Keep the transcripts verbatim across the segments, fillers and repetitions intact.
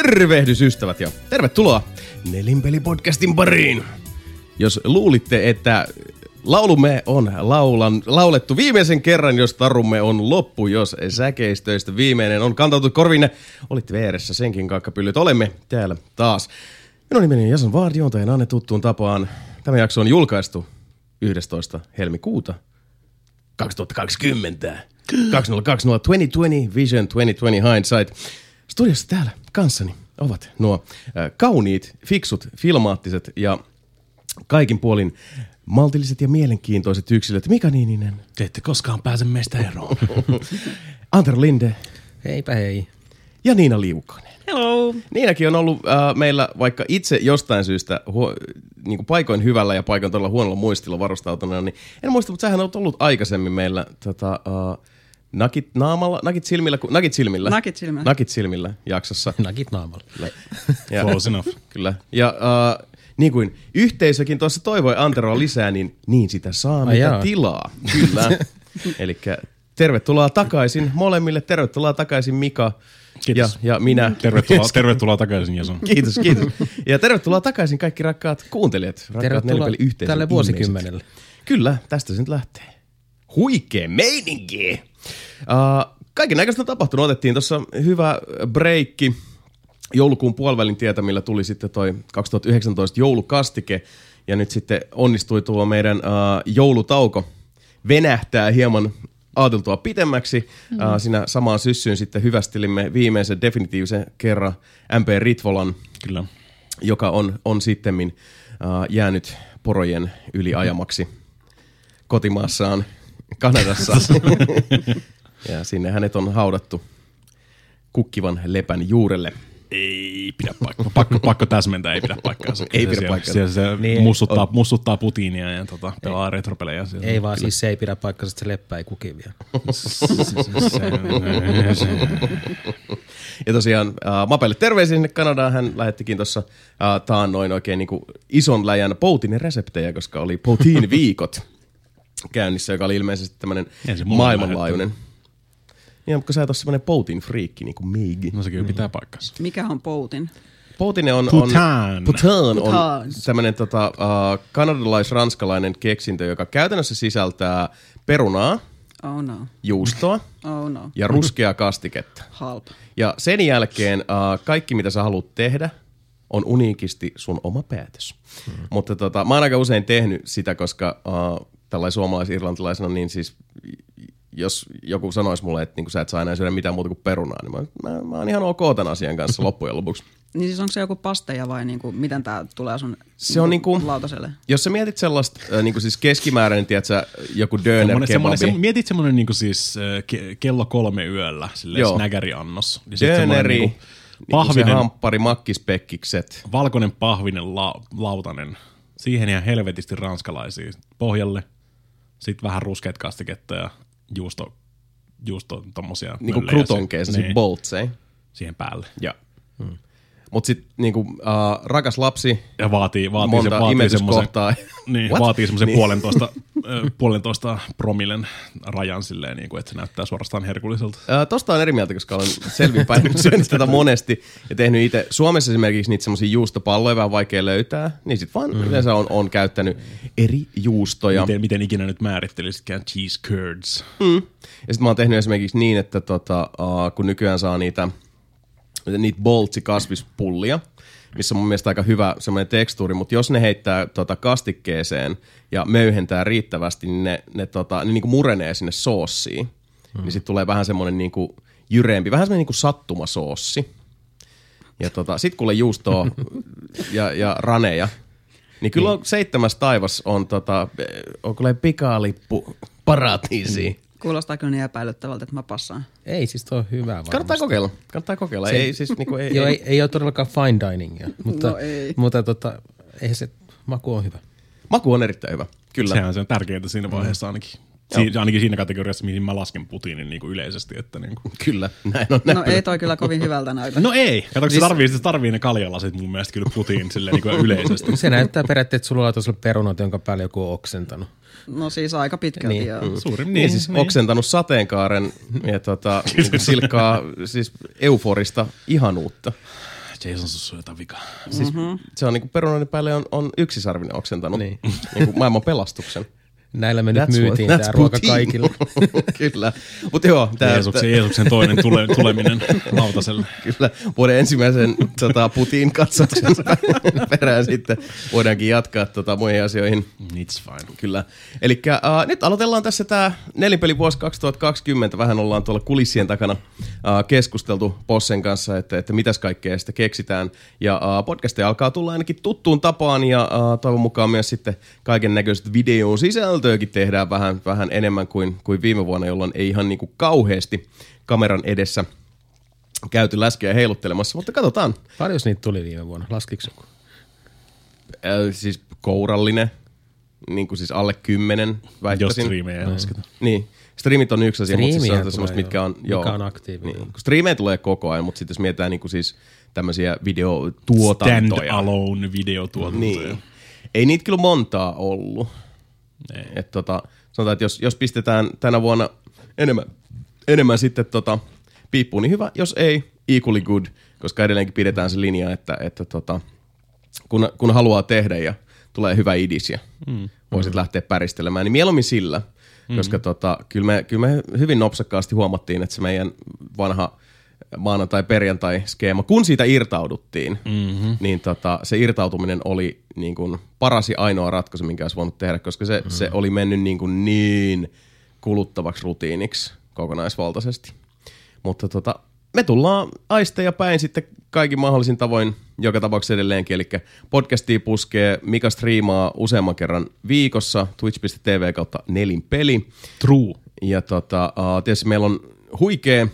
Tervehdys ystävät ja tervetuloa Nelinpeli-podcastin pariin. Jos luulitte, että laulumme on laulan, laulettu viimeisen kerran, jos tarumme on loppu, jos säkeistöistä viimeinen on kantautunut korvinne, olitte vieressä senkin kakkapyllyt. Olemme täällä taas. Minun nimeni on Jason Ward, juontajan Anne tuttuun tapaan. Tämä jakso on julkaistu yhdestoista helmikuuta kaksituhattakaksikymmentä. kaksituhattakaksikymmentä kaksituhattakaksikymmentä Vision kaksituhattakaksikymmentä Hindsight. Studiossa täällä kanssani ovat nuo äh, kauniit, fiksut, filmaattiset ja kaikin puolin maltilliset ja mielenkiintoiset yksilöt. Mika Niininen. Te ette koskaan pääse meistä eroon. Antero Linde. Heipä hei. Ja Niina Liukonen. Hello. Niinakin on ollut äh, meillä vaikka itse jostain syystä huo, niin kuin paikoin hyvällä ja paikoin todella huonolla muistilla varustautuneena, niin en muista, mutta sähän olet ollut aikaisemmin meillä tota, uh, nakit naamalla, nakit silmillä, nakit silmillä. Nakit silmillä. Nakit silmillä jaksossa. Nakit naamalla. Ja, Close enough. Kyllä. Ja uh, niin kuin yhteisökin tuossa toivoi Anteroa lisää, niin niin sitä saa, mitä jaa. tilaa. Kyllä. Elikkä tervetuloa takaisin molemmille. Tervetuloa takaisin Mika. Kiitos. Ja, ja minä. Tervetuloa, tervetuloa takaisin, Jason. Kiitos, kiitos. Ja tervetuloa takaisin kaikki rakkaat kuuntelijat. Rakkaat Tervetuloa Nelipeli-yhteisön tälle ihmiset. vuosikymmenelle. Kyllä, tästä se nyt lähtee. Huikee meininki! Uh, kaiken näköistä on tapahtunut. Otettiin tuossa hyvä breikki joulukuun puolivälin tietämillä tuli sitten toi kaksituhattayhdeksäntoista joulukastike. Ja nyt sitten onnistui tuo meidän uh, joulutauko venähtää hieman ajateltua pitemmäksi. Mm. Uh, siinä samaan syssyyn sitten hyvästelimme viimeisen definitiivisen kerran M P Ritvolan, Kyllä. joka on, on sittemmin uh, jäänyt porojen yliajamaksi kotimaassaan Kanadassa. Ja sinne hänet on haudattu kukkivan lepän juurelle. Ei pidä paikkaa. Pakko, pakko täsmentää, ei pidä paikkaa. Ei pidä paikkaa. Se, se Niin. mussuttaa, mussuttaa Putinia ja tota, pelaa retropelejä. Ei vaan, siis se ei pidä paikkaa, että se leppä ei kuki vielä. Ja tosiaan äh, Mapelle terveisiä sinne Kanadaan. Hän lähettikin tuossa äh, taannoin oikein niin kuin ison läjän Poutinen reseptejä, koska oli Poutine viikot käynnissä, joka oli ilmeisesti tämmöinen maailmanlaajuinen. Niin, mutta sä et ole semmoinen Poutine friikki niin kuin meigi. No sekin pitää paikkansa. Mikä on Poutin? Poutine on, on, Putain. Putain on Putain. tämmöinen tota, uh, kanadalais-ranskalainen keksintö, joka käytännössä sisältää perunaa, Oh no. juustoa Oh no. ja ruskeaa kastiketta. Halpa. Ja sen jälkeen uh, kaikki, mitä sä haluat tehdä, on uniikisti sun oma päätös. Hmm. Mutta tota, mä oon aika usein tehnyt sitä, koska uh, tällainen suomalais-irlantilaisena, niin siis jos joku sanoisi mulle, että niin sä et saa enää syödä mitään muuta kuin perunaa, niin mä, mä, mä oon ihan ok tämän asian kanssa loppujen lopuksi. Niin siis onko se joku pasteja vai niinku, miten tää tulee sun Se on niinku, lautaselle? Jos sä mietit sellaista äh, niinku siis keskimääräinen, tiedätkö, joku döner kebabi. Se, mietit semmoinen niinku siis äh, ke, kello kolme yöllä, silleen snägäriannos. Döneri, niinku pahvinen, niinku hamppari, makkispekkikset. Valkoinen pahvinen la, lautanen. Siihen ihan helvetisti ranskalaisia pohjalle. Sitten vähän ruskeat kastiketta ja juusto, juusto tommosia Niinku möllejä. croutonkeissa, Niin. sit boltsei. Siihen päälle. Joo. Hmm. Mut sit niinku uh, rakas lapsi, Ja vaatii, vaatii monta se, vaatii imetyskohtaa. Niin, What? vaatii semmoisen Niin. puolentoista, äh, puolentoista promillen rajan silleen, niin kuin, että se näyttää suorastaan herkulliselta. Uh, tosta on eri mieltä, koska olen selvinpäin syönyt tätä monesti ja tehnyt itse. Suomessa esimerkiksi niitä semmosia juustopalloja vähän vaikea löytää, niin sit vaan mm. yleensä on, on käyttänyt eri juustoja. Miten, miten ikinä nyt määrittelisitkään cheese curds. Mm. Ja sit mä oon tehnyt esimerkiksi niin, että tota, uh, kun nykyään saa niitä, niitä boltsi-kasvispullia, missä on mun mielestä aika hyvä semmoinen tekstuuri, mutta jos ne heittää tota kastikkeeseen ja möyhentää riittävästi, niin ne, ne, tota, ne niinku murenee sinne soossiin. Hmm. Niin sit tulee vähän semmoinen niinku jyreempi, vähän semmoinen niinku sattumasoossi. Ja tota, sit kun juustoa ja, ja raneja, niin kyllä on seitsemäs taivas on tota, on kyllä pikaalippu paratiisiin. Kuulostaa kyllä niin epäilyttävältä, että mä passaan. Ei, siis toi on hyvä varmasti. Kannattaa kokeilla. Kannattaa kokeilla. Se, ei, siis, niinku, ei, joo, ei. ei, ei ole todellakaan fine diningia, mutta, No ei. mutta tota, eihän se maku on hyvä. Maku on erittäin hyvä. Kyllä. Sehän se on tärkeintä siinä vaiheessa ainakin. Si- ainakin siinä kategoriassa, mihin mä lasken Putinin niin kuin yleisesti. Että niin kuin. Kyllä, näin on. No ei toi kyllä kovin hyvältä näytä. No ei. Kato, se tarvii, se tarvii ne kaljalasit mun mielestä kyllä Putin silleen niin kuin yleisesti. Se näyttää periaatteessa, että sulla on tuossa perunat, jonka päälle joku on oksentanut. No siis aika pitkälti Niin. joo. Mm. Suuri, Niin, niin siis niin. oksentanut sateenkaaren ja tota, silkkaa siis euforista ihanuutta. Jason sussa on jotain vikaa. Siis mm-hmm. se on niinku perunoiden päälle on, on yksisarvinen oksentanut Niin. niinku maailman pelastuksen. Näillä me nyt That's myytiin what- tää that's ruoka poutine. kaikille. Kyllä. Mutta joo, tää, Jeesuksen, Jeesuksen toinen tule, tuleminen lautaselle. kyllä vuoden ensimmäisen tota, Putin katsauksen perään sitten voidaankin jatkaa tota, muihin asioihin. It's fine. Kyllä. Eli uh, nyt aloitellaan tässä tämä nelipeli vuosi kaksituhattakaksikymmentä. Vähän ollaan tuolla kulissien takana uh, keskusteltu Possen kanssa, että, että mitäs kaikkea sitä keksitään. Ja uh, podcasteja alkaa tulla ainakin tuttuun tapaan ja uh, toivon mukaan myös sitten kaiken näköiset videon sisältöäkin tehdään vähän, vähän enemmän kuin, kuin viime vuonna, jolloin ei ihan niin kuin kauheasti kameran edessä käyty läskeä heiluttelemassa, mutta katsotaan. Paljon niitä tuli viime vuonna? Laskiko joku? Äh, siis kourallinen, niin kuin siis alle kymmenen Jos väittäisin. striimejä ei lasketa. Niin, striimit on yksi asia, mutta siis se Striimiä on semmoista, tulee, mitkä on, joo. Mikä on aktiivinen. Niin, kun striimejä tulee koko ajan, mutta sitten jos mietitään niin kuin siis tämmöisiä videotuotantoja. Stand-alone videotuotantoja. Niin. Ei niitä kyllä montaa ollut. Ei. Et tota, sanotaan, että jos, jos pistetään tänä vuonna enemmän, enemmän sitten tota, piippuun, niin hyvä. Jos ei, equally good, koska edelleenkin pidetään se linja, että, että tota, kun, kun haluaa tehdä ja tulee hyvä idis ja mm. voisit mm. lähteä päristelemään, niin mieluummin sillä, mm. koska tota, kyllä, me, kyllä me hyvin nopsakkaasti huomattiin, että se meidän vanha maanantai-perjantai-skeema, kun siitä irtauduttiin, mm-hmm. niin tota, se irtautuminen oli niin kuin paras ja ainoa ratkaisu, minkä olisi voinut tehdä, koska se, mm-hmm. se oli mennyt niin, kuin niin kuluttavaksi rutiiniksi kokonaisvaltaisesti. Mutta tota, me tullaan aisteja päin sitten kaikin mahdollisin tavoin joka tapauksessa edelleenkin, eli podcastia puskee, Mika striimaa useamman kerran viikossa, twitch piste tv kautta nelinpeli. True. Ja tota, uh, tietysti meillä on huikea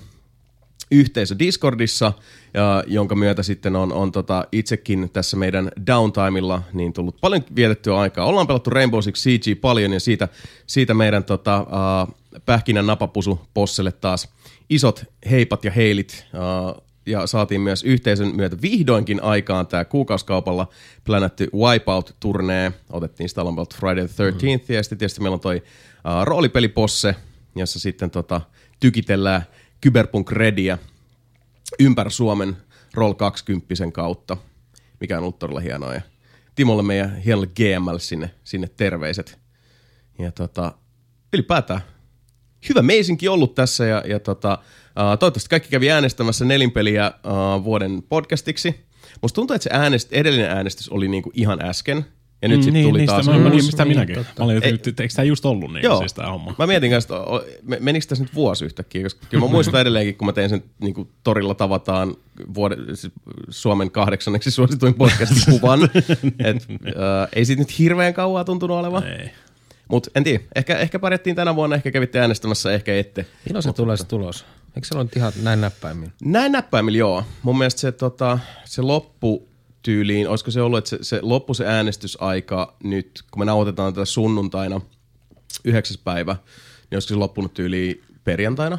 yhteisö Discordissa, ja, jonka myötä sitten on, on tota, itsekin tässä meidän downtimeilla niin tullut paljon vietettyä aikaa. Ollaan pelattu Rainbow Six Siege paljon, ja siitä, siitä meidän tota, uh, pähkinän napapusu Posselle taas isot heipat ja heilit, uh, ja saatiin myös yhteisön myötä vihdoinkin aikaan tämä kuukauskaupalla plänätty Wipeout-turnee. Otettiin sitä ollaan pelattu Friday the thirteenth, mm. ja sitten tietysti meillä on toi uh, roolipeli Posse, jossa sitten tota, tykitellään Cyberpunk Redia ympäri Suomen Roll kaksikymmentä kautta, mikä on ollut todella hienoa. Ja Timolle meidän hienolle G M L sinne, sinne terveiset. Ja tota, ylipäätään hyvä meisinki ollut tässä ja, ja tota, uh, toivottavasti kaikki kävi äänestämässä nelinpeliä uh, vuoden podcastiksi. Musta tuntuu, että se äänest, edellinen äänestys oli niinku ihan äsken. Ja nyt mm, sitten niin, tuli niin, taas... Mä, uusi. niin, mistä niin, minäkin. totta. Mä olin, Ei, että eikö tämä just ollut niin joo. siis tämä homma? Mä mietin kanssa, että menikö tässä nyt vuosi yhtäkkiä, koska kyllä mä muistan edelleenkin, kun mä tein sen niin kuin torilla tavataan vuoden, siis Suomen kahdeksanneksi suosituin podcastin kuvan. Et, äh, ei siitä nyt hirveän kauaa tuntunut olevan. Ei. Mutta en tiedä, ehkä, ehkä pärjättiin tänä vuonna, ehkä kävitte äänestämässä, ehkä ette. Milloin se tulee se tulos? Eikö se ole nyt ihan näin näppäimin? Näin näppäimillä, joo. Mun mielestä se, tota, se loppu tyyliin, olisiko se ollut, että se, se loppu se äänestysaika nyt, kun me nauhoitetaan tätä sunnuntaina yhdeksäs päivä, niin olisiko se loppunut tyyliin perjantaina?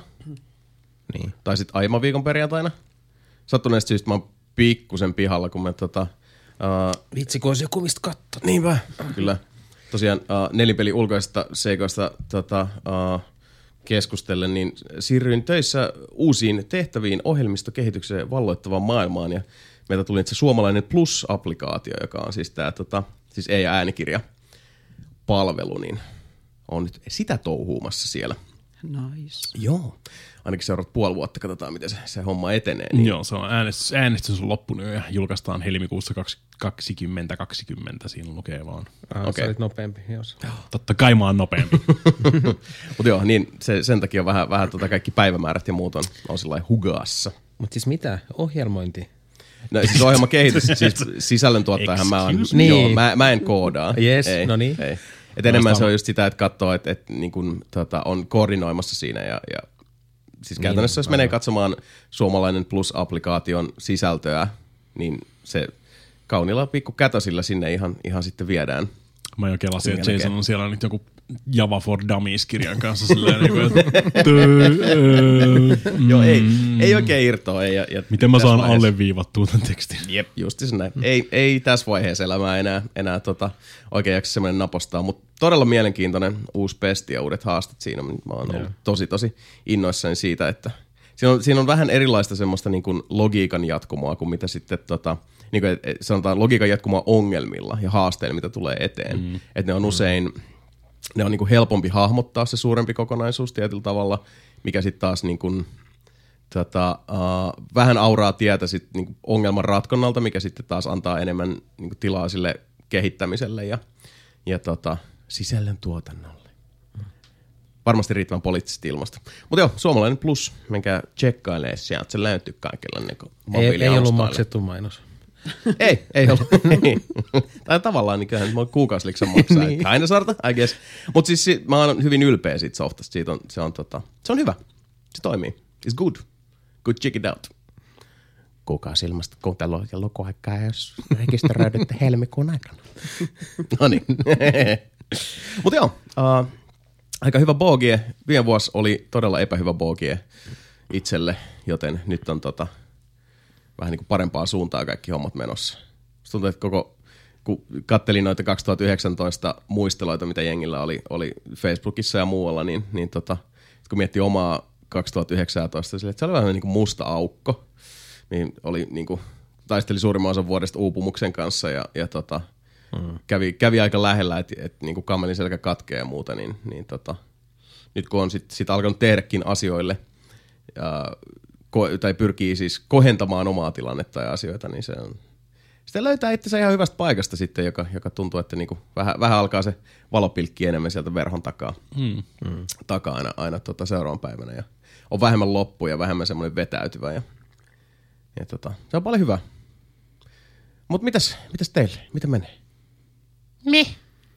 Niin. Tai sitten aiemman viikon perjantaina? Sattuneesta syystä mä oon pikkusen pihalla, kun me tota... Uh, Vitsi, kun olisi joku mistä katsoa. niinpä. Kyllä. Tosiaan uh, nelipeli ulkoisesta seikoista tota, uh, keskustellen, niin siirryin töissä uusiin tehtäviin ohjelmistokehitykseen valloittavaan maailmaan, ja meiltä tuli se suomalainen Plus-applikaatio, joka on siis tämä tota, siis e- ja äänikirjapalvelu, niin on nyt sitä touhuumassa siellä. Nice. Joo. Ainakin seuraavat puoli vuotta, katsotaan miten se, se homma etenee. Niin. Joo, se on äänestys, äänestys on loppunut ja julkaistaan helmikuussa kaksikymmentä kaksikymmentä, siinä lukee vaan. Ah, Okei. Sä olit nopeampi, jos. Totta kai mä oon nopeampi. Mutta joo, niin se, sen takia on vähän, vähän tota kaikki päivämäärät ja muut on, on sellainen hugaassa. Mutta siis mitä? Ohjelmointi? No siis ohjelmakehitys, siis sisällöntuottajahan mä oon. Excuse me? Joo, Niin. mä, mä en koodaa. Yes, ei, no niin. Ei. Et enemmän se on just sitä, että katsoo, että et, niin kun, tota, on koordinoimassa siinä ja, ja siis käytännössä jos menee katsomaan suomalainen Plus-applikaation sisältöä, niin se kauniilla pikku kätösillä sinne ihan, ihan sitten viedään. Mä jo kelasin, että Minkä Jason näkee. on siellä nyt joku Java for Dummies-kirjan kanssa silleen, niin kuin, että tö- öö, mm. Joo, ei, ei oikein irtoa. Ei, ja, ja Miten mä tässä saan vaiheessa- alleviivattua tämän tekstin? Jep, justi näin. Mm. Ei, ei tässä vaiheessa elämää enää, enää tota, oikein jaksa semmoinen napostaa, mutta todella mielenkiintoinen uusi pesti ja uudet haastat siinä. Mä oon ollut tosi, tosi innoissani siitä, että siinä, on, siinä on vähän erilaista semmoista niin kuin logiikan jatkumoa kuin mitä sitten tota, niin kuin, sanotaan logiikan jatkumoa ongelmilla ja haasteilla, mitä tulee eteen. Mm. Että ne on usein, ne on niin kuin helpompi hahmottaa se suurempi kokonaisuus tietyllä tavalla, mikä sitten taas niin kuin, tota, uh, vähän auraa tietä sit, niin kuin ongelman ratkonnalta, mikä sitten taas antaa enemmän niin kuin tilaa sille kehittämiselle ja, ja tota, sisällön tuotannolle. Varmasti riittävän poliittisesti ilmasta. Mutta joo, Suomalainen Plus, menkää tsekkailemaan sieltä. Se löytyy kaikilla niin ei, ei ollut maksettu mainos. ei, ei ollut. Tai tavallaan niin kyllähän mä kuukausiliksen maksaa. niin. Aina sarta, I guess. Mutta siis mä oon hyvin ylpeä siitä softasta. Siitä on, se, on, tota, se on hyvä. Se toimii. It's good. Good, check it out. Kuukausilmasta kuuntelu ja lukuaikaa, jos rekisteröidytte helmikuun aikana. No niin. Mutta joo, uh, aika hyvä boogie. Viime vuosi oli todella epähyvä boogie itselle, joten nyt on tota, vähän niin kuin parempaa suuntaa kaikki hommat menossa. Musta tuntuu, että koko, kun kattelin noita kaksituhattayhdeksäntoista muisteloita, mitä jengillä oli, oli Facebookissa ja muualla, niin, niin tota, kun miettii omaa kaksituhattayhdeksäntoista, sille, että se oli vähän niin kuin musta aukko, niin oli niin kuin, taisteli suurimman osan vuodesta uupumuksen kanssa ja, ja tota, mm. kävi, kävi aika lähellä, että et, niin kuin kammelin selkä katkee ja muuta, niin, niin tota, nyt kun on sitten sit alkanut tehdäkin asioille ja, ko, tai pyrkii siis kohentamaan omaa tilannetta ja asioita, niin se on, sitten löytää itsensä ihan hyvästä paikasta sitten, joka, joka tuntuu, että niin kuin vähän, vähän alkaa se valopilkki enemmän sieltä verhon takaa, mm. Mm. takaa aina, aina tota seuraavan päivänä ja on vähemmän loppu ja vähemmän semmoinen vetäytyvä ja Ja tota, se on paljon hyvä. Mut mitäs, mitäs teille? Mitä menee? Me.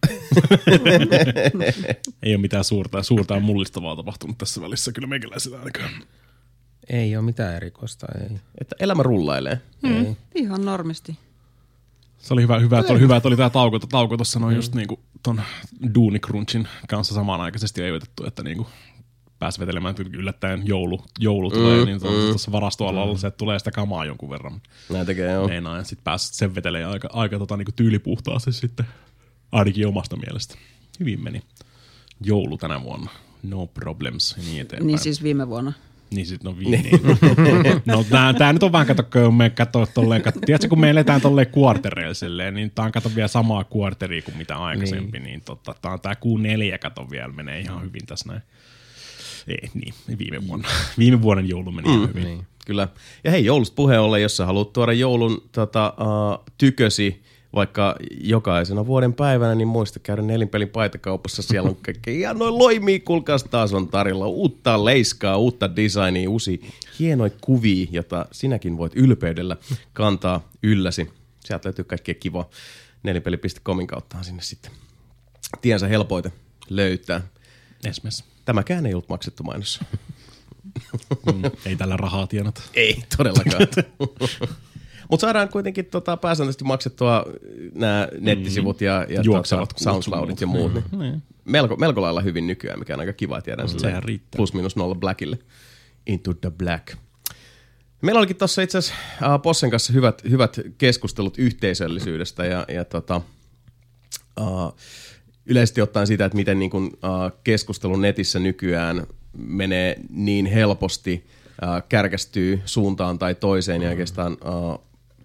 Ei ole mitään suurta, suurta ja mullistavaa tapahtunut tässä välissä kyllä meikäläisellä ainakaan. Ei ole mitään erikoista, ei. Että elämä rullailee. Mm. Ei. Ihan normisti. Se oli hyvä, hyvä, että oli, hyvä, että oli tää tauko. Tauko tuossa noin mm. just niinku ton Duunicrunchin kanssa samanaikaisesti ajoitettu, että niinku pääsi vetelemään yllättäen joulu, joulu tulee, mm, niin tuossa mm, varastoalalla mm. se tulee sitä kamaa jonkun verran. Näin tekee, joo. Meinaa, ja sit pääsi sen vetelemään aika, aika tota, niinku tyylipuhtaasti sitten, ainakin omasta mielestä. Hyvin meni. Joulu tänä vuonna. No problems. Niin eteenpäin. Niin siis viime vuonna. Niin sit no viime. Niin. No tää, tää nyt on vähän kato, kun me kato tolleen, kato, tiedätkö kun me eletään tolleen kuartereilla silleen, niin tää on kato vielä samaa kuarteria kuin mitä aikaisempi, niin, niin tota, tää on tää Q neljä kato vielä, menee ihan hyvin tässä näin. Ei, niin, viime vuonna. Viime vuoden joulu meni mm, hyvin. Niin. Kyllä. Ja hei, joulusta puheen ollen, jos sä haluat tuoda joulun tota, uh, tykösi vaikka jokaisena vuoden päivänä, niin muista käydä Nelinpelin paitakaupassa. Siellä on kaikkea ihan noin loimia, kuulkaas taas on tarjolla. Uutta leiskaa, uutta designia, uusia hienoja kuvia, jota sinäkin voit ylpeydellä kantaa ylläsi. Sieltä löytyy kaikkea kivaa. Nelinpeli piste comin kauttahan sinne sitten tiensä helpoiten löytää. Esimerkiksi. Tämäkään ei ollut maksettu mainos. Mm, ei tällä rahaa tienata. Ei todellakaan. Mutta saadaan kuitenkin tota, pääsääntöisesti maksettua nämä nettisivut ja, ja tota, SoundCloudit ja muut. Mm, niin. melko, melko lailla hyvin nykyään, mikä on aika kiva, tiedän. Mm, sehän riittää. Plus minus nolla Blackille. Into the Black. Meillä olikin tuossa itse asiassa uh, Possen kanssa hyvät, hyvät keskustelut yhteisöllisyydestä ja, ja tota, uh, yleisesti ottaen siitä, että miten niin kun, uh, keskustelu netissä nykyään menee niin helposti, uh, kärkästyy suuntaan tai toiseen ja oikeastaan uh,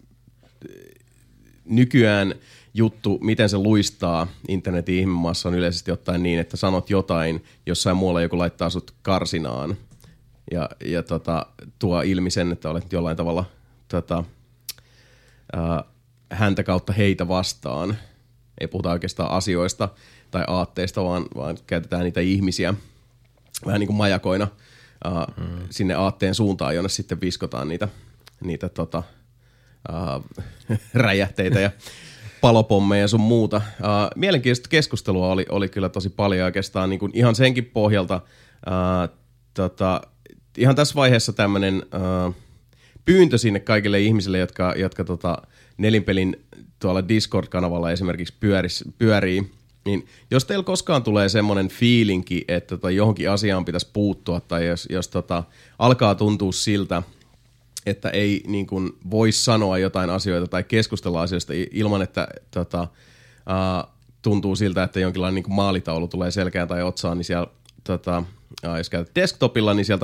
nykyään juttu, miten se luistaa internetin ihmemaassa on yleisesti ottaen niin, että sanot jotain, jossain muualla joku laittaa sut karsinaan ja, ja tota, tuo ilmi sen, että olet jollain tavalla tota, uh, häntä kautta heitä vastaan. Ei puhuta oikeastaan asioista tai aatteista, vaan, vaan käytetään niitä ihmisiä vähän niin kuin majakoina uh, mm. sinne aatteen suuntaan, jonne sitten viskotaan niitä, niitä tota, uh, räjähteitä ja palopommeja ja sun muuta. Uh, mielenkiintoista keskustelua oli, oli kyllä tosi paljon oikeastaan niin kuin ihan senkin pohjalta. Uh, tota, ihan tässä vaiheessa tämmöinen uh, pyyntö sinne kaikille ihmisille, jotka, jotka tota, Nelinpelin tuolla Discord-kanavalla esimerkiksi pyöris, pyörii, niin jos teillä koskaan tulee semmoinen fiilinki, että tota, johonkin asiaan pitäisi puuttua, tai jos, jos tota, alkaa tuntua siltä, että ei niin kuin, voi sanoa jotain asioita tai keskustella asioista ilman, että tota, uh, tuntuu siltä, että jonkinlainen niin kuin maalitaulu tulee selkään tai otsaan, niin siellä, tota, uh, jos käytät desktopilla, niin sieltä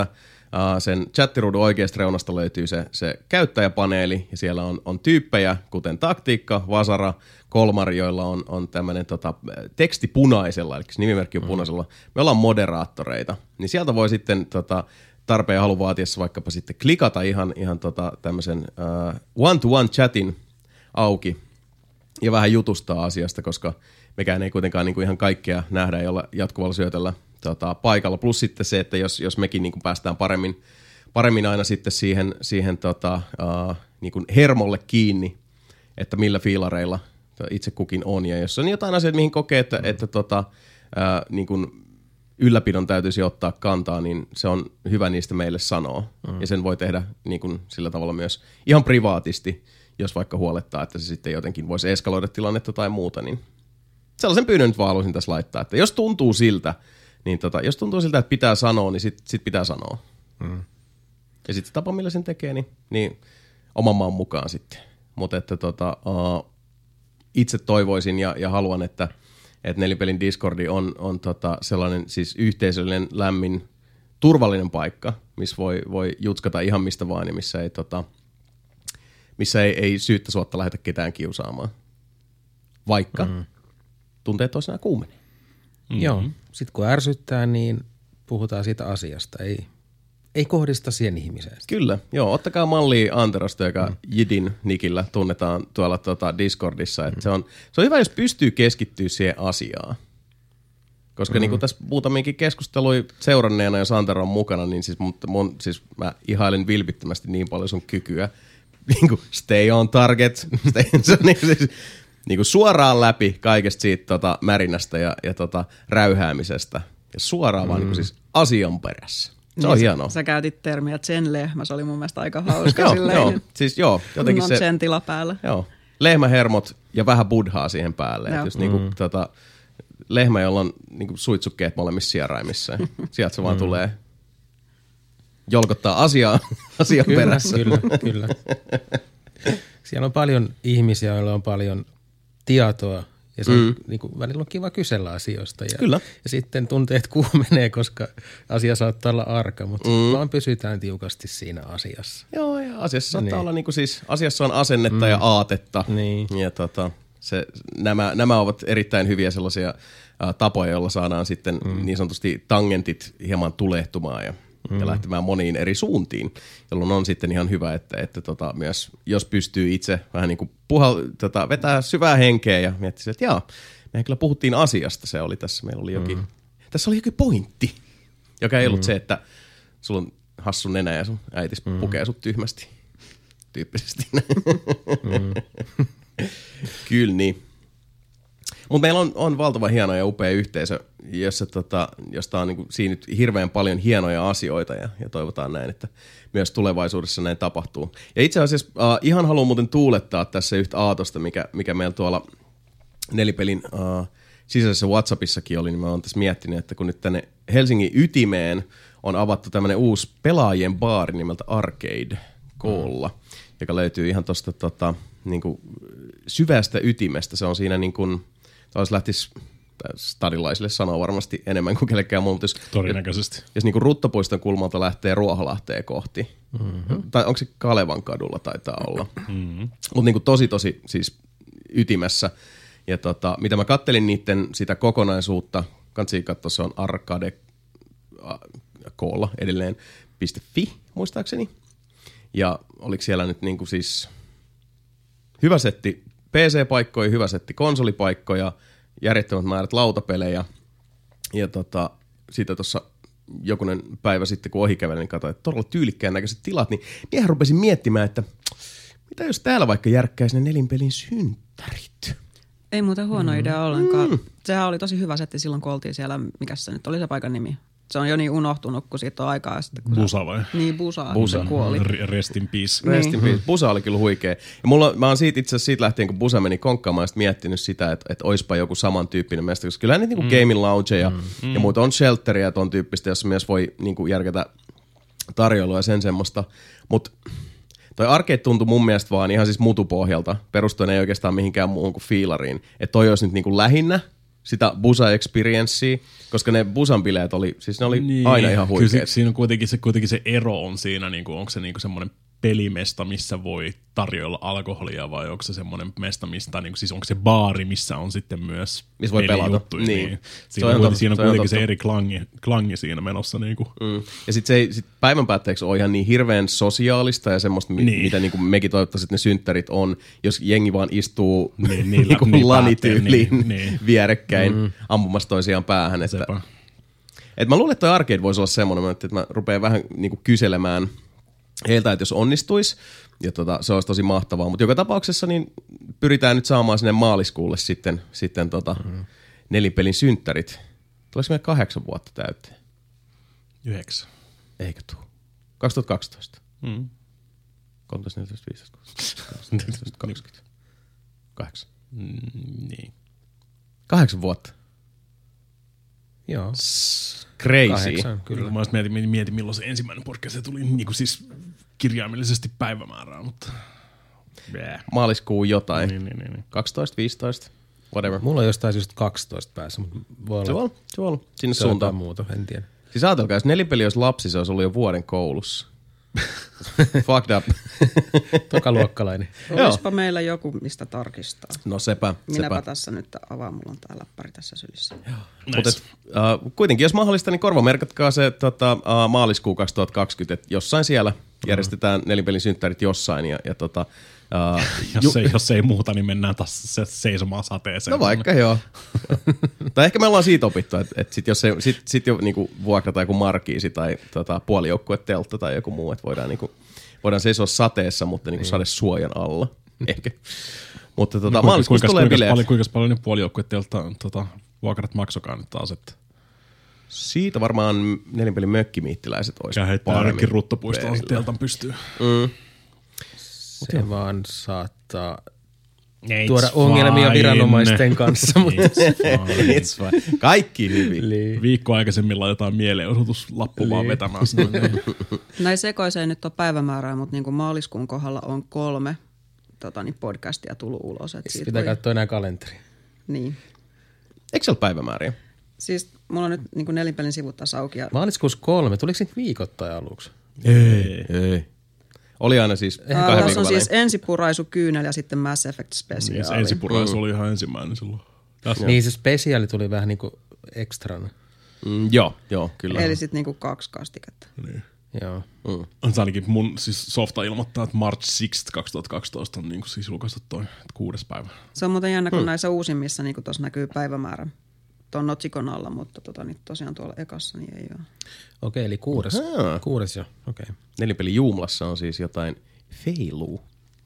sen chattiruudun oikeasta reunasta löytyy se, se käyttäjäpaneeli, ja siellä on, on tyyppejä, kuten Taktiikka, Vasara, Kolmari, joilla on, on tämmöinen tota, teksti punaisella, eli nimimerkki on punaisella. Me ollaan moderaattoreita, niin sieltä voi sitten tota, tarpeen ja halu vaatiessa vaikkapa sitten klikata ihan, ihan tota, tämmöisen uh, one-to-one chatin auki ja vähän jutustaa asiasta, koska mekään ei kuitenkaan niinku ihan kaikkea nähdä ja olla jatkuvalla syötöllä tota, paikalla. Plus sitten se, että jos, jos mekin niinku päästään paremmin, paremmin aina sitten siihen, siihen tota, uh, niinku hermolle kiinni, että millä fiilareilla itse kukin on. Ja jos on jotain asioita, mihin kokee, että, että tota, uh, niinku ylläpidon täytyisi ottaa kantaa, niin se on hyvä niistä meille sanoa. Mm. Ja sen voi tehdä niin kuin sillä tavalla myös ihan privaatisti, jos vaikka huolettaa, että se sitten jotenkin voisi eskaloida tilannetta tai muuta. Niin sellaisen pyynnön nyt vaan haluaisin tässä laittaa, että jos tuntuu siltä, niin tota, jos tuntuu siltä, että pitää sanoa, niin sit, sit pitää sanoa. Mm. Ja sitten se tapa, millä sen tekee, niin, niin oman maan mukaan sitten. Mutta että tota, uh, itse toivoisin ja, ja haluan, että että Nelipelin Discordi on, on tota sellainen siis yhteisöllinen, lämmin, turvallinen paikka, missä voi, voi jutskata ihan mistä vaan ja missä ei, tota, missä ei, ei syyttä suotta lähdetä ketään kiusaamaan. Vaikka mm. tunteet toisenaan kuumenee. Mm-hmm. Joo, sitten kun ärsyttää, niin puhutaan siitä asiasta, ei, ei kohdista siihen ihmiseen. Kyllä, joo, ottakaa mallia Anterosta, joka mm. Jidin nikillä tunnetaan tuolla tota Discordissa. Mm. Se, on, se on hyvä, jos pystyy keskittyä siihen asiaan. Koska mm. niin kuin tässä muutamiinkin keskusteluja seuranneena, jos Antero on mukana, niin siis, mun, mun, siis mä ihailen vilpittömästi niin paljon sun kykyä. Niin kuin stay on target, stay, se on niin, siis, niin kuin suoraan läpi kaikesta siitä tota, märinästä ja, ja tota, räyhäämisestä. Ja suoraan mm. vaan niin kuin siis asian perässä. Se on niin, hienoa. Sä käytit termiä zen-lehmä, se oli mun mielestä aika hauska. joo, silleen, joo, siis joo. Jotenkin on se zen-tila päällä. Joo, lehmähermot ja vähän buddhaa siihen päälle. Että jos mm. niinku, tota, lehmä, jolla on niinku suitsukkeet molemmissa sieraimissa, sieltä se vaan mm. tulee jolkottaa asiaa, asian kyllä, perässä. Kyllä, kyllä. Siellä on paljon ihmisiä, joilla on paljon tietoa. Ja se on, mm. niin kuin, välillä on kiva kysellä asioista. Ja, Kyllä. ja sitten tunteet kuumenee, koska asia saattaa olla arka, mutta mm. vaan pysytään tiukasti siinä asiassa. Joo, ja asiassa saattaa niin. olla niin kuin siis, asiassa on asennetta mm. ja aatetta. Niin. Ja tota, se, nämä, nämä ovat erittäin hyviä sellaisia ä, tapoja, joilla saadaan sitten mm. niin sanotusti tangentit hieman tulehtumaan ja Mm. ja lähtemään moniin eri suuntiin, jolloin on sitten ihan hyvä, että, että tota, myös jos pystyy itse vähän niin kuin puhal, tota, vetää syvää henkeä ja miettii, että jaa, mehän kyllä puhuttiin asiasta, se oli tässä, meillä oli jokin, mm. tässä oli jokin pointti, joka ei ollut mm. se, että sulla on hassu nenä ja sun äitis mm. pukee sut tyhmästi, tyyppisesti. Mm. Kyllä niin. Mutta meillä on, on valtava hieno ja upea yhteisö, jossa, tota, josta on niinku, siinä nyt hirveän paljon hienoja asioita ja, ja toivotaan näin, että myös tulevaisuudessa näin tapahtuu. Ja itse asiassa uh, ihan haluan muuten tuulettaa tässä yhtä aatosta, mikä, mikä meillä tuolla Nelipelin uh, sisäisessä WhatsAppissakin oli, niin mä oon tässä miettinyt, että kun nyt tänne Helsingin ytimeen on avattu tämmöinen uusi pelaajien baari nimeltä Arcade Koolla, mm. joka löytyy ihan tuosta tota, niinku, syvästä ytimestä. Se on siinä niin kuin olisi lähtisi stadilaisille sanoa varmasti enemmän kuin kellekään muu, mutta jos, todennäköisesti. Jos niin kuin Ruttapuiston kulmalta lähtee Ruoholahteen kohti, mm-hmm. tai onko se Kalevan kadulla taitaa olla, mm-hmm. mutta niin kuin tosi tosi siis ytimessä. Ja tota, mitä mä kattelin niiden sitä kokonaisuutta, kansi katsoa, se on arcade koolla edelleen .fi muistaakseni. Ja oliko siellä nyt niin kuin siis hyvä setti P C-paikkoja, hyvä setti konsolipaikkoja, järjettömät määrät lautapelejä. Ja tota, siitä tuossa jokunen päivä sitten, kun ohikävelin, niin katsoin, että todella tyylikkään näköiset tilat, niin miehän rupesin miettimään, että mitä jos täällä vaikka järkkäisi ne nelinpelin synttärit? Ei muuten huono mm. idea ollenkaan. Mm. Sehän oli tosi hyvä setti silloin, kun oltiin siellä, mikä se nyt oli se paikan nimi? Se on jo niin unohtunut, kun siitä on aikaa. Sitten, kun Busa se, vai? Niin, Busa. Busa. Se kuoli. Rest in peace. Rest in peace. Busa oli kyllä huikea. Ja mulla, mä oon siitä itse asiassa siitä lähtien, kun Busa meni konkkaamaan, sitten miettinyt sitä, että, että oispa joku samantyyppinen mesta. Koska kyllä niitä niin mm. gaming lounge ja, mm. ja muuta on shelteria ja ton tyyppistä, jossa myös voi niin kuin järkätä tarjoilua ja sen semmoista. Mutta toi arcade tuntui mun mielestä vaan ihan siis mutupohjalta. Perustuen ei oikeastaan mihinkään muuhun kuin fiilariin. Että toi olisi nyt niin kuin lähinnä sitä Busa-experiencea, koska ne Busan bileet oli, siis ne oli niin, aina ihan huikeet. Kyllä siinä on kuitenkin se, kuitenkin se ero on siinä, niin kuin, onko se niin kuin semmoinen pelimesta, missä voi tarjoilla alkoholia, vai onko se semmoinen mesta, mistä, niin kuin, siis onko se baari, missä on sitten myös missä voi pelata. Niin. niin. Siinä on, on, totta, siinä on se kuitenkin on se eri klangi, klangi siinä menossa. Niin kuin. Mm. Ja sitten sit päivän päätteeksi on ihan niin hirveän sosiaalista ja semmoista, niin. mitä niin kuin mekin toivottavasti, että ne synttärit on, jos jengi vaan istuu niin, niin, niin, niin lanityyliin niin, niin. vierekkäin mm. ampumassa toisiaan päähän. Että, et mä luulen, että toi arcade voisi olla semmoinen, että mä rupean vähän niin kuin kyselemään heiltä, että jos onnistuisi, ja tota, se olisi tosi mahtavaa. Mutta joka tapauksessa niin pyritään nyt saamaan sinne maaliskuulle sitten, sitten tota, mm. nelinpelin synttärit. Tuleeko meillä kahdeksan vuotta täyteen? Yhdeksän. Eikä tuu. kaksituhattakaksitoista. Mm. kolmetoista, neljätoista, viisitoista, kaksikymmentä. Kahdeksan. Mm, niin. Kahdeksan vuotta. Joo. Crazy. Kahdeksan, kyllä. Mä mietin, mietin, mietin, milloin se ensimmäinen podcast se tuli niin kuin siis kirjaimellisesti päivämäärää, mutta yeah. Maaliskuun jotain. Niin, niin, niin. kaksitoista, viisitoista, whatever. Mulla on jostain syystä kaksitoista päässä, mutta voi se olla. voi, se voi olla. Sinne se on suuntaan. muuta, en tiedä. Siis ajatelkaa, jos nelipeli olisi lapsi, se olisi ollut jo vuoden koulussa. Fucked up. Tokaluokkalainen. Olisipa meillä joku, mistä tarkistaa. No sepä, Minäpä sepä. tässä nyt avaan, mulla on tää läppäri tässä sylissä. Nice. Mutta uh, kuitenkin, jos mahdollista, niin korvamerkatkaa se tota, uh, maaliskuu kaksituhattakaksikymmentä, että jossain siellä järjestetään nelipelin synttärit jossain. Ja, ja tota, uh, jos, ei, jos ei muuta, niin mennään taas se seisomaan sateeseen. No vaikka joo. Tai ehkä me ollaan siitä opittu, että, että sit jos se, sit, sit jo niinku vuokrataan joku markiisi tai tota, puolijoukkueteltta tai joku muu, että voidaan, niinku, voidaan seisoa sateessa, mutta niinku sadesuojan alla. Ehkä. Mutta tota, no, maaliskuussa tulee kuinka bileet. Paljon, kuinka paljon ne puolijoukkuetelta tota, vuokrat maksokaan nyt taas, että siitä varmaan nelinpelin mökkimiittiläiset olisi heittää paremmin ainakin ruttopuistoon perillä. teltan pystyy. Mm. Se okay. vaan saattaa It's tuoda fine. ongelmia viranomaisten kanssa. Mutta It's fine. Kaikki hyvin. Viikko aikaisemmin laitetaan mielenosoituslappu vaan vetämään sinne. Näin sekoiseen nyt on päivämäärää, mutta niin kuin maaliskuun kohdalla on kolme tota, niin podcastia tullut ulos. Että siitä pitää voi... katsoa enää kalenteri. Niin. Eikö se ole päivämääriä? Siis mulla on nyt niin kuin nelinpelin sivut tässä auki. Ja... Maaliskuussa kolme. Tuliko siitä viikoittain aluksi? Ei. Ei. Oli aina siis kahden Tässä viikon on välein. siis ensipuraisu kyynel ja sitten Mass Effect Special. Niin, ensipuraisu mm. oli ihan ensimmäinen silloin. Tässä. Niin se spesiaali tuli vähän niin kuin ekstrana. Mm, joo, joo, kyllä. Eli sitten niinku kaksi kastiketta. Niin. Joo. Mm. Se ainakin mun siis softa ilmoittaa, että March sixth kaksituhattakaksitoista on niin kuin siis julkaistu toi kuudes päivä. Se on muuten jännä, kun Mm. näissä uusimmissa niin tuossa näkyy päivämäärä. Tuon otsikon alla, mutta tota, niin tosiaan tuolla ekassa niin ei ole. Okei, eli kuudes. Ahaa. Kuudes jo, okei. Nelipeli Juumlassa on siis jotain feiluu.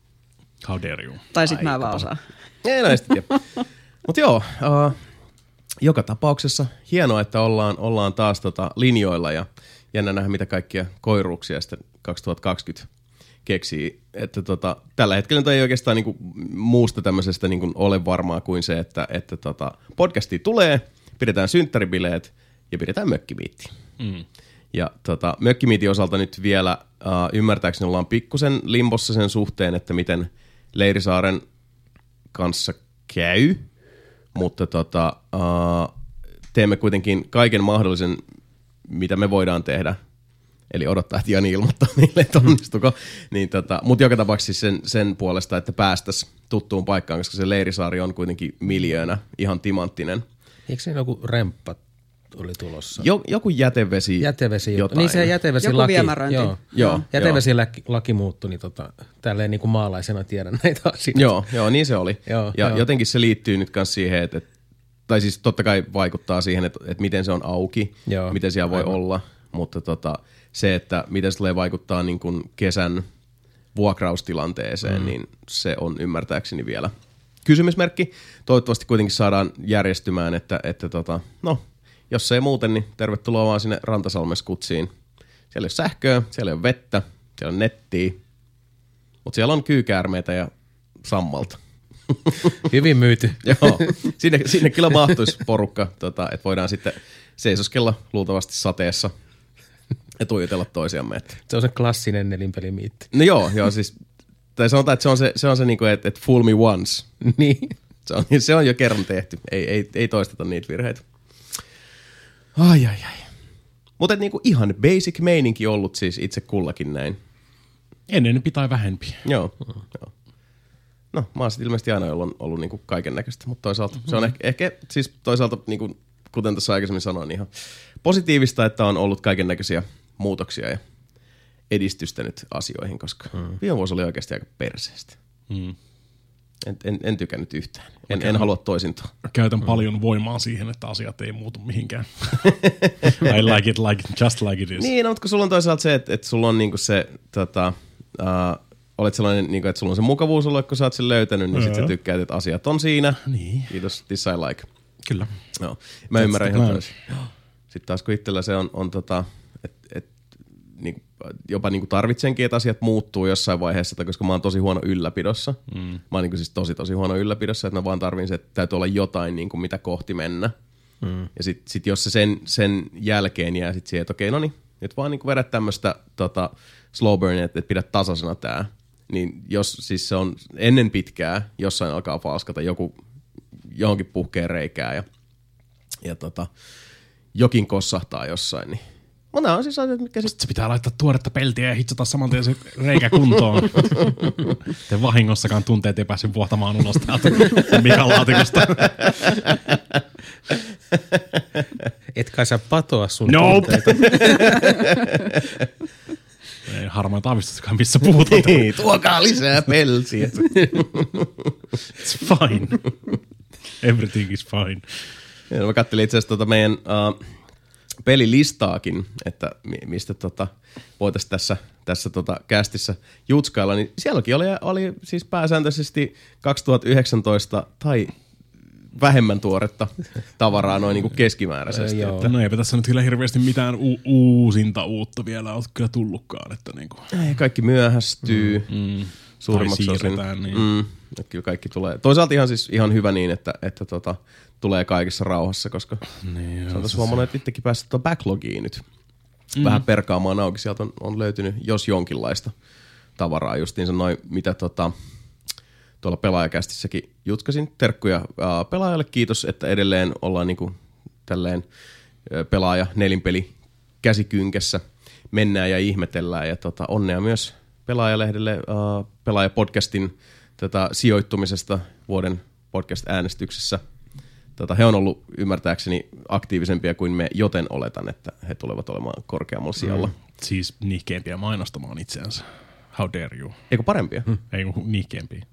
How dare you? Tai sit mä Aika vaan paha. osaan. Ei näistä tiedä. Mutta joo, uh, joka tapauksessa hienoa, että ollaan, ollaan taas tota linjoilla ja jännä nähdä, mitä kaikkia koiruuksia sitten kaksituhattakaksikymmentä keksii. Että tota, tällä hetkellä nyt ei oikeastaan niinku muusta tämmöisestä niinku ole varmaa kuin se, että, että tota podcasti tulee, pidetään synttäribileet ja pidetään mökkimiitti. Mm. Ja tota, mökkimiitin osalta nyt vielä uh, ymmärtääkseni ollaan pikkusen limbossa sen suhteen, että miten Leirisaaren kanssa käy, mutta tota, uh, teemme kuitenkin kaiken mahdollisen, mitä me voidaan tehdä. Eli odottaa, että Jani ilmoittaa meille, että onnistuko. Niin tota, mutta joka tapauksessa sen, sen puolesta, että päästäisiin tuttuun paikkaan, koska se Leirisaari on kuitenkin miljöönä ihan timanttinen. Eikö siinä joku remppa oli tulossa? Jo, joku jätevesi Jätevesi. jotain. Niin se jätevesilaki. Joku viemäröinti. Joo. Joo, Jätevesilaki laki muuttui, niin tota, tälleen niin kuin maalaisena tiedän näitä asioita. Joo, joo, niin se oli. Joo, ja joo. jotenkin se liittyy nyt myös siihen, että, että tai siis totta kai vaikuttaa siihen, että, että miten se on auki, Joo, miten siellä voi aivan. olla, mutta tota, se, että miten se tulee vaikuttaa niin kuin kesän vuokraustilanteeseen, mm. niin se on ymmärtääkseni vielä kysymysmerkki. Toivottavasti kuitenkin saadaan järjestymään, että, että tota, no, jos ei muuten, niin tervetuloa vaan sinne Rantasalmeskutsiin. Siellä ei ole sähköä, siellä ei ole vettä, siellä on nettiä, mutta siellä on kyykäärmeitä ja sammalta. Hyvin myyty. Joo, sinne, sinne kyllä mahtuisi porukka, tota, että voidaan sitten seisoskella luultavasti sateessa ja tuijotella toisiamme. Että. Se on se klassinen nelinpelimiitti. No joo, joo siis, tai sanotaan, että se on se, se, on se niinku, että, että fool me once. Niin. Se on, se on jo kerran tehty. Ei, ei, ei toisteta niitä virheitä. Ai ai ai. Mutta niinku ihan basic meininki ollut siis itse kullakin näin. Ennen pitää vähempi. Joo. Mm. Joo. No, mä oon sit ilmeisesti aina ollut, ollut niinku kaiken näköistä, mutta toisaalta mm-hmm. se on ehkä, ehkä siis toisaalta, niinku, kuten tässä aikaisemmin sanoin, niin ihan positiivista, että on ollut kaiken näköisiä muutoksia ja edistystä nyt asioihin, koska mm. viime vuosi oli oikeasti aika perseestä. Mm. En, en, en tykännyt yhtään. En, en halua toisintoa. Käytän mm. paljon voimaa siihen, että asiat ei muutu mihinkään. I like it, like it, just like it is. Niin, no, mutta kun sulla on toisaalta se, että, että sulla on niinku se, tota, uh, olet sellainen, niinku, että sulla on se mukavuus ollut, kun sä oot sen löytänyt, niin sit sä tykkäät, että asiat on siinä. Niin. Kiitos, this I like. Kyllä. Joo. Mä That's ymmärrän ihan täysin. Sitten taas kun itsellä se on, on tota, että et, niin, jopa niin kuin tarvitsenkin, että asiat muuttuu jossain vaiheessa, koska mä oon tosi huono ylläpidossa. Mm. Mä oon niin kuin siis tosi tosi huono ylläpidossa, että mä vaan tarvin se, että täytyy olla jotain, niin kuin mitä kohti mennä. Mm. Ja sit, sit jos se sen, sen jälkeen jää sit siihen, että okei, no niin, nyt vaan niin kuin vedät tämmöistä tota, slow burnia, että, että pidät tasaisena tää. Niin jos siis se on ennen pitkää, jossain alkaa falskata, joku johonkin puhkee reikää ja, ja tota, jokin kossahtaa jossain, niin mutta nämä on siis asiat, mitkä sitten... Se pitää laittaa tuoretta peltiä ja hitsata saman tien se reikä kuntoon. Te vahingossakaan tunteet ei päässyt vuotamaan ulos täältä Mikan laatikosta. Et kai sä patoa sun nope. tunteita. Ei harmaita aavistustakaan, missä puhutaan. Niin, tuokaa lisää pelsiä. It's fine. Everything is fine. Ja mä kattelin itse asiassa tota meidän... Uh, pelilistaakin, että mistä tota, voitaisiin tässä, tässä tota kästissä jutskailla, niin sielläkin oli, oli siis pääsääntöisesti kaksituhattayhdeksäntoista tai vähemmän tuoretta tavaraa noin niin kuin keskimääräisesti. Että. No eipä tässä nyt kyllä hirveästi mitään u- uusinta uutta vielä ole kyllä tullutkaan. Että niin kuin. Ei, kaikki myöhästyy mm, mm. suurimmaksi osin. Niin. Mm, kyllä kaikki tulee. Toisaalta ihan, siis, ihan hyvä niin, että, että tota, tulee kaikessa rauhassa, koska niin, sä otais huomannut, että itsekin päästä tuon backlogiin nyt mm. vähän perkaamaan auki. Sieltä on, on löytynyt jos jonkinlaista tavaraa justiinsa noin, mitä tota, tuolla pelaajakästissäkin jutkasin. Terkkuja ää, pelaajalle, kiitos, että edelleen ollaan niinku tälleen ää, pelaaja nelinpeli käsikynkessä mennään ja ihmetellään. Ja tota, onnea myös Pelaajalehdelle ää, Pelaajapodcastin tätä sijoittumisesta vuoden podcast-äänestyksessä. Tota, he on ollut ymmärtääkseni aktiivisempia kuin me, joten oletan, että he tulevat olemaan korkeammalla sijalla. Mm. Siis nihkeämpiä mainostamaan itseänsä. How dare you? Eikö parempia? Hmm. Ei nihkeämpiä.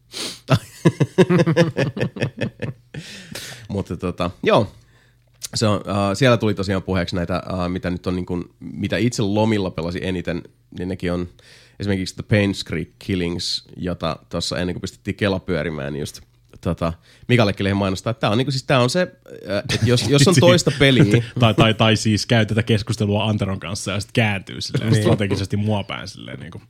Mutta tota, joo. Se on, uh, siellä tuli tosiaan puheeksi näitä, uh, mitä nyt on niin kuin, mitä itse lomilla pelasi eniten, niin nekin on esimerkiksi The Pain's Creek Killings, jota tuossa ennen kuin pistettiin Kela pyörimään, niin just tota, Mikallekin lehen mainostaa, että tämä on, niin kuin, siis tää on se, että jos, jos on toista peliä. tai, tai, tai siis käy tätä keskustelua Anteron kanssa ja sitten kääntyy silleen, niin. strategisesti mua päin silleen. Niin kuin.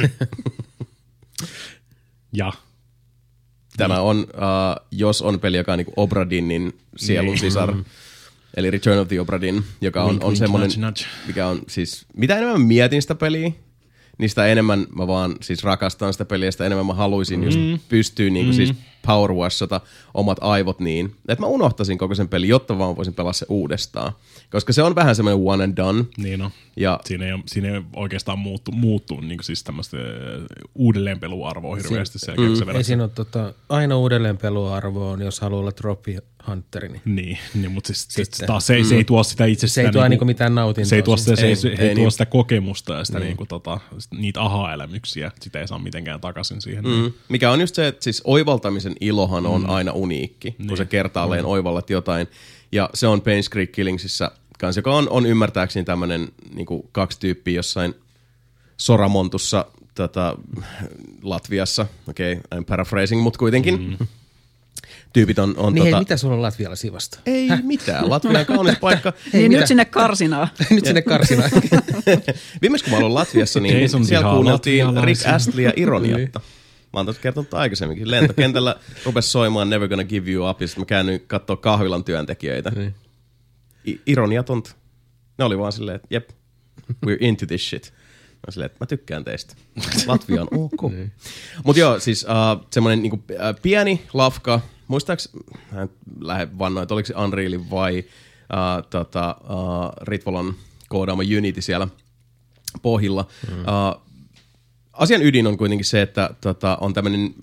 ja. Tämä on, uh, jos on peli, joka on niin kuin Obra Dinnin sielun sisar, eli Return of the Obra Dinn, joka on, on semmoinen, mikä on siis, mitä enemmän mä mietin sitä peliä, niin sitä enemmän mä vaan siis rakastan sitä peliä, sitä enemmän mä haluaisin mm. just pystyä niin kuin mm. siis power washata omat aivot niin, että mä unohtaisin koko sen pelin, jotta vaan voisin pelaa se uudestaan. Koska se on vähän semmoinen one and done. Niin on. Ja siinä, ei, siinä ei oikeastaan muuttu, muuttu niin kuin siis tämmöistä uudelleenpeluarvoa hirveästi selkeäksi. Mm. Ei siinä ole tota, aina uudelleenpeluarvoa on, jos haluaa olla Trophy Hunter. Niin, niin, niin mutta siis, siis taas se, mm. se ei tuo sitä itse Se ei tuo niinku mitään nautintoa. Se ei tuo sitä, se ei, se ei, ei tuo sitä kokemusta ja sitä niin. niinku, tota, niitä aha-elämyksiä. Sitä ei saa mitenkään takaisin siihen. Mm. Mikä on just se, että siis oivaltamisen ilohan on mm. aina uniikki, niin. kun sä kertaalleen mm. oivallat jotain. Ja se on Pain's Creek Killingsissä kans, joka on, on ymmärtääkseni tämmönen niinku kaksi tyyppiä jossain Soramontussa tota, Latviassa. Okei, okay, I'm paraphrasing, mutta kuitenkin. Mm. Tyypit on... on niin tota... hei, mitä sulla on Latvialla sivasta? Ei Häh? mitään, Latvia on kaunis paikka. Hei, niin nyt sinne Karsinaan. nyt sinne Karsinaan. Viimeis kun mä olin Latviassa, niin Jason siellä kuunneltiin Rick Astleyä Ironiatta. Mä oon kertonut aikaisemminkin. Lentokentällä rupesi soimaan Never Gonna Give You Up, ja sitten mä käännyin kattoo kahvilan työntekijöitä. Niin. I- ironiatonta. Ne oli vaan silleen, että jep, we're into this shit. Mä silleen, että mä tykkään teistä. Latvia on ok. Niin. Mut joo, siis uh, semmonen niinku, uh, pieni lafka, muistaaks, mä en lähde vannoin, että oliko se Unrealin vai uh, tota, uh, Ritvolan koodaama Unity siellä pohjilla. Mm. Uh, asian ydin on kuitenkin se, että tota, on tämmöinen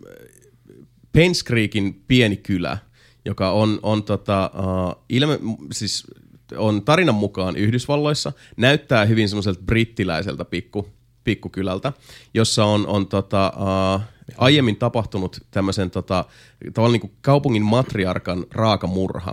Paints Creekin pieni kylä, joka on, on, tota, uh, ilme, siis on tarinan mukaan Yhdysvalloissa, näyttää hyvin semmoiselta brittiläiseltä pikku, pikkukylältä, jossa on, on tota, uh, aiemmin tapahtunut tämmöisen tota, tavallaan niin kuin kaupungin matriarkan raakamurha.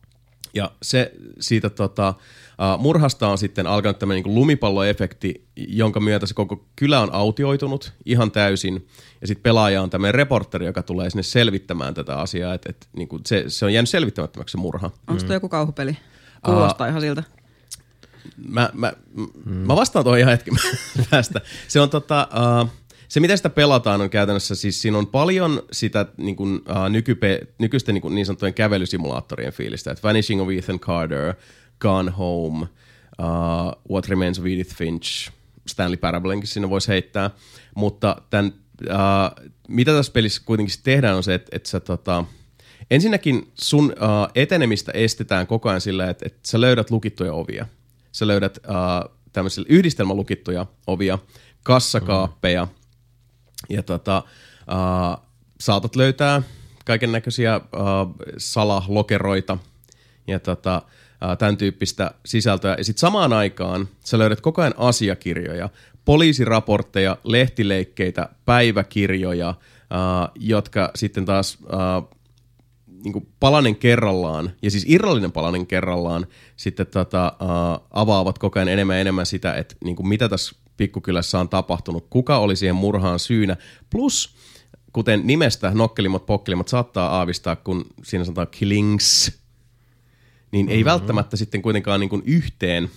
Ja se siitä tota, uh, murhasta on sitten alkanut tämmöinen niin kuin lumipalloefekti, jonka myötä se koko kylä on autioitunut ihan täysin. Ja sitten pelaaja on tämmöinen reporteri, joka tulee sinne selvittämään tätä asiaa. Et, et, niin kuin se, se on jäänyt selvittämättömäksi se murha. Onko tuo joku kauhupeli? Kuulostaa uh, ihan siltä. Mä, mä, mm. mä vastaan tuohon ihan hetken päästä. Se on tota... Uh, Se, miten sitä pelataan, on käytännössä, siis siinä on paljon sitä niin, kuin, uh, nykype, nykyisten niin, kuin, niin sanottujen kävelysimulaattorien fiilistä. Et Vanishing of Ethan Carter, Gone Home, uh, What Remains of Edith Finch, Stanley Parablenkin siinä voisi heittää. Mutta tämän, uh, mitä tässä pelissä kuitenkin tehdään on se, että, että sä, tota, ensinnäkin sun uh, etenemistä estetään koko ajan sillä, että, että sä löydät lukittuja ovia. Sä löydät uh, tämmöisillä yhdistelmälukittuja ovia, kassakaappeja, mm. Ja tota, uh, saatat löytää kaiken näköisiä uh, salalokeroita ja tota, uh, tämän tyyppistä sisältöä. Ja sitten samaan aikaan sä löydät koko ajan asiakirjoja, poliisiraportteja, lehtileikkeitä, päiväkirjoja, uh, jotka sitten taas uh, niinku palanen kerrallaan, ja siis irrallinen palanen kerrallaan, sitten tota, uh, avaavat koko ajan enemmän ja enemmän sitä, että niinku mitä tässä pikkukylässä on tapahtunut, kuka oli siihen murhaan syynä. Plus, kuten nimestä nokkelimmat pokkelimmat saattaa aavistaa, kun siinä sanotaan killings, niin mm-hmm. ei välttämättä sitten kuitenkaan niin kuin yhteen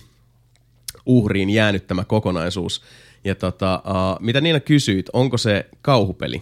uhriin jäänyt tämä kokonaisuus. Ja tota, uh, mitä Niina kysyit, onko se kauhupeli?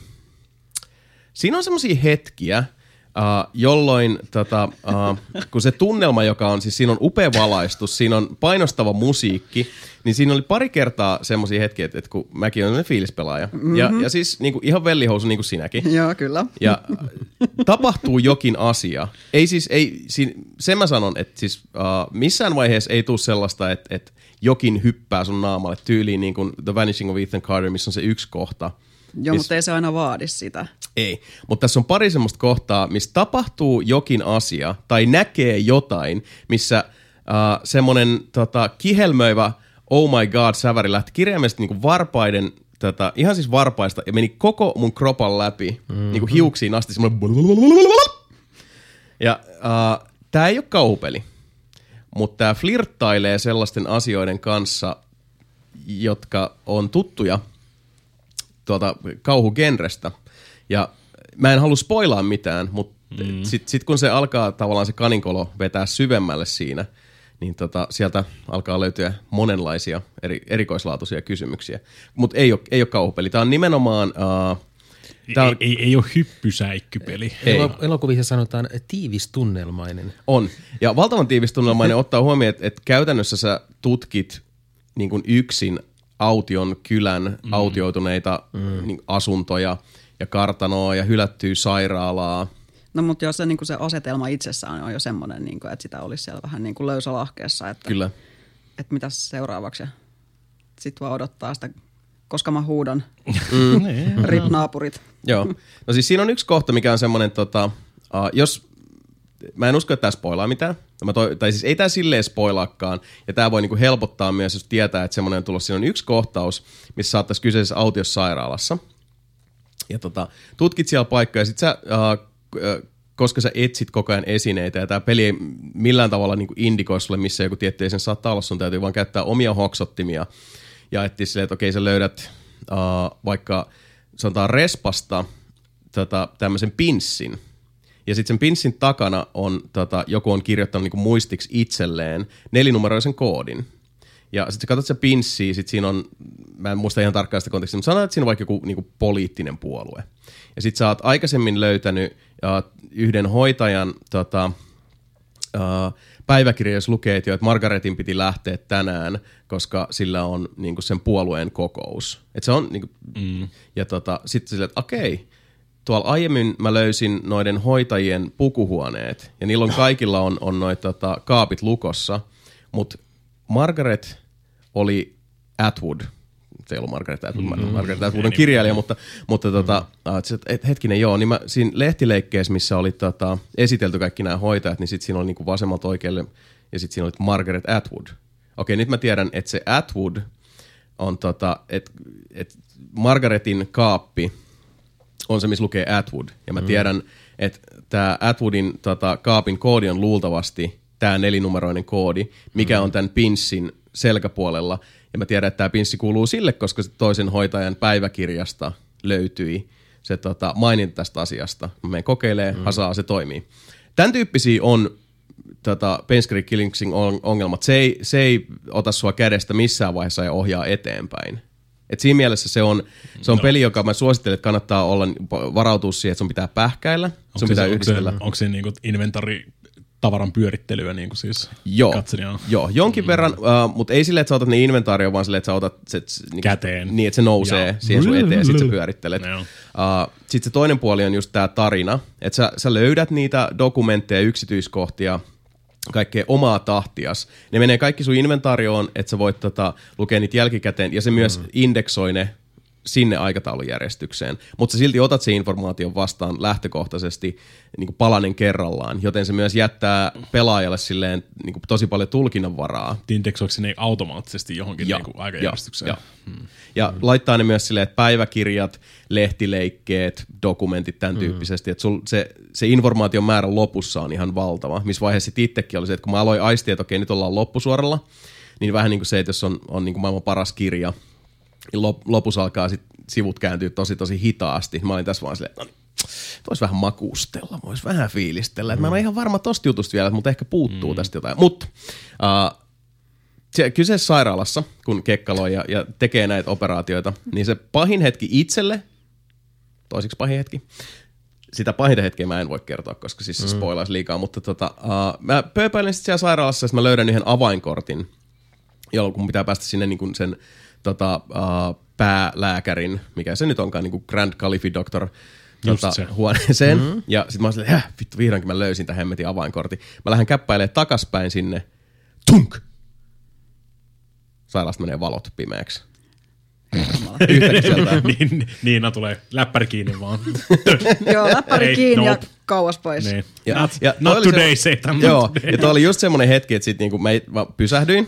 Siinä on semmoisia hetkiä, Uh, jolloin tota, uh, kun se tunnelma, joka on, siis siinä on upea valaistus, siinä on painostava musiikki, niin siinä oli pari kertaa semmoisia hetkiä, että, että kun mäkin olen fiilispelaaja. Mm-hmm. Ja, ja siis niin kuin, ihan vellihousu niin kuin sinäkin. Joo, kyllä. Ja uh, tapahtuu jokin asia. Ei siis, ei, siinä, sen mä sanon, että siis uh, missään vaiheessa ei tule sellaista, että, että jokin hyppää sun naamalle tyyliin niin kuin The Vanishing of Ethan Carter, missä on se yksi kohta. Joo, miss... mutta ei se aina vaadi sitä. Ei, mutta tässä on pari semmoista kohtaa, missä tapahtuu jokin asia tai näkee jotain, missä uh, semmoinen tota, kihelmöivä oh my god säväri lähti kirjaimellisesti niinku varpaiden, tota, ihan siis varpaista ja meni koko mun kropan läpi, mm-hmm. niinku hiuksiin asti semmoinen ja uh, tää ei ole kauhupeli, mutta tää flirttailee sellaisten asioiden kanssa, jotka on tuttuja tuolta kauhugenrestä. Ja mä en halua spoilaa mitään, mutta mm. sitten sit kun se alkaa tavallaan se kaninkolo vetää syvemmälle siinä, niin tota, sieltä alkaa löytyä monenlaisia eri, erikoislaatuisia kysymyksiä. Mutta ei ole, ei ole kauhupeli. Tämä on nimenomaan... Uh, tää on, ei, ei, ei ole hyppysäikkypeli. Ei. Elokuvissa sanotaan tiivistunnelmainen. On. Ja valtavan tiivistunnelmainen ottaa huomioon, että, että käytännössä sä tutkit niin kuin yksin Aution kylän mm. autioituneita mm. niin, asuntoja ja kartanoa ja hylättyä sairaalaa. No mutta jos se, niin se asetelma itsessään on jo semmoinen, niin kuin, että sitä olisi siellä vähän niin kuin löysälahkeessa, että, Kyllä. että mitäs seuraavaksi. Sitten vaan odottaa sitä, koska mä huudan. Mm. Rip naapurit. Joo. No siis siinä on yksi kohta, mikä on semmoinen, tota, uh, jos, mä en usko, että tämä spoilaa mitään. Mä toi, tai siis ei tämä silleen spoilaakaan. Ja tämä voi niinku helpottaa myös, jos tietää, että semmoinen on tulossa. Siinä on yksi kohtaus, missä saattaisi kyseisessä autiossa sairaalassa. Ja tota, tutkit siellä paikkoja ja sit sä, uh, koska sä etsit koko ajan esineitä ja tää peli ei millään tavalla niinku indikoi sulle, missä joku tietty sen saattaa olla, sun täytyy vaan käyttää omia hoksottimia ja etsiä silleen, että okei sä löydät uh, vaikka sanotaan respasta tota, tämmöisen pinssin. Ja sitten sen pinssin takana on, tota, joku on kirjoittanut niinku muistiksi itselleen nelinumeroisen koodin. Ja sitten sä katsot se pinssiä, sit siinä on, mä en muista ihan tarkkaan sitä kontekstia, mutta sanotaan, että siinä on vaikka joku niinku poliittinen puolue. Ja sit sä oot aikaisemmin löytänyt uh, yhden hoitajan tota, uh, päiväkirja, jos lukee, että, jo, että Margaretin piti lähteä tänään, koska sillä on niinku sen puolueen kokous. Et se on niinku, mm. ja tota, sitten silleen, että okei, tuolla aiemmin mä löysin noiden hoitajien pukuhuoneet, ja niillä on kaikilla on, on noita tota, kaapit lukossa, mutta Margaret oli Atwood. Se ei ollut Margaret Atwood, mm-hmm. Margaret Atwood on kirjailija, mutta, mutta tota, et, hetkinen, joo, niin mä siinä lehtileikkeessä, missä oli tota, esitelty kaikki nämä hoitajat, niin sitten siinä oli niinku vasemmalta oikealle, ja sitten siinä oli Margaret Atwood. Okei, nyt mä tiedän, että se Atwood on tota, että et Margaretin kaappi on se, missä lukee Atwood. Ja mä mm. tiedän, että tämä Atwoodin tota, kaapin koodi on luultavasti tämä nelinumeroinen koodi, mikä mm. on tämän pinssin selkäpuolella. Ja mä tiedän, että tämä pinssi kuuluu sille, koska se toisen hoitajan päiväkirjasta löytyi se tota, maininta tästä asiasta. Mä menen kokeilemaan, mm. hasaa, se toimii. Tämän tyyppisiä on tota, Penskerin Killingsin ongelmat. Se ei, se ei ota sua kädestä missään vaiheessa ja ohjaa eteenpäin. Et siinä mielessä se on, se on no. peli, joka mä suosittelen, että kannattaa olla, varautua siihen, että sun pitää pähkäillä, onko sun pitää se, yhdistellä. Onko se, onko se niinku inventari tavaran pyörittelyä niin kuin siis joo, katselija? Joo, jonkin mm. verran, uh, mutta ei silleen, että sä otat ne inventaario, vaan silleen, että sä otat se, niin, käteen. Niin, että se nousee ja siihen sun eteen ja sit sä pyörittelet. Uh, sitten se toinen puoli on just tää tarina, että sä, sä löydät niitä dokumentteja, yksityiskohtia, kaikkea omaa tahtias. Ne menee kaikki sun inventaarioon, että sä voit tota, lukea niitä jälkikäteen, ja se myös mm. indeksoi ne sinne aikataulujärjestykseen. Mutta sä silti otat sen informaation vastaan lähtökohtaisesti niin kuin palanen kerrallaan, joten se myös jättää pelaajalle silleen niin kuin tosi paljon tulkinnanvaraa. Indeksoiko ne automaattisesti johonkin ja, niin kuin aikajärjestykseen? Ja, hmm. ja hmm. laittaa ne myös silleen, että päiväkirjat, lehtileikkeet, dokumentit, tämän hmm. tyyppisesti, että sul, se, se informaation määrä lopussa on ihan valtava. Missä vaiheessa itsekin oli se, että kun mä aloin aistia, että okei, nyt ollaan loppusuoralla, niin vähän niin kuin se, että jos on, on niin kuin maailman paras kirja, lopussa alkaa sit sivut kääntyä tosi tosi hitaasti. Mä olin tässä vaan silleen, no niin, vois vähän makustella, vois vähän fiilistellä. Mm. Mä en ole ihan varma tosta jutusta vielä, mutta ehkä puuttuu mm. tästä jotain. Mutta uh, kyseessä sairaalassa, kun kekkaloi ja, ja tekee näitä operaatioita, niin se pahin hetki itselle, toisiksi pahin hetki, sitä pahinta hetkeä mä en voi kertoa, koska siis se spoilaisi liikaa, mutta tota, uh, mä pööpäilen sitten siellä sairaalassa, että mä löydän yhden avainkortin, jolloin kun pitää päästä sinne niin kuin sen Tota, uh, päälääkärin, mikä se nyt onkaan, niin kuin Grand Khalifi Doctor tota, huoneeseen. Mm-hmm. Ja sit mä oon silleen, äh, vittu vihdoinkin mä löysin tämän hemmetin avainkortin. Mä lähden käppäilemään takaspäin sinne. Tunk! Sairaalasta menee valot pimeäksi. niin, Niina tulee läppäri kiinni vaan. Joo, läppäri kiinni ja kauas pois. Niin. Ja, not ja not today, se, Satan. Joo, today. ja toi oli just semmonen hetki, että sit niinku mä, mä pysähdyin.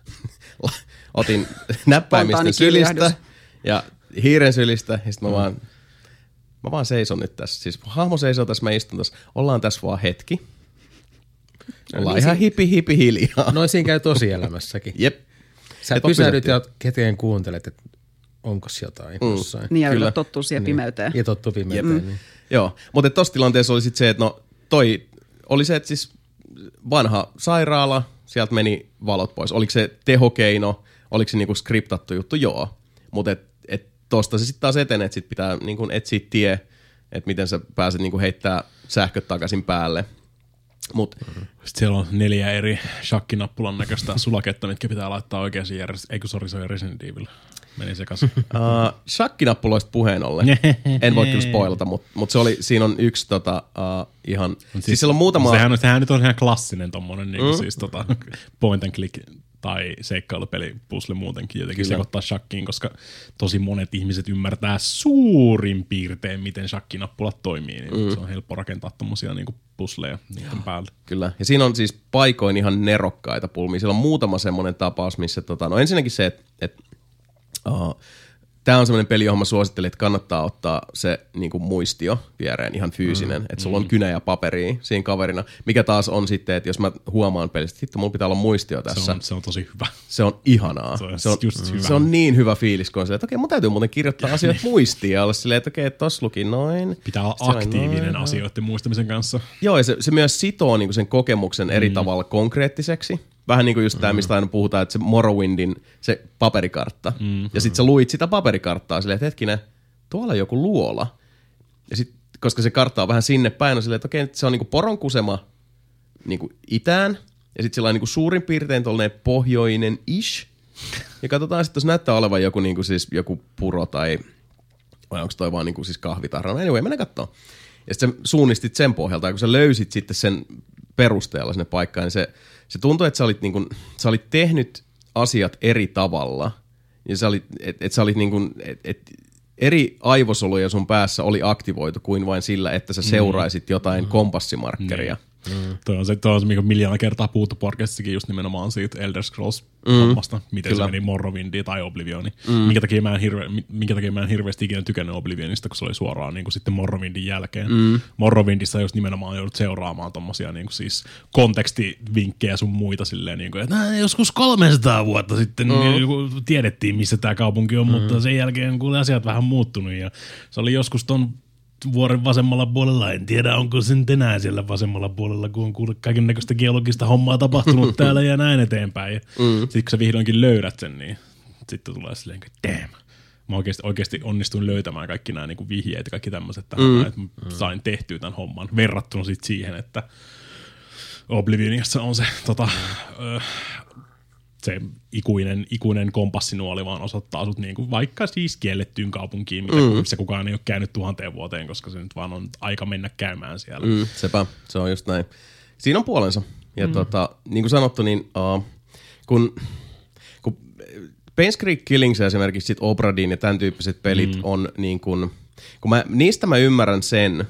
Otin näppäimistä sylistä ja hiiren sylistä ja sit mä, mm. vaan, mä vaan seison nyt tässä. Siis hahmo seisoo tässä, mä istun tässä. Ollaan tässä vaan hetki. Ollaan no, ihan si- hipi hipi hiljaa. Noin siinä käy tosielämässäkin. Jep. Sä et pysähdyt ja hetken kuuntelet, että onko jotain mm. jossain. Niin ja kyllä tottuu siihen niin. pimeyteen. Ja tottuu pimeyteen. Mm. Niin. Joo, mutta tossa tilanteessa oli sitten se, että no toi oli se, että siis vanha sairaala, sieltä meni valot pois. Oliko se tehokeino? Oliko se niinku skriptattu juttu? Joo. Mutta et, et tosta se sitten taas etenee, että sit pitää niinku etsiä tie, että miten sä pääset niinku heittää sähköt takaisin päälle. Mut. Sitten siellä on neljä eri shakkinappulan näköistä sulaketta, mitkä pitää laittaa oikeasiin järjestelmään. Eikö sori, se on Resident Evil. Meni sekaisin. uh, shakkinappuloista puheen ollen. En voi kyllä spoilata, mutta mut se oli, siinä on yksi tota, uh, ihan, siis, siis siellä on muutama. Sehän, sehän nyt on ihan klassinen tommonen niin mm. siis, tota, point and click tai seikkailupeli pusle muutenkin jotenkin kyllä. Sekoittaa shakkiin, koska tosi monet ihmiset ymmärtää suurin piirtein, miten shakkinappulat toimii. Niin mm. Se on helppo rakentaa tommosia niinku pusleja niiden päältä. Kyllä. Ja siinä on siis paikoin ihan nerokkaita pulmia. Siellä on muutama semmoinen tapaus, missä tota, no ensinnäkin se, että et, uh, tämä on semmoinen peli, johon mä suosittelen, että kannattaa ottaa se niin kuin muistio viereen, ihan fyysinen. Mm. Että sulla on kynä ja paperia siinä kaverina. Mikä taas on sitten, että jos mä huomaan pelistä, että hitto, mulla pitää olla muistio tässä. Se on, se on tosi hyvä. Se on ihanaa. Se on, se on, just mm. hyvä. Se on niin hyvä fiilis, kun on silleen, että okei, mun täytyy muuten kirjoittaa asiat muistiin ja olla silleen, että okei, tossa luki noin. Pitää olla aktiivinen noin. Asioiden muistamisen kanssa. Joo, ja se, se myös sitoo niin kuin sen kokemuksen eri mm. tavalla konkreettiseksi. Vähän niin kuin just tämä, mistä aina puhutaan, että se Morrowindin se paperikartta. Mm-hmm. Ja sit sä luit sitä paperikarttaa silleen, että hetkinen, tuolla on joku luola. Ja sit, koska se kartta on vähän sinne päin, on silleen, että okei, se on niinku poronkusema niinku itään. Ja sit sillä on niinku suurin piirtein tollainen pohjoinen ish. Ja katsotaan sit, jos näyttää olevan joku, niinku siis joku puro tai vai onko toi vaan niinku siis kahvitarra. No anyway, mennä kattoo. Ja sitten sä suunnistit sen pohjalta, ja kun sä löysit sitten sen perusteella sinne paikkaan, niin se, se tuntui, että sä olit, niinku, sä olit tehnyt asiat eri tavalla. Ja sä olit, et, et sä olit niinku, et, et eri aivosoluja sun päässä oli aktivoitu kuin vain sillä, että sä seuraisit jotain mm. kompassimarkkeria. Mm. Mm. Toi on se, toi on se mikä miljoona kertaa puhuttu podcastissakin just nimenomaan siitä Elder Scrolls-hommasta, mm. miten Kyllä. se meni Morrowindiin tai Oblivioniin. Mm. Minkä, takia mä en hirve, minkä takia mä en hirveästi ikinä tykännyt Oblivionista, kun se oli suoraan niin kuin sitten Morrowindin jälkeen. Mm. Morrowindissa just nimenomaan joudut seuraamaan tommosia niin kuin siis kontekstivinkkejä sun muita silleen, niin kuin, että joskus kolmesataa vuotta sitten mm. niin tiedettiin, missä tää kaupunki on, mm. mutta sen jälkeen kuule asiat vähän muuttunut ja se oli joskus ton vuoren vasemmalla puolella. En tiedä, onko se nyt enää siellä vasemmalla puolella, kun on kuule kaikennäköistä geologista hommaa tapahtunut täällä ja näin eteenpäin. Ja mm. sitten kun sä vihdoinkin löydät sen, niin sitten tulee silleen, damn. Mä oikeasti, oikeasti onnistuin löytämään kaikki nämä niin vihjeet ja kaikki tämmöiset tähän, mm. että sain tehtyä tämän homman verrattuna sitten siihen, että Oblivioniassa on se tota, ö, se ikuinen, ikuinen kompassinuoli vaan osoittaa sut niinku vaikka siis kiellettyyn kaupunkiin, mitä mm. se kukaan ei ole käynyt tuhanteen vuoteen, koska se nyt vaan on aika mennä käymään siellä. Mm, sepä, se on just näin. Siinä on puolensa. Ja mm. tota, niin kuin sanottu, niin uh, kun, kun Pain's Creek Killings esimerkiksi sit Obra Dinn ja tämän tyyppiset pelit mm. on niin kuin, kun mä, niistä mä ymmärrän sen,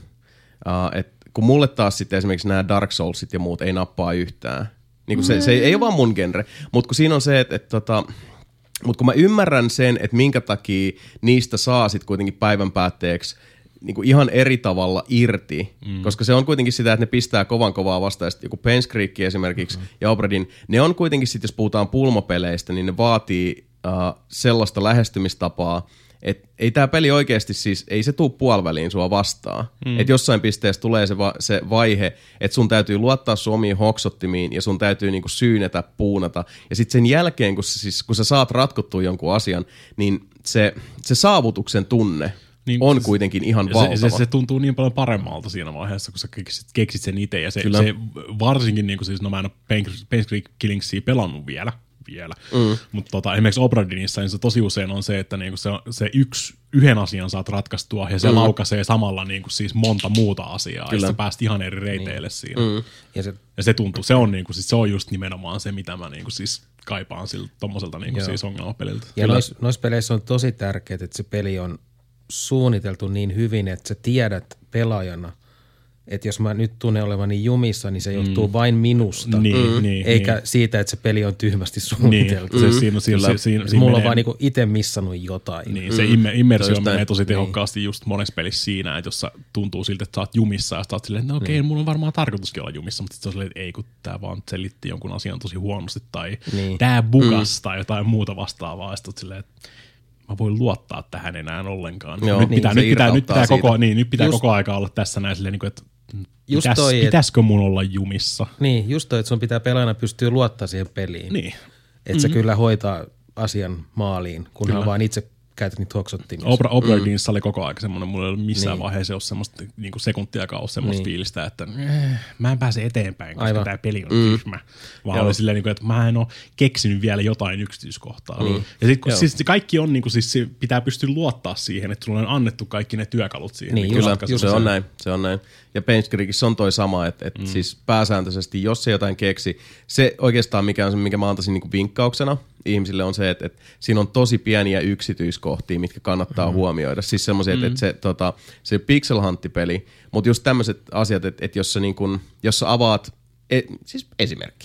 uh, että kun mulle taas sitten esimerkiksi nämä Dark Soulsit ja muut ei nappaa yhtään. Niin se, se ei ole vaan mun genre, mutta kun siinä on se, että, että tota, mutta kun mä ymmärrän sen, että minkä takia niistä saa sit kuitenkin päivän päätteeksi niin kuin ihan eri tavalla irti, mm. koska se on kuitenkin sitä, että ne pistää kovan kovaa vastaan. Ja joku Pain's Creek esimerkiksi mm. ja Obra Dinn, ne on kuitenkin sitten, jos puhutaan pulmapeleistä, niin ne vaatii uh, sellaista lähestymistapaa, että ei tää peli oikeasti siis, ei se tuu puoliväliin sua vastaan. Mm. Että jossain pisteessä tulee se, va- se vaihe, että sun täytyy luottaa sun omiin hoksottimiin ja sun täytyy niinku syynetä, puunata. Ja sitten sen jälkeen, kun, siis, kun sä saat ratkottua jonkun asian, niin se, se saavutuksen tunne niin, on kuitenkin ihan valtava. Se, se, se tuntuu niin paljon paremmalta siinä vaiheessa, kun sä keksit, keksit sen itse. Ja se, se varsinkin, niin kuin siis, no mä en ole Pain's Creek Killingsia pelannut vielä, vielä. Mm. Mutta tota, esimerkiksi Obra Dinnissa niin se tosi usein on se, että niinku se, se yksi, yhden asian saat ratkaistua ja se mm. laukaisee samalla niinku siis monta muuta asiaa. Kyllä. Ja sä pääst ihan eri reiteille niin. siinä. Mm. Ja, se, ja se tuntuu, se on, niinku, siis se on just nimenomaan se, mitä mä niinku siis kaipaan siltä tommoselta niinku siis ongelmapeliltä. Ja noissa nois peleissä on tosi tärkeää, että se peli on suunniteltu niin hyvin, että sä tiedät pelaajana, että jos mä nyt tunnen olevani jumissa, niin se johtuu mm. vain minusta, niin, mm. niin, eikä niin. siitä, että se peli on tyhmästi suunniteltu. Niin. Se, siinä, siinä, siinä, siinä, mulla menee, on vaan niinku itse missannut jotain. Niin, se mm. immersio se menee tosi tehokkaasti niin. just monessa pelissä siinä, että jos sä tuntuu siltä, että sä oot jumissa ja sä oot silleen, että no okei, okay, niin. mulla on varmaan tarkoituskin olla jumissa, mutta sitten se on silleen, että ei, kun tää vaan selitti jonkun asian tosi huonosti tai niin. tää bugas mm. tai jotain muuta vastaavaa. Ja sitten oot silleen, että mä voin luottaa tähän enää ollenkaan. Joo, nyt pitää, niin, nyt pitää, nyt pitää, koko, niin, nyt pitää koko aika olla tässä näin silleen, että Pitäis, toi, pitäisikö mun olla jumissa? Niin, just toi, että sun pitää pelaajana pystyä luottaa siihen peliin. Niin. Että mm-hmm. se kyllä hoitaa asian maaliin, kunhan kyllä. vaan itse käytät niitä hoksottimia. Obra, Obra mm. Dinnissa oli koko aika semmoinen, mulla ei ollut missään niin. vaiheessa ole semmoista niin sekuntiakaan ole semmoista niin. fiilistä, että eh, mä en pääse eteenpäin, koska Aivan. tämä peli on mm. tyhmä. Vaan oli silleen, että mä en ole keksinyt vielä jotain yksityiskohtaa. Mm. Ja sitten kun siis kaikki on, niin kuin, siis pitää pystyä luottaa siihen, että sulla on annettu kaikki ne työkalut siihen. Niin, kyllä, just se on näin, se on näin. Ja Pain's Creekissä on toi sama, että, että mm. siis pääsääntöisesti, jos se jotain keksi, se oikeastaan mikä on se, mikä mä antaisin niin kuin vinkkauksena ihmisille on se, että, että siinä on tosi pieniä yksityiskohtia, mitkä kannattaa mm. huomioida. Siis semmoisia, mm. että, että se, tota, se Pixel Hunt-peli, mutta just tämmöiset asiat, että, että jos, sä niin kun, jos sä avaat, et, siis esimerkki,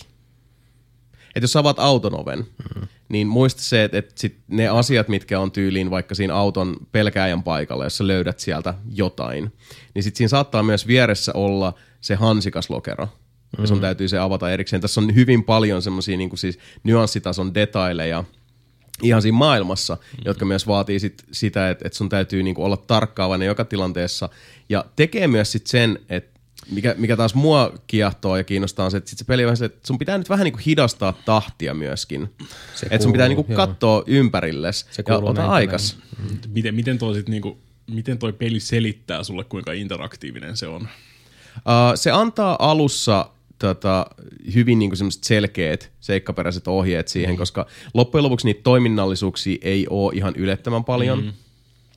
että jos sä avaat auton oven, mm. niin muista se, että, että sit ne asiat, mitkä on tyyliin vaikka siinä auton pelkääjän paikalla, jos sä löydät sieltä jotain, niin sit siinä saattaa myös vieressä olla se hansikas lokero. Ja sun täytyy se avata erikseen. Tässä on hyvin paljon semmosia niin kuin siis nyanssitason detaileja ihan siinä maailmassa, mm-hmm. jotka myös vaatii sit sitä, että, että sun täytyy niin kuin olla tarkkaavainen joka tilanteessa. Ja tekee myös sit sen, että mikä, mikä taas mua kiehtoo ja kiinnostaa on se, että sit se peli on vähän se, että sun pitää nyt vähän niin kuin hidastaa tahtia myöskin. Se että sun pitää niin kuin katsoa ympärilles ja ota aikas. Mm-hmm. Miten, miten, toi sit niin kuin, miten toi peli selittää sulle, kuinka interaktiivinen se on? Uh, se antaa alussa Tota, hyvin niin kuin semmoiset selkeät, seikkaperäiset ohjeet siihen, mm. koska loppujen lopuksi niitä toiminnallisuuksia ei ole ihan ylettömän paljon. Mm.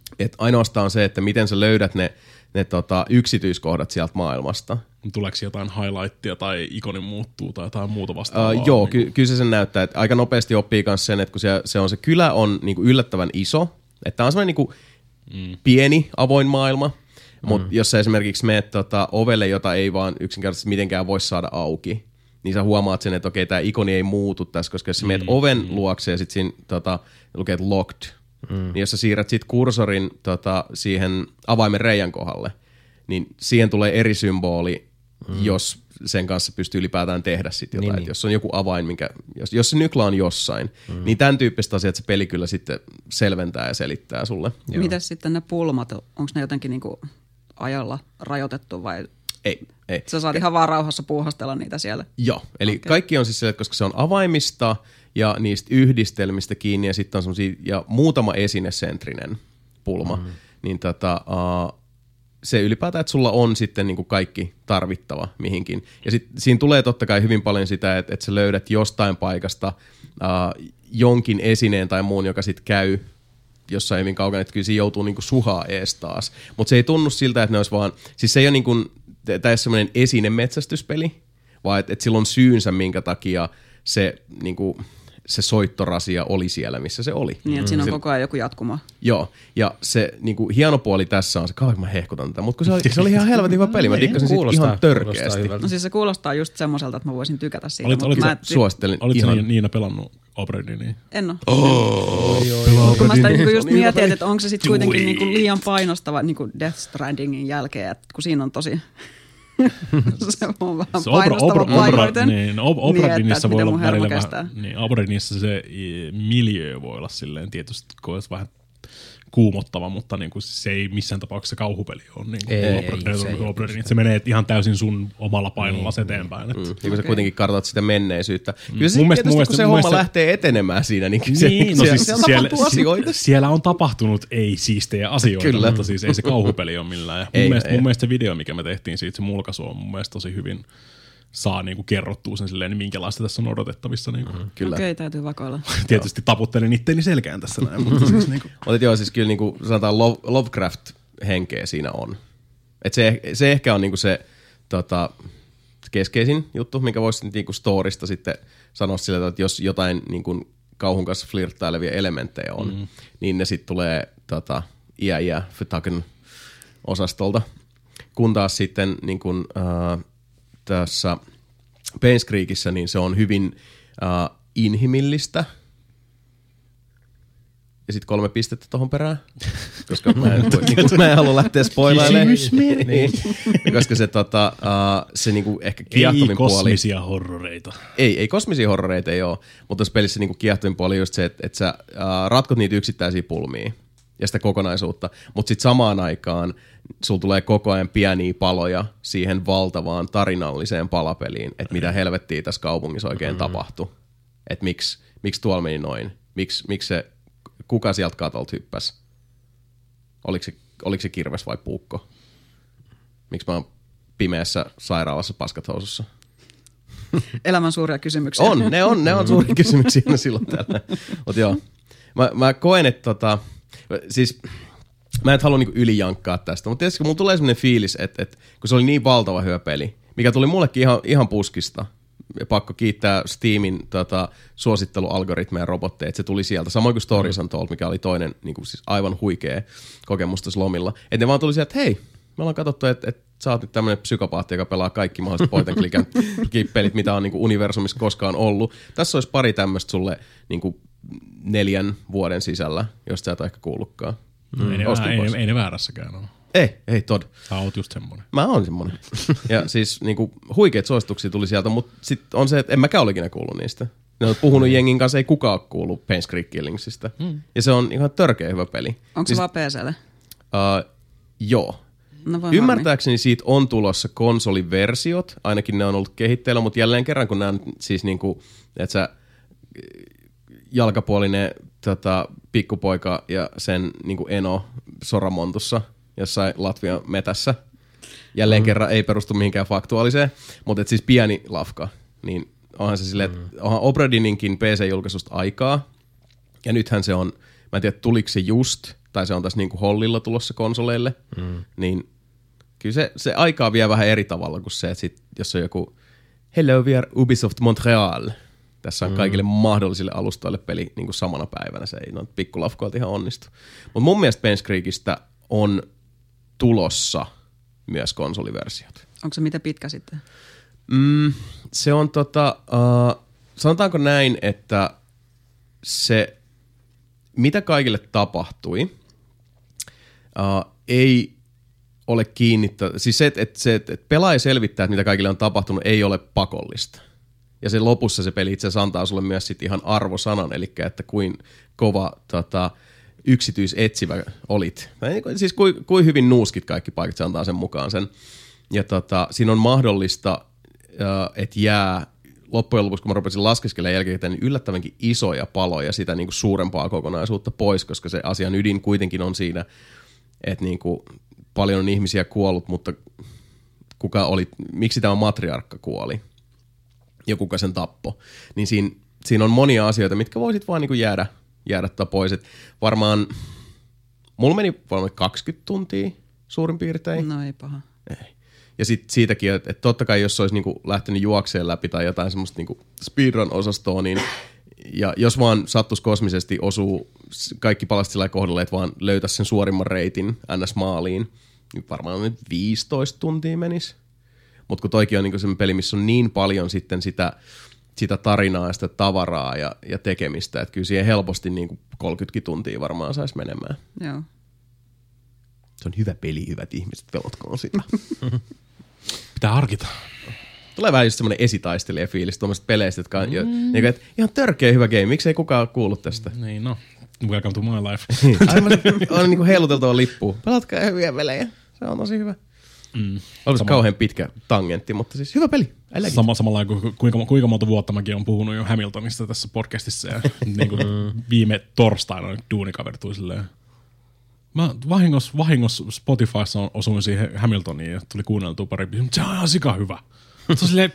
että ainoastaan se, että miten sä löydät ne, ne tota, yksityiskohdat sieltä maailmasta. Tuleeko jotain highlightia tai ikoni muuttuu tai jotain muuta vastaavaa? Uh, joo, niin ky- kyllä se sen näyttää. Että aika nopeasti oppii myös sen, että kun se, se, on, se kylä on niinku yllättävän iso, että tämä on semmoinen niinku mm. pieni avoin maailma, mm. mutta jos sä esimerkiksi meet tota, ovelle, jota ei vaan yksinkertaisesti mitenkään voi saada auki, niin sä huomaat sen, että okei, tämä ikoni ei muutu tässä, koska jos sä meet mm. oven mm. luokse ja sitten siinä tota, lukee, että locked, mm. niin jos sä siirrät sit kursorin tota, siihen avaimen reijän kohdalle, niin siihen tulee eri symboli, mm. jos sen kanssa pystyy ylipäätään tehdä sit jotain. Niin, niin. Jos on joku avain, minkä, jos, jos se nykla on jossain, mm. niin tämän tyyppistä asiat se peli kyllä sitten selventää ja selittää sulle. Mitäs sitten ne pulmat, onko ne jotenkin niinku ajalla rajoitettu vai? Ei, ei. Sä saat ihan vaan rauhassa puuhastella niitä siellä. Joo, eli okay. Kaikki on siis se, koska se on avaimista ja niistä yhdistelmistä kiinni ja sitten on semmosia, ja muutama esinesentrinen pulma, mm. niin tota, uh, se ylipäätään, että sulla on sitten niin kuin kaikki tarvittava mihinkin. Ja sit siinä tulee totta kai hyvin paljon sitä, että, että sä löydät jostain paikasta uh, jonkin esineen tai muun, joka sitten käy jossain hyvin kaukana, että kyllä siinä joutuu niin kuin suhaa ees taas. Mutta se ei tunnu siltä, että ne olisi vaan, siis se ei ole niin kuin, tämä ei ole semmoinen esinemetsästyspeli, vaan että, että sillä on syynsä, minkä takia se niin kuin, se soittorasia oli siellä, missä se oli. Niin, että siinä on koko ajan joku jatkuma. Joo, ja se niin kuin, hieno puoli tässä on se, kauan mä hehkutan tätä, mutta se oli, se oli ihan helvetin hyvä peli, mä dikkasin siitä ihan törkeästi. No siis se kuulostaa just semmoiselta, että mä voisin tykätä siitä. Olit, olit, mä suosittelen olitko ihan... Niina pelannut Obredinia? En ole. Oh, oh, kun mä sitä niin just mietin, että onko se sitten kuitenkin niin kuin liian painostava niin kuin Death Strandingin jälkeen, että kun siinä on tosi... se on vähän se painostava obra, paikoiten. Niin, ob, Obradinissa niin, voi olla välillä vähän, niin, Obradinissa se miljöö voi olla silleen tietysti, kun olisi vähän kuumottava, mutta niin kuin se ei missään tapauksessa kauhupeli ole. Niin kuin ei, Obradin, ei, se, Obradin, se menee ihan täysin sun omalla painolla niin, eteenpäin. Mm, mm, ja kun sä kuitenkin kartoit sitä menneisyyttä. Mm. Kyllä se mun tietysti, mielestä, kun se homma mielestä, lähtee etenemään siinä, niin, niin se, no siellä, siis siellä, siellä, asioita. Siellä on tapahtunut ei-siistejä asioita, kyllä. Mutta siis ei se kauhupeli ole millään. Ja ei, mun, mielestä, mun mielestä se video, mikä me tehtiin siitä, se mulkaisu on mun mielestä tosi hyvin saa niinku kerrottua sen silleen, niin minkälaista tässä on odotettavissa. Niinku. Mm, kyllä. Okei, täytyy vakoilla. Tietysti taputtelen itteeni selkään tässä näin. Mutta siis niinku. Olet joo, siis kyllä niinku sanotaan Lovecraft-henkeä siinä on. Et se, se ehkä on niinku se tota, keskeisin juttu, minkä voisi niinku storista sitten sanoa sillä, että jos jotain niinku kauhun kanssa flirttailevia elementtejä on, mm. niin ne sitten tulee tota, iä iä Fetaken osastolta. Kun taas sitten niin kun, äh, tässä Pains Creekissä niin se on hyvin äh, inhimillistä. Ja sitten kolme pistettä tohon perään, koska mä en, niin mä en halua lähteä spoilailemaan. niin, koska se, tota, uh, se niinku ehkä kiehtovin puoli... Ei kosmisia horroreita. Ei, ei kosmisia horroreita ei ole, mutta tässä pelissä niinku kiehtovin puoli on just se, että et sä uh, ratkot niitä yksittäisiä pulmia ja sitä kokonaisuutta, mutta sitten samaan aikaan sulla tulee koko ajan pieniä paloja siihen valtavaan tarinalliseen palapeliin, että mitä helvettiä tässä kaupungissa oikein mm-hmm. tapahtui. Että miksi, miksi tuolla meni noin, miksi, miksi se... Kuka sieltä katolta hyppäsi? Oliko se, oliko se kirves vai puukko? Miksi mä oon pimeässä sairaalassa paskat housussa? Elämän suuria kysymyksiä. On, ne on, ne on suuria kysymyksiä silloin tällä. Mutta joo, mä, mä koen, että tota, siis mä en halua niinku ylijankkaa tästä, mutta tietysti kun mulla tulee semmoinen fiilis, että, että kun se oli niin valtava hyvä peli, mikä tuli mullekin ihan, ihan puskista, pakko kiittää Steamin tota, suosittelualgoritmeja ja robotteja, että se tuli sieltä. Samoin kuin Stories Untold, mikä oli toinen niin kuin siis aivan huikea kokemus tässä lomilla. Että ne vaan tuli sieltä, että hei, me ollaan katsottu, että, että sä oot nyt tämmönen psykopaatti, joka pelaa kaikki mahdolliset point and click pelit, mitä on niin kuin universumissa koskaan ollut. Tässä olisi pari tämmöistä sulle niin kuin neljän vuoden sisällä, josta sä et ehkä kuullutkaan. Mm. Ei, ne, ei, ei ne väärässäkään ole. Ei, ei tod. Sä oot just semmonen. Mä oon semmonen. Ja siis niinku huikeat suosituksia tuli sieltä, mutta sit on se, että en mäkään ole ikinä kuullut niistä. Ne on puhunut jengin kanssa, ei kukaan ole kuullut Pains Creek Killingsista. Mm. Ja se on ihan törkeä hyvä peli. Onko se siis, vaan P C:lle? Uh, joo. No ymmärtääkseni siitä on tulossa konsoliversiot, ainakin ne on ollut kehitteillä, mutta jälleen kerran kun nämä on siis niinku, että sä jalkapuolinen tota, pikkupoika ja sen niinku eno soramontussa jossain Latvian metässä. Jälleen mm. kerran ei perustu mihinkään faktuaaliseen, mutta et siis pieni lafka. Niin onhan se silleen, mm. että onhan Obradininkin P C-julkaisusta aikaa. Ja nythän se on, mä en tiedä tuliko se just, tai se on tässä niinku hollilla tulossa konsoleille, mm. niin kyllä se, se aikaa vie vähän eri tavalla kuin se, että sit, jos on joku Hello, we are Ubisoft Montreal. Tässä on mm. kaikille mahdollisille alustoille peli niin kuin samana päivänä. Se ei noita pikkulafkoilta ihan onnistu. Mutta mun mielestä Pence Creekistä on tulossa myös konsoliversiot. Onko se mitä pitkä sitten? Mm, se on tota, uh, sanotaanko näin, että se, mitä kaikille tapahtui, uh, ei ole kiinnittä. Siis se, että et, se, et, et pelaaja selvittää, että mitä kaikille on tapahtunut, ei ole pakollista. Ja se lopussa se peli itse asiassa antaa sulle myös sit ihan arvosanan, eli että kuin kova tota, yksityisetsivä olit. Siis kuin, kuin hyvin nuuskit kaikki paikat, se antaa sen mukaan sen. Ja tota, siinä on mahdollista, että jää loppujen lopuksi, kun mä rupesin laskeskelemaan jälkikäteen, niin yllättävänkin isoja paloja sitä niin kuin suurempaa kokonaisuutta pois, koska se asian ydin kuitenkin on siinä, että niin kuin paljon on ihmisiä kuollut, mutta kuka oli, miksi tämä matriarkka kuoli ja kuka sen tappo, niin siinä, siinä on monia asioita, mitkä voisit vaan niin kuin jäädä, jäädä pois. Et varmaan, mulla meni varmaan kaksikymmentä tuntia suurin piirtein. No ei paha. Ei. Ja sitten siitäkin, että et totta kai jos olisi niinku lähtenyt juokseen läpi tai jotain semmoista niinku speedrun-osastoa, niin ja jos vaan sattuisi kosmisesti osuu kaikki palasti sillä kohdalla, että vaan löytäisi sen suorimman reitin N S-maaliin, niin varmaan nyt viisitoista tuntia menisi. Mutta kun toikin on niinku semmoinen peli, missä on niin paljon sitten sitä, sitä tarinaa ja sitä tavaraa ja, ja tekemistä, että kyllä siihen helposti niinku kolmekymmentä tuntia varmaan saisi menemään. Joo. Se on hyvä peli, hyvät ihmiset, pelotkoon sitä. Pitää harkita. Tulee vähän just semmoinen esitaistelija-fiilis tuommoisesta peleistä, jotka on mm. jo, niin, että ihan törkeä hyvä game. Miksi ei kukaan kuullut tästä? Niin no, welcome to my life. Aivan on niin kuin heiluteltua lippua. Pelatkaa hyviä pelejä. Se on tosi hyvä. Mm. Olisi Sama... kauhean pitkä tangentti, mutta siis hyvä peli. Sama, samalla kuin kuinka, kuinka monta vuotta mäkin olen puhunut jo Hamiltonista tässä podcastissa. Ja niin kuin viime torstaina duunikaveri tuli silleen. Mä vahingossa, vahingossa Spotifyssa on osuin siihen Hamiltoniin ja tuli kuunneltua pari biisiä, mutta se on ihan sika hyvä. Se on silleen,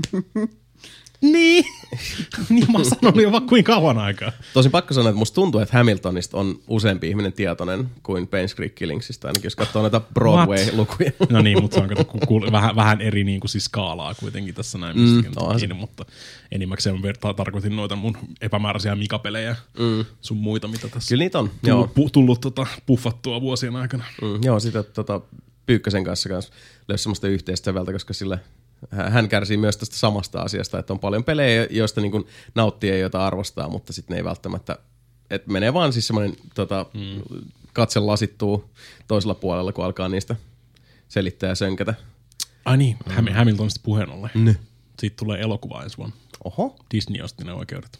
niin, niin mä oon sanonut jo vaan kuinka kauan aikaa. Tosin pakko sanoa, että musta tuntuu, että Hamiltonista on useampi ihminen tietoinen kuin Pence Creek Killingsista, ainakin jos katsoo näitä Broadway-lukuja. No niin, mutta se on kato, kuul- vähän, vähän eri niin kuin siis skaalaa kuitenkin tässä näin, mm, kiinni, mutta enimmäkseen vertaa tarkoitin noita mun epämääräisiä mikapelejä, mm. sun muita, mitä tässä Kyllä niitä on. tullut, pu- tullut tota, puffattua vuosien aikana. Mm, joo, sitä tota, Pyykkösen kanssa, kanssa löysi semmoista yhteistyövältä, koska sille hän kärsii myös tästä samasta asiasta, että on paljon pelejä, joista niin kuin nauttii ja joita arvostaa, mutta sitten ne ei välttämättä, että menee vaan siis semmoinen tota, mm. katse lasittuu toisella puolella, kun alkaa niistä selittää ja sönkätä. Ai niin, mm. Hamiltonista puheen ollen. Mm. Siitä tulee elokuva ensi vuonna. Oho. Disney osti ne oikeudet.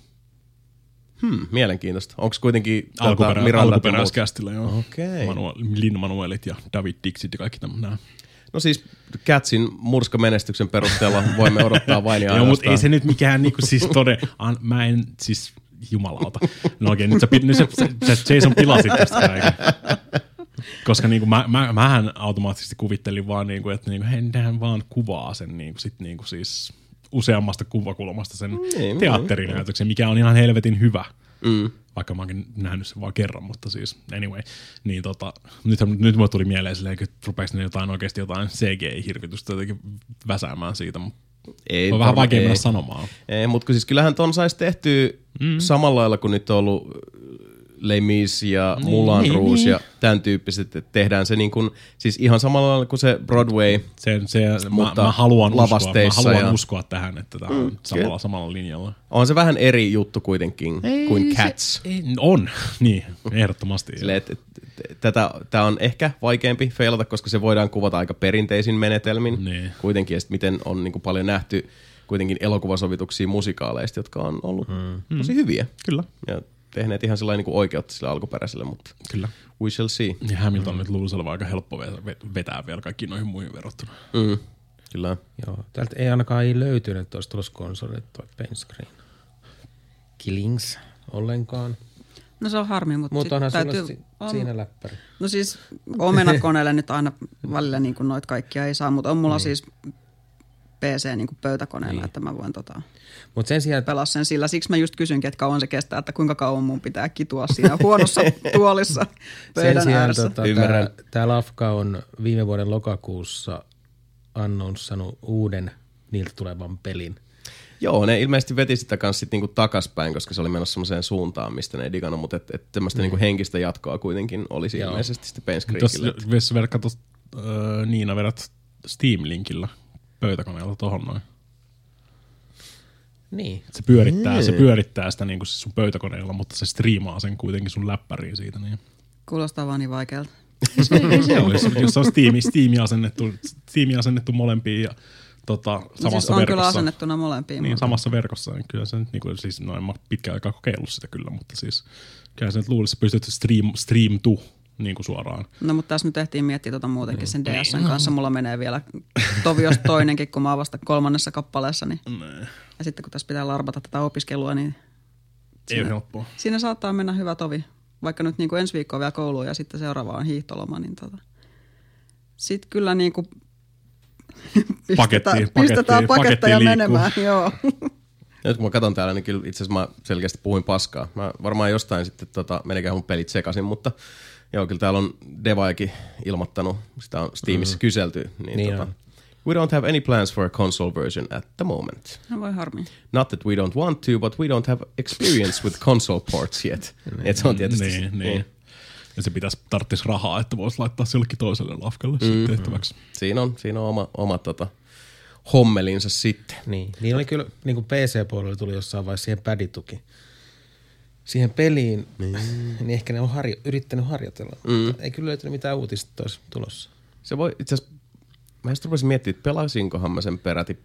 Hmm, mielenkiintoista. Onko kuitenkin Alkuperä, Miranda alkuperäiskästillä, joo. Okei. Okay. Lin-Manuelit ja David Dixit ja kaikki nämä. No siis Catsin murskamenestyksen perusteella voimme odottaa vain ja joo, mutta ei se nyt mikään niinku siis tode, an, mä en siis jumalauta. No oikein, nyt sä, nyt sä, sä Jason pilasit tästä kaiken. Koska niinku mä, mä, mähän automaattisesti kuvittelin vaan niinku, että niinku, hei, nehän vaan kuvaa sen niinku, sit niinku siis useammasta kuvakulmasta sen niin, teatterinäytöksen, mikä on ihan helvetin hyvä. Mm. Vaikka mä oonkin nähnyt sen vaan kerran, mutta siis anyway. Niin tota, nyt, nyt mulle tuli mieleen silleen, että rupeeksi ne jotain oikeasti jotain C G I-hirvitystä jotenkin väsäämään siitä, mutta ei, on vähän vaikea mennä sanomaan. Ei, mutta siis kyllähän ton saisi tehtyä mm. samalla lailla kuin nyt on ollut Les Mis ja niin, Moulin niin, Rouge niin. ja tämän tyyppiset, että tehdään se niin kuin, siis ihan samalla lailla kuin se Broadway, se, se, mutta mä, mä haluan, uskoa, mä haluan ja... uskoa tähän, että tämä on mm, samalla, samalla linjalla. On se vähän eri juttu kuitenkin ei, kuin Cats. Se, ei, on, niin, ehdottomasti. Silleen, et, et, et, tätä, tää on ehkä vaikeampi feilata, koska se voidaan kuvata aika perinteisin menetelmin. Niin. Kuitenkin, ja miten on niin kuin paljon nähty kuitenkin elokuvasovituksia musikaaleista, jotka on ollut mm. tosi hyviä. Kyllä. Ja tehneet ihan sellainen niin oikeutta sille alkuperäiselle, mutta kyllä. We shall see. Ja Hamilton mm. nyt luulisi olevan aika helppo vetää vielä kaikkiin noihin muihin verrattuna. Mm. Kyllä. Joo, täältä ei ainakaan ei löytynyt, että olisi tulossa konsolit toi Pence Creek Killings ollenkaan. No se on harmi, mutta Mut onhan täytyy... Si- siinä läppäri. No siis omenakoneelle nyt aina välillä niin kuin noita kaikkia ei saa, mutta on mulla niin. siis P C niin kuin pöytäkoneella, niin. Että mä voin tota, Mut sen sijaan, pelaa sen sillä. Siksi mä just kysynkin, että kauan se kestää, että kuinka kauan mun pitää kitua siinä huonossa tuolissa pöydän sen sijaan ääressä. tota, tämä Lafka on viime vuoden lokakuussa annonssanut uuden niiltä tulevan pelin. Joo, ne ilmeisesti veti sitä kanssa sit niinku takaspäin, koska se oli menossa semmoiseen suuntaan, mistä ne ei digannut, mutta et, et tämmöistä mm. niinku henkistä jatkoa kuitenkin olisi Joo. ilmeisesti sitten Pain's Creekille. Jos verkkaat tuosta äh, Niina vedät Steam-linkillä pöytäkoneelta tohon noin. Niin. Se pyörittää, mm. se pyörittää sitä niinku siis sun pöytäkoneella, mutta se striimaa sen kuitenkin sun läppäriin siitä. Niin. Kuulostaa vaan niin vaikealta. se on, jos, jos on Steam, Steam asennettu, Steam asennettu molempiin ja tota, samassa siis on verkossa. kyllä asennettuna molempiin. Niin, samassa verkossa. Niin kyllä se nyt, niin kuin, siis, no en mä pitkään aikaa kokeillut sitä kyllä, mutta siis kyllä se nyt luulisi, että pystyt stream, stream to niin kuin suoraan. No mutta tässä nyt tehtiin miettiä tota muutenkin niin. Sen D S:n kanssa. Mulla menee vielä toviosta toinenkin, kun mä oon vasta kolmannessa kappaleessa. Niin. Ja sitten kun tässä pitää larpata tätä opiskelua, niin ei ole helppoa. Siinä saattaa mennä hyvä tovi. Vaikka nyt niin kuin ensi viikko on vielä kouluun ja sitten seuraava on hiihtoloma, niin tota. Sitten kyllä niin kuin pistetään, paketti, pistetään paketti, paketteja menemään. Joo. Nyt kun mä katson täällä, niin kyllä itse asiassa mä selkeästi puhuin paskaa. Mä varmaan jostain sitten tota, menikään mun pelit sekaisin, mutta joo, kyllä täällä on Devajakin ilmoittanut, sitä on Steamissa mm. kyselty. Niin, niin tota, we don't have any plans for a console version at the moment. No voi harmi. Not that we don't want to, but we don't have experience with console ports yet. Et se on tietysti. Niin, niin. niin. Ja se pitäisi tarvitsisi rahaa, että voisi laittaa jollekin toiselle Lafkalle mm. tehtäväksi. Siinä on, siinä on oma, oma tota, hommelinsa sitten. Niin, niin oli kyllä, niin kuin P C-puolella tuli jossain vaiheessa siihen padituki. Siihen peliin, mm. niin ehkä ne on harjo, yrittänyt harjoitella, mm. mutta ei kyllä löytynyt mitään uutista tois tulossa. Se voi itse asiassa, mä just rupesin miettimään, että pelasinkohan mä sen peräti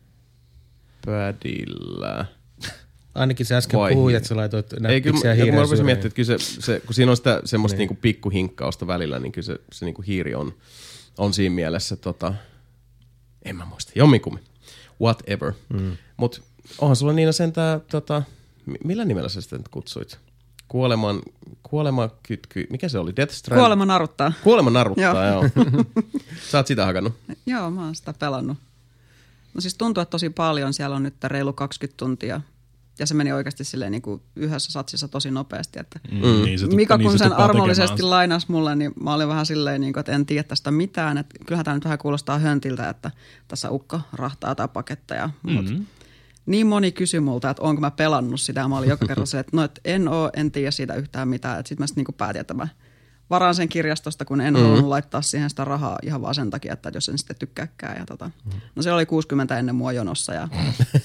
padilla. Ainakin se äsken puhui, että sä laitoit näppiksiä hiireen syöriin. Mä rupesin miettimään, että kyllä se, se, kun siinä on sitä semmoista niin. niinku pikkuhinkkausta välillä, niin kyllä se, se niinku hiiri on, on siinä mielessä, tota, en mä muista, jomminkummin, whatever. Mm. Mutta onhan sulla Niina sentään, tota, millä nimellä sä sitä nyt kutsuit? Kuoleman, kuolemakytky, mikä se oli? Death Strand? Kuolema naruttaa. Kuolema naruttaa, joo. joo. Sä oot sitä hakannut? Joo, mä oon sitä pelannut. No siis tuntuu, että tosi paljon. Siellä on nyt reilu kaksikymmentä tuntia. Ja se meni oikeasti silleen niin kuin yhdessä satsissa tosi nopeasti. Että mm. niin se Mika kun niin se sen armollisesti lainasi mulle, niin mä olin vähän silleen, niin kuin, että en tiedä tästä mitään. Että kyllähän tämä nyt vähän kuulostaa höntiltä, että tässä ukko rahtaa tai paketteja. Mm-hmm. Mut niin moni kysyi multa, että onko mä pelannut sitä. Mä olin joka kerran se, että no, et en oo, en tiedä siitä yhtään mitään. Sitten mä sitten niinku päätin, että mä varaan sen kirjastosta, kun en mm-hmm. halunnut laittaa siihen sitä rahaa ihan vaan sen takia, että jos en sitten tykkääkään. Ja tota. No se oli kuusikymmentä ennen mua jonossa. Ja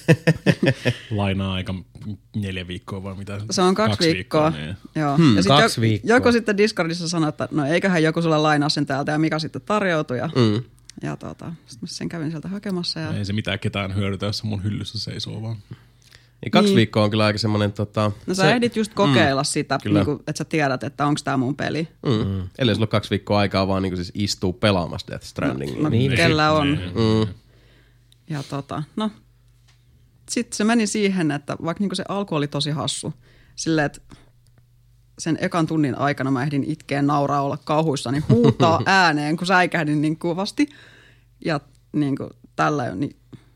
lainaa aika neljä viikkoa vai mitä? Se on kaksi, kaksi viikkoa. viikkoa niin. Joo. Hmm, ja kaksi jo, viikkoa. Joku sitten Discordissa sanoi, että no eiköhän joku sulle lainaa sen täältä ja Mika sitten tarjoutui. Ja mm. Ja tota, sitten mä sen kävin sieltä hakemassa. Ja ei se mitään ketään hyödytä, jos mun hyllyssä seisoo vaan. Niin kaksi niin. viikkoa on kyllä aika semmoinen tota... No sä se, ehdit just kokeilla mm, sitä, niin kuin, että sä tiedät, että onko tää mun peli. Mm. Mm. Eli sulla on kaksi viikkoa aikaa vaan niin kuin siis istuu pelaamassa Death Strandingia. No, no niin, kellä on. Mm. Ja tota, no. Sitten se meni siihen, että vaikka niin kuin se alku oli tosi hassu. Silleen, että sen ekan tunnin aikana mä ehdin itkeä, nauraa, olla kauhuissani, huutaa ääneen, kun säikähdin niin kovasti. Ja niin kuin tällä niin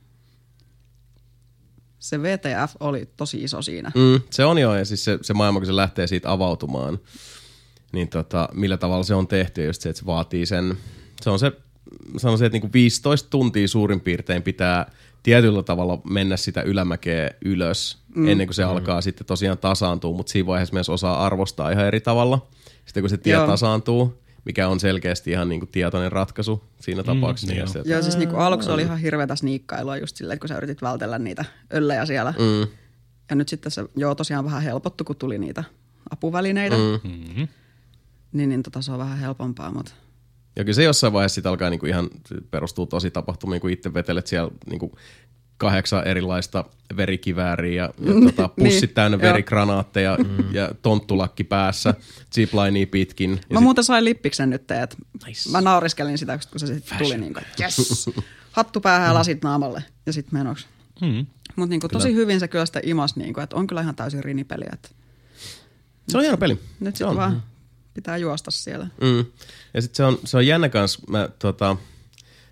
se V T F oli tosi iso siinä. Mm, se on joo, ja siis se, se maailma, kun se lähtee siitä avautumaan, niin tota, millä tavalla se on tehty, just se, että se vaatii sen, se on se, sanoisin, että niinku viisitoista tuntia suurin piirtein pitää tietyllä tavalla mennä sitä ylämäkeä ylös, mm. ennen kuin se mm. alkaa sitten tosiaan tasaantua, mutta siinä vaiheessa myös osaa arvostaa ihan eri tavalla. Sitten kun se tie joo. tasaantuu, mikä on selkeästi ihan niinku tietoinen ratkaisu siinä tapauksessa. Mm, joo. Niin joo, siis niinku aluksi oli ihan hirveätä sniikkailua just silleen, kun sä yritit vältellä niitä öllejä siellä. Mm. Ja nyt sitten se joo tosiaan vähän helpottu, kun tuli niitä apuvälineitä. Mm. Niin, niin tota se on vähän helpompaa, mutta... Ja kyllä se jossain vaiheessa sit alkaa niinku ihan, perustuu tosi tapahtumiin, kun itse vetelet siellä niinku kahdeksan erilaista verikivääriä ja, ja tota, pussit niin, täynnä verikranaatteja mm. ja tonttulakki päässä, ziplinea pitkin. Mä sit... muuten sain lippiksen nyt, että nice. Mä nauriskelin sitä, kun se sitten tuli niin kuin, yes, hattu päähän ja lasit naamalle ja sitten menoksi. Mm. Mutta niin tosi hyvin se kyllä sitä imas, niin kuin, että on kyllä ihan täysin rinipeli. Että se on hieno peli. Nyt sitten vaan mm. pitää juosta siellä. Mm. Ja sitten se on, se on jännä kans, mä tota...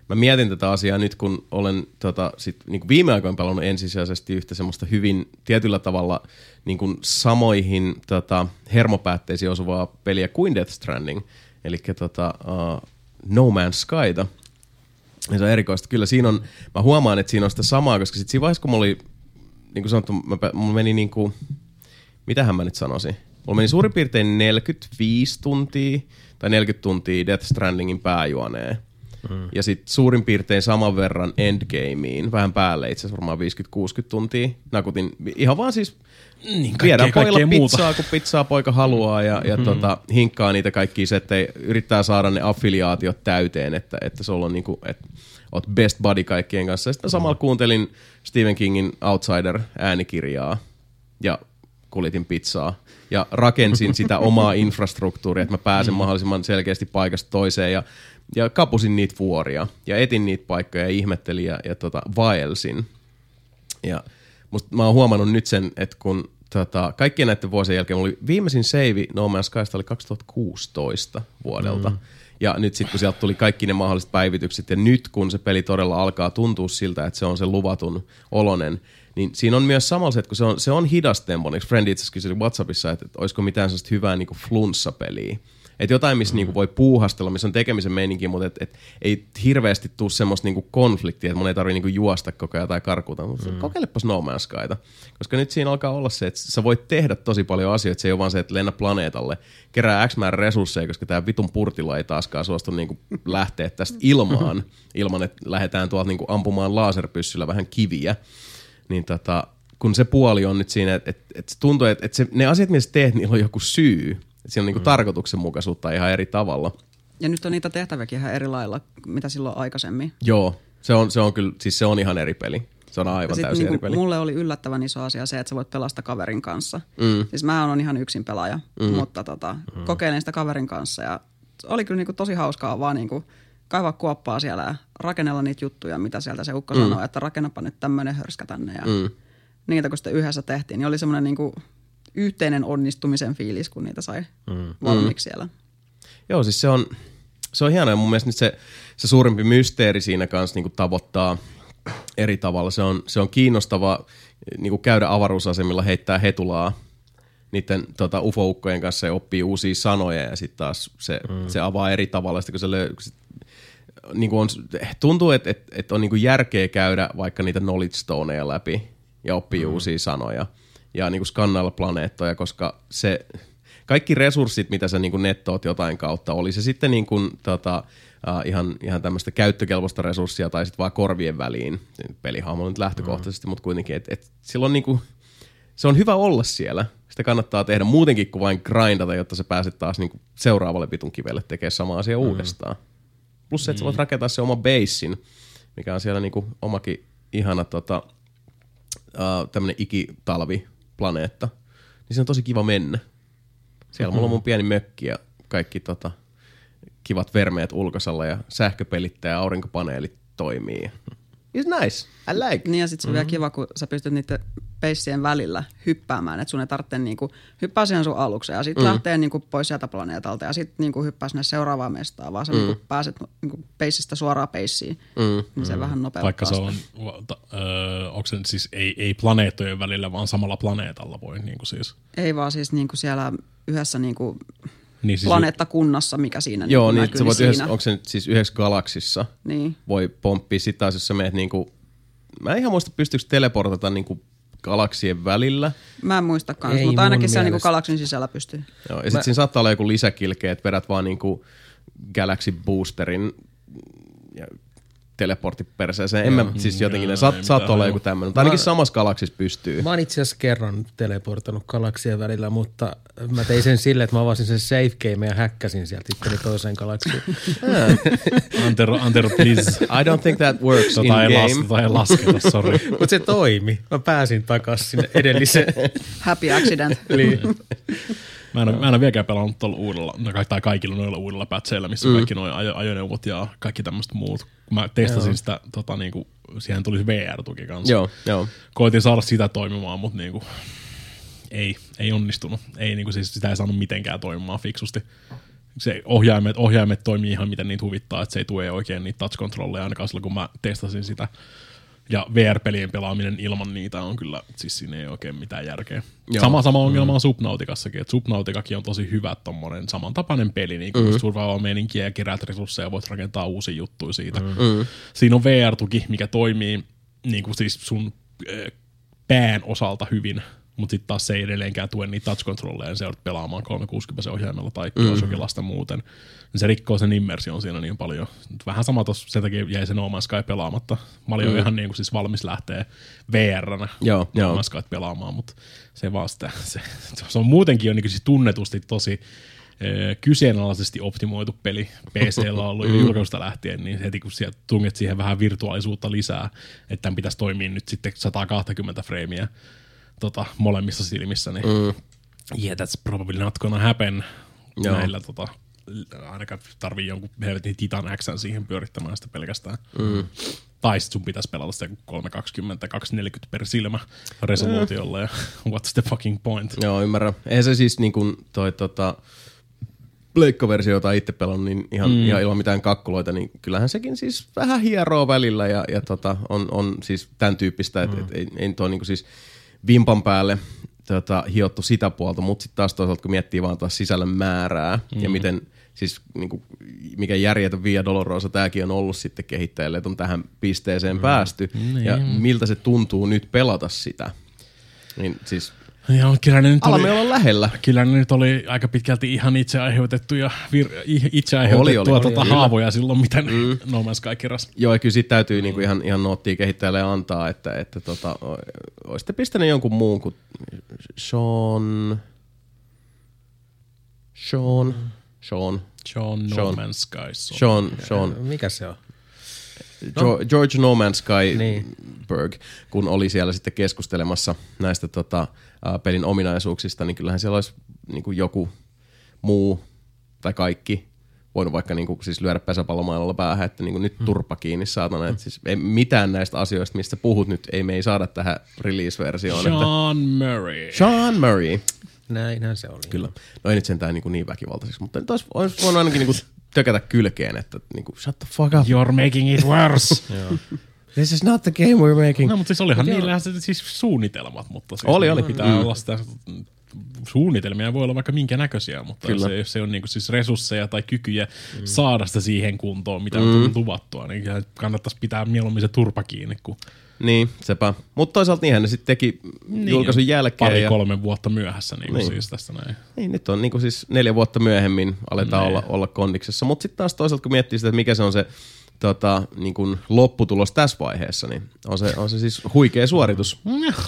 mä mietin tätä asiaa nyt, kun olen tota, sit, niin kuin viime aikoina pelannut ensisijaisesti yhtä semmoista hyvin tietyllä tavalla niin kuin samoihin tota, hermopäätteisiin osuvaa peliä kuin Death Stranding, eli tota, uh, No Man's Skyta. Ja se on erikoista. Kyllä siinä on, mä huomaan, että siinä on sitä samaa, koska sit siinä vaiheessa, kun mulla oli, niin kuin sanottu, mä, mulla meni niin kuin, mitähän mä nyt sanoisin, mulla meni suurin piirtein neljäkymmentäviisi tuntia tai neljäkymmentä tuntia Death Strandingin pääjuoneen. Mm. Ja sitten suurin piirtein saman verran Endgameen, vähän päälle itse asiassa varmaan viisikymmentä kuusikymmentä tuntia. Nakutin ihan vaan siis niin, viedään pojilla pizzaa, muuta. Kun pizzaa poika haluaa ja, ja mm. tota, hinkkaa niitä kaikkia se, että yrittää saada ne affiliaatiot täyteen, että, että sulla on niinku, että oot best buddy kaikkien kanssa. Ja sitten samalla kuuntelin Stephen Kingin Outsider-äänikirjaa ja kulitin pizzaa. Ja rakensin sitä omaa infrastruktuuria, että mä pääsen mahdollisimman selkeästi paikasta toiseen ja, ja kapusin niitä vuoria ja etin niitä paikkoja ja ihmettelin ja, ja tota, vaelsin. Ja musta mä oon huomannut nyt sen, että kun tota, kaikkien näiden vuosien jälkeen mulla oli viimeisin save No Man's Skysta oli kaksituhattakuusitoista vuodelta. Mm. Ja nyt sitten kun sieltä tuli kaikki ne mahdolliset päivitykset ja nyt kun se peli todella alkaa tuntua siltä, että se on se luvatun olonen, niin siinä on myös samalla se, että kun se on, se on hidas tempo, niin Friend itse asiassa kysyi WhatsAppissa, että, että olisiko mitään sellaista hyvää niin kuin flunssapeliä. Että jotain, missä mm. niin kuin voi puuhastella, missä on tekemisen meininki, mutta et, et, ei hirveästi tule semmoista niin kuin konfliktia, että mun ei tarvitse niin kuin juosta koko ajan tai karkuta. Mm. Kokeilepas No Man's Skyta. Koska nyt siinä alkaa olla se, että sä voit tehdä tosi paljon asioita. Se ei ole vaan se, että lennä planeetalle, kerää X määrä resursseja, koska tämä vitun purtila ei taaskaan suostu niin kuin lähteä tästä ilmaan, ilman että lähdetään tuolta niin kuin ampumaan laserpyssyllä vähän kiviä. Niin tota, kun se puoli on nyt siinä, että et, et se tuntuu, että et se, ne asiat, mitä sä teet, niillä on joku syy. Että siinä on niinku mm. tarkoituksenmukaisuutta ihan eri tavalla. Ja nyt on niitä tehtäviäkin ihan eri lailla, mitä silloin aikaisemmin. Joo, se on, se on kyllä, siis se on ihan eri peli. Se on aivan täysin niinku eri peli. Mulle oli yllättävän iso asia se, että sä voit pelastaa kaverin kanssa. Mm. Siis mähän on ihan yksin pelaaja, mm. mutta tota, mm. kokeilin sitä kaverin kanssa ja oli kyllä niinku tosi hauskaa vaan niinku kaivaa kuoppaa siellä ja rakennella niitä juttuja, mitä sieltä se ukko mm. sanoo, että rakennapa nyt tämmöinen hörskä tänne. Ja mm. niitä kun sitten yhdessä tehtiin, niin oli semmoinen niinku yhteinen onnistumisen fiilis, kun niitä sai mm. valmiiksi siellä. Joo, siis se on, se on hienoa ja mun mielestä nyt se, se suurempi mysteeri siinä kanssa niin kuin tavoittaa eri tavalla. Se on, se on kiinnostava niin kuin käydä avaruusasemilla, heittää hetulaa niiden tota, ufoukkojen kanssa ja oppii uusia sanoja ja sitten taas se, mm. se avaa eri tavalla. Sitten kun se löy- sit, niin kuin on, tuntuu, että et, et on niin kuin järkeä käydä vaikka niitä knowledge stoneja läpi ja oppii mm. uusia sanoja. Ja niin kuin skannailla planeettoja, koska se, kaikki resurssit, mitä sä niin kuin nettoot jotain kautta, oli se sitten niin kuin, tota, uh, ihan, ihan tämmöistä käyttökelpoista resurssia tai sitten vaan korvien väliin. Pelihahmo nyt lähtökohtaisesti, mm. mutta kuitenkin, että et silloin niin kuin, se on hyvä olla siellä. Sitä kannattaa tehdä muutenkin kuin vain grindata, jotta sä pääset taas niin kuin seuraavalle vitun kivelle tekemään sama asia mm. uudestaan. Plus se, että sä voit rakentaa se oma basein, mikä on siellä niin kuin omakin ihana tota, uh, tämmöinen ikitalvi planeetta, niin se on tosi kiva mennä. Siellä mm-hmm. mulla on mun pieni mökki ja kaikki tota, kivat vermeet ulkosalla ja sähköpelittää ja aurinkopaneelit toimii. It's nice. I like. Niin ja sit se on mm-hmm. vielä kiva, kun sä pystyt niiden peissien välillä hyppäämään, että sun ei tarvitse niinku hyppää siihen sun alukseen ja sitten mm. lähtee niinku pois sieltä planeetalta ja sitten niinku hyppää sinne seuraavaan mestaan, vaan sä mm. niinku pääset niinku peissistä suoraan peissiin, mm. niin se mm. vähän nopeuttaa. Vaikka se on, öö, onko se siis ei, ei planeettojen välillä, vaan samalla planeetalla voi niinku siis? Ei vaan siis niinku siellä yhdessä niinku niin siis planeettakunnassa, mikä siinä joo, niin, näkyy. Sä voit yhdessä, onko se nyt siis yhdessä galaksissa niin. Voi pomppia, sitten taas jos sä meet niinku, mä en ihan muista pystyykö teleportata niinku galaksien välillä. Mä en muista kans, mutta ainakin siellä niinku galaksin sisällä pystyy. Joo, ja sit mä... siinä saattaa olla joku lisäkilke, että vedät vaan niinku Galaxy Boosterin ja teleportti perseeseen. En mä, siis jotenkin ne saat, saattaa olla joku tämmöinen, mutta ainakin mä, samassa galaksissa pystyy. Mä oon itse asiassa kerran teleportannut galaksien välillä, mutta mä tein sen silleen, että mä avasin sen save game ja häkkäsin sieltä itteni toiseen galaksiin. Antero, Antero, please. I don't think that works tota in ei game. Las, tota ei lasketa, sorry. Mutta se toimi. Mä pääsin takas sinne edelliseen. Happy accident. Mä en, ole, mä en ole vieläkään pelannut tuolla uudella, tai kaikilla noilla uudella patcheilla, missä mm. kaikki nuo ajo, ajoneuvot ja kaikki tämmöiset muut. Mä testasin joo. sitä, tota, niinku, siihen tuli V R-tuki kanssa. Joo, joo. Koitin saada sitä toimimaan, mutta niinku, ei, ei onnistunut. Ei, niinku, siis sitä ei saanut mitenkään toimimaan fiksusti. se ohjaimet, ohjaimet toimii ihan miten niitä huvittaa, että se ei tue oikein niitä touch-controlleja ainakaan silloin, kun mä testasin sitä. Ja V R-pelien pelaaminen ilman niitä on kyllä, siis siinä ei oikein mitään järkeä. Joo. Sama, sama ongelma on Subnauticassakin, että Subnauticakin on tosi hyvä tommonen samantapainen peli, niin kuin mm. survival-meininkiä ja keräät resursseja, voit rakentaa uusia juttuja siitä. Mm. Siinä on V R-tuki, mikä toimii niin kuin siis sun äh, pään osalta hyvin, mutta sitten taas se ei edelleenkään tue niitä touch-controlleja, ja se joudut pelaamaan kolmesataakuusikymmentä ohjaimella tai DualShockilla muuten. Se rikkoo sen immersion siinä niin paljon. Vähän sama tuossa, sen takia jäi se No Man's Sky pelaamatta. Mä olin mm. jo ihan niin kuin siis valmis lähteä V R-nä No Man's Sky pelaamaan, mutta se vaan sitä, se, se on muutenkin on niin kuin siis tunnetusti tosi eh, kyseenalaisesti optimoitu peli. P C:llä on ollut jo julkaisusta lähtien, niin heti kun sieltä tunget siihen vähän virtuaalisuutta lisää, että tämän pitäisi toimia nyt sitten sata kaksikymmentä freimiä tota, molemmissa silmissä, niin mm. yeah, that's probably not gonna happen. Joo. Näillä tota, ainakaan tarvii jonkun helvetin Titan X:n siihen pyörittämään sitä pelkästään. Mm. Tai sit sun pitäisi pelata sitä kolmesataakaksikymmentä kaksisataaneljäkymmentä per silmä resoluutiolla mm. ja what's the fucking point. Joo, ymmärrän. Eihän se siis niin kuin toi tota pleikkaversio, jota itse pelannut, niin ihan, mm. ihan ilman mitään kakkuloita, niin kyllähän sekin siis vähän hieroo välillä ja, ja tota, on, on siis tämän tyyppistä, että mm. et, ei, ei toi niinku siis vimpan päälle tota, hiottu sitä puolta, mutta sitten taas toisaalta kun miettii vaan taas sisällön määrää mm. ja miten siis niinku, mikä järjetön Via Dolorosa tämäkin on ollut sitten kehittäjille, että on tähän pisteeseen mm. päästy mm. ja miltä se tuntuu nyt pelata sitä. Niin siis joo, kyllä ne nyt alamme oli, olla lähellä. Kyllä ne nyt oli aika pitkälti ihan itse aiheutettuja, vir, itse aiheutettua oli, oli, tuota oli, haavoja oli. Silloin, miten mm. No Man's Sky keräsi. Joo, ja kyllä siitä täytyy niinku ihan, ihan noottia kehittäjälle antaa, että, että tota, olisitte pistäneet jonkun muun kuin Sean... Sean... Sean... Sean No Sean. Man's Sky. Sean, Sean. Mikä se on? No. George No Man's Sky niin. Berg, kun oli siellä sitten keskustelemassa näistä tota, uh, pelin ominaisuuksista, niin kyllähän siellä olisi niin kuin joku muu tai kaikki voinut vaikka niin kuin, siis lyödä pesäpallomailalla päähän, että niin kuin nyt turpa kiinni saatana. Hmm. Että siis ei, mitään näistä asioista, mistä puhut nyt, ei me ei saada tähän release-versioon. Sean että Murray. Sean Murray. Näinhän se oli. Kyllä. No ei nyt sentään niin, niin väkivaltaiseksi, mutta nyt olisi, olisi voinut ainakin niin kuin tökätä kylkeen, että niin kuin, shut the fuck up. You're making it worse. This is not the game we're making. No, mutta siis olihan niillähän se, siis suunnitelmat, mutta siis oli, oli. pitää mm. olla sitä suunnitelmia, voi olla vaikka minkä näköisiä, mutta Kyllä. se, jos se on niinku siis resursseja tai kykyjä mm. saada sitä siihen kuntoon, mitä mm. on luvattua, niin kannattaisi pitää mieluummin se turpa kiinni. Kun niin, sepä. Mutta toisaalta niinhän ne sitten teki niin, julkaisun jälkeen. Pari-kolme ja vuotta myöhässä niin niin. siis tästä näin. Niin, nyt on niin siis neljä vuotta myöhemmin aletaan olla, olla kondiksessa, mutta sitten taas toisaalta kun miettii sitä, että mikä se on se Tota, niin kuin lopputulos tässä vaiheessa, niin on se, on se siis huikea suoritus.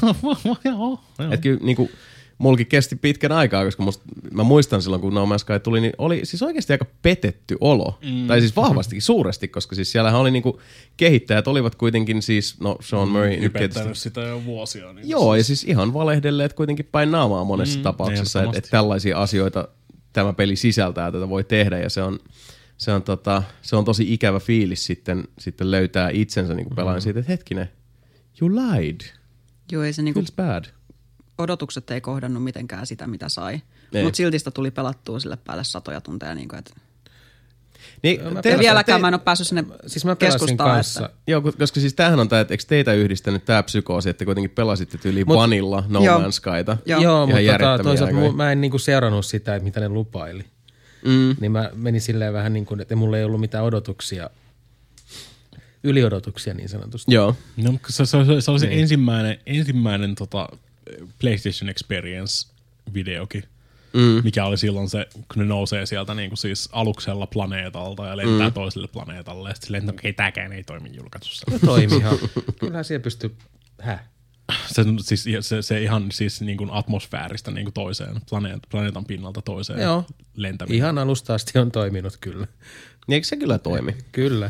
Että kyllä niin kuin, mulkin kesti pitkän aikaa, koska musta, mä muistan silloin, kun No Man's Sky tuli, niin oli siis oikeasti aika petetty olo. Mm. Tai siis vahvastikin, suuresti, koska siis siellähän oli niin kuin, kehittäjät olivat kuitenkin siis, no Sean Murray mm, nyt tietysti sitä jo vuosia. Niin joo, siis ja siis ihan valehdelleet kuitenkin päin naamaa monessa mm, tapauksessa, että et tällaisia asioita tämä peli sisältää, tätä voi tehdä, ja se on Se on, tota, se on tosi ikävä fiilis sitten, sitten löytää itsensä niin pelaajan mm. siitä, että hetkinen, you lied. Joo, ei se niinku, feels bad. Odotukset ei kohdannut mitenkään sitä, mitä sai. Mutta silti sitä tuli pelattua sille päälle satoja tunteja. Niin kuin, että niin, te, te, vieläkään te, mä en ole päässyt sinne siis mä keskustaan. Kanssa. Että joo, koska siis tämähän on tämä, että eikö teitä yhdistänyt tämä psykoosi, että kuitenkin pelasitte tyyliin Mut, vanilla No Man's Skyta. Joo, joo mutta tota, toisaalta mu, mä en niinku seurannut sitä, että mitä ne lupaili. Mm. Niin mä menin silleen vähän niin kuin, että mulla ei ollut mitään odotuksia, yliodotuksia niin sanotusti. Joo. No, se, se, se oli se niin. ensimmäinen, ensimmäinen tota PlayStation Experience-videokin, mm. mikä oli silloin se, kun ne nousee sieltä niin kuin siis aluksella planeetalta ja lentää mm. toiselle planeetalle. Ja sitten silleen, että okei, tämäkään ei toimi julkaisussa. No toimihan. Kyllähän siellä pystyy, häh? Se, siis, se, se ihan siis niin kuin atmosfääristä niin kuin toiseen, planeet, planeetan pinnalta toiseen Joo. lentäminen. Ihan alusta asti on toiminut kyllä. Niin eikö se kyllä toimi? Kyllä.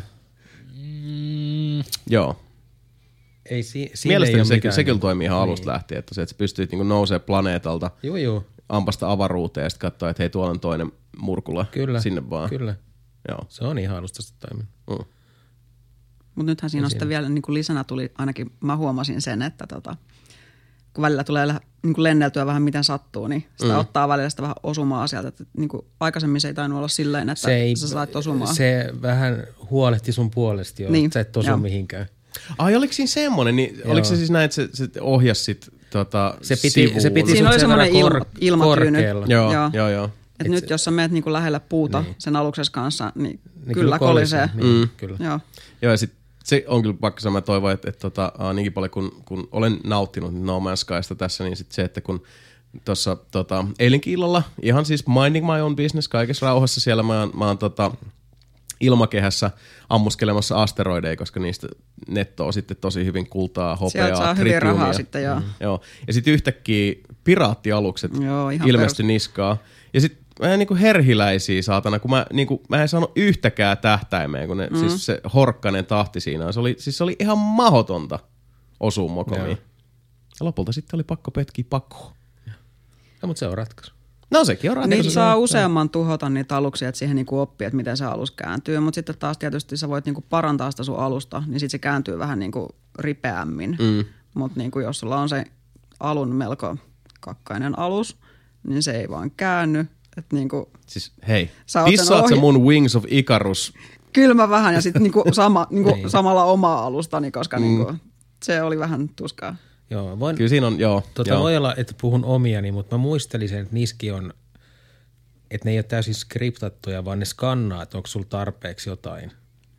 Mm. Joo. Ei, si- mielestäni se, mitään, se kyllä toimii ihan niin. alusta lähtien, että se, että sä pystyt niin nousemaan planeetalta, joo, joo. ampasta avaruuteen ja sitten katsoa, että hei, tuolla on toinen murkula kyllä, sinne vaan. Kyllä, Joo. Se on ihan alusta sitten toiminut. Mm. Mutta nythän siinä on sitten vielä niin kuin lisänä tuli, ainakin mä huomasin sen, että tota, kun välillä tulee niin kuin lenneltyä vähän miten sattuu, niin sitä mm. ottaa välillä sitä vähän osumaa sieltä. Että niin kuin aikaisemmin se ei tainnut olla silleen, että se ei, sä saat osumaan. Se vähän huolehti sun puolesta jo, niin. että sä et osu Joo. mihinkään. Ai, oliko siinä semmoinen? Niin, oliko se siis näin, että se, se ohjasi sit, tota, se piti, sivuun? Se piti siinä oli semmoinen kor- ilma, ilmatyyny. Joo, joo, joo. joo. Et nyt se, jos sä meet niinku lähellä puuta niin. sen aluksessa kanssa, niin, niin kyllä kolisee. kolisee. Niin, mm. kyllä. Joo. Joo, ja sit se on kyllä pakko sanoa, mä toivon, että, että tota, niinkin paljon kun, kun olen nauttinut No Man's Skysta tässä, niin sit se, että kun tuossa tota, eilenkin illalla, ihan siis minding my own business, kaikessa rauhassa siellä mä oon, mä oon tota, ilmakehässä ammuskelemassa asteroideja, koska niistä nettoo sitten tosi hyvin kultaa, hopeaa, sieltä saa hyvin rahaa sitten, joo. Mm. joo. Ja sitten yhtäkkiä piraattialukset joo, ilmestyi niskaa. Ja sitten mä niinku herhiläisiä saatana, kun mä, niinku, mä en saanut yhtäkään tähtäimeen, kun ne, mm. siis se horkkainen tahti siinä. Se oli, siis se oli ihan mahdotonta osua mokomiin. Ja lopulta sitten oli pakko petkiä pakoon. No, mutta se on ratkaisu. No sekin on ratkaisu. Niitä saa useamman tuhota niitä aluksia, että siihen niinku oppii, että miten se alus kääntyy. Mutta sitten taas tietysti sä voit niinku parantaa sitä sun alusta, niin sitten se kääntyy vähän niinku ripeämmin. Mm. Mutta niinku jos sulla on se alun melko kakkainen alus, niin se ei vaan käänny. Että niinku, siis hei, pissaat sä mun Wings of Icarus? Kylmä vähän ja sitten niinku sama, niinku samalla omaa alustani, koska mm. niinku, se oli vähän tuskaa. Joo, voin, kyllä siinä on, joo. Tota joo. Voi olla, että puhun omiani, mutta mä muistelisin, että niissäkin on, että ne ei ole täysin skriptattuja, vaan ne skannaa, että onko sulla tarpeeksi jotain.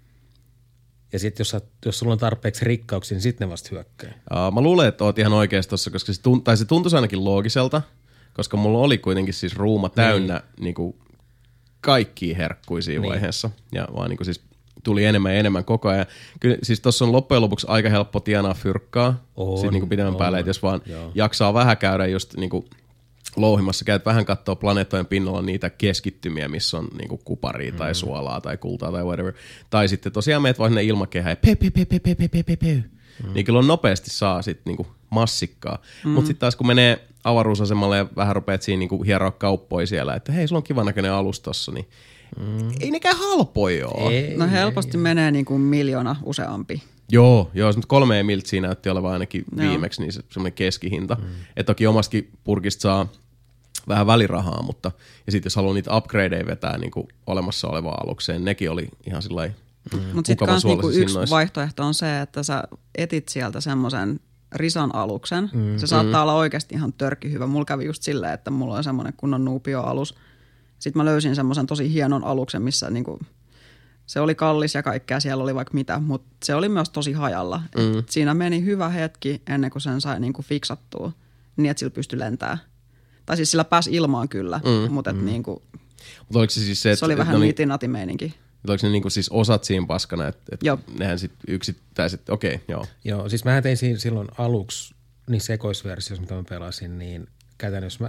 Ja sitten jos, jos sulla on tarpeeksi rikkauksia, niin sitten ne vasta hyökkää. Aa, mä luulen, että oot ihan oikeassa tossa, koska se, tunt, tai se tuntuisi ainakin loogiselta, koska mulla oli kuitenkin siis ruuma täynnä niin. Niinku kaikkia herkkuisia niin. vaiheessa. Ja vaan niinku siis tuli enemmän ja enemmän koko ajan. Kyllä siis tossa on loppujen lopuksi aika helppo tienaa fyrkkaa. On, sitten niinku pidemmän on, päälle, että jos vaan joo. jaksaa vähän käydä just niinku louhimassa, käyt vähän katsoa planeettojen pinnalla niitä keskittymiä, missä on niinku kuparia mm. tai suolaa tai kultaa tai whatever. Tai sitten tosiaan meet vaan sinne ilmakehään ja pe, pe, pe, pe, pe, pe, pe, pe, pe. Mm. Niin kyllä on nopeasti saa sit niinku massikkaa. Mm. Mutta sitten taas kun menee avaruusasemalle ja vähän rupeat siinä niinku hieroa kauppoja siellä, että hei, sulla on kivan näköinen alus tossa, niin mm. ei nekään halpoja ole. Ei, no helposti ei. menee niinku miljoona useampi. Joo, joo, semmoista kolmea miltsiä näytti olevan ainakin viimeksi, niin se, semmoinen keskihinta. Mm. Että toki omastakin purkista saa vähän välirahaa, mutta ja sitten jos haluaa niitä upgradeja vetää niinku olemassa olevaan alukseen, nekin oli ihan sillai mm. Mutta sitten kans niinku yksi vaihtoehto on se, että sä etit sieltä semmoisen risan aluksen. Mm. Se saattaa mm. olla oikeasti ihan törkki hyvä. Mulla kävi just silleen, että mulla on semmoinen kunnon nuupio-alus. Sitten mä löysin semmoisen tosi hienon aluksen, missä niinku, se oli kallis ja kaikkea, siellä oli vaikka mitä, mutta se oli myös tosi hajalla. Mm. Et siinä meni hyvä hetki ennen kuin sen sai niinku fiksattua, niin että sillä pystyi lentämään. Tai siis sillä pääsi ilmaan kyllä, mm. mutta mm. niinku, Mut oliko se, siis se, et, se oli et, vähän no niin, nitinati meininki. Oliko ne niinku siis osat siinä paskana, että et nehän sitten yksittäiset, okei, okay, joo. Joo, siis mä tein silloin aluksi niin sekoisversiossa, mitä mä pelasin, niin käytännössä mä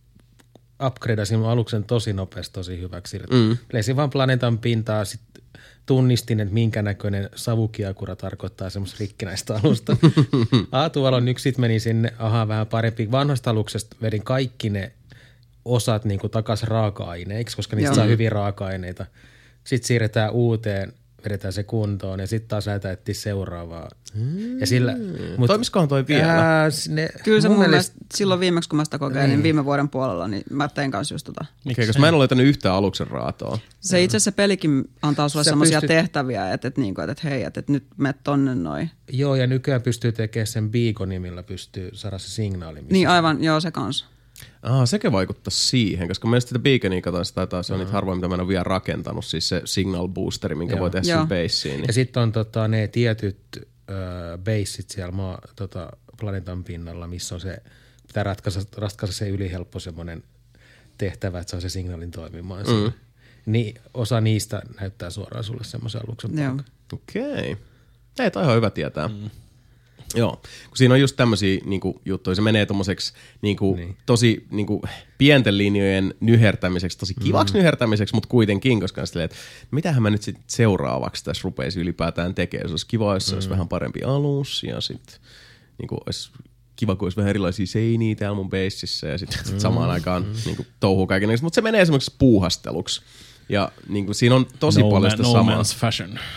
upgradeasin mun aluksen tosi nopeasti, tosi hyväksi. Mm. Leisin vaan planeetan pintaa, sitten tunnistin, että minkä näköinen savukiakura tarkoittaa semmoista rikkinäistä alusta. ah, tuolla on yksi, sit meni sinne, aha, vähän parempi. Vanhasta aluksesta vedin kaikki ne osat niin kuin takaisin raaka-aineiksi, koska niistä Joo. saa hyviä raaka-aineita. Sitten siirretään uuteen, vedetään se kuntoon ja sitten taas lähdetään etsiä seuraavaa. Hmm. Ja sillä, mut, toimiskohan toi vielä? Ää, ne, Kyllä se mun mielestä, mielestä silloin viimeksi, kun mä sitä kokeilin niin. viime vuoden puolella, niin mä tein kanssa just tota. Okei, koska mä en ole löytänyt yhtään aluksen raatoa. Se itse asiassa se pelikin antaa sulle semmoisia pystyt... tehtäviä, että, että, että, että hei, että, että nyt me tonne noin. Joo, ja nykyään pystyy tekemään sen beaconimilla, pystyy saada se signaali. Niin aivan, joo se kanssa. Ah, sekä vaikuttaa siihen, koska mielestäni sitä beaconia katsoin, se taitaa se on niitä harvoin, mitä mä en ole vielä rakentanut, siis se signal boosteri, minkä Joo. voi tehdä sen baseen. Niin. Ja sitten on tota, ne tietyt äh, baseit siellä maa, tota, planeetan pinnalla, missä on se, pitää ratkaista, ratkaista se ylihelppo semmoinen tehtävä, että saa se signaalin toimimaan. Mm. Niin osa niistä näyttää suoraan sulle semmoisen aluksen paikan. Okei. Okay. Ei, toi on hyvä tietää. Mm. Joo, kun siinä on just tämmöisiä niinku, juttuja, se menee tommoseksi niinku, niin. tosi niinku, pienten linjojen nyhertämiseksi, tosi kivaksi mm. nyhertämiseksi, mutta kuitenkin, koska on silleen, että mitähän mä nyt sitten seuraavaksi tässä rupeisi ylipäätään tekemään. Se olisi kiva, jos se olisi mm. vähän parempi alus ja sitten niinku, olisi kiva, kun olisi vähän erilaisia seiniä täällä mun beississä ja sitten mm. samaan aikaan mm. niinku, touhuu kaiken. Mutta se menee esimerkiksi puuhasteluksi ja niinku, siinä on tosi no paljon sitä no samaa. Man's fashion.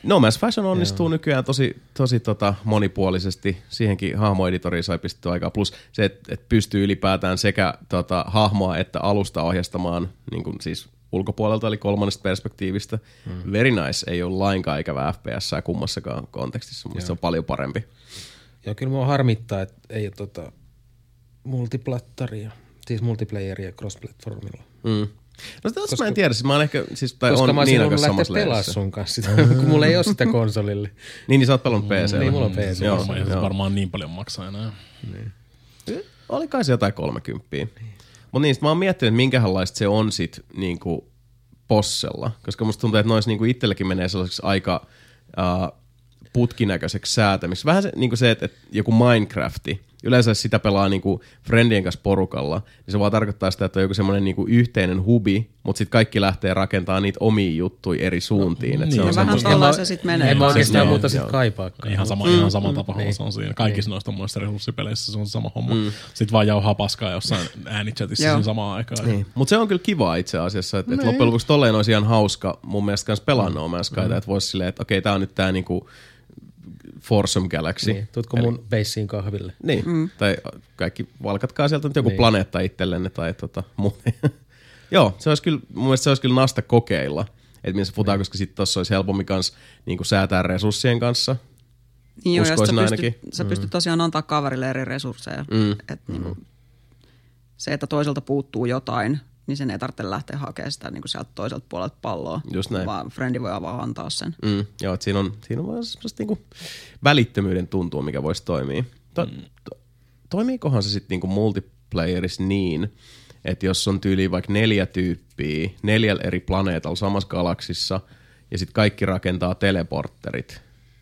No Man's Fashion onnistuu nykyään tosi, tosi tota monipuolisesti. Siihenkin hahmoeditoriin sai pistettyä aikaa. Plus se, että et pystyy ylipäätään sekä tota hahmoa että alusta ohjastamaan niin kuin siis ulkopuolelta, eli kolmannesta perspektiivistä. Mm. Very nice. Ei ole lainkaan ikävä F P S kummassakaan kontekstissa. Mielestäni se on paljon parempi. Joo, kyllä mua harmittaa, että ei ole tota multiplattaria, siis multiplayeria cross-platformilla. Mm. No sitä koska, mä en tiedä, siis mä oon ehkä, siis, tai koska on mä niin silloin lähteä pelaa sun kanssa sitä, kun mulla ei ole sitä konsolille. Niin, niin sä oot pelannut P C:llä. Niin, mulla on P C. Joo, joo. Ei se varmaan niin paljon maksaa enää. Niin. Oli kai se jotain kolmekymppiä. Niin. Mutta niin, sit mä oon miettinyt, että minkälaista se on sit niinku possella, koska musta tuntuu, että nois niinku itsellekin menee sellaiseksi aika uh, putkinäköiseksi säätämiksi. Vähän se, niinku se että, että joku Minecrafti, yleensä sitä pelaa niinku friendien kanssa porukalla, niin se vaan tarkoittaa sitä, että on joku semmoinen niinku yhteinen hubi, mutta sitten kaikki lähtee rakentamaan niitä omia juttuja eri suuntiin. No, niin, se on vähän tollaan se sitten menee. En mä oikeastaan muuta sitten kaipaakaan. Ihan sama, mm. ihan sama tapa mm. se on siinä. Kaikissa niin. noista muista resurssipeleissä se on sama homma. Mm. Sitten vaan jauhaa paskaa jossain äänichatissa siinä samaan aikaan. Niin. Mutta se on kyllä kiva itse asiassa, että et loppujen lopuksi tolleen olisi ihan hauska mun mielestä kans pelaa mm. No Man's Skyta, mm. että voisi silleen, että okei, tää on nyt tää niinku Forsum Galaxy. Niin, tuutko mun Eli, beissiin kahville? Niin, mm. tai kaikki valkatkaa sieltä nyt joku niin. planeetta itsellenne tai tota muuta. Joo, se olisi kyllä, mun mielestä se olisi kyllä nasta kokeilla, että minä se futaa, niin. koska sitten tuossa olisi helpommin kans niinku säätää resurssien kanssa. Niin joo, ja sä pystyt, sä pystyt tosiaan antaa kaverille eri resursseja. Mm. Et niinku, se, että toiselta puuttuu jotain, niin sen ei tarvitse lähteä hakemaan sitä niin kuin sieltä toiselta puolelta palloa, vaan friendi voi vaan antaa sen. Mm, joo, että siinä on, siinä on vaan semmoista niin kuin välittömyyden tuntua, mikä voisi toimia. To, to, toimiikohan se sitten niin kuin multiplayerissa niin, että jos on tyyliin vaikka neljä tyyppiä, neljällä eri planeetalla samassa galaksissa, ja sitten kaikki rakentaa teleportterit,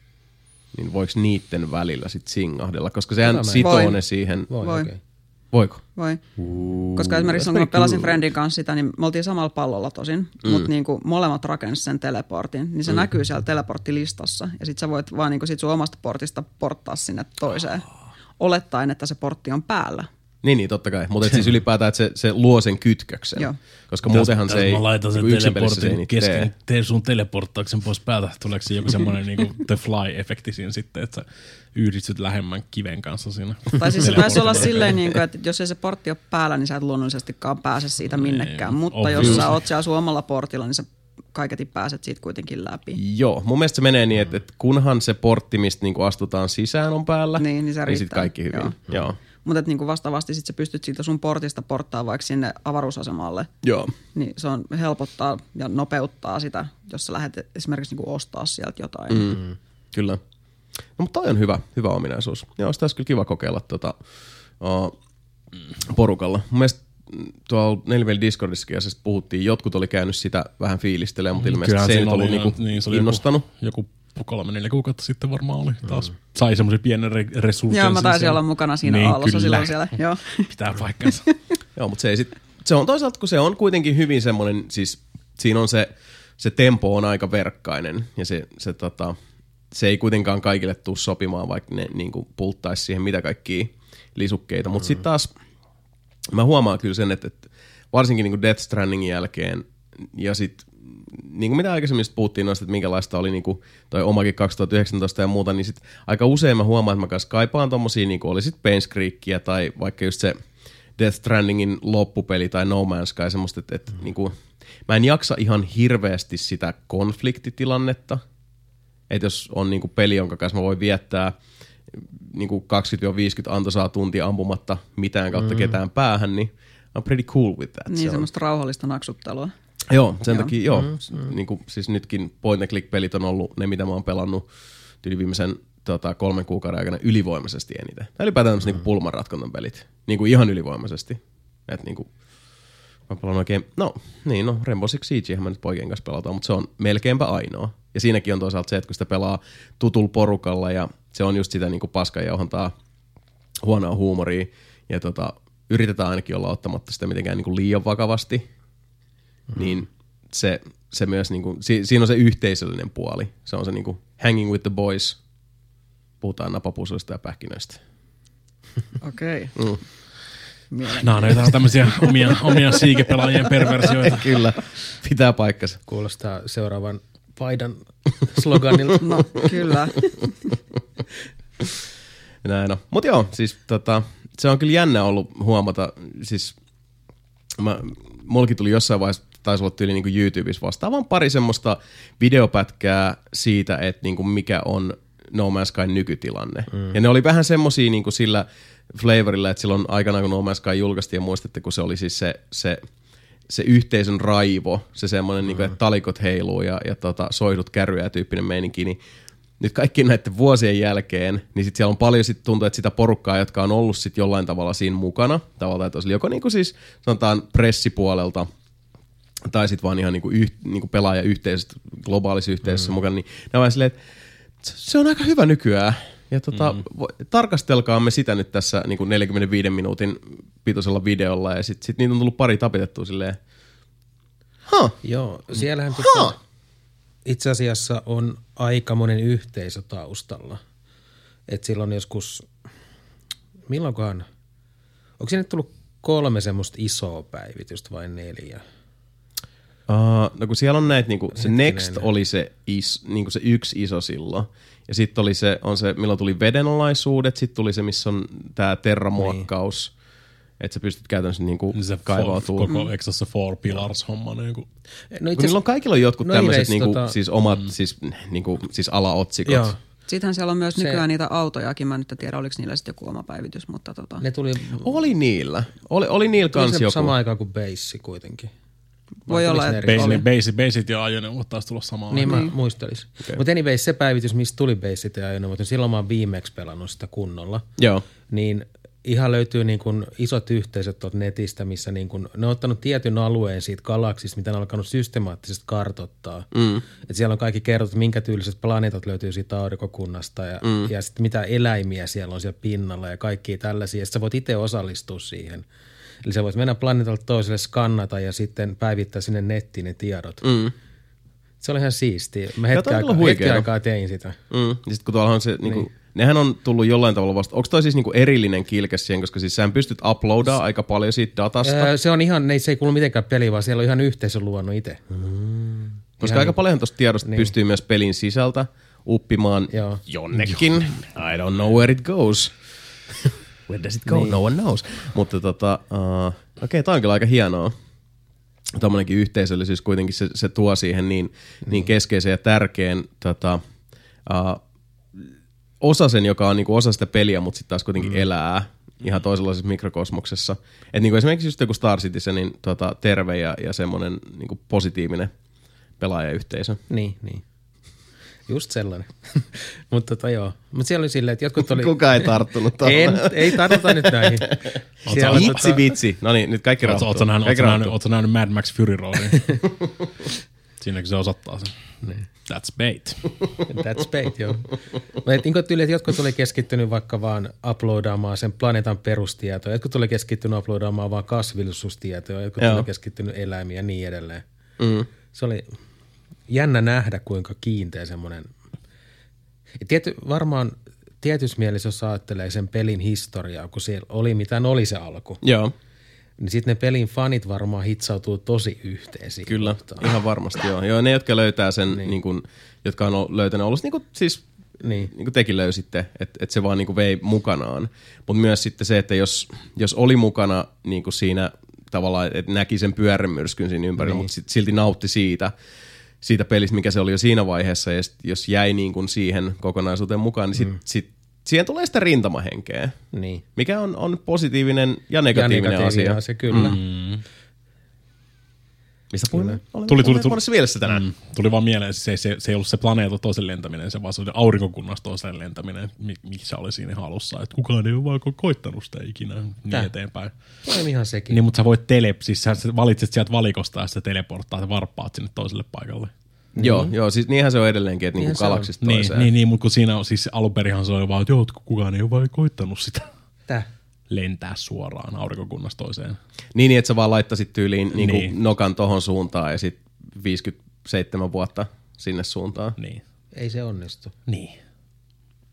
niin voiko niiden välillä sitten singahdella? Koska sehän sitoo voi. ne siihen. Voi, voi. Okay. Voiko? Voi. Uh, Koska esimerkiksi kun mä pelasin cool. friendin kanssa sitä, niin me oltiin samalla pallolla tosin, mm. mutta niin kuin molemmat rakensivat sen teleportin, niin se mm. näkyy siellä teleporttilistassa. Ja sit sä voit vaan niin kuin sit sun omasta portista porttaa sinne toiseen, olettaen, että se portti on päällä. Niin, niin, totta kai. Mutta siis ylipäätään, että se, se luo sen kytköksen. Joo. Koska täs, muutenhan täs se ei... Mä laitan sen teleportin kesken, tee sun teleporttauksen pois päältä. Tuleeko se joku semmoinen niinku The Fly-efekti siinä sitten, että sä yhdistyt lähemmän kiven kanssa siinä? Tai siis se taisi olla silleen, niin kuin, että jos ei se portti ole päällä, niin sä et luonnollisestikaan pääse siitä minnekään. Mutta obvious. Jos sä oot siellä sun omalla portilla, niin sä kaiketi pääset siitä kuitenkin läpi. Joo, mun mielestä se menee niin, että, että kunhan se portti, mistä niinku astutaan sisään on päällä, niin, niin, niin sitten kaikki hyvin. Joo. Joo. Mutta niinku vastaavasti sit sä pystyt siitä sun portista porttaa vaikka sinne avaruusasemalle. Joo. Niin se on helpottaa ja nopeuttaa sitä, jos sä lähdet esimerkiksi niinku ostaa sieltä jotain. Mm. Kyllä. No mutta toi on hyvä, hyvä ominaisuus. Joo, sitä olisi kyllä kiva kokeilla tota, uh, porukalla. Mun mielestä tuolla Neliveli Discordissakin asiasta puhuttiin, jotkut oli käynyt sitä vähän fiilistelemään, mutta ilmeisesti Kyllähän se ei ollut niinku niin, innostanut. Joku, joku kolme, neljä kuukautta sitten varmaan oli taas. Mm. Sai semmoisen pienen re- resurssin. Joo, mä taisin siellä olla mukana siinä niin, aallossa silloin siellä. Joo. Pitää paikkansa. Joo, mutta se ei sit, se on toisaalta, kun se on kuitenkin hyvin semmoinen, siis siinä on se, se tempo on aika verkkainen ja se, se, tota, se ei kuitenkaan kaikille tule sopimaan, vaikka ne niin kuin pulttaisi siihen mitä kaikkia lisukkeita. Mutta mm. sitten taas mä huomaan kyllä sen, että, että varsinkin niin kuin Death Strandingin jälkeen ja sitten niin kuin mitä aikaisemmin puhuttiin noista, että minkälaista oli niin kuin toi omakin kaksituhattayhdeksäntoista ja muuta, niin sit aika usein mä huomaan, että mä kanssa kaipaan tommosia, niin kuin oli sit Pain's Creekia tai vaikka just se Death Strandingin loppupeli tai No Man's Sky, semmoista, että, että mm. niin kuin, mä en jaksa ihan hirveästi sitä konfliktitilannetta, että jos on niin kuin peli, jonka kanssa mä voin viettää niin kuin kaksikymmentä viisikymmentä antoisaa tuntia ampumatta mitään kautta mm. ketään päähän, niin I'm pretty cool with that. Niin, se semmoista on rauhallista naksuttelua. Joo, sen joo. takia joo. Mm, mm. Niin kuin, siis nytkin point and click pelit on ollut ne, mitä mä oon pelannut yli viimeisen tota, kolmen kuukauden aikana ylivoimaisesti eniten. Tai ylipäätään tämmöiset mm. niin pulmanratkonnan pelit. Niin kuin ihan ylivoimaisesti. Että niin kuin, mä pelaan oikein, no niin, no Rainbow Six Siegehän mä nyt poikien kanssa pelataan, mutta se on melkeinpä ainoa. Ja siinäkin on toisaalta se, että kun sitä pelaa tutulla porukalla ja se on just sitä niin kuin paskanjauhantaa, huonoa huumoria ja tota, yritetään ainakin olla ottamatta sitä mitenkään niin kuin liian vakavasti. Mm-hmm. Niin se, se myös niinku, si, siinä on se yhteisöllinen puoli. Se on se niinku hanging with the boys. Puhutaan napapusuista ja pähkinöistä. Okei. Okay. Mm. Nämä on jotain tämmöisiä omia, omia siikepelaajien perversioita. Kyllä, pitää paikkansa. Kuulostaa seuraavan paidan sloganilta. No kyllä. Näin no. Mut joo, siis tota, se on kyllä jännä ollut huomata, siis mä, mullakin tuli jossain vaiheessa, taisi olla tyyli niin kuin YouTubessa vastaavan pari semmoista videopätkää siitä, että niin kuin mikä on No Man's Skyn nykytilanne. Mm. Ja ne oli vähän semmosia niin kuin sillä flavorilla, että silloin aikanaan kun No Man's Sky julkaistiin ja muistatte, kun se oli siis se, se, se yhteisön raivo, se semmoinen, mm. niin kuin, että talikot heiluu ja, ja tota, soidut kärryjä tyyppinen meininki, niin nyt kaikki näiden vuosien jälkeen, niin sit siellä on paljon sit tuntuu, että sitä porukkaa, jotka on ollut sit jollain tavalla siinä mukana, tavallaan, että olisi joko niinku siis sanotaan pressipuolelta, tai sitten vaan ihan niinku yh, niinku pelaajayhteisöstä, globaalissa yhteisössä mm. mukana, niin ne on vähän silleen, että se on aika hyvä nykyään. Ja tota, mm. tarkastelkaamme sitä nyt tässä niinku neljänkymmenenviiden minuutin pitoisella videolla, ja sitten sit niitä on tullut pari tapitettua silleen, huh. Joo, siellähän huh. itse asiassa on aikamoinen yhteisö taustalla. Että silloin joskus, milloinkohan, onko sinne tullut kolme semmoista isoa päivitystä vai neljä? Uh, no kun siellä on näitä, niinku, se Next oli se, is, niinku se yksi iso silloin. Ja sitten oli se, on se, milloin tuli vedenalaisuudet, sitten tuli se, missä on tää terramuokkaus. Niin. Että sä pystyt käytännössä niinku kaivautuu. Koko, eikö se Four Pillars-homma? Niinku? No kun niillä on kaikilla on jotkut no tämmöiset niinku, tota, siis omat mm. siis, niinku, siis alaotsikot. Joo. Sittenhän siellä on myös se, nykyään niitä autojakin. Mä nyt en tiedä, oliko niillä sitten joku oma päivitys, mutta tota. Ne tuli, oli niillä. Oli, oli niillä kans joku. Sama aikaan kuin Base kuitenkin. Voi olla, että Base, Baseit ja ajoneuvot taas tulla samaan niin aikaan. Niin mä muistelisin. Okay. Mutta anyway, se päivitys, mistä tuli Baseit ja ajoneuvot, niin silloin mä oon viimeksi pelannut sitä kunnolla. Joo. Niin ihan löytyy niin kuin isot yhteisöt tuolta netistä, missä niin kuin, ne on ottanut tietyn alueen siitä galaksista, mitä ne on alkanut systemaattisesti kartoittaa. Mm. Että siellä on kaikki kerrottu, minkä tyyliset planeetat löytyy siitä aurinkokunnasta ja, mm. ja sitten mitä eläimiä siellä on siellä pinnalla ja kaikkia tällaisia. Ja sitten sä voit itse osallistua siihen. Eli sä voit mennä planeetalta toiselle, skannata ja sitten päivittää sinne nettiin ne tiedot. Mm. Se oli ihan siistiä. Mä hetken aikaa, hetken aikaa tein sitä. Mm. Ja sitten kun tuolla on se, niin. Niinku, nehän on tullut jollain tavalla vasta. Onko toi siis niinku erillinen kilke siihen, koska siis sä pystyt uploadaa S- aika paljon siitä datasta? Öö, se on ihan, ne, se ei kuulu mitenkään peliin, vaan siellä on ihan yhteisö luonut itse. Mm. Koska ihan aika niin, paljon tuosta tiedosta niin. pystyy myös pelin sisältä uppimaan Joo. jonnekin. I don't know where it goes. Where does it go? Niin. No one knows. Mutta tota, uh, okei, okay, tää on kyllä aika hienoa. Tommonenkin yhteisöllisyys kuitenkin se, se tuo siihen niin, niin. niin keskeisen ja tärkeän tota, uh, osasen, joka on niinku osa sitä peliä, mutta sitten taas kuitenkin mm. elää ihan toisenlaisessa mikrokosmoksessa. Että niinku esimerkiksi just joku Star Citizen, niin tota, terve ja, ja semmoinen niinku positiivinen pelaajayhteisö. Niin, niin. Just sellainen. Mutta tota joo. Mutta siellä oli silleen, että jotkut oli... Kuka ei tarttunut tuolla. En, ei tartuta nyt näihin. Vitsi, tota... vitsi. No niin, nyt kaikki rauhoittuu. Ootko nähnyt, nähnyt, nähnyt Mad Max Fury Roadin? Siinäkin se osoittaa sen. Niin. That's bait. That's bait, joo. Mutta niin tyyli, että jotkut oli keskittynyt vaikka vaan uploadaamaan sen planeetan perustietoa. Jotkut oli keskittynyt uploadaamaan vaan kasvillisuustietoa. Jotkut oli keskittynyt eläimiä ja niin edelleen. Mm. Se oli... jännä nähdä, kuinka kiinteä semmoinen. Tiety, varmaan tietyssä mielessä, jos ajattelee sen pelin historiaa, kun siellä oli mitä oli se alku. Joo. Niin sitten ne pelin fanit varmaan hitsautuu tosi yhteen siinä. Kyllä, kohtaan. Ihan varmasti joo. Joo, ne, jotka löytää sen, niin. Niin kun, jotka on löytänyt ollut, niin kuin siis niin. Niin kuin tekin löysitte, että et se vaan niin kuin vei mukanaan. Mutta myös sitten se, että jos, jos oli mukana niin kuin siinä tavallaan, että näki sen pyörremyrskyn siinä ympärillä, niin. Mutta sit, silti nautti siitä, siitä pelistä, mikä se oli jo siinä vaiheessa, ja sit, jos jäi niin kuin siihen kokonaisuuteen mukaan, niin sit, mm. sit, siihen tulee sitä rintamahenkeä, niin. Mikä on, on positiivinen ja negatiivinen, ja negatiivinen asia. asia. Kyllä. Mm. Mistä puhumme? Tuli, tuli, tuli, tänään. Mm, tuli vaan mieleen, se, se, se ei ollut se planeetan toisen lentäminen, se vaan se oli aurinkokunnasta toisen lentäminen, missä oli siinä alussa. Että kukaan ei ole vaan koittanut sitä ikinä niin eteenpäin. Toimi ihan sekin. Niin, mutta sä voit tele, siis sä valitset sieltä valikosta ja sä teleporttaa ja varppaat sinne toiselle paikalle. Mm. Joo, joo, siis niinhän se on edelleenkin, että niinku galaksista toiseen. Niin, niin, mutta kun siinä on, siis alunperinhan se oli vaan, että joo, kukaan ei ole vaan koittanut sitä. Tää? Lentää suoraan aurinkokunnasta toiseen. Niin, niin, että sä vaan laittaisit tyyliin niin niin. nokan tohon suuntaan ja sitten viisikymmentäseitsemän vuotta sinne suuntaan. Niin. Ei se onnistu. Niin.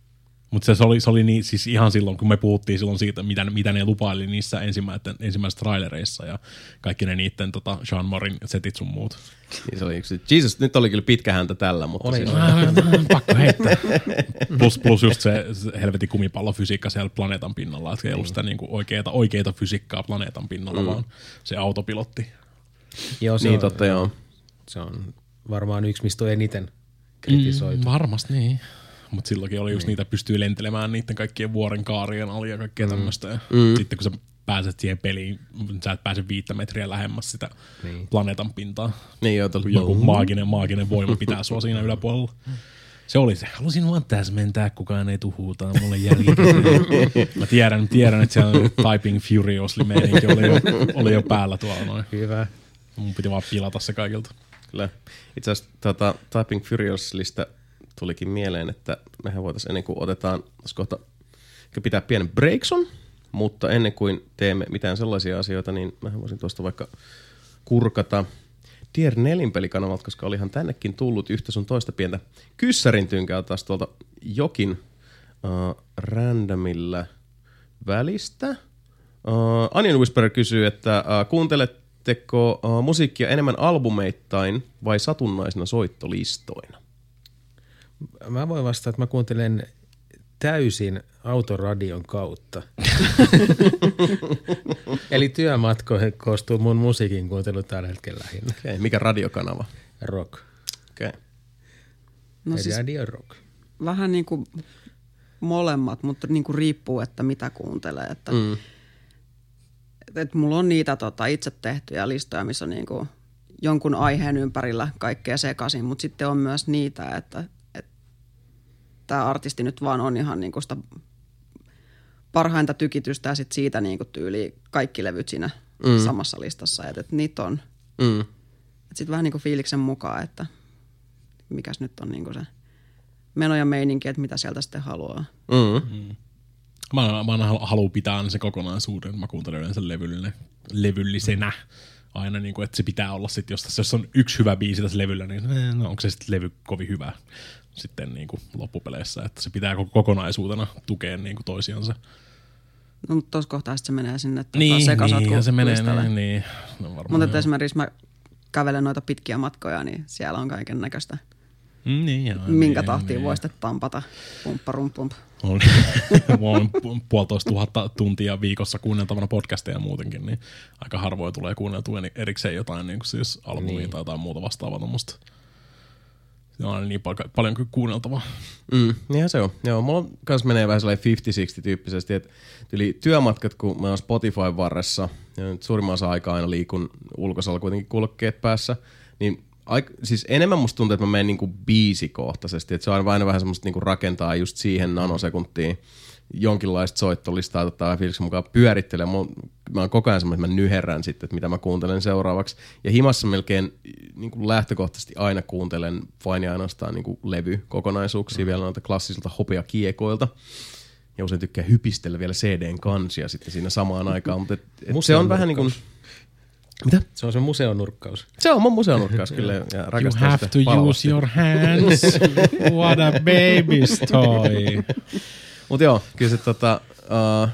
Mutta se oli, se oli niin, siis ihan silloin, kun me puhuttiin silloin siitä, mitä, mitä ne lupaili niissä ensimmäisissä trailereissa ja kaikki ne niiden tota, Sean Morin setit sun muut. Niin se oli yksi. Jesus, nyt oli kyllä pitkä häntä tällä, mutta... Oli, siis... Pakko heittää. Plus, plus just se, se helvetin kumipallofysiikka siellä planeetan pinnalla, että ei ollut sitä niinku oikeita, oikeita fysiikkaa planeetan pinnalla, mm. vaan se autopilotti. Joo, se niin on, totta joo. Se on varmaan yksi, mistä on eniten kritisoitu. Mm, varmasti niin. Mutta silloinkin oli just niin. Niitä pystyy lentelemään niiden kaikkien vuoren kaarien ali ja kaikkea mm. tämmöistä. Ja mm. sitten kun sä pääset siihen peliin, sä et pääse viittä metriä lähemmäs sitä niin. planeetan pintaa. Niin joo, joku maaginen, maaginen voima pitää sua siinä yläpuolella. Se oli se. Halusin vaan täsmentää, kukaan ei tuhuutaa mulle jälkikäteen. Mä tiedän, tiedän, että siellä Typing Furiously meininki oli jo, oli jo päällä tuolla noin. Hyvä. Mun piti vaan pilata se kaikilta. Kyllä. Itse asiassa tota, Typing Furiouslystä tulikin mieleen, että mehän voitaisiin ennen kuin otetaan kohta pitää pienen breakson, mutta ennen kuin teemme mitään sellaisia asioita, niin mähän voisin tuosta vaikka kurkata Tier neljä pelikanavalta, koska olihan tännekin tullut yhtä sun toista pientä kyssärin tynkää taas tuolta jokin uh, randomilla välistä. Uh, Onion Whisperer kysyy, että uh, kuunteletteko uh, musiikkia enemmän albumeittain vai satunnaisina soittolistoina? Mä voin vastata, että mä kuuntelen täysin autoradion kautta. Eli työmatkoihin koostuu mun musiikin kuuntelu tällä hetkellä lähinnä. Okay. Mikä radiokanava? Rock. Okei. Okay. No siis Radio Rock. Vähän niin kuin molemmat, mutta niin kuin riippuu, että mitä kuuntelee. Että, mm. että, että mulla on niitä tota, itse tehtyjä listoja, missä on niin kuin jonkun aiheen ympärillä kaikkea sekaisin, mutta sitten on myös niitä, että tämä artisti nyt vaan on ihan niinku sitä parhainta tykitystä ja sit siitä niinku tyyli kaikki levyt siinä mm. samassa listassa. Että et niitä on. Mm. Sitten vähän niinku fiiliksen mukaan, että mikäs nyt on niinku se meno ja meininki, että mitä sieltä sitten haluaa. Mm. Mm. Mä, mä aina haluan pitää sen kokonaisuuden. Mä kuuntelen yleensä levyllinen, levyllisenä. Aina niin kuin, että se pitää olla sitten, jos, jos on yksi hyvä biisi tässä levyllä, niin no, onko se sitten levy kovin hyvä sitten niin kuin loppupeleissä, että se pitää koko kokonaisuutena tukea niin kuin toisiansa. No, mutta tuossa kohtaa se menee sinne niin, sekasotku niin, se menee listalle. niin, niin. No, mutta että esimerkiksi mä kävelen noita pitkiä matkoja, niin siellä on kaiken näköistä. Mm, niin, joo, minkä niin, tahtiin niin. voi sitten tampata. Pumppa rum pump. On, on puolitoista tuhatta tuntia viikossa kuunneltavana podcasteja muutenkin, niin aika harvoin tulee kuunneltua erikseen jotain niin kuin siis albumia niin. tai jotain muuta vastaavaa tuommoista. Se on aina niin pal- paljon kuin kuunneltavaa. Mm, niinhän se on. Joo, mulla kans menee vähän sellainen viisikymmentä kuusikymmentä tyyppisesti, että yli työmatkat, kun mä oon Spotifyn varressa, ja nyt suurimman osa aikaa aina liikun ulkosalla kuitenkin kulkeet päässä, niin Aik, siis enemmän musta tuntuu, että mä menen niinku biisikohtaisesti, että se on aina vähän semmoista niinku rakentaa just siihen nanosekuntiin jonkinlaista soittolistaa, ottaa fiiliksen mukaan pyörittelee. Mä oon koko ajan semmoinen, että mä nyherrän sitten, että mitä mä kuuntelen seuraavaksi. Ja himassa melkein niinku lähtökohtaisesti aina kuuntelen vain ja ainoastaan niinku levykokonaisuuksia, mm. vielä noita klassisilta hopeakiekoilta. Ja usein tykkää hypistellä vielä C D:n kansia sitten siinä samaan aikaan, mutta et, et se on vähän niin kuin... Mitä? Se on se museonurkkaus. Se on mun museonurkkaus kyllä. Ja you have to palvasti. Use your hands. What a baby's toy. Mut joo, kyllä se tota... Uh,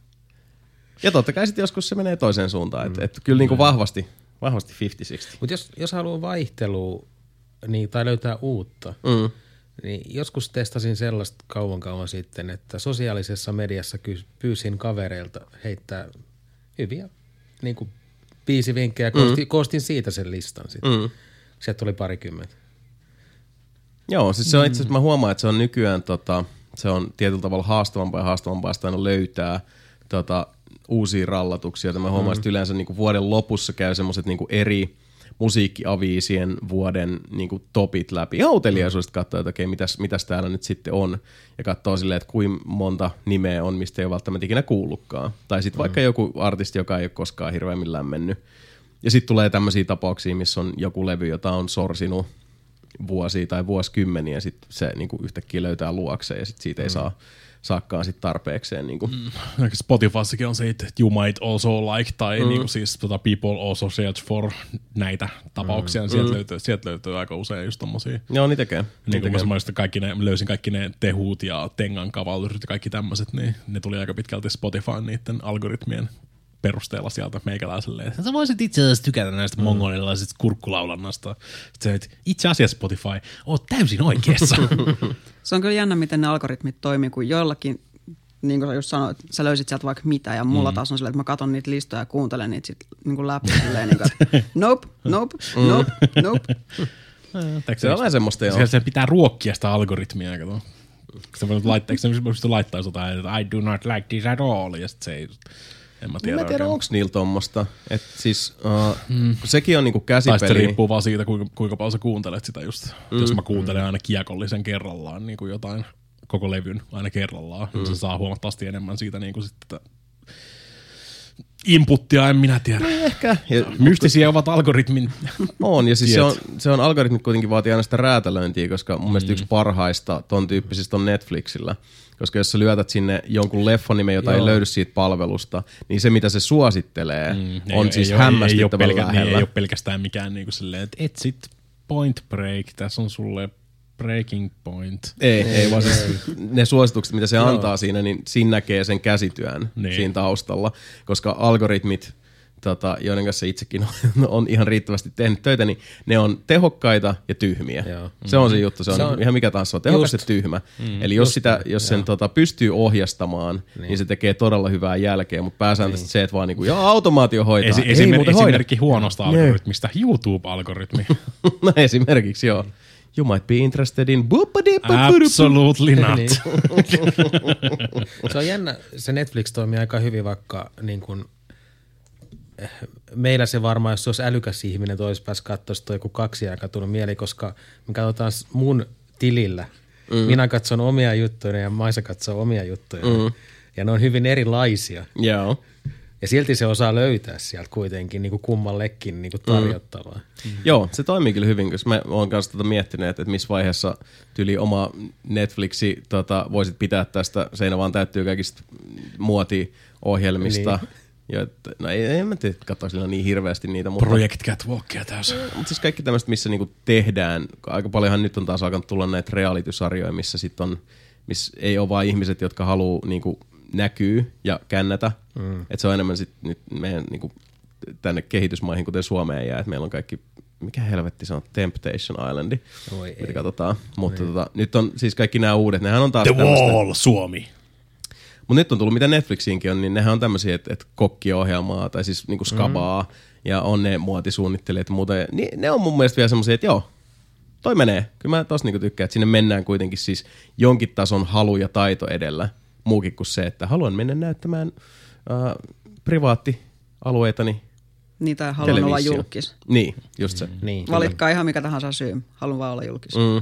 ja totta kai sitten joskus se menee toiseen suuntaan. Että et kyllä niinku vahvasti, vahvasti viisikymmentä kuusikymmentä. Mut jos, jos haluaa vaihtelua niin, tai löytää uutta, mm. niin joskus testasin sellaista kauan kauan sitten, että sosiaalisessa mediassa pyysin kavereilta heittää hyviä niinku biisivinkkejä, koostin, mm. koostin siitä sen listan sitten. Mm. Sieltä tuli parikymmentä. Joo, siis se on itse asiassa, mä huomaan, että se on nykyään, tota, se on tietyllä tavalla haastavampaa ja haastavampaa sitä aina löytää tota, uusia rallatuksia. Mä huomaan, mm. että yleensä niin kuin vuoden lopussa käy semmoiset niin kuin eri musiikkiaviisien vuoden niin kuin topit läpi. Ihan uteliaisuudesta katsoa, että okei, mitäs, mitäs täällä nyt sitten on. Ja katsoo silleen, että kuinka monta nimeä on, mistä ei ole välttämättä ikinä kuullutkaan. Tai sitten mm. vaikka joku artisti, joka ei ole koskaan hirveämmillään mennyt. Ja sitten tulee tämmöisiä tapauksia, missä on joku levy, jota on sorsinut vuosia tai vuosikymmeniä, sitten se niin kuin yhtäkkiä löytää luokseen ja sitten siitä ei mm. saa saakkaan sit tarpeekseen. Niin mm. Spotifyssakin on se, että you might also like, tai mm. niin siis tota, people also search for näitä tapauksia. Mm. Sieltä, mm. löytyy, sieltä löytyy aika usein just tommosia. Joo, niin tekee. Niin kuin mä kaikki ne, löysin kaikki ne tehut ja Tengan kavalryt ja kaikki tämmöiset, niin ne tuli aika pitkälti Spotifyn niiden algoritmien perusteella sieltä meikäläiselle. Sä voisit itse asiassa tykätä näistä mm. mongolilaisista kurkkulaulannasta. Sitten itse asiassa Spotify, oot täysin oikeassa. Se on kyllä jännä, miten ne algoritmit toimii, kun joillakin, niin kuin sä just sanoit, sä löysit sieltä vaikka mitä, ja mulla mm. taas on silleen, että mä katson niitä listoja ja kuuntelen niitä sit niin kuin läpi silleen, niin kuin, että nope, nope, nope, nope. Se on vähän semmoista, joo. Se pitää ruokkia sitä algoritmia, kato. Sä voit laittaa, eikö sä pysty laittaa jotain, että I do not like this at all, ja sit se ei... En mä tiedä, mä tiedä onko niillä tommoista. Et siis, uh, mm. sekin on niinku käsipeli. Tai se riippuu vaan siitä, kuinka, kuinka paljon sä kuuntelet sitä just. Mm. Jos mä kuuntelen aina kiekollisen kerrallaan niin kuin jotain, koko levyn aina kerrallaan, mm. niin se saa huomattavasti enemmän siitä niin kuin sitten inputtia, en minä tiedä. No ehkä. Ja, mystisiä ovat algoritmin. On, ja siis se on, se on algoritmit kuitenkin vaatii aina sitä räätälöintiä, koska mun mm. mielestä yksi parhaista ton tyyppisistä on Netflixillä. Koska jos sä lyötät sinne jonkun leffon nimen, jota Joo. ei löydy siitä palvelusta, niin se mitä se suosittelee mm, on ei, siis ei, hämmästyttävän ei, ei lähellä. Niin, ei ole pelkästään mikään niin kuin silleen, että etsit Point Break, tässä on sulle Breaking Point. Ei, ei, ei vaan siis ne suositukset, mitä se antaa siinä, niin siinä näkee sen käsityön niin. siinä taustalla. Koska algoritmit, tota, joiden kanssa itsekin on, on ihan riittävästi tehnyt töitä, niin ne on tehokkaita ja tyhmiä. Joo. Se on se juttu, se on, se on ihan mikä tahansa, se on tehokas ja tyhmä. Mm, Eli jos, sitä, jos sen tota, pystyy ohjastamaan, niin. niin se tekee todella hyvää jälkeä, mutta pääsääntöisesti niin. se, että vaan niinku, joo, automaatio hoitaa. Esi- ei esimerkki esimerkki huonosta no. algoritmista, YouTube-algoritmi. No esimerkiksi joo. You might be interested in... Absolutely not. Se on jännä, se Netflix toimii aika hyvin, vaikka niin kuin meillä se varmaan, jos se olisi älykäs ihminen, toisi pääsi katsoa, sitten joku kaksi aikaa tullut mieli, koska me katsotaan mun tilillä. Mm. Minä katson omia juttuja ja Maisa katsoo omia juttuja. Mm. Ja ne on hyvin erilaisia. Joo. Ja silti se osaa löytää sieltä kuitenkin niin kuin kummallekin niin kuin tarjottavaa. Mm. Mm. Joo, se toimii kyllä hyvin, koska mä oon kanssa tota miettinyt, että missä vaiheessa tyli oma Netflixi tota, voisit pitää tästä, seinä vaan täyttyy kaikista muotiohjelmista. Niin. Ja, no ei, en mä tiedä, katsoa sillä niin hirveästi niitä. Mutta, Project Catwalkia täysin. Mutta siis kaikki tämmöistä, missä niinku tehdään, aika paljonhan nyt on taas alkanut tulla näitä reality-sarjoja, missä sit on, missä ei ole vaan ihmiset, jotka haluaa niinku näkyy ja kännätä. Mm. Että se on enemmän sit nyt meidän niinku tänne kehitysmaihin, kuten Suomeen jää, että meillä on kaikki, mikä helvetti se on, Temptation Islandi, mitä katsotaan. Mutta tota, nyt on siis kaikki nämä uudet, nehän on taas The Wall, Suomi. Mutta nyt on tullut, mitä Netflixiinkin on, niin nehän on tämmöisiä, että et kokkiohjelmaa tai siis niinku skabaa mm. ja on ne muotisuunnittelijat ja muuta. Ja, niin, ne on mun mielestä vielä semmoisia, että joo, toi menee. Kyllä mä tos niinku tykkään, että sinne mennään kuitenkin siis jonkin tason halu ja taito edellä. Muukin kuin se, että haluan mennä näyttämään äh, privaattialueitani. Niitä haluan olla julkis. Niin, just se. Mm. Niin, Valitkaa ihan mikä tahansa syy. Haluan vaan olla julkis. Mm.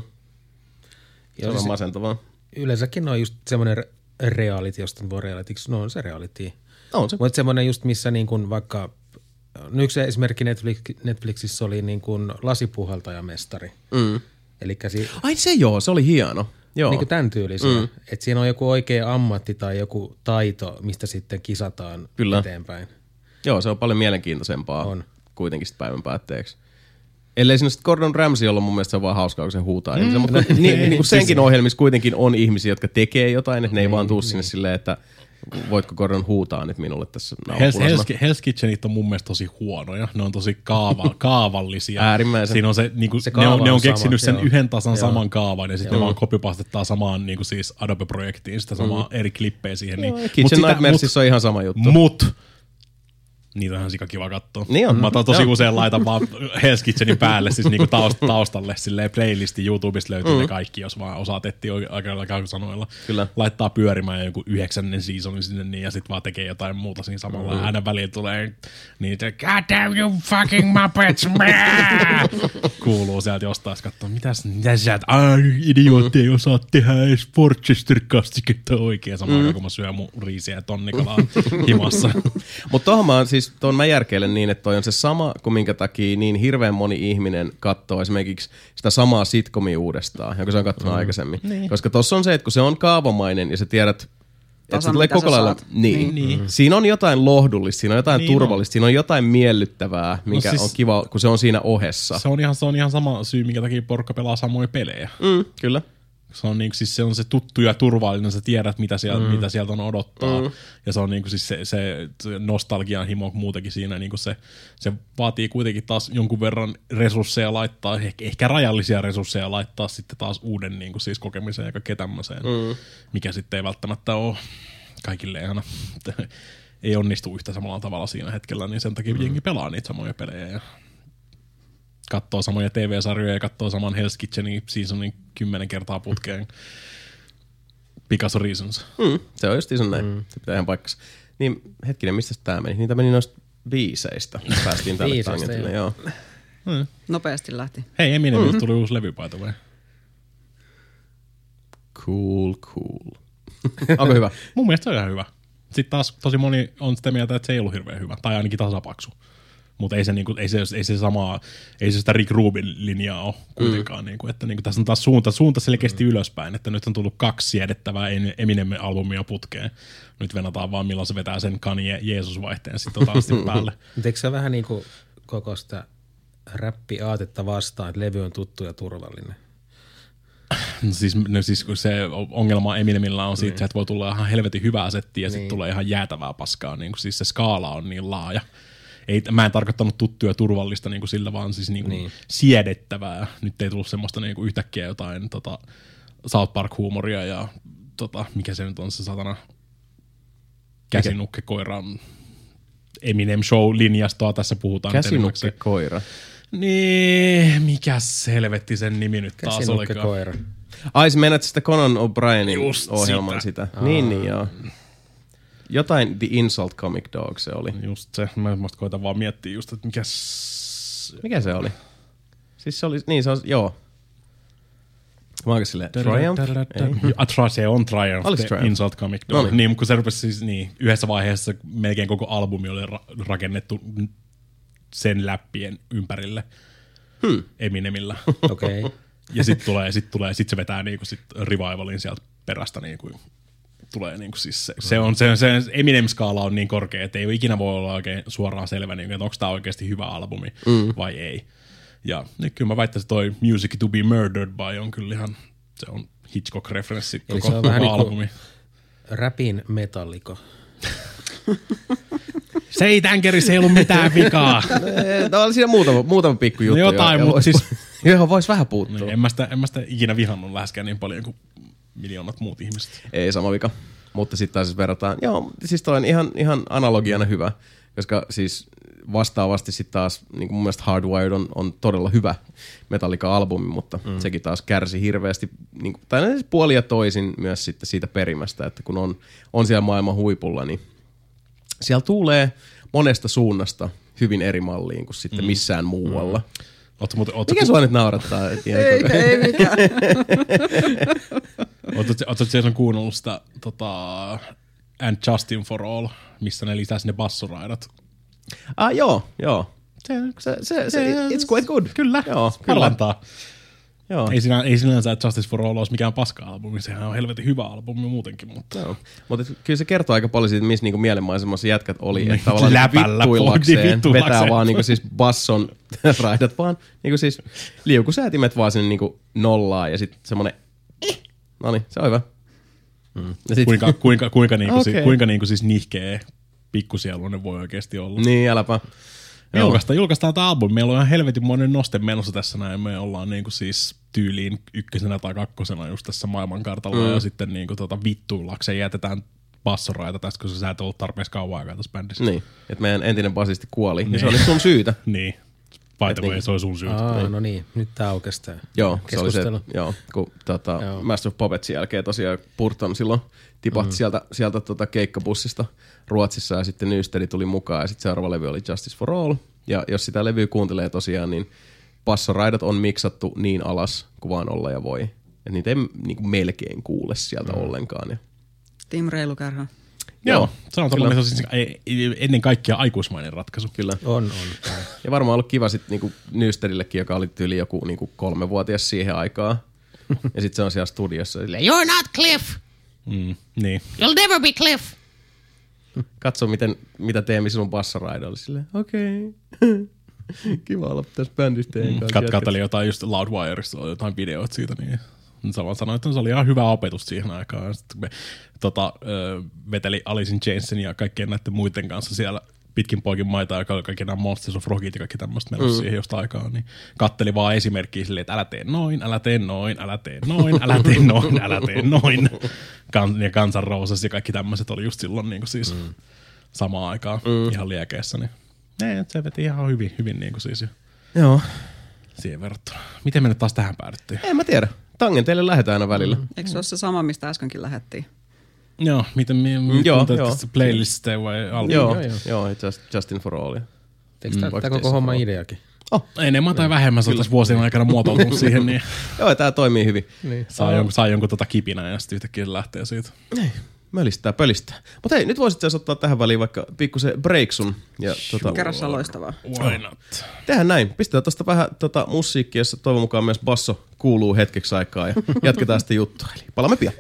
Se on masentavaa. Yleensäkin on just semmoinen reality, josta voi realitiksi. No on se reality. On se. Mutta semmoinen just missä niin kuin vaikka, no yksi esimerkki Netflix, Netflixissä oli niin kuin lasipuhaltajamestari. Mm. Elikkä si- Ai se joo, se oli hieno. Joo. Niin kuin tämän tyylisiä. Mm. Että siinä on joku oikea ammatti tai joku taito, mistä sitten kisataan Kyllä. eteenpäin. Joo, se on paljon mielenkiintoisempaa on. Kuitenkin sitten päivän päätteeksi. Ellei siinä sitten Gordon Ramsay olla mun mielestä se on vaan hauskaa, kun se huutaa. Mm. Mutta ni, ni, niin kuin senkin ohjelmissa kuitenkin on ihmisiä, jotka tekee jotain, että ne ei vaan tuu sinne silleen, että voitko Gordon huutaa nyt minulle tässä naapulassa. Hell's, Hell's Kitchenit on mun mielestä tosi huonoja. Ne on tosi kaava, kaavallisia. Äärimmäisen. Siinä on se, niinku, se ne, on, ne on keksinyt sama, sen joo. yhden tasan joo. saman kaavan ja sitten ne vaan copypastettaa samaan niinku siis Adobe-projektiin sitä samaa mm. eri klippejä siihen. Niin. Kitchen Nightmaresissa on ihan sama juttu. Mut niitä on ihan sika kiva katsoa. Niin on. Mä to, tosi usein laitan vaan Hell's Kitchenin päälle siis niinku taust, taustalle silleen playlisti. YouTubesta löytyy mm. ne kaikki, jos vaan osaat etsiä oikealla sanoilla. Kyllä. Laittaa pyörimään joku yhdeksännen seasonin sinne niin, ja sit vaan tekee jotain muuta siinä samalla. Mm. Aina väliin tulee niitä God damn you fucking Muppets! kuuluu sieltä jostain katsoa, mitäs, mitä sä, ai idiootti ei osaa tehdä edes Porchester-kastiketta oikein samaan mm. aikaan, kun mä syön mun riisiä ja tonnikalaa himassa. Mutta tohon mä, siis, tohon mä järkeilen niin, että toi on se sama, kuin minkä takia niin hirveän moni ihminen katsoo esimerkiksi sitä samaa sitcomia uudestaan, jonka se on katsonut mm. aikaisemmin. Niin. Koska tossa on se, että kun se on kaavamainen ja sä tiedät, että se tulee koko lailla, niin. Niin. Mm. Siinä on jotain lohdullista, siinä on jotain niin turvallista, on. Siinä on jotain miellyttävää, mikä no siis, on kiva, kun se on siinä ohessa. Se on ihan, se on ihan sama syy, minkä takia porukka pelaa samoja pelejä. Mm, kyllä. Se on, niinku, siis se on se tuttu ja turvallinen, sä tiedät, mitä sieltä, mm. mitä sieltä on odottaa. Mm. Ja se on niinku, siis se, se, se nostalgian himo muutenkin siinä. Niinku se, se vaatii kuitenkin taas jonkun verran resursseja laittaa, ehkä, ehkä rajallisia resursseja laittaa sitten taas uuden niinku, siis kokemiseen ja kaikkeen tämmöiseen, mm. mikä sitten ei välttämättä ole kaikille aina, ei onnistu yhtä samalla tavalla siinä hetkellä, niin sen takia mm. jengi pelaa niitä samoja pelejä ja katsoo samoja T V-sarjoja ja katsoo saman Hell's Kitchenin seasonin kymmenen kertaa putkeen. Because of reasons. Mm, se on just ihan näin. Mm. Se pitää ihan paikkansa. Niin hetkinen, mistä tää meni? Niitä meni noista biiseistä. Päästiin tälle tangentille, joo. Mm. Nopeasti lähti. Hei, Eminemiltä mm-hmm. tuli uusi levypaita vai? Cool, cool. Onko hyvä? Mun mielestä se on ihan hyvä. Sitten taas tosi moni on sitä mieltä, että se ei ollut hirveän hyvä. Tai ainakin tasapaksu. Mutta ei se, niinku, ei, se, ei se samaa, ei se sitä Rick Rubin linjaa ole kuitenkaan. Mm. Niinku, että niinku, tässä on taas suunta, suunta selkeästi mm. ylöspäin, että nyt on tullut kaksi siedettävää Eminem-albumia putkeen. Nyt venataan vaan, milloin se vetää sen Kanye Jeesus-vaihteen sitten taas päälle. Mutta eikö se vähän niin kuin koko sitä räppi-aatetta vastaan, että levy on tuttu ja turvallinen? No siis, no siis se ongelma Eminemillä on siitä, mm. että voi tulla ihan helvetin hyvää settiä ja niin. Sitten tulee ihan jäätävää paskaa. Niin siis se skaala on niin laaja. Ei, mä en tarkoittanut tuttua ja turvallista niin kuin sillä, vaan siis niin kuin niin. siedettävää. Nyt ei tullut semmoista niin kuin yhtäkkiä jotain tota, South Park-huumoria ja tota, mikä se nyt on se satana käsinukkekoiran Eminem Show-linjastoa tässä puhutaan. Käsinukkekoira? Niin, mikäs helvetti sen nimi nyt taas olikaan? Käsinukkekoira. Ai, sä menät sitä Conan O'Brienin ohjelman sitä. sitä. Niin, niin joo. Jotain The Insult Comic Dog se oli. Just se. Mä koitan vaan miettiä just, että mikäs... Mikä se oli? Siis se oli, niin se on, joo. Mä oonko silleen, Triumph? Se on Triumph, The Triumph? Insult Comic Dog. No niin. Niin, kun se rupesi siis niin, yhdessä vaiheessa melkein koko albumi oli ra- rakennettu sen läppien ympärille hmm. Eminemillä. Okei. Okay. Ja sit tulee, sit tulee, sit se vetää niinku sit Revivalin sieltä perästä niinku tulee niinku siis se, se on se, se Eminem-skaala on niin korkea, että ei ikinä voi olla oikein suoraan selvä, niin, että onko tämä oikeasti hyvä albumi mm. vai ei. Ja nyt kyllä mä väittäisin, että toi Music to be Murdered by on kyllä ihan, se on Hitchcock-referenssi koko, se on koko vähän albumi. Niin rapin metalliko. Se ei tänkerissä ei ollut mitään vikaa. No oli siinä muutama, muutama pikku juttu. No jotain, mutta siis... Johon voisi vähän puuttua. Niin, en, mä sitä, en mä sitä ikinä vihannut läheskään niin paljon kuin miljoonat muut ihmiset. Ei sama vika. Mutta sitten taas siis verrataan. Joo, siis toi on ihan, ihan analogiana hyvä. Koska siis vastaavasti sitten taas, niin kuin mun mielestä Hardwired on, on todella hyvä Metallica-albumi, mutta mm. sekin taas kärsi hirveästi, niin kuin, tai siis puoli ja toisin myös sitten siitä perimästä, että kun on, on siellä maailman huipulla, niin siellä tulee monesta suunnasta hyvin eri malliin kuin sitten mm. missään muualla. Mm. Ootko, muuten, ootko, Mikä ku... sua nyt naurattaa? ei, ei mikään. Ootko Jason kuunnellut sitä tota, And Justin for All, missä ne lisäsi ne bassoraidat? Ah, joo, joo. Se, se, se, se, it's quite good. Kyllä, joo, parantaa. Joo. Ei, sinä, ei sinänsä, että Justice for All olisi mikään paska-albumi, sehän on helvetin hyvä albumi muutenkin. Mutta joo. Mutta kyllä se kertoo aika paljon siitä, missä niinku mielenmaisemassa jätkät oli. Niin, että tavallaan läpällä vittuillakseen, vittuillakseen vetää vaan niinku siis basson raidat vaan. Niinku siis liukusäätimet vaan sinne niinku nollaan ja sitten semmonen eh. Noniin, se on hyvä. Mm. Sit... Kuinka, kuinka, kuinka, niinku, okay. si, kuinka niinku siis nihkeä pikkusieluinen voi oikeasti olla. Niin, äläpä. Julkaistaan, julkaistaan tämä albumi. Meillä on ihan helvetin monen noste menossa tässä näin. Me ollaan niinku siis tyyliin ykkösenä tai kakkosena just tässä maailmankartalla. Mm. Ja sitten niinku tota vittuillakseen jätetään bassoraita tästä, koska sä et ollut tarpeeksi kauan aikaa tässä bändissä. Niin, että meidän entinen basisti kuoli. Niin. Ja se oli sun syytä. Niin. By the way, se oli sun syytä. Aa, niin. No niin, nyt tää aukestaa. Joo, se oli se, joo, kun tota, joo. Master of Puppetsin jälkeen tosiaan Burton silloin tipahti mm. sieltä, sieltä tota keikkabussista Ruotsissa ja sitten Nysteri tuli mukaan ja sitten seuraava levy oli Justice for All. Ja jos sitä levyä kuuntelee tosiaan, niin passoraidat on miksattu niin alas kuin vaan olla ja voi. Että niitä ei niin kuin melkein kuule sieltä mm. ollenkaan. Ja... Team Reilukärhä. Joo, se on todella siis ennen kaikkea aikuismainen ratkaisu. Kyllä. On, on. Ja varmaan ollut kiva sitten niinku Nysterillekin, joka oli tyyli joku niinku kolmevuotias siihen aikaan. Ja sitten se on siellä studiossa. Silleen, You're not Cliff. Mm, niin. You'll never be Cliff. katso, miten, mitä teemme sinun bassaraidalla. Silleen, okei. Okay. Kiva olla tässä bändissä teidän kanssa. Kat, katselin jotain just Loudwiresta, jotain videoita siitä, niin saman sanoin, että se oli ihan hyvä opetus siihen aikaan. Sitten me tota, veteli Alice in Chainsin ja kaikkien näiden muiden kanssa siellä pitkin poikin maita, ja kaikki nämä Monsters of Rockit ja kaikki tämmöistä menossa mm. siihen just aikaan, niin katteli vaan esimerkkiä silleen, että älä tee noin, älä tee noin, älä tee noin, älä tee noin, älä tee noin. Kan, ja Guns N' Roses ja kaikki tämmöiset oli just silloin niin kuin siis mm. samaan aikaan mm. ihan liekeessä. Niin. Ei, se veti ihan hyvin, hyvin niin kuin siis Joo. siihen verrattuna. Miten me nyt taas tähän päädyttiin? En mä tiedä. Tangen teille lähdetään aina välillä. Mm. Eikö se ole se sama, mistä äskenkin lähdettiin? Joo, miten me mm, joo, joo. playlisteja vai albumia? Joo, joo, joo just, Justin for All. Eikö mm. tämä koko homma ideakin? Oh. Enemmän tai vähemmän se on tässä vuosien aikana muotoutunut siihen. Niin joo, tämä toimii hyvin. Niin. Saa, oh. jonkun, saa jonkun tota kipinää ja sitten yhtäkkiä lähtee siitä. Ei, mölistää, pölistää. Mutta hei, nyt voisit sä ottaa tähän väliin vaikka pikkusen breaksun. Ja, tota, Kerrassa loistavaa. Why not? Tehdään näin. Pistetään tuosta vähän tota, musiikkia, jossa toivon mukaan myös basso kuuluu hetkeksi aikaa. Ja jatketaan sitten juttua. Eli palaamme pian.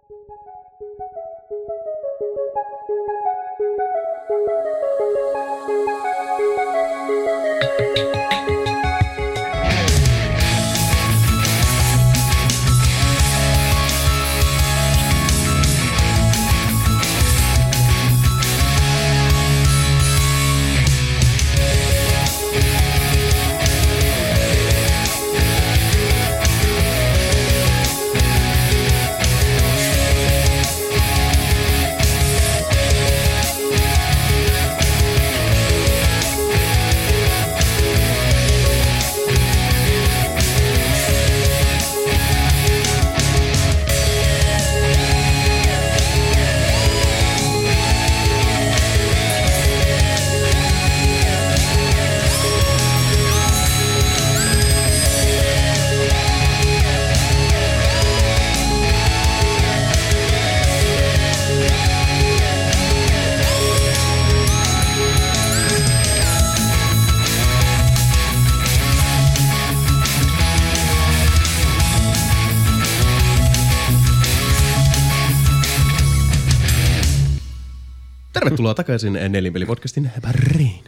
Tervetuloa takaisin Nelinpeli-podcastin pariin.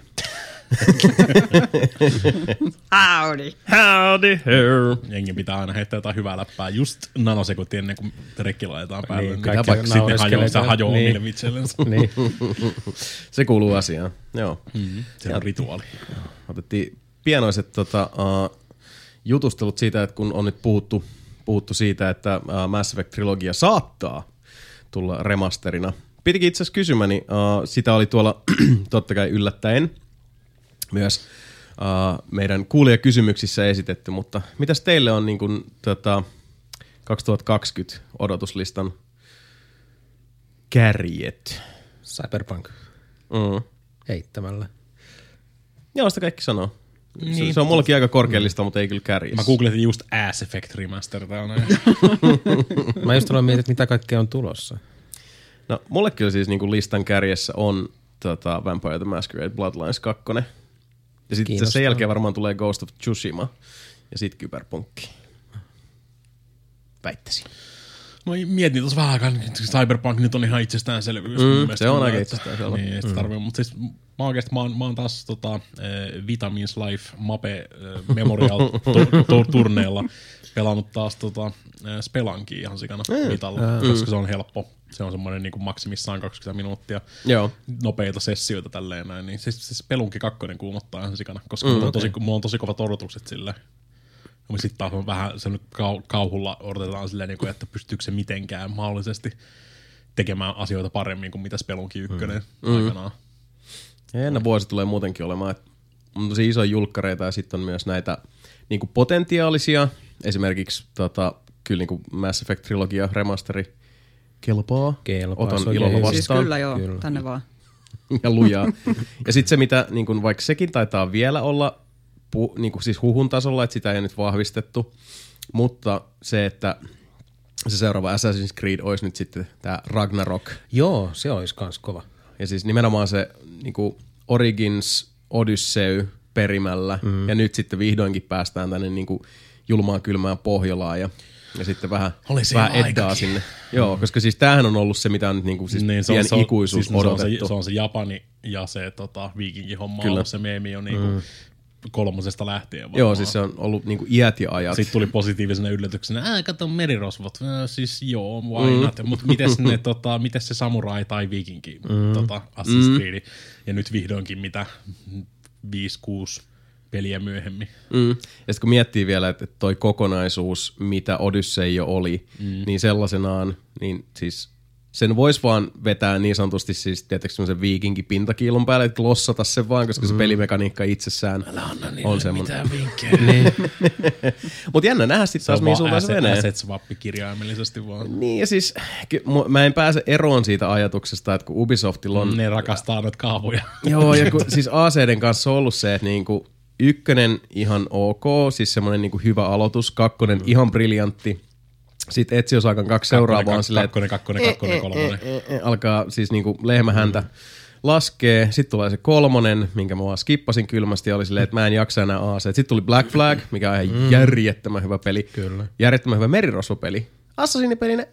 Howdy. Howdy here. Jengi pitää aina heittää jotain hyvää läppää just nanosekuntia ennen kuin rekki laitetaan päälle. Niin, kaikki sitten hajoaa, se hajoaa niin. Omille vitsellensä. Niin. Se kuuluu asiaan, joo. Mm-hmm. Se on rituaali. Otettiin pienoiset tota, uh, jutustelut siitä, että kun on nyt puhuttu, puhuttu siitä, että uh, Mass Effect-trilogia saattaa tulla remasterina. Pitikin itse asiassa kysymäni, uh, sitä oli tuolla totta kai yllättäen myös uh, meidän kuulijakysymyksissä esitetty, mutta mitäs teille on niin kuin, tota, kaksituhattakaksikymmentä odotuslistan kärjet? Cyberpunk. Mm. Heittämällä. Joo, sitä kaikki sanoo. Niin. Se, se on mullakin aika korkeallista, mutta ei kyllä kärjissä. Mä googletin just Ass Effect Remaster. Mä just aloin miettiä, mitä kaikkea on tulossa. No, mulle kyllä siis niinku listan kärjessä on tota, Vampire the Masquerade Bloodlines kaksi. Ja sitten sen jälkeen varmaan tulee Ghost of Tsushima ja sitten Cyberpunkki. Väittäisin. No mietin tuossa vähän aikaa, Cyberpunk nyt on ihan itsestäänselvyys. Mm, se on aika itsestäänselvä. Niin, mm. tarvii, mutta siis mä oikeasti, mä oon, mä oon taas tota, äh, Vitamins Life Mape äh, Memorial to, to, turneella pelannut taas tota, äh, Spelankia ihan sikana mm. Vitalla, mm. koska se on helppo. Se on semmoinen niin kuin maksimissaan kaksikymmentä minuuttia. Joo. Nopeita sessioita tälleen näin. Niin siis, siis Spelunki kakkonen kuumottaa ihan sikana, koska mm, mulla, on tosi, okay. mulla on tosi kovat odotukset silleen. Ja sitten taas on vähän se nyt kau- kauhulla odotetaan silleen, niin kuin, että pystyykö se mitenkään mahdollisesti tekemään asioita paremmin kuin mitä Spelunki ykkönen mm. aikanaan. Ja ennä vuosi tulee muutenkin olemaan, että on tosi isoja julkkareita ja sitten on myös näitä niin kuin potentiaalisia, esimerkiksi tota, kyllä niin kuin Mass Effect-trilogia, remasteri, kelpaa. Kelpaa. Otan ilolla vastaan. Siis kyllä joo, kyllä. Tänne vaan. Ja lujaa. Ja sitten se, mitä niin kun, vaikka sekin taitaa vielä olla pu, niin kuin siis huhun tasolla, että sitä ei nyt vahvistettu, mutta se, että se seuraava Assassin's Creed olisi nyt sitten tämä Ragnarok. Joo, se olisi kans kova. Ja siis nimenomaan se niin kuin Origins Odyssey perimällä, mm. ja nyt sitten vihdoinkin päästään tänne niin kuin julmaan kylmään Pohjolaan ja, ja sitten vähän, vähän eddaa sinne. Joo, koska siis tämähän on ollut se, mitä on nyt niin kuin siis niin, pieni se on, ikuisuus siis odotettu. Se on se, se on se Japani ja se tota, viikinki-homma on ollut se meemi on niin kuin mm. kolmosesta lähtien varmaan. Joo, siis se on ollut niin kuin iät ja ajat. Sitten tuli positiivisena yllätyksenä, ää kato merirosvot, äh, siis joo, why not, mm. mutta mites, ne, tota, mites se samurai tai viikinki, mm. tota, Assassin's Creed, mm. ja nyt vihdoinkin mitä viisi kuusi peliä myöhemmin. Mm. Ja sitten kun miettii vielä, että toi kokonaisuus, mitä Odyssey jo oli, mm. niin sellaisenaan, niin siis sen voisi vaan vetää niin sanotusti siis tietysti semmoisen viikinki-pintakiilon päälle, että lossata sen vaan, koska mm. se pelimekaniikka itsessään on semmoinen. Älä anna niille mitään vinkkejä. Mutta jännä nähdä sitten taas, mihin suuntaan se menee. Se on asset-swappi kirjaimellisesti vaan. Niin ja siis mä en pääse eroon siitä ajatuksesta, että kun Ubisoftilla on... Ne rakastaa noita kaavoja. Joo, ja kun siis A C D:n kanssa on ollut se, että niinku ykkönen ihan ok, siis semmoinen niinku hyvä aloitus, kakkonen mm. ihan briljantti. Sitten Ezio-saakan kaksi seuraavaa on silleen, että kakkonen, kakkonen, kakkonen, kolmonen. Alkaa siis niinku lehmähäntä mm. laskee. Sitten tulee se kolmonen, minkä mä vaan skippasin kylmästi ja oli silleen, että mä en jaksa enää A C. Sitten tuli Black Flag, mikä on ihan mm. järjettömän hyvä peli. Kyllä. Järjettömän hyvä merirosvopeli. Assassinpelinä,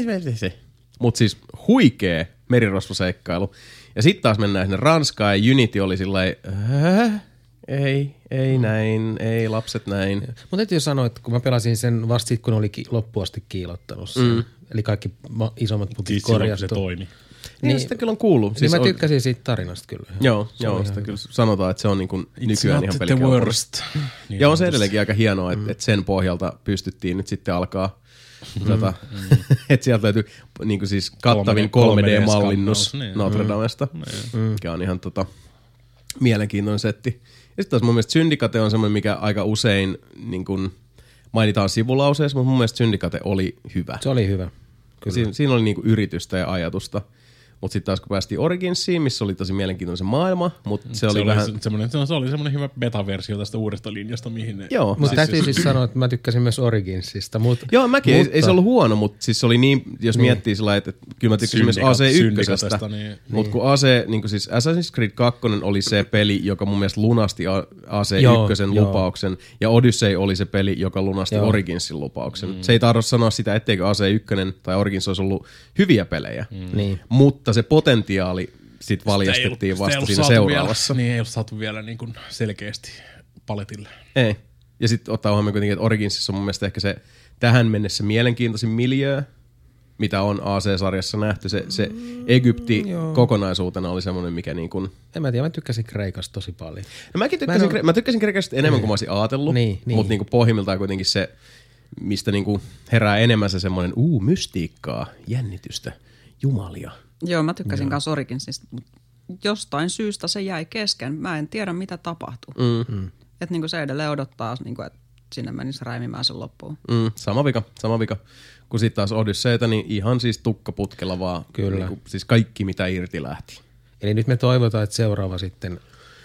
mutta siis huikee merirosvoseikkailu. Ja sitten taas mennään sinne Ranskaan ja Unity oli silleen, äh, ei, ei mm. näin, ei lapset näin. Mutta täytyy sanoa, että kun mä pelasin sen vasta sit, kun oli ki- loppuun asti kiilottanut sen, mm. eli kaikki ma- isommat pukit korjattu. Se toimi. Niin, niin sitä kyllä on kuullut. Siis niin mä tykkäsin on... siitä tarinasta kyllä. Joo, joo sitä kyllä sanotaan, että se on niin kuin nykyään ihan pelikelpoista. Niin ja on se edelleenkin aika hienoa, että, mm. että sen pohjalta pystyttiin nyt sitten alkaa, mm. tota, mm. että sieltä löytyy niin kuin siis kattavin kolme D-mallinnus niin. Notre Damesta, mm. mikä on ihan tota, mielenkiintoinen setti. Ja sitten taas mun mielestä Syndicate on semmoinen, mikä aika usein niin kuin mainitaan sivulauseessa, mutta mun mielestä Syndicate oli hyvä. Se oli hyvä. Siinä, siinä oli niin kuin yritystä ja ajatusta. Mutta sitten taas kun päästiin Originsiin, missä oli tosi mielenkiintoinen se maailma, mutta se, se oli, oli vähän... Se, se oli semmoinen hyvä beta-versio tästä uudesta linjasta, mihin ne... Joo. Mutta täytyy siis, siis sanoa, että mä tykkäsin myös Originsista. Mut, joo, mäkin. Mutta... Ei, ei se ollut huono, mutta siis se oli niin, jos niin. miettii sillä että, että kyllä mä tykkäsin myös A C ykkösestä. Niin. Mutta kun A C, niin kuin siis Assassin's Creed kaksi oli se peli, joka mun mielestä lunasti A C ykkösen lupauksen, ja Odyssey oli se peli, joka lunasti joo. Originsin lupauksen. Mm. Se ei tarvitse sanoa sitä, etteikö A C yksi tai Origins olisi ollut hyviä pelejä, mm. niin. mutta se potentiaali sit valjastettiin ollut, vasta siinä seuraavassa. Vielä, niin ei ole saatu vielä niin kuin selkeästi paletille. Ei. Ja sitten ottaa huomioon kuitenkin, että Originsissa on mun mielestä ehkä se tähän mennessä mielenkiintoisin miljöö, mitä on A C-sarjassa nähty. Se, se Egypti mm, kokonaisuutena oli semmoinen, mikä niin kuin... En mä tiedä, mä tykkäsin Kreikasta tosi paljon. No mäkin tykkäsin, mä, en... mä tykkäsin Kreikasta enemmän niin. kuin mä olisin ajatellut, niin, niin. mutta niin kuin pohjimmiltaan kuitenkin se, mistä niin kuin herää enemmän se semmoinen uu, mystiikkaa, jännitystä, jumalia. Joo, mä tykkäsin Joo. kanssa Originsista, mutta jostain syystä se jäi kesken. Mä en tiedä, mitä tapahtuu. Mm. Että niinku se edelleen odottaa, niinku, että sinne menisi räimimään sen loppuun. Mm, sama vika, sama vika. Kun sitten taas Odysseyta, niin ihan siis tukkaputkella vaan. Kyllä. Niinku, siis kaikki, mitä irti lähti. Eli nyt me toivotaan, että seuraava sitten...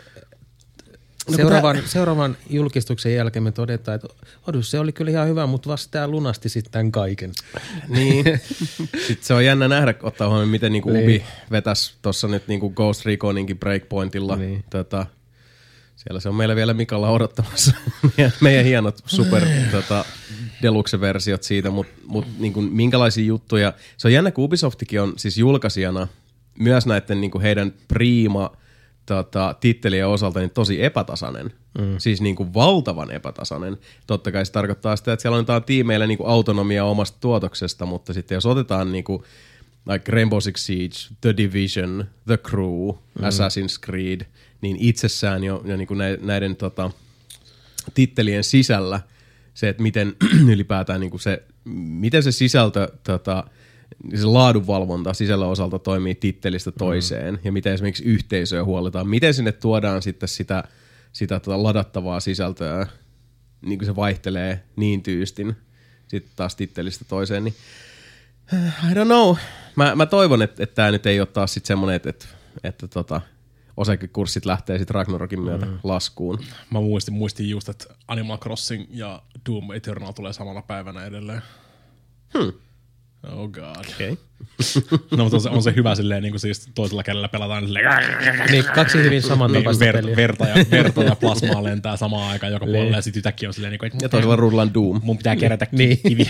No, seuraavan, tämä... seuraavan julkistuksen jälkeen me todetaan, että Odyssey oli kyllä ihan hyvä, mutta vasta tämä lunasti sitten tämän kaiken. Niin. Sitten se on jännä nähdä, ottaa huomioon, miten niinku niin. Ubi vetäisi tuossa nyt niinku Ghost Reconinkin Breakpointilla. Niin. Tota, siellä se on meillä vielä Mikalla odottamassa meidän hienot super tota, deluxe-versiot siitä, mutta mut, niinku, minkälaisia juttuja. Se on jännä, kun Ubisoftikin on siis julkaisijana myös näiden niinku heidän prima Tota, tittelien osalta niin tosi epätasainen. Mm. Siis niin kuin valtavan epätasainen. Totta kai se tarkoittaa sitä, että siellä annetaan tiimeille niin kuin autonomia omasta tuotoksesta, mutta sitten jos otetaan niin kuin, like Rainbow Six Siege, The Division, The Crew, mm. Assassin's Creed, niin itsessään jo, jo niin kuin näiden tota, tittelien sisällä se, että miten ylipäätään niin kuin se, miten se sisältö tota, se laadunvalvonta sisällön osalta toimii tittelistä toiseen mm. ja miten esimerkiksi yhteisöä huoletaan. Miten sinne tuodaan sitten sitä, sitä tota ladattavaa sisältöä, niin kuin se vaihtelee niin tyystin sitten taas tittelistä toiseen. Niin, I don't know. Mä, mä toivon, että, että tämä nyt ei ole taas sitten semmoinen, että, että, että tota, osakekurssit lähtee sitten Ragnarokin myötä mm. laskuun. Mä muistin, muistin just, että Animal Crossing ja Doom Eternal tulee samana päivänä edelleen. Hmm. Oh god. Okay. No, mutta on se, on se hyvä silleen, niin kuin siis toisella kädellä pelataan silleen. Niin, kaksi hyvin samantapaista niin, ver, peliä. verta, ja, verta ja plasmaa lentää samaan aikaan joka puolella ja sitten yhtäkkiä on silleen, niin kuin, että Ja toisella ruudulla Doom. mun pitää kerätä ki- niin. kiviä.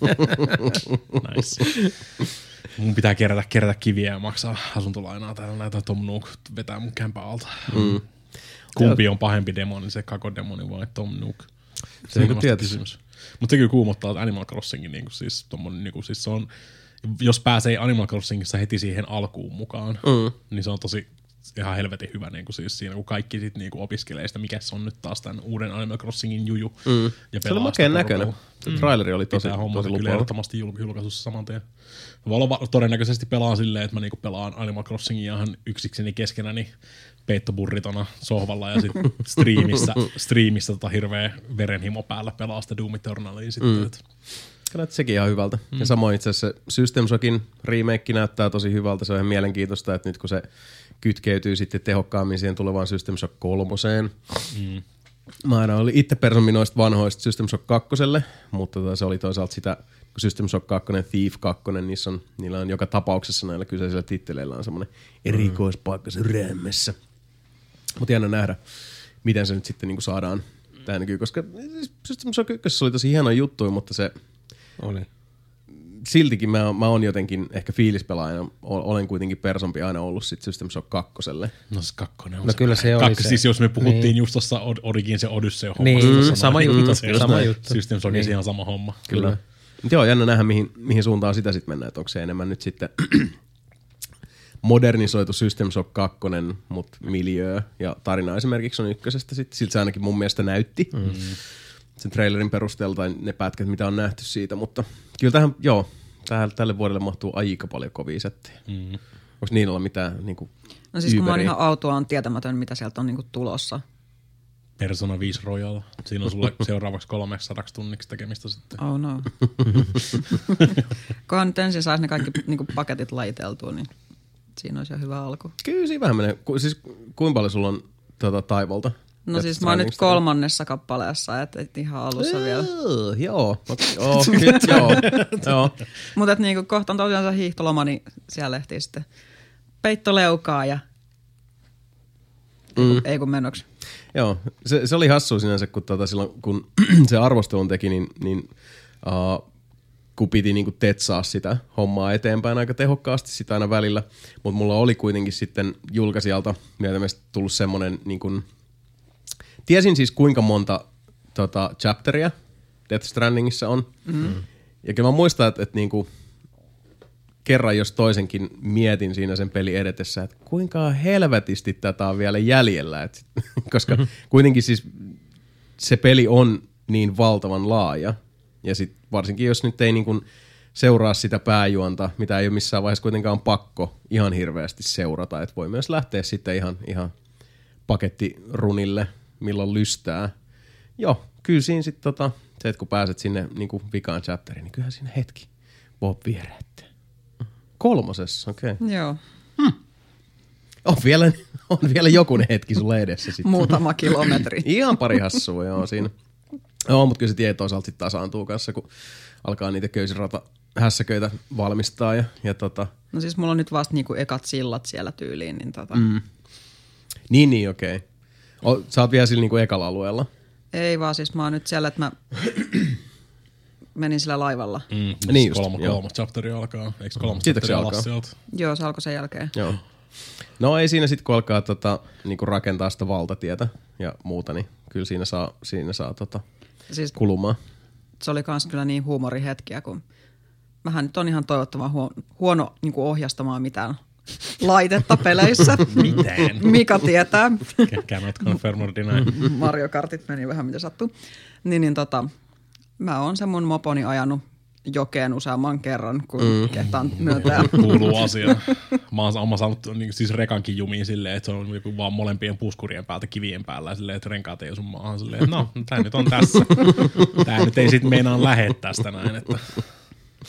Nice. Mun pitää kerätä, kerätä kiviä ja maksaa asuntolainaa täällä näitä Tom Nook vetää mun kämpän alta. Mm. Kumpi on pahempi demoni, se kakodemoni vai Tom Nook? Se on tietysti. Mutta se kyllä kuumottaa, että Animal Crossingin niin kuin siis, tommonen, niin kuin siis se on, jos pääsee Animal Crossingissa heti siihen alkuun mukaan, mm. niin se on tosi ihan helvetin hyvä niin kuin siis siinä, kun kaikki sit niin kuin opiskelee sitä, mikä se on nyt taas tämän uuden Animal Crossingin juju. Mm. Ja se oli makeen näköinen. Se mm. traileri oli tosi, homma, tosi kyllä ehdottomasti julkaisussa saman tien. Mä todennäköisesti pelaan silleen, että mä niinku pelaan Animal Crossingia ihan yksikseni keskenäni peittoburritona sohvalla ja sitten striimissä, striimissä tota hirveä verenhimo päällä pelaa sitä Doom Eternalia sitten. Mm. Kyllä sekin ihan hyvältä. Mm. Ja samoin itse asiassa System Shockin remake näyttää tosi hyvältä. Se on ihan mielenkiintoista, että nyt kun se kytkeytyy sitten tehokkaammin siihen tulevaan System Shock kolmoseen. Mm. Mä aina olin itse persommi noista vanhoista System Shock kakkoselle, mutta tota, se oli toisaalta sitä, kun System Shock kaksi, Thief kaksi, niissä on, niillä on joka tapauksessa näillä kyseisillä titteleillä on semmoinen erikoispaikka se rämmessä. Mutta jännä nähdä, miten se nyt sitten niinku saadaan tähän nykyyn, koska System Shock yksi oli tosi hieno juttu, mutta se oli. Siltikin mä, mä oon jotenkin ehkä fiilispelaajana, olen kuitenkin persompi aina ollut sit System Shock kakkoselle. No se kakkonen on no se. Kyllä se oli Kakki, se. Siis jos me puhuttiin niin. just tuossa Origin se Odyssey homma. Niin, mm, sama juttu. Se sama juttu. System Shock niin. ihan sama homma. Kyllä. Kyllä. Joo, jännä nähdä mihin, mihin suuntaan sitä sitten mennään, että onko se enemmän nyt sitten modernisoitu System Shock kaksi, mutta miljöö ja tarina esimerkiksi on ykkösestä sitten. Siltä se ainakin mun mielestä näytti. Mm. Sen trailerin perusteella tai ne pätkät, mitä on nähty siitä, mutta kyllä tähän, joo, tähän, tälle vuodelle mahtuu aika paljon kovia settejä. Mm. Onko niin olla mitään niinku No siis kun mä oon ihan autoa, on tietämätön, mitä sieltä on niinku tulossa. Persona viisi Royal. Siinä on sulle seuraavaksi kolmesataa tunniksi tekemistä sitten. Oh no. Kunhan nyt ensin saisi ne kaikki niinku paketit lajiteltua, niin siinä olisi jo hyvä alku. Kyllä siinä vähän menee. Ku, siis kuinka paljon sulla on tuota, Taivolta? No siis mä oon nyt kolmannessa kappaleessa, että et ihan alussa eee, vielä. Joo, oh, nyt, joo, joo. Mutta niinku kohta on tosiaan se hiihtoloma, niin siellä ehtii sitten peittoleukaa ja mm. ei kun menoksi. Joo, se, se oli hassua sinänsä, kun, tuota, silloin, kun se arvostelun teki, niin, niin uh, kun piti niinku tetsaa sitä hommaa eteenpäin aika tehokkaasti sitä aina välillä. Mutta mulla oli kuitenkin sitten julkaisijalta myötämästi tullut semmoinen, niin kun, tiesin siis kuinka monta tota, chapteria Death Strandingissa on. Mm-hmm. Ja kyllä mä muistan, että, että niinku, kerran jos toisenkin mietin siinä sen peli edetessä, että kuinka helvetisti tätä on vielä jäljellä. Et, koska mm-hmm. kuitenkin siis se peli on niin valtavan laaja. Ja sit varsinkin jos nyt ei niin kuin seuraa sitä pääjuonta, mitä ei ole missään vaiheessa kuitenkaan pakko ihan hirveästi seurata. Että voi myös lähteä sitten ihan, ihan pakettirunille, milloin lystää. Joo, kyllä siinä sitten tota, se, että kun pääset sinne niin kuin vikaan chapteriin, niin kyllähän siinä hetki Bob vierähtää. Kolmosessa, okei. Okay. Joo. Hmm. On vielä, on vielä jokunen hetki sulle edessä sitten. Muutama kilometri. Ihan pari hassua, joo, siinä. Joo, mutta kyllä se tie toisaalta sitten tasaantuu kanssa, kun alkaa niitä köysirata hässäköitä valmistaa. Ja, ja tota. No siis mulla on nyt vasta niinku ekat sillat siellä tyyliin. Niin, tota. mm. niin, niin, okei. Okay. Sä oot vielä sillä niinku ekalla alueella? Ei vaan, siis mä oon nyt siellä, että mä menin sillä laivalla. Mm, niin just, kolma, kolma chapteri alkaa. Eikö kolma chapteri alkaa? Sieltä? Joo, se alkoi sen jälkeen. Joo. No ei siinä sitten, kun alkaa tota, niinku rakentaa sitä valtatietä ja muuta, niin kyllä siinä saa, siinä saa tota, siis kulumaan. Se oli kans kyllä niin huumorihetkiä, kun mähän nyt on ihan toivottavan huono, huono niin kuin ohjastamaan mitään laitetta peleissä. Mitään. Mika tietää. Cannot confirm or deny. Mario Kartit meni vähän mitä sattuu. Niin, niin tota, mä oon sen mun moponi ajanut jokeen useamman kerran, kun mm. kehtaan myöntää. Kuuluu asia. Mä oon, mä saanut niin, siis rekankin jumiin silleen, että se on joku vaan molempien puskurien päältä kivien päällä silleen, että renkaat ei osu maahan silleen, että no, tää nyt on tässä. Tää nyt ei sit meinaa lähe tästä näin, että.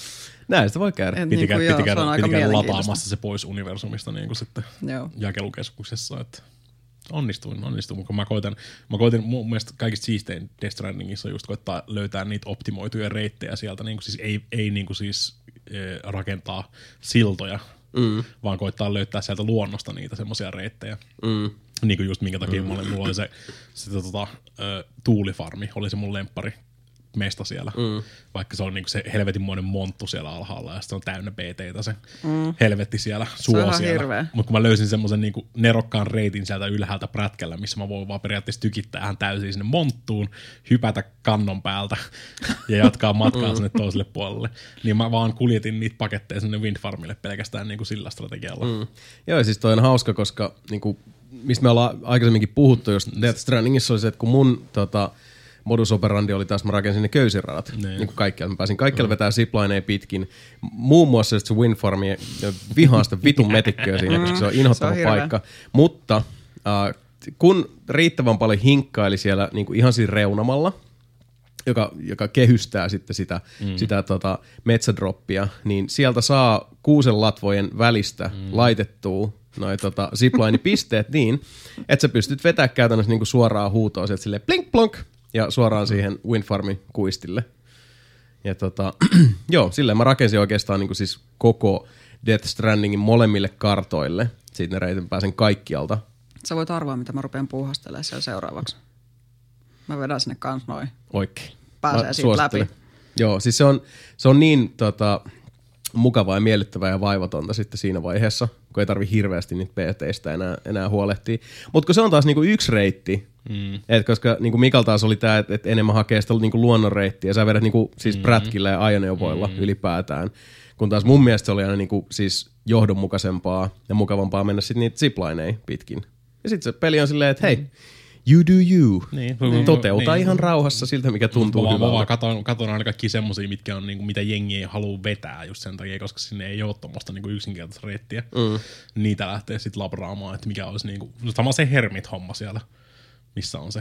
Näin sitä voi käydä. Et Piti, niinku, käydä, joo, piti, se on käydä, aika piti käydä mielenkiintoista. lataamassa se pois universumista niin kuin sitten Joo. jakelukeskuksessa. Että onnistuin, onnistuin, kun mä koitan, mä koitin mun mielestä kaikista siistein Death Strandingissa just koittaa löytää niitä optimoituja reittejä sieltä, niin kuin siis ei, ei niin kuin siis eh, rakentaa siltoja, mm. vaan koittaa löytää sieltä luonnosta niitä semmoisia reittejä. Mm. Niin kuin just minkä takia mm. mulla, mulla oli se, se tota, ö, tuulifarmi, oli se mun lemppari mesta siellä, mm. vaikka se on niinku se helvetinmoinen monttu siellä alhaalla ja sitten on täynnä B T:tä se mm. helvetti siellä suo siellä. Mutta kun mä löysin semmoisen niinku nerokkaan reitin sieltä ylhäältä prätkällä, missä mä voin vaan periaatteessa tykittää ihan täysin sinne monttuun, hypätä kannon päältä ja jatkaa matkaa mm. sinne toiselle puolelle, niin mä vaan kuljetin niitä paketteja sinne Windfarmille pelkästään niinku sillä strategialla. Mm. Joo, siis toi on hauska, koska niinku, mistä me ollaan aikaisemminkin puhuttu, jos Death Strandingissa oli se, että kun mun tota, modus operandi oli taas, mä rakensin ne köysiradat, niin kuin kaikkialla. Mä pääsin kaikkialla mm. vetää ziplineja pitkin. Muun muassa se Windfarmi, vihaan sitä vitun metikköä siinä, koska se on inhottava se on paikka. Mutta äh, kun riittävän paljon hinkkaili siellä niin kuin ihan siinä reunamalla, joka, joka kehystää sitten sitä, mm. sitä tota, metsädroppia, niin sieltä saa kuusen latvojen välistä mm. laitettua noi tota, zipline-pisteet niin, että sä pystyt vetämään käytännössä niinku suoraan huutoa sieltä silleen blink plonk ja suoraan siihen Windfarmin kuistille. Ja tota, joo, silleen mä rakensin oikeastaan niinku siis koko Death Strandingin molemmille kartoille. Siitä ne reitin pääsen kaikkialta. Sä voit arvaa, mitä mä rupean puuhastelemaan siellä seuraavaksi. Mä vedän sinne kans noin. Oikein. Pääsee mä siitä läpi. Joo, siis se on, se on niin tota, mukavaa ja miellyttävää ja vaivatonta sitten siinä vaiheessa, kun ei tarvi hirveästi niitä P T:istä enää, enää huolehtia. Mutta kun se on taas niinku yksi reitti, mm. et koska niinku Mikal taas oli tää, että et enemmän hakee sitä niinku luonnonreittiä, ja sä vedät niinku siis mm. prätkillä ja ajoneuvoilla mm. ylipäätään, kun taas mun mielestä se oli aina niinku siis johdonmukaisempaa ja mukavampaa mennä sitten niitä ziplineja pitkin. Ja sitten se peli on silleen, että hei, you do you. Niin, toteuta niin. ihan rauhassa siltä, mikä tuntuu mä hyvältä. Mä vaan katon, katon aina kaikki semmosia, mitkä on, niinku, mitä jengi ei halua vetää just sen takia, koska sinne ei ole tommoista niinku yksinkertaista reittiä. Mm. Niitä lähtee sitten labraamaan, että mikä olisi niinku, sama se Hermit-homma siellä, missä on se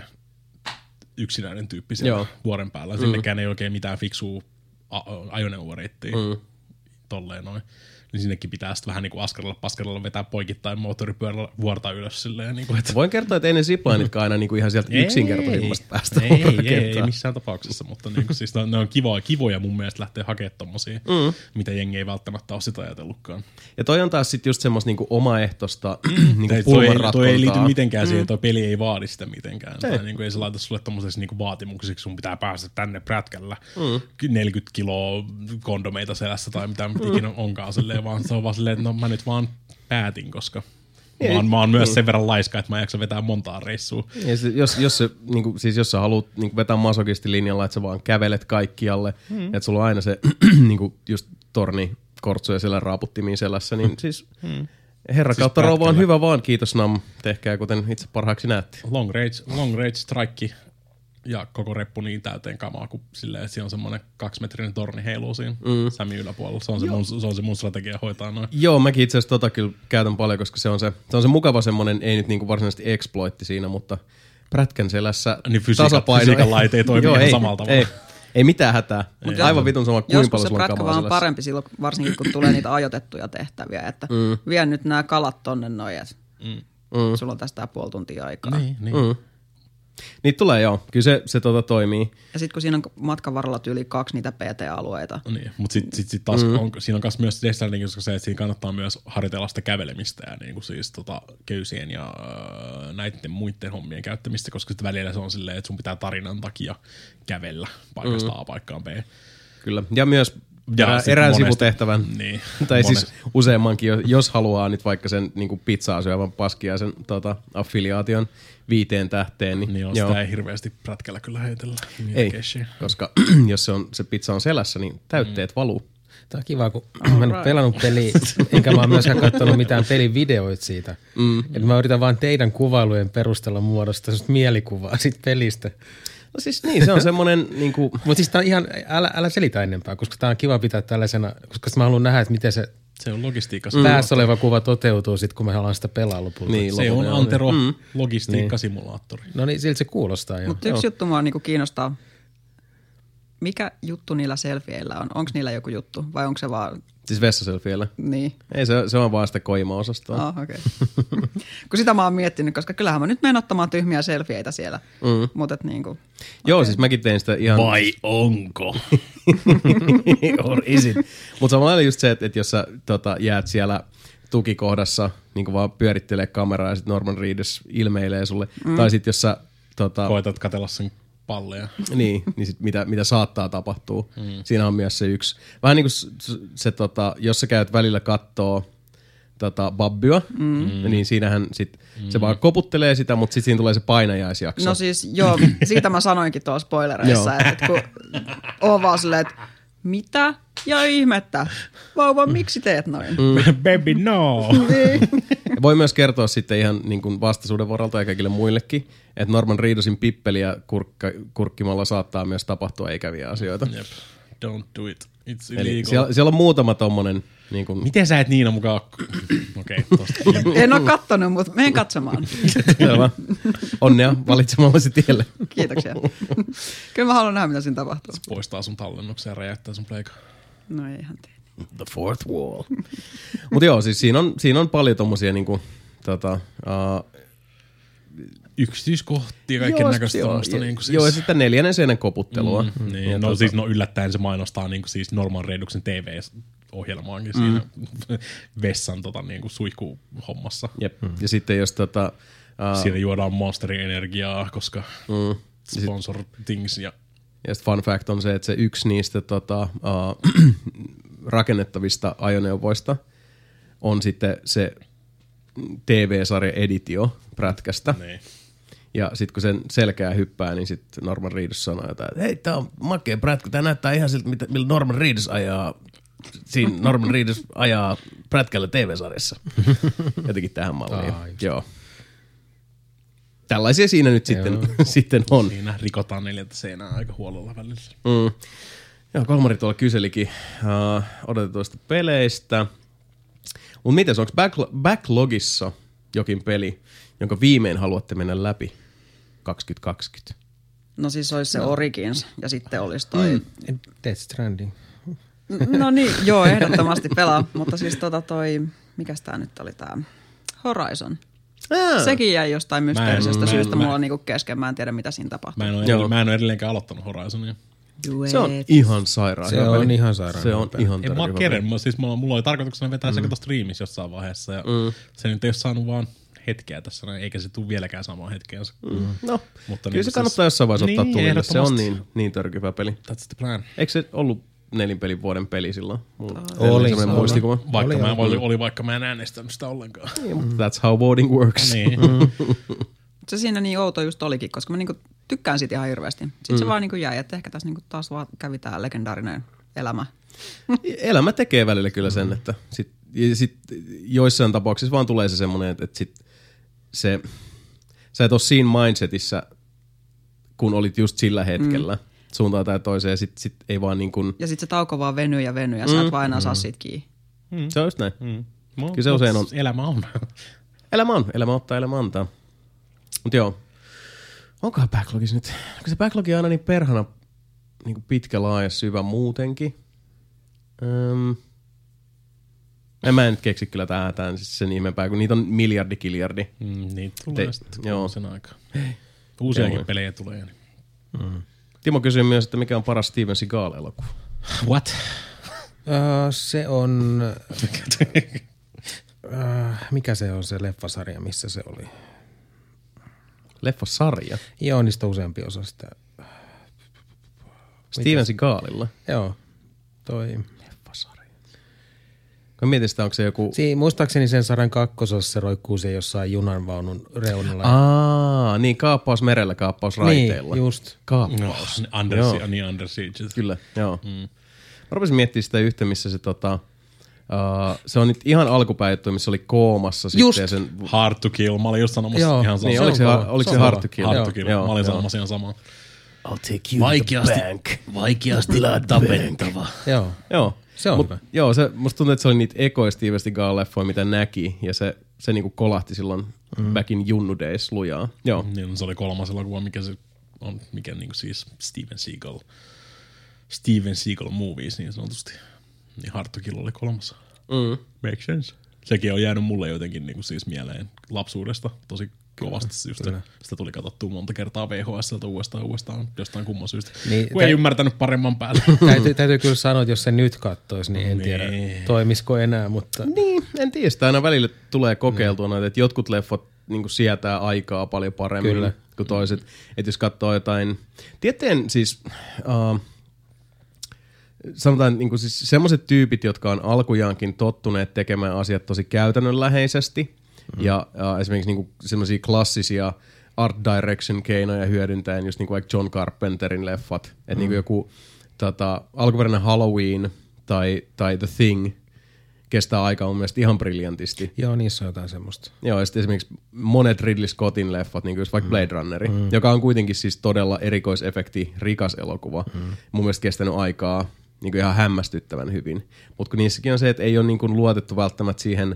yksinäinen tyyppi siellä Joo. vuoren päällä. Sinnekään mm. ei oikein mitään fiksua a- ajoneuvoreittiä. Mm. Tolleen noin. Niin sinnekin pitää sitten vähän niinku askarella paskarella vetää poikittain moottoripyörällä vuorta ylös silleen. Niinku, että voin kertoa, että ei ne ziplinetkaan aina niinku ihan sieltä yksinkertaisimmasta päästä. Ei, ei, ei, ei missään tapauksessa, mutta niinku, siis ne on kivoja, kivoja mun mielestä lähteä hakemaan tommosia, mm. mitä jengi ei välttämättä ole sitä ajatellutkaan. Ja toi on taas sitten just semmoista niinku omaehtoista niinku pulmanratkontaa. Toi ei liity mitenkään mm. siihen, toi peli ei vaadi sitä mitenkään. Ei, tai niinku, ei se laita sulle tommosessa niinku vaatimuksiksi, sun pitää päästä tänne prätkällä mm. neljäkymmentä kiloa kondomeita selässä tai mitä mm. ikinä onkaan silleen, vaan se on vaan silleen, että no mä nyt vaan päätin, koska mä oon, mä oon myös sen verran laiska, että mä en jaksa vetää montaa reissua. Ja se, jos, jos, se, niin siis jos sä haluat niin vetää masokistilinjalla, että sä vaan kävelet kaikkialle, mm. että sulla on aina se niin just torni, kortsu ja siellä raaputtimiin selässä, niin siis mm. herra siis kautta rouva on hyvä vaan, kiitos Nam, tehkää kuten itse parhaaksi näette. Long range, long range strike ja koko reppu niin täyteen kamaa, kun silleen, että siinä on semmoinen kaksimetrinen torni heiluu siinä mm. sämi yläpuolella. Se on se, mun, se on se mun strategia hoitaa noin. Joo, mäkin itse asiassa tota kyllä käytän paljon, koska se on se, se, on se mukava semmoinen, ei nyt niinku varsinaisesti exploitti siinä, mutta prätkän selässä niin fysiikan, tasapaino. Fysiikan laite ei toimi Joo, ihan ei, samalla tavalla. Ei, ei mitään hätää. Ei. Aivan vitun sama kuin paljon sulla on kamaa Joskus se prätkä vaan parempi silloin, varsinkin kun tulee niitä ajoitettuja tehtäviä, että mm. vie nyt nämä kalat tonne noin, että mm. sulla on tästä puoli tuntia aikaa. Niin, niin. Mm. Niitä tulee joo, kyllä se, se tota toimii. Ja sitten kun siinä on matkan varrella yli kaksi niitä P T-alueita. Niin, mutta sitten sit, sit taas mm. on, siinä on myös Death Stranding, koska se, että siinä kannattaa myös harjoitella sitä kävelemistä ja niin kuin siis tota, köysien ja äh, näiden muiden hommien käyttämistä, koska sitten välillä se on silleen, että sun pitää tarinan takia kävellä paikasta mm. A paikkaan B. Kyllä, ja myös ja erään, erään sivutehtävän, niin, tai monesti. Siis useammankin, jos haluaa nyt vaikka sen niin pizzaa syövän paskiaisen tota, affiliaation viiteen tähteen. Niin, niin on sitä ei hirveästi prätkällä kyllä heitellä. Ei, keishia. Koska jos se, on, se pizza on selässä, niin täytteet mm. valuu. Tämä on kiva, kun mä en ole pelannut peliä, enkä mä oon myöskään katsonut mitään pelivideoita siitä. Mm. Että mä yritän vaan teidän kuvailujen perusteella muodostaa mielikuvaa siitä pelistä. No siis niin, se on semmoinen niinku mutta siis tää on ihan, älä, älä selitä enempää, koska tää on kiva pitää tällaisena, koska mä haluan nähdä, että miten se se on logistiikka. Mm. Päässä oleva kuva toteutuu sit, kun me haluan sitä pelaa lopulta. Niin, se on Antero mm. logistiikkasimulaattori. No niin, siltä se kuulostaa jo. Mutta yksi juttu mua niinku kiinnostaa. Mikä juttu niillä selfieillä on? Onko niillä joku juttu vai onko se vaan... Siis vessaselfieillä? Niin. Ei, se, se on vaan sitä koima-osastoa. Ah, okei. Okay. Kun sitä mä oon miettinyt, koska kyllähän mä nyt menen ottamaan tyhmiä selfieitä siellä. Mm. Mutta et niinku... Joo, okay. siis mäkin tein sitä ihan... Vai onko? Or is it? Mutta samalla lailla just se, että, että jos sä tota, jäät siellä tukikohdassa niin vaan pyörittelee kameraa ja sitten Norman Reedus ilmeilee sulle. Mm. Tai sitten jos sä... Tota, koetat katsella sen palleja. Niin, niin sit mitä, mitä saattaa tapahtua. Mm. Siinä on myös se yksi. Vähän niin kuin se, se tota, jos sä käyt välillä kattoo tota, Babbyä, mm. niin siinähän sit mm. se vaan koputtelee sitä, mutta sitten siinä tulee se painajaisjakso. No siis joo, siitä mä sanoinkin tuossa spoilereissa, että et kun on vaan silleen, että mitä? Ja ihmettä. Vauva, miksi teet noin? Mm. Baby, no! Voi myös kertoa sitten ihan niin kuin vastaisuuden varalta ja kaikille muillekin, että Norman Reedusin pippeliä kurkka, kurkkimalla saattaa myös tapahtua ikäviä asioita. Yep. Don't do it. It's Eli illegal. siellä, siellä on muutama tommonen... Niin kuin... Miten sä et Niina mukaan... Okei, okay, tosta. En ole kattonut, mutta menen katsomaan. Selvä. Onnea valitsemallasi tielle. Kiitoksia. Kyllä mä haluan nähdä, mitä siinä tapahtuu. Se poistaa sun tallennuksen ja räjäyttää sun pleikaa. No ei ihan tee. The fourth wall. Mutta joo, siis siinä on, siinä on paljon tommosia niinku... Tota, uh, yksityiskohtia, kaiken näköistä tommoista. Niin siis... Joo, ja sitten neljännen seinän koputtelua. Mm, niin. No tota... siis no yllättäen se mainostaa niin kuin siis Norman Reeduksen T V-ohjelmaankin mm. siinä vessan tota, niin kuin suihkuhommassa. Jep. Mm. Ja sitten jos tota... Uh... Siinä juodaan Monsterin energiaa, koska mm. sponsor sit... things ja... Ja sitten fun fact on se, että se yksi niistä tota, uh, rakennettavista ajoneuvoista on sitten se T V-sarja editio prätkästä. Niin. Ja sitten kun sen selkää hyppää, niin sitten Norman Reedus sanoo jotain, että hei, tää on makea prätkä, tää näyttää ihan siltä, millä Norman Reedus ajaa, siinä Norman Reedus ajaa prätkällä T V-sarjassa. Jotenkin tähän malliin. Ah, joo. Tällaisia siinä nyt sitten, sitten on. Siinä rikotaan neljältä seinää aika huolella välillä. Mm. Joo, Kolmari tuolla kyselikin uh, odotetuista peleistä. Mutta mites, onko backlo- backlogissa jokin peli, jonka viimein haluatte mennä läpi kaksituhattakaksikymmentä? No siis olisi se no. Origins ja sitten olisi toi... Mm. Death Stranding. No niin, joo, ehdottomasti pelaa. Mutta siis tota toi, mikäs tää nyt oli tää Horizon. Aa. Sekin jäi jostain mysteerisestä syystä. Mulla on niinku kesken, mä en tiedä mitä siinä tapahtuu. Mä en ole, edell- mä en ole edelleenkään aloittanut Horizonia. Se on ihan sairaan. Se on peli. ihan sairaan. Se on ihan en mä oon keren. Siis mulla, mulla oli tarkoituksena vetää mm. se kato striimissä jossain vaiheessa. Ja mm. se nyt ei ole saanut vaan hetkeä tässä, eikä se tule vieläkään samaa hetkeänsä. Mm. No, mutta kyllä niin se kannattaa siis, jossain vaiheessa niin, ottaa tulille. Se on niin, niin törkyvä peli. That's the plan. Eikö se ollut nelinpelin vuoden peli silloin? Mulla oli semmoinen muistikuva. Vaikka oli, mä, oli, oli vaikka mä en äänestänyt sitä ollenkaan. Niin, mutta that's how voting works. Niin. Se siinä niin outo just olikin, koska mä niinku tykkään siitä ihan hirveästi. Sitten mm. se vaan niinku jäi, että ehkä tässä niinku taas vaan kävi tää legendaarinen elämä. Elämä tekee välillä kyllä sen, mm. että sit, ja sit joissain tapauksissa vaan tulee se semmoinen, että, että sit se, sä et ole siinä mindsetissä, kun olit just sillä hetkellä. Mm. Suuntaan tai toiseen ja sit, sit ei vaan niin kuin... Ja sit se tauko vaan venyy ja venyy ja mm. sä et vaan enää mm. saa siitä kiinni. Mm. Se on just näin. Mm. No, kyllä se usein on. Elämä on. Elämä on. Elämä ottaa, elämä antaa. Mut joo. Onkohan backlogis nyt? Onko se backlogi aina niin perhana niin kuin pitkä, laaja, syvä muutenkin? Öm. En mä nyt keksi kyllä tähän, tähän siis sen ihmeempää, kun niitä on miljardi kiljardi. Mm, niitä tulee Te, sitten joo. sen aikaa. Uusiakin pelejä tulee. Niin. Mm. Timo kysyy myös, että mikä on paras Steven Seagal-elokuva? What? Uh, se on... uh, mikä se on se leffasarja, missä se oli? Leffasarja? Joo, niistä useampi osa sitä. Steven Seagalilla? Joo, toi... Leffasarja. Kun mietin sitä, onko se joku... Siin, muistaakseni sen sarjan kakkososassa se roikkuu se jossain junanvaunun reunalla. Aa, niin kaappaus merellä, kaappaus raiteilla. Niin, just. Kaappaus. No, under, joo. Niin under siege. Kyllä, joo. Mm. Mä rupesin miettimään sitä yhtä, missä se tota... Uh, se on nyt ihan alkupäijätty, missä oli koomassa. Just. Sitten sen... Hard to kill. Mä olin just sanomassa joo. ihan samaa. Niin, oliko se, oliko se, se hard to kill? Hard to kill. Joo. Mä olin sanomassa ihan samaa. I'll take you vaikeasti, to the bank. Vaikeasti tapettava. Joo. Joo. Se on Mut, hyvä. Joo, se, musta tuntuu, että se oli niitä ekoja Steven Seagal-leffoja, mitä näki. Ja se, se niinku kolahti silloin mm. back in Junnu days lujaa. Joo. Niin, se oli kolmas elokuva, mikä se on, mikä niinku siis Steven Seagal Steven Seagal movies niin sanotusti. Niin Hard to Kill oli kolmas. Mm. Make sense. Sekin on jäänyt mulle jotenkin niin kuin siis mieleen lapsuudesta tosi kovasti. Just se, sitä tuli katsottua monta kertaa V H S:ltä uudestaan uudestaan jostain kumman syystä. Niin, kun tä- ei ymmärtänyt paremman päälle. Täytyy, täytyy kyllä sanoa, että jos se nyt kattoisi, niin en tiedä toimisiko enää. Mutta... Niin, en tiedä. Sitä aina välillä tulee kokeiltua noita, että jotkut leffot niin sietää aikaa paljon paremmin kyllä. kuin toiset. Että jos katsoo jotain... Tieteen siis... Uh, sanotaan niin siis semmoiset tyypit, jotka on alkujaankin tottuneet tekemään asiat tosi käytännönläheisesti mm. ja uh, esimerkiksi niin semmoisia klassisia art direction keinoja hyödyntäen, just niin kuin vaikka John Carpenterin leffat, että mm. niin joku tota, alkuperäinen Halloween tai, tai The Thing kestää aikaa mun mielestä ihan briljantisti. Joo, niissä on jotain semmoista. Joo, ja sitten esimerkiksi monet Ridley Scottin leffat, niin kuin vaikka Blade Runneri, mm. joka on kuitenkin siis todella erikoisefekti, rikas elokuva, mm. mun mielestä kestänyt aikaa niin kuin ihan hämmästyttävän hyvin. Mutta kun niissäkin on se, että ei ole niin kuin luotettu välttämättä siihen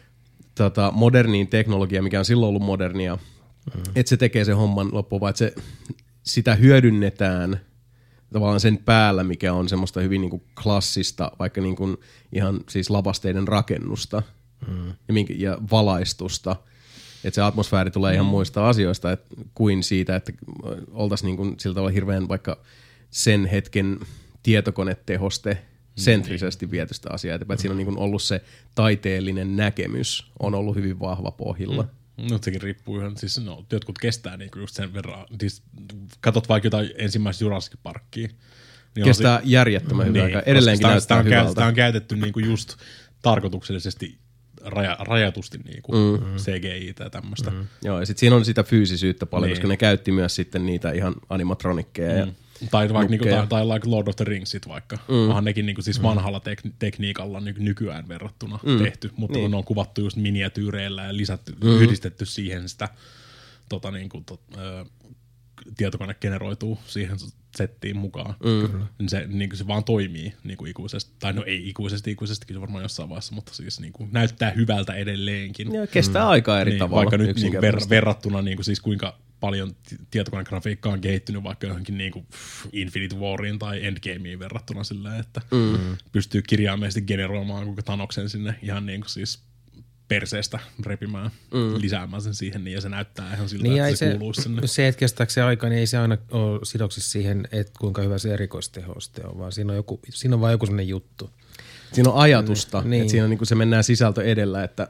tota, moderniin teknologiaan, mikä on silloin ollut modernia, mm. että se tekee sen homman loppuun, vaan että se, sitä hyödynnetään tavallaan sen päällä, mikä on semmoista hyvin niin kuin klassista, vaikka niin kuin ihan siis lavasteiden rakennusta mm. ja, minkä, ja valaistusta. Että se atmosfääri tulee ihan muista asioista et, kuin siitä, että oltaisiin niin kuin sillä tavalla hirveän vaikka sen hetken tietokonetehoste sentrisesti vietystä asiaa. Että siinä on niin kuin ollut se taiteellinen näkemys, on ollut hyvin vahva pohjilla. Mm. No sekin riippuu ihan, siis no, jotkut kestää niinku just sen verran, siis katot vaikka jotain ensimmäistä Jurassic Parkia. Niin kestää si- järjettömän hyvin niin, aikaa, edelleenkin sitä, näyttää sitä hyvältä. Sitä on käytetty niinku just tarkoituksellisesti raja, rajatusti niinku mm. C G I-tä ja tämmöistä. Mm. Joo, ja sitten siinä on sitä fyysisyyttä paljon, niin. koska ne käytti myös sitten niitä ihan animatronikkeja mm. ja tai vaikka niinku, tai, tai like Lord of the Ringsit vaikka. Mm. Onhan nekin niinku siis vanhalla tek- tekniikalla niinku nykyään verrattuna mm. tehty, mutta niin. kun ne on kuvattu just miniatyyreillä ja lisätty, mm. yhdistetty siihen sitä tota niinku, tot, ö, tietokone generoituu siihen settiin mukaan. Mm. Niin se, niinku, se vaan toimii niinku ikuisesti. Tai no ei ikuisesti, ikuisestikin varmaan jossain vaiheessa, mutta siis niinku, näyttää hyvältä edelleenkin. Ja kestää mm. aikaa eri niin, tavalla. Vaikka nyt niinku ver- verrattuna niinku, siis kuinka paljon tietokonegrafiikka on kehittynyt vaikka johonkin niinku Infinite Wariin tai Endgameen verrattuna sillä, että mm. pystyy kirjaimellisesti generoimaan koko Thanoksen sinne ihan niinku siis perseestä repimään, mm. lisäämään sen siihen niin ja se näyttää ihan siltä, niin että se, se kuuluu sinne. Se, että kestääkö se aika, niin ei se aina ole sidoksissa siihen, että kuinka hyvä se erikoistehoste on, vaan siinä on, joku, siinä on vaan joku sellainen juttu. Siinä on ajatusta, niin. että siinä on, niin kuin se mennään sisältö edellä, että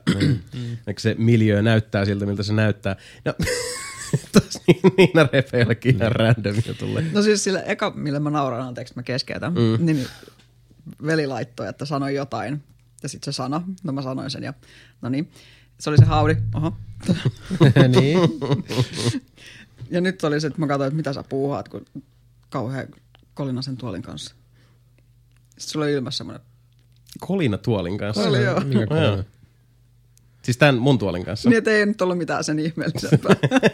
se miljöö näyttää siltä, miltä se näyttää. No, tos Niina Repeälläkin ihan randomia tulee. No siis sillä eka, millä mä nauran, anteeksi mä keskeytän, mm. niin veli laittoi, että sanoi jotain. Ja sitten se sana, no mä sanoin sen ja no niin, se oli se haudi, oho. niin. Ja nyt oli se, että mä katsoin, että mitä sä puuhaat, kun kauhean kolina sen tuolin kanssa. Sitten sulla oli ilmassa semmoinen. Kolina tuolin kanssa? Oli joo. Mikä kolina? Siis tämän mun tuolin kanssa? Niin, että ei nyt ollut mitään sen ihmeellisempää.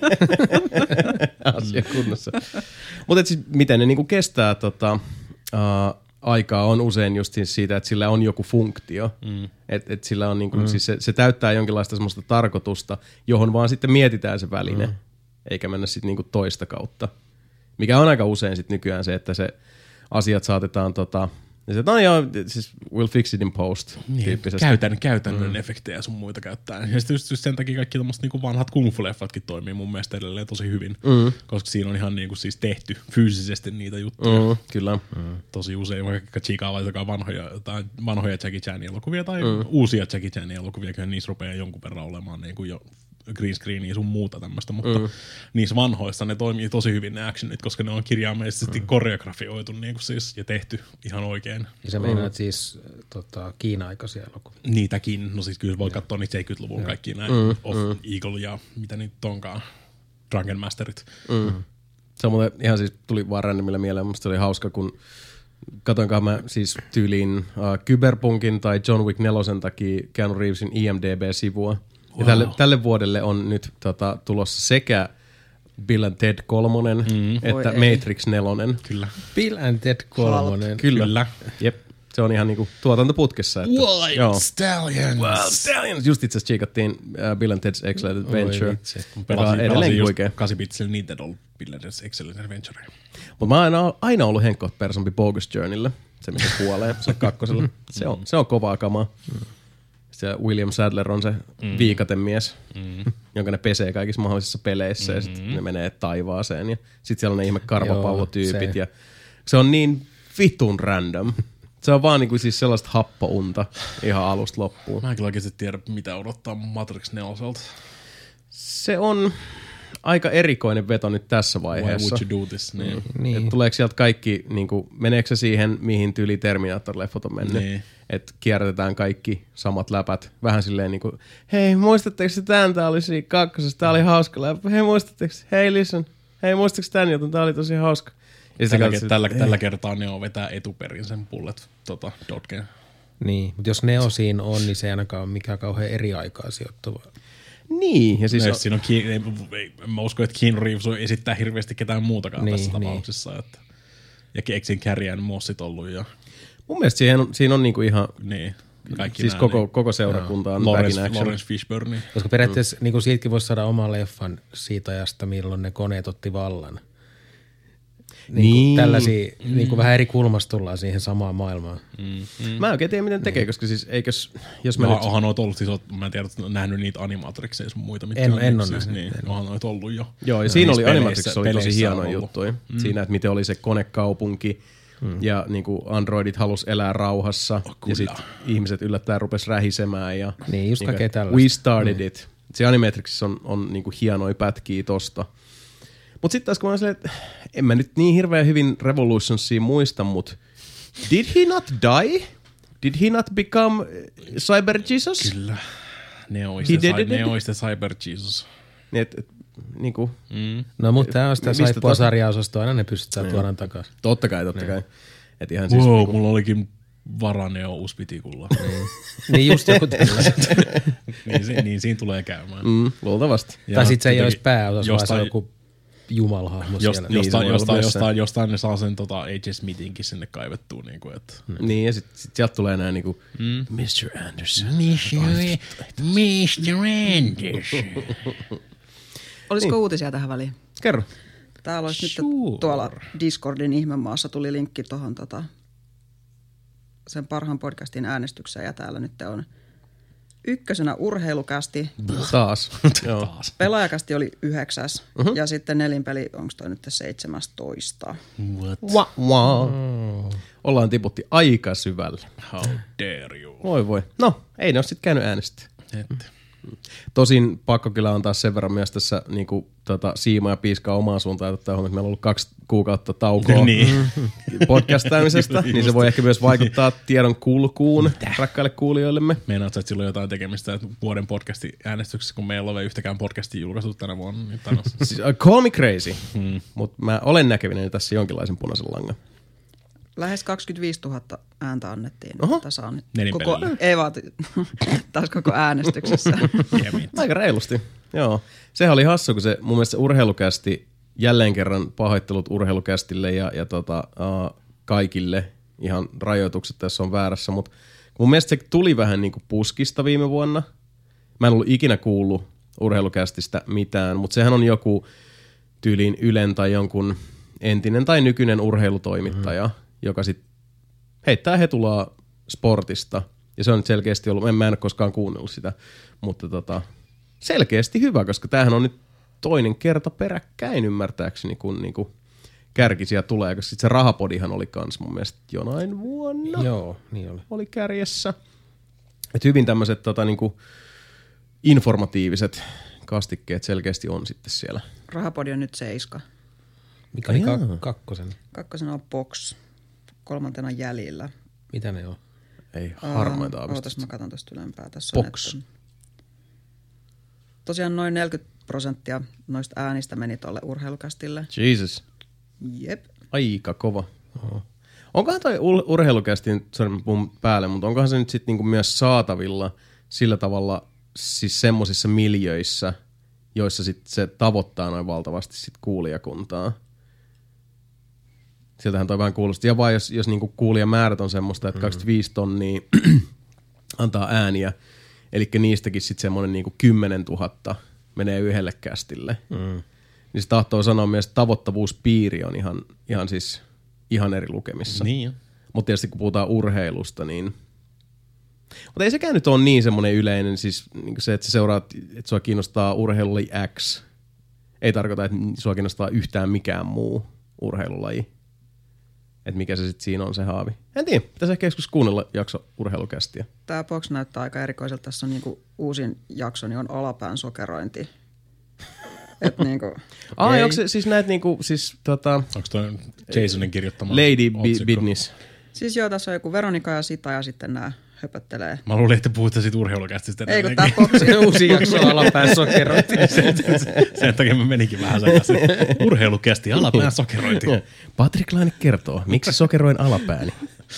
Asia kunnossa. Mutta siis miten ne niinku kestää tota, uh, aikaa on usein just siis siitä, että sillä on joku funktio. Mm. Että et sillä on niinku, mm. siis se, se täyttää jonkinlaista semmoista tarkoitusta, johon vaan sitten mietitään se väline, mm. eikä mennä sitten niinku toista kautta. Mikä on aika usein sitten nykyään se, että se asiat saatetaan tota, ja se, no joo, siis we'll fix it in post. Niin, käytännön, käytännön mm. efektejä sun muita käyttää. Ja sitten just, just sen takia kaikki tommoset niinku vanhat kung fu-leffatkin toimii mun mielestä edelleen tosi hyvin. Mm. Koska siinä on ihan niinku siis tehty fyysisesti niitä juttuja. Mm, kyllä. Mm. Tosi usein vaikka Chica laitakaan vanhoja, tai vanhoja Jackie Chanin elokuvia tai mm. uusia Jackie Chanin elokuvia, kyllä niissä rupeaa jonkun verran olemaan niinku jo green screenia sun muuta tämmöistä, mutta mm. niissä vanhoissa ne toimii tosi hyvin ne actionit, koska ne on kirjaimellisesti mm. koreografioitu niin kuin siis, ja tehty ihan oikein. Ja sä meinaat mm. siis tota, Kiina-aikaisia elokuvia? Niitäkin, no siis kyllä voi katsoa niitä seitsemänkymmentäluvun ja. Kaikki näin, mm. Off mm. Eagle ja mitä niitä onkaan, Drunken Masterit. Mm. Se on muuten ihan siis, tuli vaan randomilla mieleen, musta se oli hauska, kun katoinkaan mä siis tyyliin uh, Cyberpunkin tai John Wick nelosen takia Keanu Reevesin I M D B-sivua. Ja wow. tälle, tälle vuodelle on nyt tota, tulossa sekä Bill and Ted kolmonen mm. että Oi Matrix nelonen. Kyllä. Bill and Ted kolmonen. Kyllä. Kyllä. Jep. Se on ihan niinku tuotantoputkessa. Että, Wild joo. Stallions. Wild Stallions. Just itse asiassa chiikattiin uh, Bill and Ted's Excellent Adventure. vitsi. Joka on Pelasin, edelleen pelasin just huikea. kahdeksan-bitsillä Nintendo Bill and Ted's Excellent Adventure. Mutta mä oon aina, aina ollut henkko persompi Bogus Journeylle. Se, mikä kuolee, se kakkosella. Se on, se on kovaa kamaa. Se William Sadler on se mm. viikatemies, mm. jonka ne pesee kaikissa mahdollisissa peleissä mm. ja sitten ne menee taivaaseen. Ja sitten siellä on ne ihme karvapallotyypit. Se. Ja se on niin vitun random. Se on vaan niinku siis sellaista happounta ihan alusta loppuun. Mä en kyllä oikeasti tiedä, mitä odottaa Matrix neloselta. Se on aika erikoinen veto nyt tässä vaiheessa. Why would you do this? Niin. Mm. Niin. Et tuleeko sieltä kaikki, niinku, meneekö se siihen, mihin tyyli Terminator-leffot on mennyt? Niin. Että kierrätetään kaikki samat läpät. Vähän silleen niinku, hei muistatteko se tämän? Tää oli siinä kakkosessa, tää oli hauska läpä. Hei muistatteko? Hei listen. Hei muistatteko tämän jutun? Tää oli tosi hauska. Ja Tällä, katsoit, tällä, ei. tällä kertaa ne on vetää etuperin sen pullet tota, Dodgen. Niin, mutta jos Neo siinä on, niin se ei ainakaan ole mikään kauhean eri aikaa sijoittuva. Niin, ja siis Siis on, siinä on, Ke- ei, ei, mä uskon, että Keanu Reeves voi esittää hirveästi ketään muutakaan Niin, tässä niin. tapauksessa. Että, ja eikö siinä Carrie Mossit ollut ja mun mielestä siihen on, siinä on niinku ihan, niin, kaikki siis nää, koko, niin. koko seurakunta on back in Lawrence, action. Lawrence Fishburne. Koska periaatteessa mm. niin siitäkin voisi saada oman leffan siitä ajasta, milloin ne koneet otti vallan. Niin, Niin. niin. Tällaisia, mm. niin kuin vähän eri kulmasta tullaan siihen samaan maailmaan. Mm, mm. Mä en oikein tiedä, miten tekee, koska siis eikös, jos mä No, nyt... onhan noita ollut, siis oot, mä en tiedä, että nähnyt niitä animatrixeja sun muita, mitkä En- on, en oo siis, nähnyt, niin, en onhan noita ollut jo. Joo, ja siinä niissä oli peleissä- Animatrix oli tosi peleissä on hienoja ollut. juttuja. Mm. Siinä, että miten oli se konekaupunki mm. ja niin kuin androidit halus elää rauhassa Oh, ja sitten ihmiset yllättäen rupes rähisemään. Ja, Niin, just kaikkea kuin, tällaista. We started mm. it. Se Animatrixissa on, on niin kuin hienoja pätkiä tosta. Mutta sitten taas kun mä oon silleen, että en mä nyt niin hirveän hyvin Revolutionsia muista, mutta did he not die? Did he not become Cyber Jesus? Kyllä. Ne on He sitten did it. ne on sitten Cyber Jesus. Niin, et, et, niin kuin, Mm. No mutta tämä on sitä Mistä saippua tos- sarjaosastoa, aina ne pystytään tuodaan takaisin. totta kai, totta kai. Et ihan siis, Wow, niinku, mulla olikin varaneo uspitikulla. Niin just joku tällaiset. niin, si- niin siinä tulee käymään. mm, luultavasti. Ja Tai sitten se ei jotenkin olisi pääosassa, vaan se on jostain- joku jumalhahmo Just, siellä. Niin, se jostain, voi olla jostain, myös se. jostain, jostain ne saa sen tota, A J Smithinkin sinne kaivettua. Niin kuin, että. Niin, ja sitten sit sieltä tulee nää niinku, Mm. mister Anderson. mister Anderson. Olisiko Niin. uutisia tähän väliin? Kerro. Täällä olisi Sure. nyt tuolla Discordin ihmemaassa tuli linkki tuohon tota, sen parhaan podcastin äänestykseen ja täällä nyt on ykkösenä urheilukästi, Taas. Joo. pelaajakästi oli yhdeksäs Mhm. ja sitten nelinpeli, onko toi nyt seitsemästoista. What? Wa, wa. Ollaan tiputti aika syvälle. How dare you? Voi voi. No, ei ne ole sitten käynyt äänestä. Et. Tosin pakko kyllä antaa sen verran myös tässä niinku, tota, siima ja piiskaa omaan suuntaan, että ottaa huomioon, että meillä on ollut kaksi kuukautta taukoa Niin. podcastaamisesta, niin se voi ehkä myös vaikuttaa tiedon kulkuun rakkaille kuulijoillemme. Meinaatko, että sillä on jotain tekemistä että vuoden podcastin äänestyksessä, kun meillä ei ole yhtäkään podcastia julkaistu tänä vuonna. Niin tänä... Siis, uh, call me crazy, hmm. mutta mä olen näkevinäni tässä jonkinlaisen punaisen langan. Lähes kaksikymmentäviisituhatta ääntä annettiin. Oho. Tässä on nyt Nelinpelillä. koko, ei vaan, taas koko äänestyksessä. Aika reilusti, joo. Sehän oli hassu, kun se mun mielestä se urheilukästi, jälleen kerran pahoittelut urheilukästille ja, ja tota, uh, kaikille ihan rajoitukset tässä on väärässä, mutta mun mielestä se tuli vähän niin kuin puskista viime vuonna. Mä en ollut ikinä kuullut urheilukästistä mitään, mutta sehän on joku tyyliin Ylen tai jonkun entinen tai nykyinen urheilutoimittaja, mm-hmm. joka sitten heittää hetulaa sportista. Ja se on nyt selkeästi ollut, en mä en ole koskaan kuunnellut sitä, mutta tota, selkeästi hyvä, koska tämähän on nyt toinen kerta peräkkäin ymmärtääkseni, kun niinku kärkisiä tulee, koska sit se Rahapodihan oli kans mun mielestä jonain vuonna. Joo, niin oli. Oli kärjessä. Et hyvin tämmöiset tota, niinku informatiiviset kastikkeet selkeästi on sitten siellä. Rahapodi on nyt seiska. Mikä oli Jaa. kak- kakkosen? Kakkosena on Box, kolmantena jäljillä. Mitä ne on? Ei harmaita Ähm, aavistusta. Ootas, mä katson tuosta ylempää. Tässä on, Box. että tosiaan noin neljäkymmentä prosenttia noista äänistä meni tuolle urheilukästille. Jesus. Jep. Aika kova. Oho. Onkohan toi ur- urheilukästi, nyt sorry, mä puhun päälle, mutta onkohan se nyt sitten niinku myös saatavilla sillä tavalla siis semmosissa miljöissä, joissa sit se tavoittaa noin valtavasti sit kuulijakuntaa? Siltähän toi vähän kuulosti. Ja vaan jos, jos niinku kuulijamäärät on semmoista, että kaksikymmentäviisi tonnia antaa ääniä, eli niistäkin sitten semmoinen niinku kymmenen tuhatta menee yhdelle kästille. Mm. Niin se tahtoo sanoa myös, että tavoittavuuspiiri on ihan, ihan siis ihan eri lukemissa. Niin. Mutta tietysti kun puhutaan urheilusta, niin... Mutta ei sekään nyt ole niin semmoinen yleinen, siis niin se, että sä seuraat, että sua kiinnostaa urheilulaji X, ei tarkoita, että sua kiinnostaa yhtään mikään muu urheilulaji. Että mikä se sitten siinä on se haavi. En tiedä, pitäisi ehkä joskus kuunnella jakso urheilukästiä. Tämä box näyttää aika erikoiselta. Tässä on niinku uusin jakso, niin on alapään sokerointi. Et niinku... Ai, onko se siis näitä niinku, siis tota... Onko toi Jasonin kirjoittama Lady otsikko? Bidnis. Siis joo, tässä on joku Veronika ja Sita ja sitten nämä höpöttelee. Mä luulin, että puhutte siitä urheilukästistä. Ei kun tää boxi. Uusi jakso alapään sokerointi. Sen takia mä menikin vähän sekaisin. Urheilukästi, alapään sokerointi. Patrik Laine kertoo, miksi sokeroin alapääni.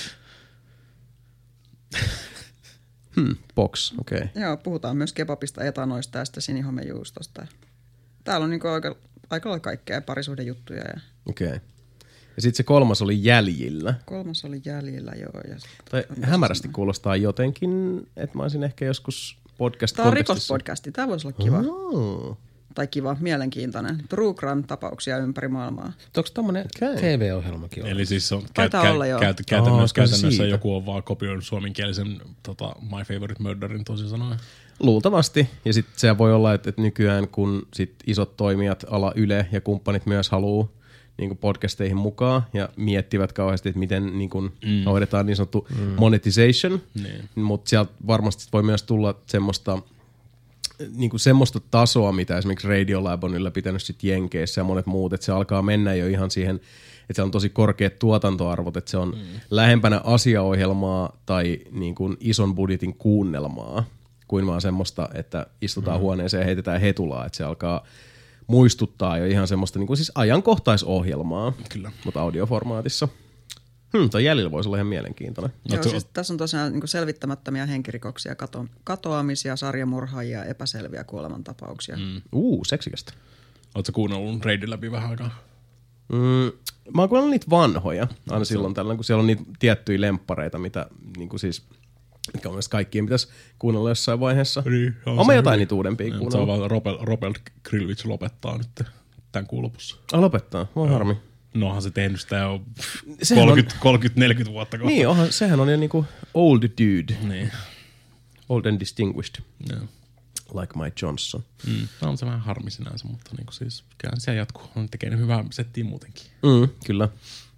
Hmm, box, okei. Okay. Joo, puhutaan myös kebabista, etanoista ja sitten sinihomejuustosta. Täällä on niinku aika, aika lailla kaikkea parisuhdejuttuja. Ja... Okei. Okay. Ja sitten se kolmas oli jäljillä. Kolmas oli jäljellä, joo. Ja tai hämärästi kuulostaa jotenkin, että mä olisin ehkä joskus podcast-kontekstissa. Tämä on rikospodcasti, tämä voisi olla kiva. Oh. Tai kiva, mielenkiintoinen. True crime-tapauksia ympäri maailmaa. Onko tommonen Okay. T V-ohjelmakin ollut? Eli siis on Taitaa kä- olla, kä- joo. käyt- käytännössä, Oh, käytännössä siitä. joku on vaan kopioinut suomenkielisen tota, My Favorite Murderin tosi sanoen. Luultavasti. Ja sitten se voi olla, että, että nykyään kun sit isot toimijat, ala Yle ja kumppanit myös haluaa niin podcasteihin mukaan ja miettivät kauheasti, että miten niin kuin mm. hoidetaan niin sanottu mm. monetization. Niin. Mutta sieltä varmasti voi myös tulla semmoista, niin kuin semmoista tasoa, mitä esimerkiksi Radiolab on ylläpitänyt sit Jenkeissä ja monet muut, että se alkaa mennä jo ihan siihen, että se on tosi korkeat tuotantoarvot, että se on mm. lähempänä asiaohjelmaa tai niin kuin ison budjetin kuunnelmaa, kuin vaan semmoista, että istutaan mm. huoneeseen ja heitetään hetulaa, että se alkaa muistuttaa jo ihan semmoista niin kuin siis ajankohtaisohjelmaa, Kyllä. mutta audioformaatissa. Hmm, toi jäljellä voisi olla ihan mielenkiintoinen. Joo, tu- siis tässä on tosiaan niin selvittämättömiä henkirikoksia, kato- katoamisia, sarjamurhaajia, epäselviä kuolemantapauksia. Mm. Uu, seksikästä. Ootko kuunnellut Raidin läpi vähän aikaa? Mm, mä oon kuunnellut niitä vanhoja, aina silloin tällöin, kun siellä on niitä tiettyjä lemppareita, mitä niin kuin siis, mitkä on myös kaikkien pitäisi kuunnella jossain vaiheessa. Niin, on on se mä jotain hyvin. niitä uudempia Se on kuunnella. vaan Robert, Robert Krillwich lopettaa nyt tämän kuun lopussa. Ah, lopettaa, voi harmi. No onhan se tehnyt sitä jo Sehän kolmekymmentä kolmekymmentä neljäkymmentä vuotta kohta. Niin, onhan, sehän on jo niinku old dude, Niin. old and distinguished, Joo. like Mike Johnson. Mm. No, on se vähän harmi sinänsä, mutta niinku siis kyllä siellä jatkuu. On tekee hyvää settiä muutenkin. Mm, kyllä.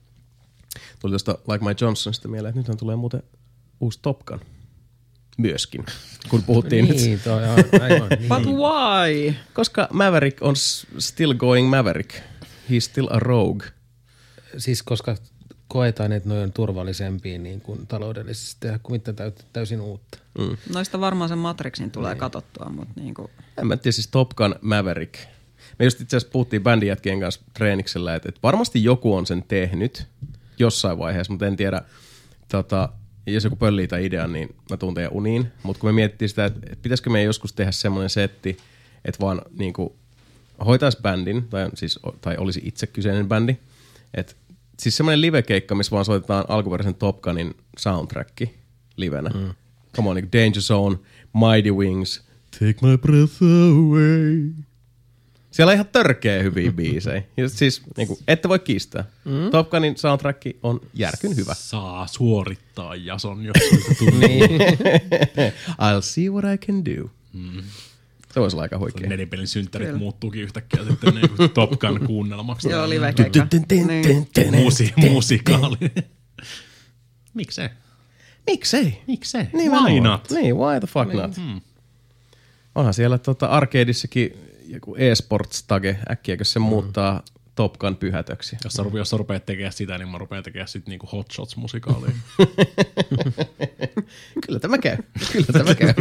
Tuli tuosta Like Mike Johnsonista mieleen, että nythän tulee muuten uusi Top Gun myöskin, kun puhuttiin nyt. Niin, toi on aivan niin. But why? Koska Maverick on s- still going Maverick. He's still a rogue. Siis koska koetaan, että ne on turvallisempia niin kuin taloudellisesti ja kuin mitä täyt- täysin uutta. Mm. Noista varmaan sen Matrixin tulee katsottua, mutta niinku... En mä tiedä, siis Top Gun Maverick. Me just itse asiassa puhuttiin bändijätkien kanssa treeniksellä, että, että varmasti joku on sen tehnyt jossain vaiheessa, mutta en tiedä, tota, jos joku pöllii tämän idean, niin mä tuun teidän uniin. Mutta kun me mietittiin sitä, että, että pitäisikö meidän joskus tehdä semmoinen setti, että vaan niin kuin hoitaisi bändin, tai, siis, tai olisi itse kyseinen bändi, että siis semmoinen livekeikka, missä vaan soitetaan alkuperäisen Top Gunin soundtracki livenä. Mm. Come on, niin Danger Zone, Mighty Wings, Take My Breath Away. Siellä on ihan törkeä hyviä biisejä. Ja siis niin kuin, ette voi kiistää. Mm. Top Gunin soundtrack on järkyn hyvä. Saa suorittaa Jason, jos siltä tulee. I'll see what I can do. Mm. Se voisi olla aika huikea. Nelipelin synttärit muuttuukin yhtäkkiä sitten niinku Top Gun kuunnelmaksi. Joo, livekeikka. Niin. Muusi, muusikaali. Miksei? Miksei? Miksei? Niin, Why not? Niin, why the fuck not? Hmm. Onhan siellä tota arcadeissakin joku e-sports-tage, äkkiäkö se muuttaa Top Gun pyhätöksi. Jos sä, rupeat, jos sä rupeat tekemään sitä, niin mä rupean tekemään sitten niinku Hot Shots-musikaalia. Kyllä tämä käy. Kyllä tämä käy.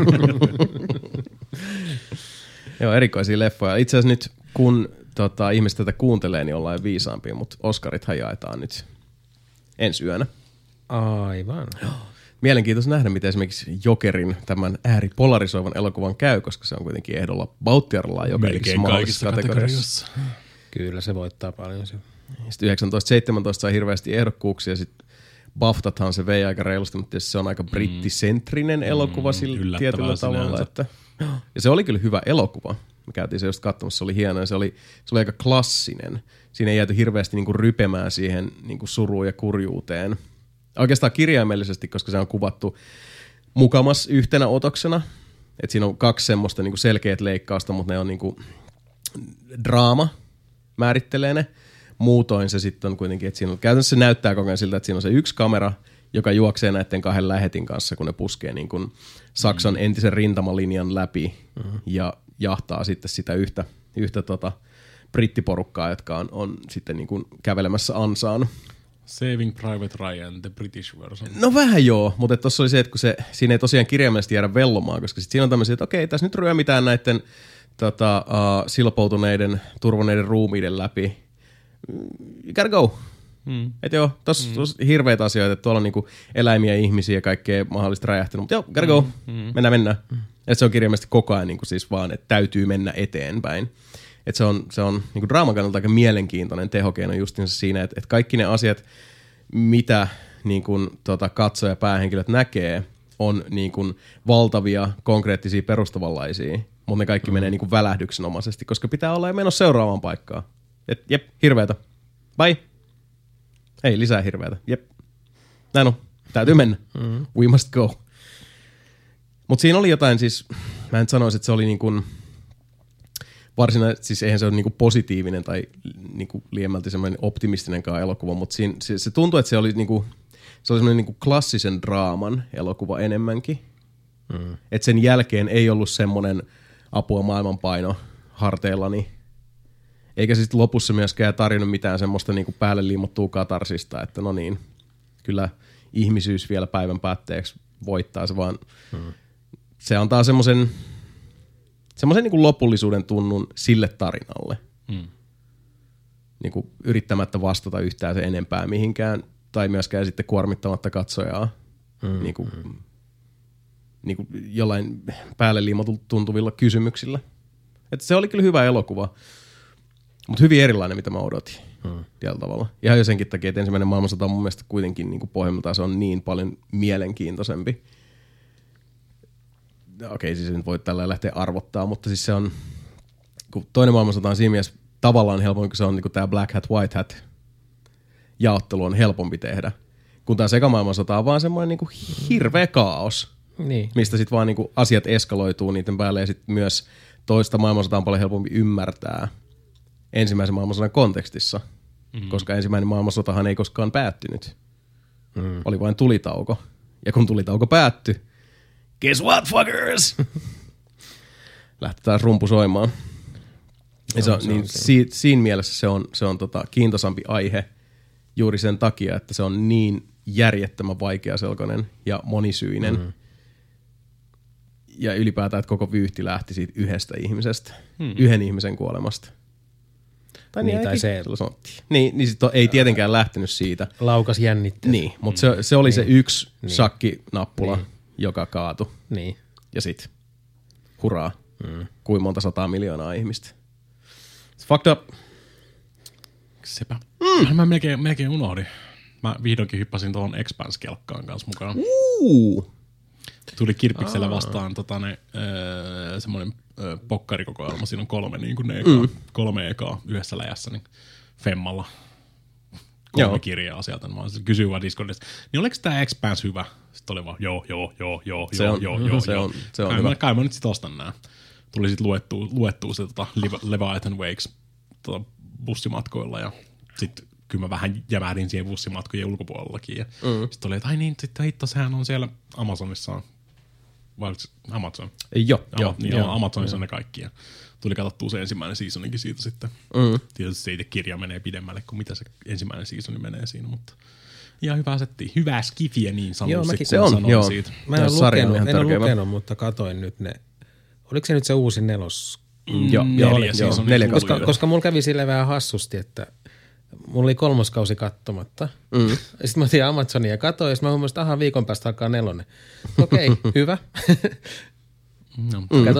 Joo, erikoisia leffoja. Itse asiassa nyt, kun tota, ihmiset tätä kuuntelee, niin ollaan jo viisaampia, mutta Oscarithan jaetaan nyt ensi yönä. Aivan. Mielenkiintoista nähdä, miten esimerkiksi Jokerin tämän ääripolarisoivan elokuvan käy, koska se on kuitenkin ehdolla Bauttiarlaa Jokeriksi Melkein mahdollisessa kaikissa kategoriassa. kategorioissa. Kyllä se voittaa paljon se. Sitten yhdeksäntoista seitsemäntoista sai hirveästi ehdokkuuksia, sitten BAFTAthan se vei aika reilusti, mutta se on aika brittisentrinen elokuva sillä tietyllä tavalla. Että, ja se oli kyllä hyvä elokuva. Me käytiin se just katsomassa, se oli hieno ja se oli, se oli aika klassinen. Siinä ei jääty hirveästi niinku rypemään siihen niinku suruun ja kurjuuteen. Oikeastaan kirjaimellisesti, koska se on kuvattu mukamas yhtenä otoksena. Et siinä on kaksi semmoista niinku selkeät leikkausta, mutta ne on niinku draama määrittelee ne. Muutoin se sitten on kuitenkin, että siinä on, käytännössä se näyttää koko ajan siltä, että siinä on se yksi kamera, joka juoksee näiden kahden lähetin kanssa, kun ne puskee niin kuin Saksan mm. entisen rintamalinjan läpi mm-hmm. ja jahtaa sitten sitä yhtä, yhtä tota brittiporukkaa, jotka on, on sitten niin kuin kävelemässä ansaan. Saving Private Ryan, the British version. No vähän joo, mutta tuossa oli se, että kun se, siinä ei tosiaan kirjaimellisesti jäädä vellomaan, koska sitten siinä on tämmöisiä, että okei, tässä nyt ryömitään näiden tota, uh, silpoutuneiden, turvoneiden ruumiiden läpi. You gotta go. Mm. Että joo, tossa mm. on hirveitä asioita, että tuolla on niinku eläimiä, ihmisiä ja kaikkea mahdollista räjähtänyt, mutta joo, gotta go. Mm. Mennään, mennään. Mm. Että se on kirjaimellisesti koko ajan niinku siis vaan, että täytyy mennä eteenpäin. Että se on, se on niinku draaman kannalta aika mielenkiintoinen tehokeino justiinsa siinä, että, että kaikki ne asiat, mitä niinku, tota, katsoja päähenkilöt näkee, on niinku valtavia, konkreettisia, perustavanlaisia, mutta ne kaikki mm. menee niinku välähdyksenomaisesti, koska pitää olla ja menossa seuraavaan paikkaan. Et, jep, hirveetä. Bye. Ei, lisää hirveätä. Jep. Näin on. Täytyy mennä. Mm-hmm. We must go. Mutta siinä oli jotain siis, mä en sanoisi, että se oli niin kuin varsinaisesti, siis eihän se ole niin kuin positiivinen tai niin kuin liiemmälti semmoinen optimistinenkaan elokuva, mutta siinä, se, se tuntui, että se oli, niin kuin, se oli semmoinen niin kuin klassisen draaman elokuva enemmänkin. Mm. Että sen jälkeen ei ollut semmoinen apua maailmanpaino harteillani. Eikä se sitten lopussa myöskään tarjonnut mitään semmoista niinku päälle liimottua katarsista, että no niin, kyllä ihmisyys vielä päivän päätteeksi voittaa se, vaan hmm. se antaa semmoisen semmoisen niinku lopullisuuden tunnun sille tarinalle. Hmm. Niinku yrittämättä vastata yhtään se enempää mihinkään, tai myöskään sitten kuormittamatta katsojaa hmm. niinku, hmm. niinku jollain päälle liimotulta tuntuvilla kysymyksillä. Että se oli kyllä hyvä elokuva. Mutta hyvin erilainen, mitä mä odotin hmm. tällä tavalla. Ihan jo senkin takia, että ensimmäinen maailmansota on mun mielestä kuitenkin niin pohjimmiltaan se on niin paljon mielenkiintoisempi. Okei, siis nyt voi tällä lähteä arvottaa, mutta siis se on, kun toinen maailmansota on siinä mielessä tavallaan helpompi, kun se on niin tämä Black Hat, White Hat jaottelu on helpompi tehdä. Kun tämä seka maailmansota on vaan semmoinen niin hirveä kaos, niin. Mistä sitten vaan niin asiat eskaloituu niiden päälle ja sitten myös toista maailmansotaa on paljon helpompi ymmärtää ensimmäisen maailmansodan kontekstissa, mm-hmm. koska ensimmäinen maailmansotahan ei koskaan päättynyt. Mm. Oli vain tulitauko. Ja kun tulitauko päättyi, guess what, fuckers? Lähti taas rumpu soimaan. Ja se on, se niin si, siinä mielessä se on, se on tota kiintoisampi aihe juuri sen takia, että se on niin järjettömän vaikeaselkoinen ja monisyinen. Mm. Ja ylipäätään, että koko vyyhti lähti siitä yhdestä ihmisestä, mm. yhden ihmisen kuolemasta. Tai, niin, tai se, niin, niin sit on, ei tietenkään lähtenyt siitä. Laukas jännitteet. Niin, mutta se, se oli niin. se yksi niin. shakkinappula, niin. joka kaatui. Niin. Ja sit, hurraa, mm. kuin monta sataa miljoonaa ihmistä. It's fucked up. Sepä. Mm. Mä melkein, melkein unohdin. Mä vihdoinkin hyppäsin tuohon Expanse-kelkkaan kanssa mukaan. Uh. Tuli Kirppiksellä Aa. vastaan tota, ne, öö, semmoinen öö, pokkarikokoelma. Siinä on kolme, niin kuin ne eka, mm. kolme ekaa yhdessä läjässä niin Femmalla. Kolme joo. kirjaa sieltä. Mä kysyin vaan Discordista, niin oliko tää Expanse hyvä? Sitten oli vaan joo, joo, joo, joo, se joo, on, joo, joo. Se on, se on kai, hyvä. Mä, kai mä nyt sit ostan nää. Tuli sit luettua, luettua se tota, Leviathan Wakes tota, bussimatkoilla ja sit kyllä mä vähän jämähdin siihen bussimatkojen ulkopuolellakin. Ja mm. sitten oli, että ai niin, sitten hitto, sehän on siellä Amazonissa. Vai Amazon? Joo, joo, joo. Niin joo, Amazonissa joo. ne kaikki. Ja tuli katsottua se ensimmäinen seasoninkin siitä sitten. Mm. Tietysti se itse kirja menee pidemmälle kuin mitä se ensimmäinen seasoni menee siinä, mutta ihan hyvää settiä. Hyvää skifiä niin sanotusti, se on, joo. Siitä. Mä en ole lukenut, en ole lukenut, mutta katoin nyt ne. Oliko se nyt se uusi nelos? Mm, joo, neljä joo, joo, neljä koska, koska mulla kävi silleen vähän hassusti, että mulla oli kolmoskausi kattomatta. Mm. Sitten mä otin Amazonia ja katoin, ja sitten mä huomasin, että aha, viikon päästä alkaa nelonen. Okei, okay, hyvä. No. Mm. Katoin sen sitten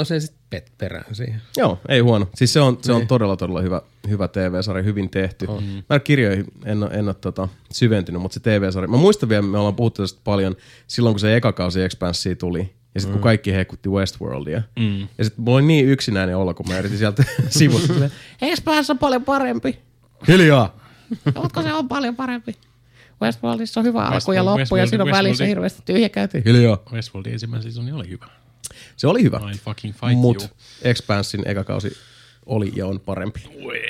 pet perään siihen. Joo, ei huono. Siis se on, se on todella, todella hyvä, hyvä T V-sarja, hyvin tehty. Oh. Mä kirjoihin en ole, en ole tota, syventynyt, mutta se T V-sarja. Mä muistan vielä, me ollaan puhuttu tästä paljon silloin, kun se eka kausi Expansia tuli. Ja sitten mm. kun kaikki hekutti Westworldia. Mm. Ja sitten mulla oli niin yksinäinen olla, kun mä yritin sieltä sivusta. Expanse on paljon parempi. Hiljaa! Ootko se on paljon parempi? Westworldissa on hyvä alku ja loppu ja siinä on välissä hirveästi tyhjäkäyntiä. Hiljaa! Westworldin ensimmäinen seasoni oli hyvä. Se oli hyvä. I fucking fight Mut you. Expansin eka kausi oli ja on parempi.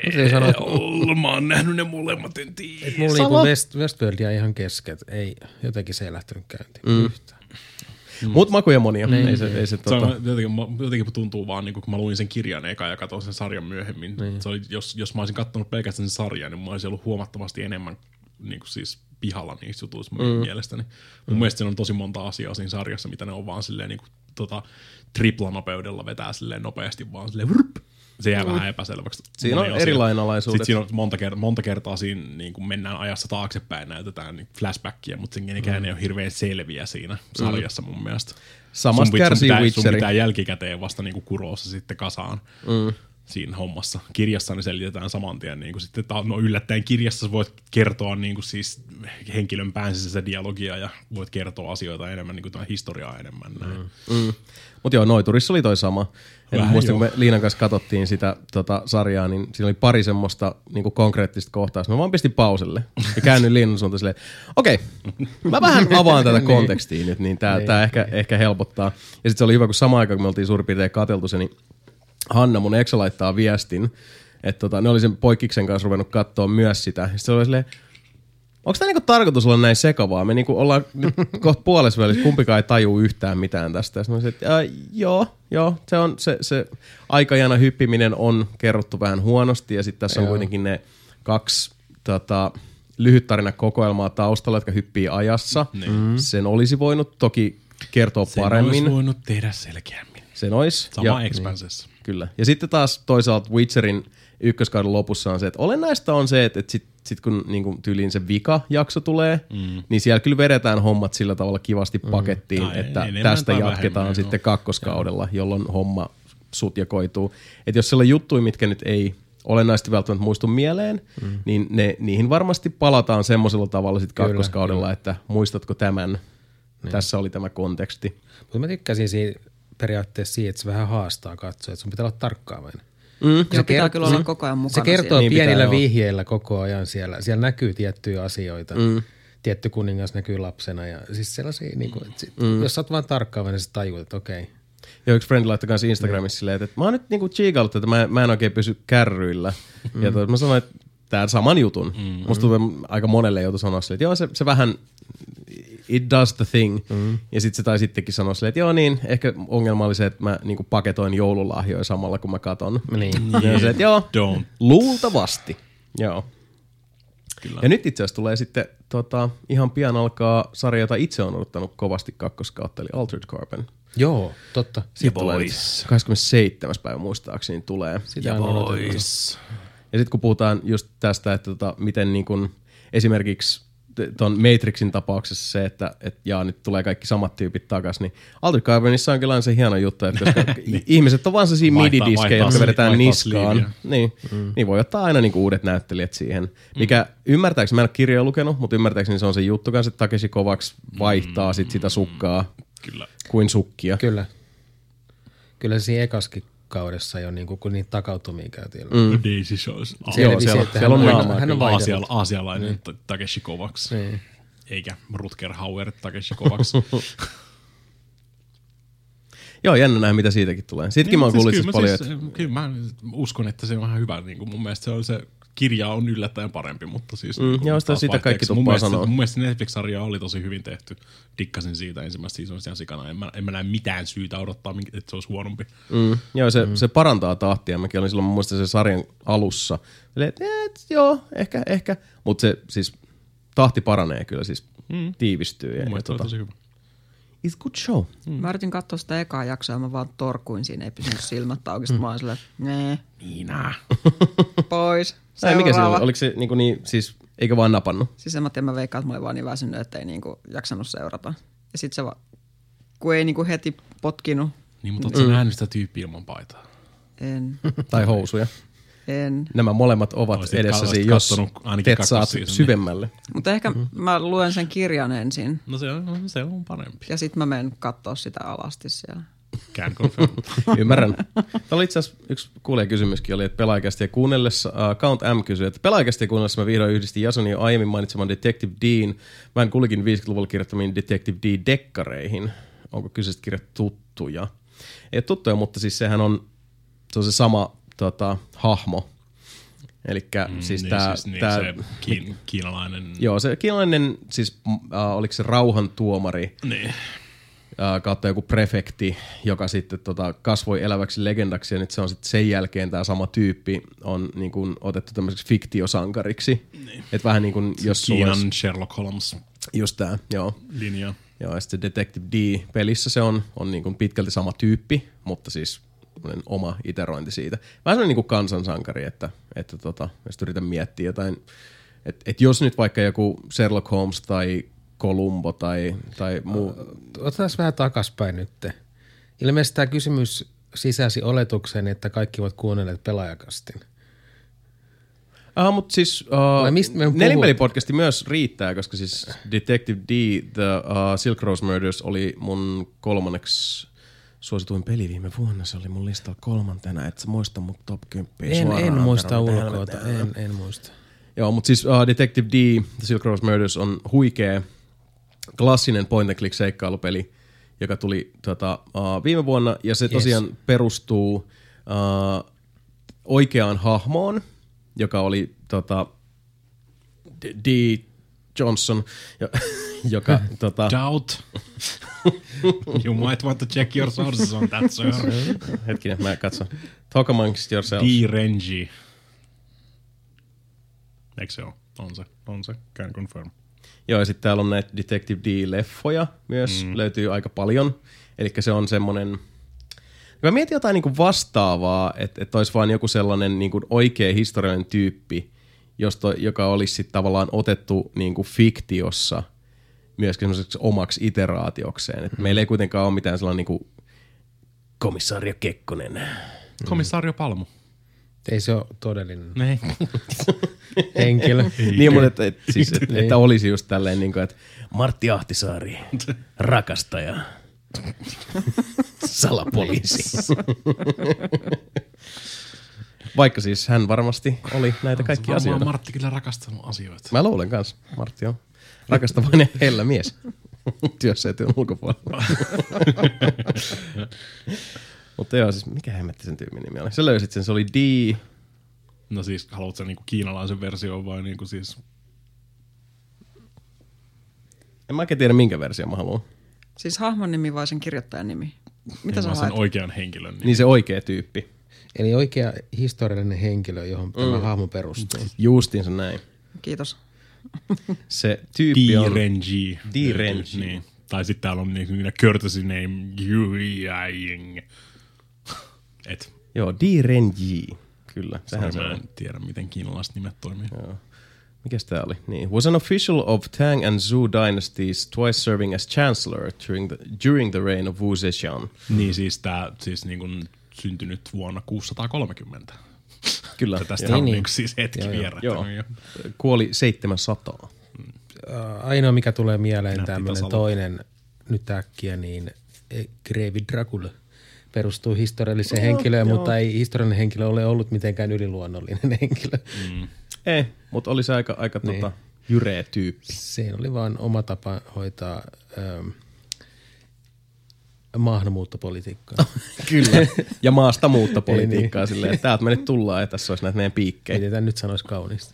Well, mä oon nähnyt ne molemmat, en tiedä. Mulla oli niinku West, Westworldia ihan kesket. Ei, jotenkin se ei lähtenyt käyntiin mm. yhtään. Mm. Mut makuja monia. Niin. Ei se, ei se, se tota... on, jotenkin, jotenkin tuntuu vaan, niin kun mä luin sen kirjan eka ja katsoin sen sarjan myöhemmin. Niin. Se oli, jos, jos mä olisin katsonut pelkästään sen sarjan, niin mä olisin ollut huomattavasti enemmän niin kuin siis pihalla niistä jutuista mm. mielestäni. Mun mm. mielestä siinä on tosi monta asiaa siinä sarjassa, mitä ne on vaan silleen niin kuin, tota, triplanopeudella vetää silleen nopeasti vaan silleen vrp. Se jää mm. vähän epäselväksi. Siinä on eri lainalaisuudet. Sitten siinä on monta, ker- monta kertaa siinä niin kun mennään ajassa taaksepäin, näytetään niin flashbackia, mutta sen kenenkään mm. ei ole hirveän selviä siinä sarjassa mun mielestä. Samasta kärsii Witcheri. Sun pitää jälkikäteen vasta niin kuroa se sitten kasaan mm. siinä hommassa. Kirjassa ne selitetään saman tien. Niin sitten, no yllättäen kirjassa sä voit kertoa niin kuin siis henkilön päänsisäistä dialogia ja voit kertoa asioita enemmän, niin kuin historiaa enemmän. Näin. Mm. Mm. Mutta joo, Noiturissa oli toi sama. Muistan, kun me Liinan kanssa katsottiin sitä tota, sarjaa, niin siinä oli pari semmoista niinku konkreettista kohtausta. Mä vaan pistin pauselle ja käännyin Liinan suuntaan silleen, okei, okay, mä vähän avaan tätä kontekstia nyt, niin tää, tää ehkä, ehkä helpottaa. Ja sit se oli hyvä, kun samaan aikaan, kun me oltiin suurin piirtein katseltu se, niin Hanna, mun eksä, laittaa viestin, että tota, ne oli sen poikkiksen kanssa ruvennut katsoa myös sitä. Sitten se oli silleen, onko tämä niinku tarkoitus olla näin sekavaa? Me niinku ollaan nyt kohta puolessa välissä, kumpikaan ei tajuu yhtään mitään tästä. Sitten mä sanoin, että äh, joo, joo, se, on, se, se aikajana hyppiminen on kerrottu vähän huonosti. Ja sitten tässä on joo. kuitenkin ne kaksi tota, lyhyttarinakokoelmaa taustalla, jotka hyppii ajassa. Mm. Sen olisi voinut toki kertoa sen paremmin. Sen olisi voinut tehdä selkeämmin. Sen olisi. Sama Expansessa. Niin, kyllä. Ja sitten taas toisaalta Witcherin ykköskauden lopussa on se, että olennaista on se, että, että sit, sit kun niin kuin tyyliin se vika-jakso tulee, mm. niin siellä kyllä vedetään hommat sillä tavalla kivasti mm. pakettiin, no, että tästä jatketaan vähemmän, sitten kakkoskaudella, jolloin homma sutjakoituu. Että jos siellä on juttuja, mitkä nyt ei olennaisesti välttämättä muistu mieleen, mm. niin ne, niihin varmasti palataan semmoisella tavalla sitten kakkoskaudella, kyllä, että muistatko tämän, niin. Tässä oli tämä konteksti. Mutta mä tykkäsin siitä, periaatteessa siitä, että se vähän haastaa katsoa, että sun pitää olla tarkkaavainen. Mm. Se pitää kert- kyllä olla koko ajan mukana. Se kertoo siellä. pienillä niin vihjeillä koko ajan siellä. Siellä näkyy tiettyjä asioita. Mm. Tietty kuningas näkyy lapsena. Ja siis sellaisia, niin kuin, että sit, mm. jos sä oot vaan tarkkaavainen, niin sä tajuut, että okei. Okay. Ja yksi friend laittoi kanssa Instagramissa mm. silleen, että mä oon nyt niinku chiikallut, että mä, mä en oikein pysy kärryillä. Mm. Ja to, mä sanoin, että tää saman jutun. Mm. Musta tuntuu aika monelle joutu sanoa silleen, että joo, se, se vähän it does the thing. Mm. Ja sit se tai sittenkin sanoa silleen, että joo niin, ehkä ongelma oli se, että mä niinku paketoin joululahjoja samalla, kun mä katon. Niin. Ja se, että joo, Don't. luultavasti. Joo. Kyllä. Ja nyt itse asiassa tulee sitten, tota, ihan pian alkaa sarja, jota itse on odottanut kovasti kakkoskautta, eli Altered Carbon. Joo, totta. Siitä tulee kahdeskymmenesseitsemäs päivä muistaakseni tulee. Sitä on odotettu. Ja sitten kun puhutaan just tästä, että tota, miten niin kun esimerkiksi tuon Matrixin tapauksessa se, että et, jaa, nyt tulee kaikki samat tyypit takaisin, niin Altered Carbonissa on kyllä se hieno juttu, että koska niin. ihmiset on vaan sellaisia midi-diskejä, jotka vedetään niskaan, niin, mm. niin voi ottaa aina niinku uudet näyttelijät siihen. Mikä mm. ymmärtääkseni, mä en ole kirjoja lukenut, mutta ymmärtääkseni se on se juttu kanssa, että Takeshi Kovacs vaihtaa mm. sit sitä sukkaa kyllä. kuin sukkia. Kyllä. Kyllä se siinä ekaskin kaudessa jo, niin kun niitä takautumia käytiin. Mm. Daisy Shows. Joo, siellä, siellä on naamaa. Hän on Aasial, aasialainen mm. Takeshi Kovacs. Niin. Eikä Rutger Hauer Takeshi Kovacs. Joo, jännä nähdä, mitä siitäkin tulee. Siitäkin niin, mä oon kuullut siis paljon. Siis, että... Kyllä mä uskon, että se on vähän hyvä. Niin kuin mun mielestä se, on se kirja on yllättäen parempi, mutta siis... Mm, niin joo, sitä, sitä kaikki tuppaa sanoa. Mun mielestä Netflix-sarja oli tosi hyvin tehty. Dikkasin siitä ensimmäistä seasonista ihan sikana. En mä, en mä näe mitään syytä odottaa, että se olisi huonompi. Mm, joo, se, mm. se parantaa tahtia. Mäkin olin silloin mun mielestä se sarjan alussa. Että et, joo, ehkä, ehkä. Mutta se siis tahti paranee kyllä, siis mm. tiivistyy. Mun mielestä tota, tosi hyvä. It's good show. Mm. Mä yritin katsoa sitä ekaa jaksoa ja mä vaan torkuin siinä, ei pysynyt silmät auki. Mm. Mä oon silleen, nee. Niina. Pois. Ei, mikä se oli? Oliko se niinku niin, siis, eikö vaan napannut? Siis en mä tiedä, mä veikkaan, että mä olin vaan niin väsynyt, että ei niinku jaksanut seurata. Ja sit se vaan, kun ei niinku heti potkinut Niin, mutta ootko mm. nähnyt sitä tyyppiä ilman paitaa? En. Tai housuja. En. Nämä molemmat ovat Olisit edessäsi, ka- jos et saat seasonia. syvemmälle. Mutta ehkä mm-hmm. mä luen sen kirjan ensin. No se on, se on parempi. Ja sit mä menen kattoo sitä alasti siellä. Can confirm. Ymmärrän. Tämä oli itse asiassa yksi kuulijakysymyskin oli, että pelaajakästiä kuunnellessa, uh, Count M kysyi, että pelaajakästiä kuunnellessa mä vihdoin yhdistin Jasonin jo aiemmin mainitseman Detective Dean. Mä en kuulikin viisikymmentäluvulla kirjoittamiin Detective D-dekkareihin. Onko kyseiset kirjat tuttuja? Ei ole tuttuja, mutta siis sehän on, se on se sama tota, hahmo. Elikkä Mm, siis niin, tää, siis niin, tää se kiin, kiinalainen... Joo, se kiinalainen, siis uh, oliko se rauhantuomari, Niin. uh, kautta joku prefekti, joka sitten tota, kasvoi eläväksi legendaksi, ja nyt se on sitten sen jälkeen tämä sama tyyppi on niin kun, otettu tämmöiseksi fiktiosankariksi. Niin. Että vähän niin kuin jos Kiinan olisi, Sherlock Holmes just tää, joo. linja. Joo, ja sitten Detective D-pelissä se on, on niin kuin pitkälti sama tyyppi, mutta siis oma iterointi siitä. Vähän sellainen niin kuin kansansankari, että, että tota, jos yritän miettiä jotain, että, että jos nyt vaikka joku Sherlock Holmes tai Columbo tai, tai muu... Otetaan vähän takaspäin nyt. Ilmeisesti tämä kysymys sisäsi oletuksen, että kaikki ovat kuunnelleet pelaajakastin. Ah, mutta siis uh, Nelinpelipodcasti myös riittää, koska siis Detective D, The uh, Silk Rose Murders oli mun kolmanneksi suosituin peli viime vuonna. Se oli mun listalla kolmantena, et sä muista mut top kymmenen En, suoraan. en muista ulkoota, en, en muista. Joo, mutta siis uh, Detective D, The Silk Rose Murders on huikea, klassinen point and click seikkailupeli, joka tuli tota, uh, viime vuonna, ja se tosiaan yes. perustuu uh, oikeaan hahmoon, joka oli tota, D. Johnson, joka... tota, Doubt. You might want to check your sources on that, sir. Hetkinen, mä katson. Talk amongst yourselves. D. Renji. Eikö se ole? On se, on se. Can confirm. Joo, ja sitten täällä on näitä Detective D-leffoja myös, mm. löytyy aika paljon. Eli se on semmonen... Mä mietin jotain niinku vastaavaa, että et olisi vaan joku sellainen niinku oikea historiallinen tyyppi, josta, joka olisi sit tavallaan otettu niinku fiktiossa myöskin semmoiseksi omaksi iteraatiokseen. Et mm. Meillä ei kuitenkaan ole mitään sellainen niinku komissaario Kekkonen. Mm. Komissaario Palmu. Ei se ole todellinen Ei. henkilö. Niin, mutta että, että, siis, että, että olisi just tälleen, niin kuin, että Martti Ahtisaari, rakastaja, salapoliisi. Vaikka siis hän varmasti oli näitä kaikkia asioita. Martti kyllä rakastanut asioita. Mä luulen kanssa. Martti on rakastavainen hellä mies. Työssä ja työn ulkopuolella. Mutta joo, siis mikä hemmetti sen tyymin nimi oli? Sä löysit sen, se oli D. No siis, haluatko sä niinku kiinalaisen version vai niinku siis... En mä oikein tiedä, minkä versio mä haluan. Siis hahmon nimi vai sen kirjoittajan nimi? Mitä sä sen haet? oikean henkilön nimi. Niin se oikea tyyppi. Eli oikea historiallinen henkilö, johon mm. tämä hahmo perustuu. Justiinsa näin. Kiitos. Se tyyppi on... D-Renji. D-Renji. Niin. Tai sitten täällä on niinku courtesy name Yuying. Et. Joo, D-Renji. Kyllä, sehän se Mä on. en tiedä, miten kiinalaiset nimet toimii. Joo. Mikäs tää oli? Niin. Was an official of Tang and Zhou dynasties, twice serving as chancellor during the, during the reign of Wu Zetian. Niin siis tää siis niinku syntynyt vuonna kuusisataakolmekymmentä. Kyllä. Ja tästä Joo. on Niin, niinku siis hetki joo, joo. vierähtänyt jo. Kuoli seitsemänsataa. Ainoa, mikä tulee mieleen Nätti tämmöinen tasalla. toinen nyt äkkiä, niin Grevi Dracula perustuu historialliseen henkilöön, joo. mutta ei historiallinen henkilö ole ollut mitenkään yliluonnollinen henkilö. Mm. Ei, mutta oli se aika, aika Niin. tota, jyreä tyyppi. Siinä oli vaan oma tapa hoitaa ähm, maahanmuuttopolitiikkaa. Kyllä. Ja maasta muuttopolitiikkaa Ei niin. silleen, että täältä me nyt tullaan ja tässä olisi näitä meidän piikkejä. Ei tätä nyt sanoisi kauniisti.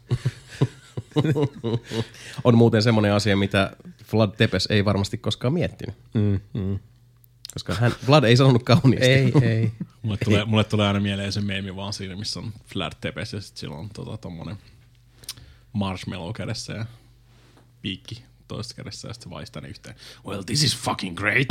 On muuten semmoinen asia, mitä Vlad Tepes ei varmasti koskaan miettinyt. Mm, mm. Koska hän, Vlad ei sanonut kauniisti. Ei, ei. Mulle tulee, mulle tulee aina mieleen se meemi vaan siinä, missä on Vlad Tepes ja sit sillä on tota, tommonen marshmallow kädessä ja piikki toisessa kädessä ja sitten se vaistaa ne yhteen. Well, this is fucking great.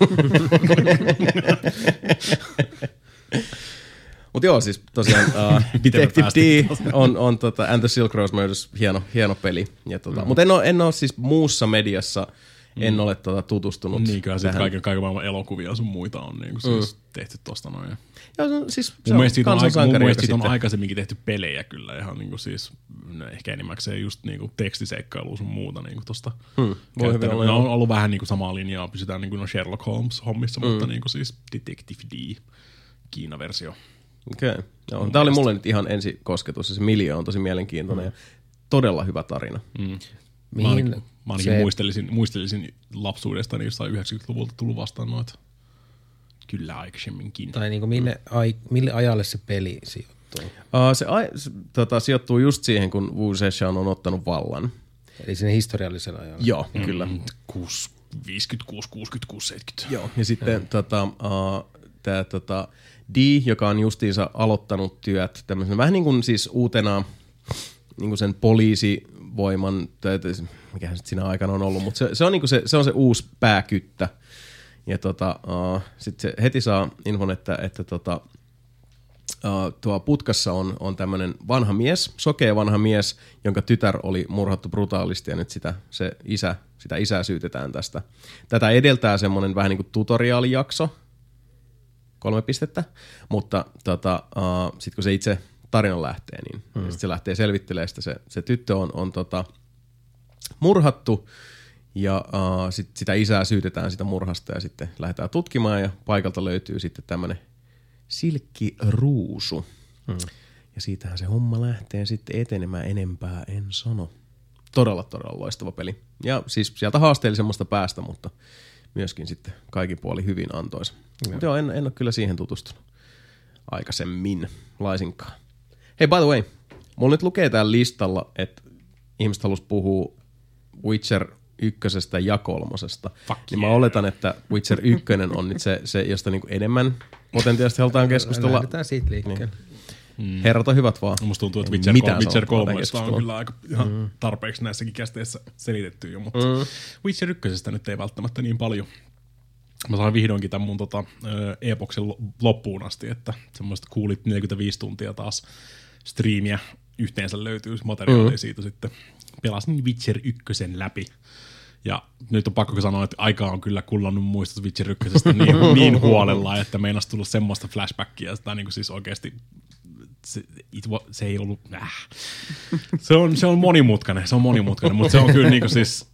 Mutta joo, siis tosiaan uh, Detective D on, on tota, And the Silk Rose Murders hieno, hieno peli. Ja tota, mm. Mutta en ole, en ole siis muussa mediassa, en ole tota tutustunut. Niin kyllä sitten tähän. kaiken, kaiken maailman elokuvia sun muita on niinku siis mm. tehty tosta noin. Ja se on, siis, se mun mielestä siitä on, aika, mun mielestä siitä on sitten... aikaisemminkin tehty pelejä kyllä ihan niinku siis, no ehkä enimmäkseen just niinku tekstiseikkailu sun muuta niinku tosta. Hmm. Voi hyvin olla. Ne on ollut vähän niinku samaa linjaa, pysytään niinku no Sherlock Holmes hommissa, hmm. mutta niinku siis Detective D, Kiina-versio. Okei. Okay. Joo, tää oli mulle nyt ihan ensi kosketus ja se Miljo on tosi mielenkiintoinen hmm. ja todella hyvä tarina. Hmm. Mä ainakin, mä ainakin se... muistelisin, muistelisin lapsuudestani jossain yhdeksänkymmentäluvulta tullut vastaan noita. Kyllä aikaisemminkin. Tai niinku minne, ai, mille ajalle se peli sijoittuu? Uh, se, ai, se tota, sijoittuu just siihen, kun Wu Zetian on ottanut vallan. Eli sinne historiallisella ajalla. Joo, mm, kyllä. viisikymmentäkuusi, kuusikymmentäkuusi, seitsemänkymmentä. Joo, ja sitten mm. tota, uh, tämä tota, D, joka on justiinsa aloittanut työt tämmöisenä vähän niin kuin siis uutena niin kuin sen poliisivoiman, tai, mikähän sitten siinä aikana on ollut, mutta se, se, on niin kuin se, se on se uusi pääkyttä. Ja tota, uh, sitten se heti saa infon, että, että tota, uh, tuo putkassa on, on tämmöinen vanha mies, sokea vanha mies, jonka tytär oli murhattu brutaalisti ja nyt sitä, se isä, sitä isää syytetään tästä. Tätä edeltää semmoinen vähän niin kuin tutoriaalijakso, kolme pistettä, mutta tota, uh, sitten kun se itse tarina lähtee, niin hmm. sit se lähtee selvittelemään sitä. Se, se tyttö on, on tota, murhattu. Ja uh, sit sitä isää syytetään sitä murhasta ja sitten lähdetään tutkimaan ja paikalta löytyy sitten tämmönen silkkiruusu. Hmm. Ja siitähän se homma lähtee sitten etenemään, enempää en sano. Todella, todella loistava peli. Ja siis sieltä haasteellisemmasta päästä, mutta myöskin sitten kaikin puoli hyvin antoisa. Hmm. Mutta joo, en, en ole kyllä siihen tutustunut aikaisemmin laisinkaan. Hei, by the way, mulla nyt lukee täällä listalla, että ihmiset halus puhua Witcher ykkösestä ja kolmosesta. Fuck niin yeah. Mä oletan, että Witcher yksi on nyt se, se josta niinku enemmän potentiaalisesti halutaan keskustella. Lähdetään siitä liikkeelle. Niin. Mm. Herrat on hyvät vaan. Musta tuntuu, että Witcher, Witcher kolme on kyllä aika ihan mm. tarpeeksi näissäkin kästeissä selitetty jo, mutta mm. Witcher ykkösestä nyt ei välttämättä niin paljon. Mä saan vihdoinkin tämän mun tota, e-boksen loppuun asti, että semmoista kuulit neljäkymmentäviisi tuntia taas striimiä yhteensä löytyy materiaalia mm. siitä sitten. Pelasin Witcher ykkösen läpi. Ja nyt on pakko sanoa, että aika on kyllä kullannut muistot Witcher ykkösestä niin, niin huolella, että meinas tullut semmoista flashbackia. Sitä niin kuin siis oikeasti se, se ei ollut, äh. se, on, se on monimutkainen, se on monimutkainen, mutta se on kyllä niin kuin siis,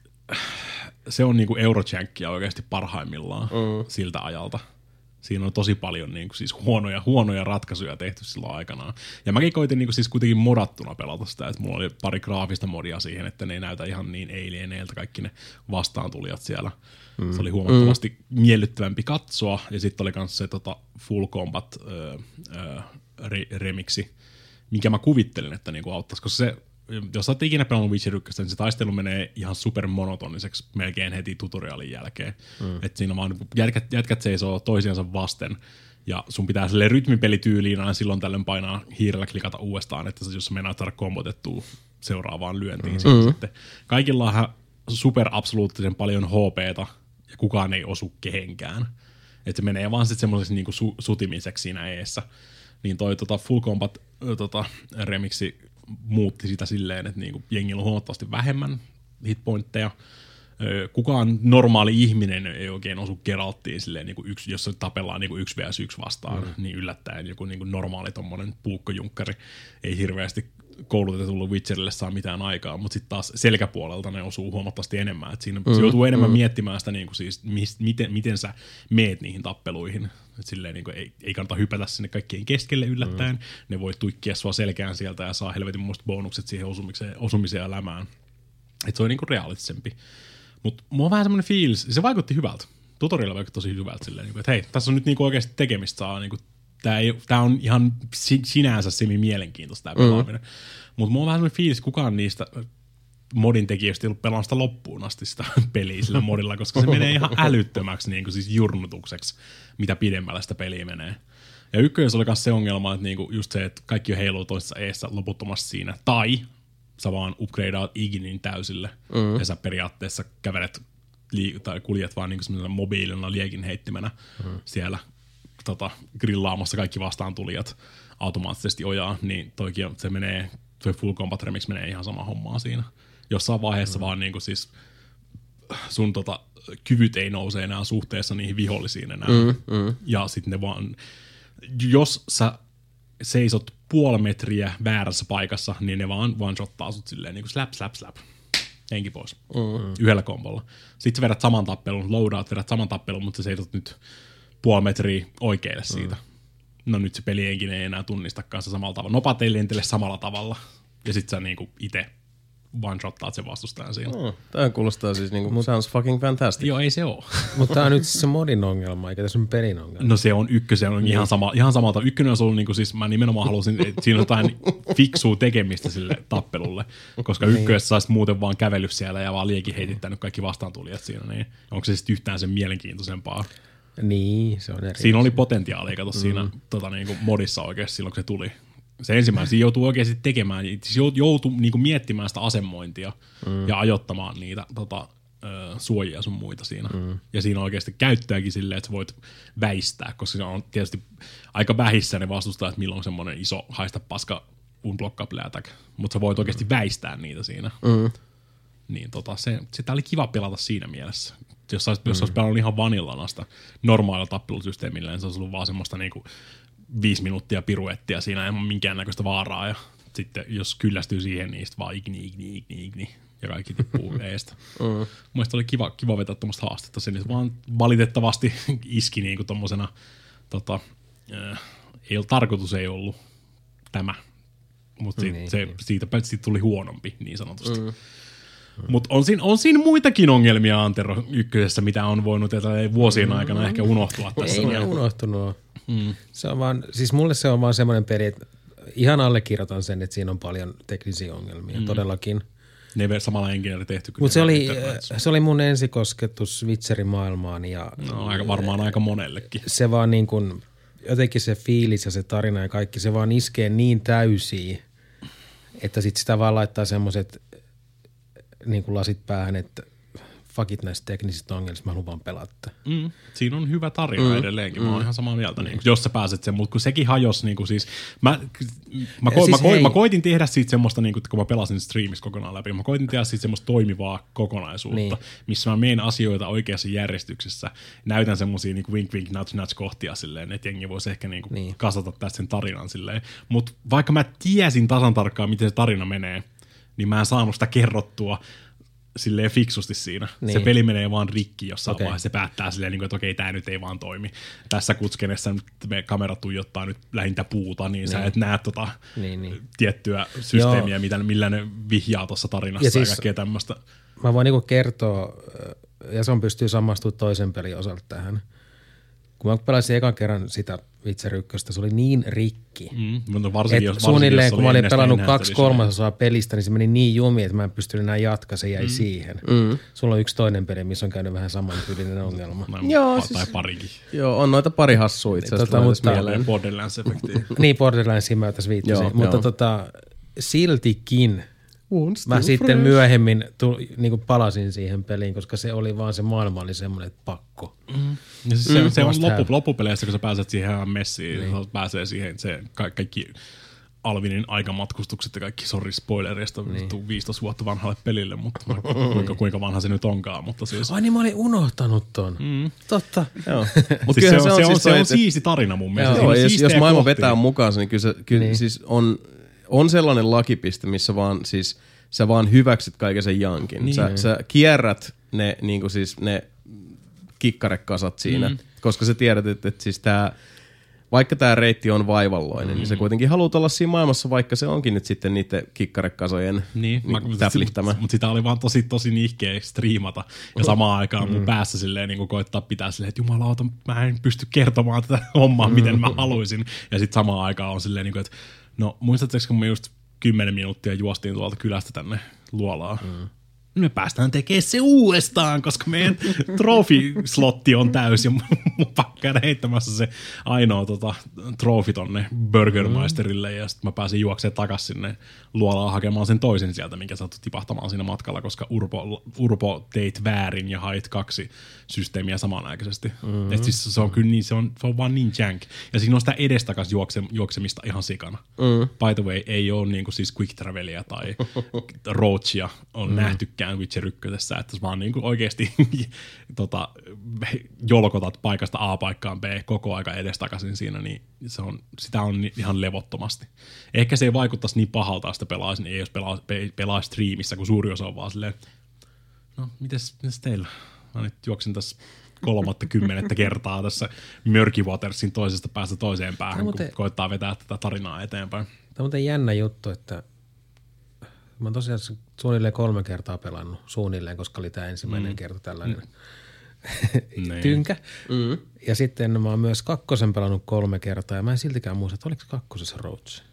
se on niin kuin Eurojankkia oikeasti parhaimmillaan mm. siltä ajalta. Siinä on tosi paljon niin kuin siis huonoja, huonoja ratkaisuja tehty silloin aikanaan. Ja mäkin koitin niin kuin siis kuitenkin modattuna pelata sitä, että mulla oli pari graafista modia siihen, että ne ei näytä ihan niin alieneiltä kaikki ne vastaantulijat siellä. Mm. Se oli huomattavasti mm. miellyttävämpi katsoa. Ja sitten oli myös se tota, Full Combat öö, öö, re- remiksi, mikä mä kuvittelin, että niinku auttaisi, koska se, jos sä oot ikinä pelannut Witcher yksi, niin se taistelu menee ihan super monotoniseksi melkein heti tutorialin jälkeen. Mm. Että siinä vaan jätkät, jätkät seisoo toisiansa vasten ja sun pitää silleen rytmipelityyliin aina silloin tällöin painaa hiirellä klikata uudestaan, että jos sä meinaat saada kombotettua seuraavaan lyöntiin. Mm. Sitten. Kaikilla on super absoluuttisen paljon H P:tä ja kukaan ei osu kehenkään. Että se menee vaan sitten semmoiseksi niinku su- sutimiseksi siinä eessä. Niin toi tota Full Combat tota, remiksi muutti sitä silleen, että niinku jengillä on huomattavasti vähemmän hitpointteja. Kukaan normaali ihminen ei oikein osu Geralttiin silleen, niinku yksi, jos se tapellaan niinku yksi versus yksi vastaan, mm. niin yllättäen joku niinku normaali tommonen puukkojunkkari ei hirveästi koulutetulle Witcherille saa mitään aikaa, mutta sitten taas selkäpuolelta ne osuu huomattavasti enemmän. Et siinä mm. se joutuu enemmän mm. miettimään sitä, niinku siis, mis, miten, miten sä meet niihin tappeluihin. Et silleen, niinku, ei, ei kannata hypätä sinne kaikkien keskelle yllättäen. Mm. Ne voi tuikkia sua selkään sieltä ja saa helvetin muista bonukset siihen osumiseen, osumiseen ja lämään. Et se on niinku realistisempi. Mutta mulla on vähän semmoinen fiilis, se vaikutti hyvältä. Tutorialla vaikutti tosi hyvältä silleen, että hei, tässä on nyt niinku oikeasti tekemistä saa. Niinku, tää, ei, tää on ihan sinänsä semi-mielenkiintoista tää pelaaminen. Mm. Mutta mulla on vähän semmoinen fiilis, kukaan niistä modin tekijöistä ei ollut pelannut sitä loppuun asti sitä peliä sillä modilla, koska se menee ihan älyttömäksi niinku siis jurnutukseksi, mitä pidemmällä sitä peliä menee. Ja ykköjessä oli myös se ongelma, että niinku just se, että kaikki jo heiluu toisessa eessä loputtomasti siinä. Tai sä vaan upgradeaat Iginin täysille mm. ja sä periaatteessa kävelet lii- tai kuljet vaan niinku semmoisella mobiilina liekin heittimenä mm. siellä tota, grillaamassa kaikki vastaan tulijat automaattisesti ojaa, niin toikin se menee, toi Full Combat Remix menee ihan sama hommaa siinä. Jossain vaiheessa mm. vaan niinku siis sun tota, kyvyt ei nouse enää suhteessa niihin vihollisiin enää. Mm, mm. Ja sitten ne vaan, jos sä seisot puoli metriä väärässä paikassa, niin ne vaan one-shottaa sut silleen niin kuin slap, slap, slap. Henki pois. Mm. Yhdellä kombolla. Sitten sä vedät saman tappelun, loadout, vedät saman tappelun, mutta sä seisot nyt puoli metriä oikealle siitä. Mm. No nyt se peli ei enää tunnistakaan sitä samalla tavalla. Nopat ei lentele samalla tavalla. Ja sit sä niinku ite one-shottaat sen vastustajan siinä. Mm. Tämä kuulostaa siis niinku, Mut, sounds fucking fantastic. Joo, ei se oo. Mutta tää on nyt se modin ongelma, eikä tässä on pelin ongelma. No se on ykkösen on ihan, sama, ihan samalta. Ykkönen on ollut niinku siis, mä nimenomaan halusin, että siinä on jotain fiksua tekemistä sille tappelulle. Koska niin. Ykkössä saisit muuten vaan kävellyt siellä ja vaan liekin heitittänyt kaikki vastaantulijat siinä. Niin onko se sitten yhtään sen mielenkiintoisempaa? Niin, se on eri. Siinä oli potentiaalia, kato mm. siinä tota, niinku modissa oikeasti silloin, kun se tuli. Se ensimmäinen, siinä joutuu oikeasti tekemään, siis joutuu niinku miettimään sitä asemointia mm. ja ajoittamaan niitä tota, ö, suojia sun muita siinä. Mm. Ja siinä oikeasti käyttääkin silleen, että sä voit väistää, koska siinä on tietysti aika vähissä ne vastustajat, milloin on semmoinen iso haista paska unblockable attack, mutta sä voit oikeasti mm. väistää niitä siinä. Mm. Niin tota, se, sitä oli kiva pelata siinä mielessä. Jos olisi, mm. jos olisi pelannut ihan vanillana sitä normaalilla tappelusysteemillä, niin se olisi ollut vaan semmoista niinku viisi minuuttia piruettia siinä, ei ole minkäännäköistä vaaraa, ja sitten jos kyllästyy siihen, niin sitten vaan igni, igni, igni, igni, ja kaikki tippuu eestä. Mm. Mielestäni oli kiva, kiva vetää tuommoista haastetta, se nyt vaan valitettavasti iski niinku tommosena, tota, äh, ei ole, tarkoitus ei ollut tämä, mutta mm, niin, se, niin. siitä, siitä tuli huonompi niin sanotusti. Mm. Mm. Mutta on siinä, on siinä muitakin ongelmia Antero ykkösessä, mitä on voinut vuosien mm. aikana ehkä unohtua tässä. Ei ne unohtunut. Mm. Se on vaan, siis mulle se on vaan semmoinen peli, että ihan allekirjoitan sen, että siinä on paljon teknisiä ongelmia, mm. todellakin. Ne ei samalla engineeri tehty. Mutta se, oli, se oli mun ensikosketus Witcherin maailmaan. Ja no, aika, varmaan aika monellekin. Se vaan niin kuin, jotenkin se fiilis ja se tarina ja kaikki, se vaan iskee niin täysiä, että sit sitä vaan laittaa semmoiset niin kuin lasit päähän, että fuckit näistä teknisistä ongelmista, mä haluan vaan pelata. Mm. Siinä on hyvä tarina mm. edelleenkin, mä oon mm. ihan samaa mieltä, mm. niin, jos sä pääset sen, mutta kun sekin hajosi, niin siis, mä, mä, ko, siis mä, ko, mä koitin tehdä siitä semmoista, niin kun mä pelasin streamissa kokonaan läpi, mä koitin tehdä siitä semmoista toimivaa kokonaisuutta, niin. missä mä menen asioita oikeassa järjestyksessä, näytän semmosia niin wink wink nudge nudge kohtia silleen, että jengi voisi ehkä niin kuin niin. kasata tästä sen tarinan silleen, mutta vaikka mä tiesin tasan tarkkaan, miten se tarina menee, niin mä en saanut sitä kerrottua silleen fiksusti siinä. Niin. Se peli menee vaan rikki jossain okay. vaiheessa. Se päättää silleen, että okei, tää nyt ei vaan toimi. Tässä kutskenessa me kamera tuijottaa nyt lähintä puuta, niin, niin. sä et näe tota niin, niin. tiettyä systeemiä, mitä, millä ne vihjaa tuossa tarinassa ja, siis, ja kaikkea tämmöistä. Mä voin niinku kertoa, ja se on pystyy samastumaan toisen pelin osalta tähän. Kun mä pelasin ekan kerran sitä Witcher ykköstä, se oli niin rikki. Mm, no varsinkin, jos, suunnilleen, varsinkin, kun mä olin pelannut kaksi kolmasosaa pelistä, niin se meni niin jumiin, että mä en pystynyt enää jatkaa, se jäi mm. siihen. Mm. Sulla on yksi toinen peli, missä on käynyt vähän samantyylinen ongelma. No, joo, tai siis, parikin. Joo, on noita pari hassua itse asiassa. Tota, mutta, mieleen Borderlands-efektiä. Niin, Borderlandsia mä tässä viittasin. Joo, mutta joo. Tota, siltikin mä sitten fresh. myöhemmin tu, niin palasin siihen peliin, koska se oli vaan se maailma oli semmoinen, että pakko. Mm. Ja siis se, mm, se on loppu, loppupeleissä, kun sä pääset siihen messiin, niin. sä pääsee siihen se ka- kaikki Alvinin aikamatkustukset ja kaikki, sorry spoilerista, niin. viisitoista vuotta vanhalle pelille, mutta kuinka, kuinka vanha se nyt onkaan. Mutta siis. Ai niin mä olin unohtanut ton. Mm. Totta. Joo. Mut siis se, on, se, on, se, on, siis se on siisti tarina mun mielestä. Joo, jos, jos maailma kohtia. vetää mukaan, niin kyllä, se, kyllä niin. siis on, on sellainen lakipiste, missä vaan siis sä vaan hyväksyt kaiken sen jankin. Niin. Sä, sä kierrät ne, niin kuin siis ne kikkarekasat siinä, mm. koska sä tiedät, että, että siis tää, vaikka tämä reitti on vaivalloinen, mm. niin sä kuitenkin haluat olla siinä maailmassa, vaikka se onkin nyt sitten niiden kikkarekasojen niin, niin täplittämä. Mutta sitä oli vaan tosi tosi nihkeä striimata. Ja samaan aikaan mun mm. päässä silleen niin koittaa pitää silleen, että jumalauta, mä en pysty kertomaan tätä hommaa, mm. miten mä haluaisin. Ja sitten samaan aikaan on silleen, että no muistatteko, kun me just kymmenen minuuttia juostiin tuolta kylästä tänne luolaan. Mm. Me päästään tekemään se uudestaan, koska meidän trofi-slotti on täysi ja mun pakko käydä heittämässä se ainoa tota, trofi tonne Burgermeisterille mm. ja sitten mä pääsin juoksemaan takas sinne luolaan hakemaan sen toisen sieltä, minkä sattui tipahtamaan siinä matkalla, koska Urpo, Urpo teit väärin ja hait kaksi systeemiä samanaikaisesti. Mm-hmm. Et siis se on kyllä niin, se on, se on vaan niin jank. Ja siinä on sitä edestakas juokse, juoksemista ihan sikana. Mm. By the way, ei ole niinku siis quick travelia tai roachia on mm. nähtykään Witcher ykkösessä, että vaan niinku oikeasti tota, jolkotat paikasta A paikkaan B koko aika edestakaisin siinä, niin se on, sitä on ihan levottomasti. Ehkä se ei vaikuttaisi niin pahalta, sitä pelaisin, ei jos pelaa, pelaa striimissä, kun suuri osa on vaan silleen, no mites, mites teillä? Mä nyt juoksin tässä kolmatta kymmenettä kertaa tässä Murky Watersin toisesta päästä toiseen päähän, muuten, kun koittaa vetää tätä tarinaa eteenpäin. Tämä on muuten jännä juttu, että mä oon tosiaan suunnilleen kolme kertaa pelannut, suunnilleen, koska oli tämä ensimmäinen mm. kerta tällainen mm. tynkä. Mm. Ja sitten mä oon myös kakkosen pelannut kolme kertaa, ja mä en siltikään muista, että oliko kakkosessa Roach?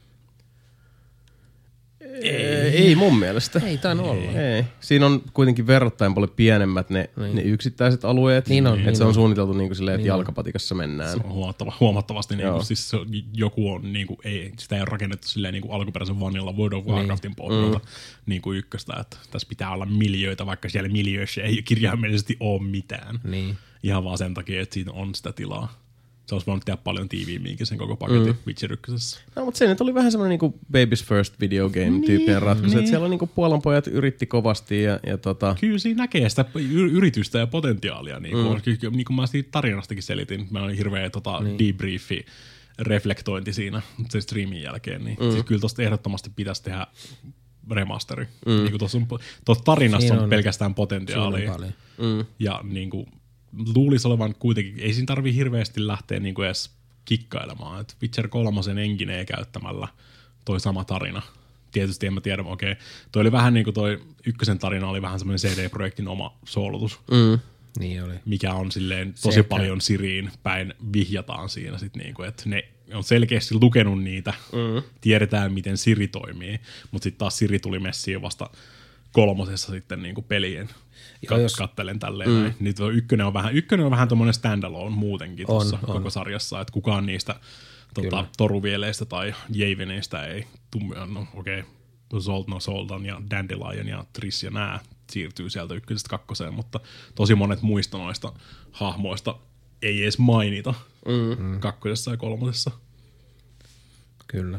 Ei, ei mun mielestä. Ei tainnut olla. Ei. Siinä on kuitenkin verrattain paljon pienemmät ne, niin. ne yksittäiset alueet. Niin on, että niin se on, on suunniteltu niin kuin silleen, että niin jalkapatikassa mennään. Se on huomattava, huomattavasti, niin kuin, siis se, joku on, niin kuin, ei, sitä ei ole rakennettu silleen niin kuin alkuperäisen vanilla World of Warcraftin pohjalta mm. niin kuin ykköstä. Että tässä pitää olla miljöitä, vaikka siellä miljöissä ei kirjaimellisesti ole mitään. Niin. Ihan vaan sen takia, että siinä on sitä tilaa. Se olisi voinut tehdä paljon tiiviimminkin sen koko paketin mm. Witcher ykkösessä. No, mutta se nyt oli vähän semmoinen niinku Baby's First Video Game-tyyppinen niin, ratkaisu. Niin. Että siellä on niinku Puolan pojat yritti kovasti. Ja, ja tota... Kyllä siinä näkee sitä yritystä ja potentiaalia. Niin kuin, mm. niin kuin mä siitä tarinastakin selitin. Mä olin hirveä tota, niin. debriefi, reflektointi siinä sen streamin jälkeen. Niin mm. siis kyllä tosta ehdottomasti pitäisi tehdä remasteri. Mm. Niin tuossa tarinassa on, on pelkästään potentiaalia. Mm. Ja niin kuin luulisi olevan kuitenkin, ei siinä tarvii hirveästi lähteä niinku edes kikkailemaan. Et Witcher kolmosen engineen käyttämällä toi sama tarina. Tietysti en mä tiedä, okei. Okay. Toi oli vähän niinku toi ykkösen tarina oli vähän semmoinen C D-projektin oma soolotus. Mm. Niin oli. Mikä on silleen tosi Sekä. paljon Siriin päin vihjataan siinä sit niinku, että ne on selkeästi lukenut niitä. Mm. Tiedetään, miten Siri toimii, mutta sitten taas Siri tuli messiin vasta kolmosessa sitten niinku pelien. Kat- jos... Kattelen tälleen mm. näin. Nyt ykkönen on vähän, ykkönen on vähän tommonen standalone muutenkin tuossa koko sarjassa, että kukaan niistä tota, toruvieleistä tai Javeneistä ei tummia, no okei, okay. Zolt, no Zoltan ja Dandelion ja Triss ja nää siirtyy sieltä ykkösestä kakkoseen, mutta tosi monet muista noista hahmoista ei edes mainita mm. kakkosessa ja kolmosessa. Kyllä.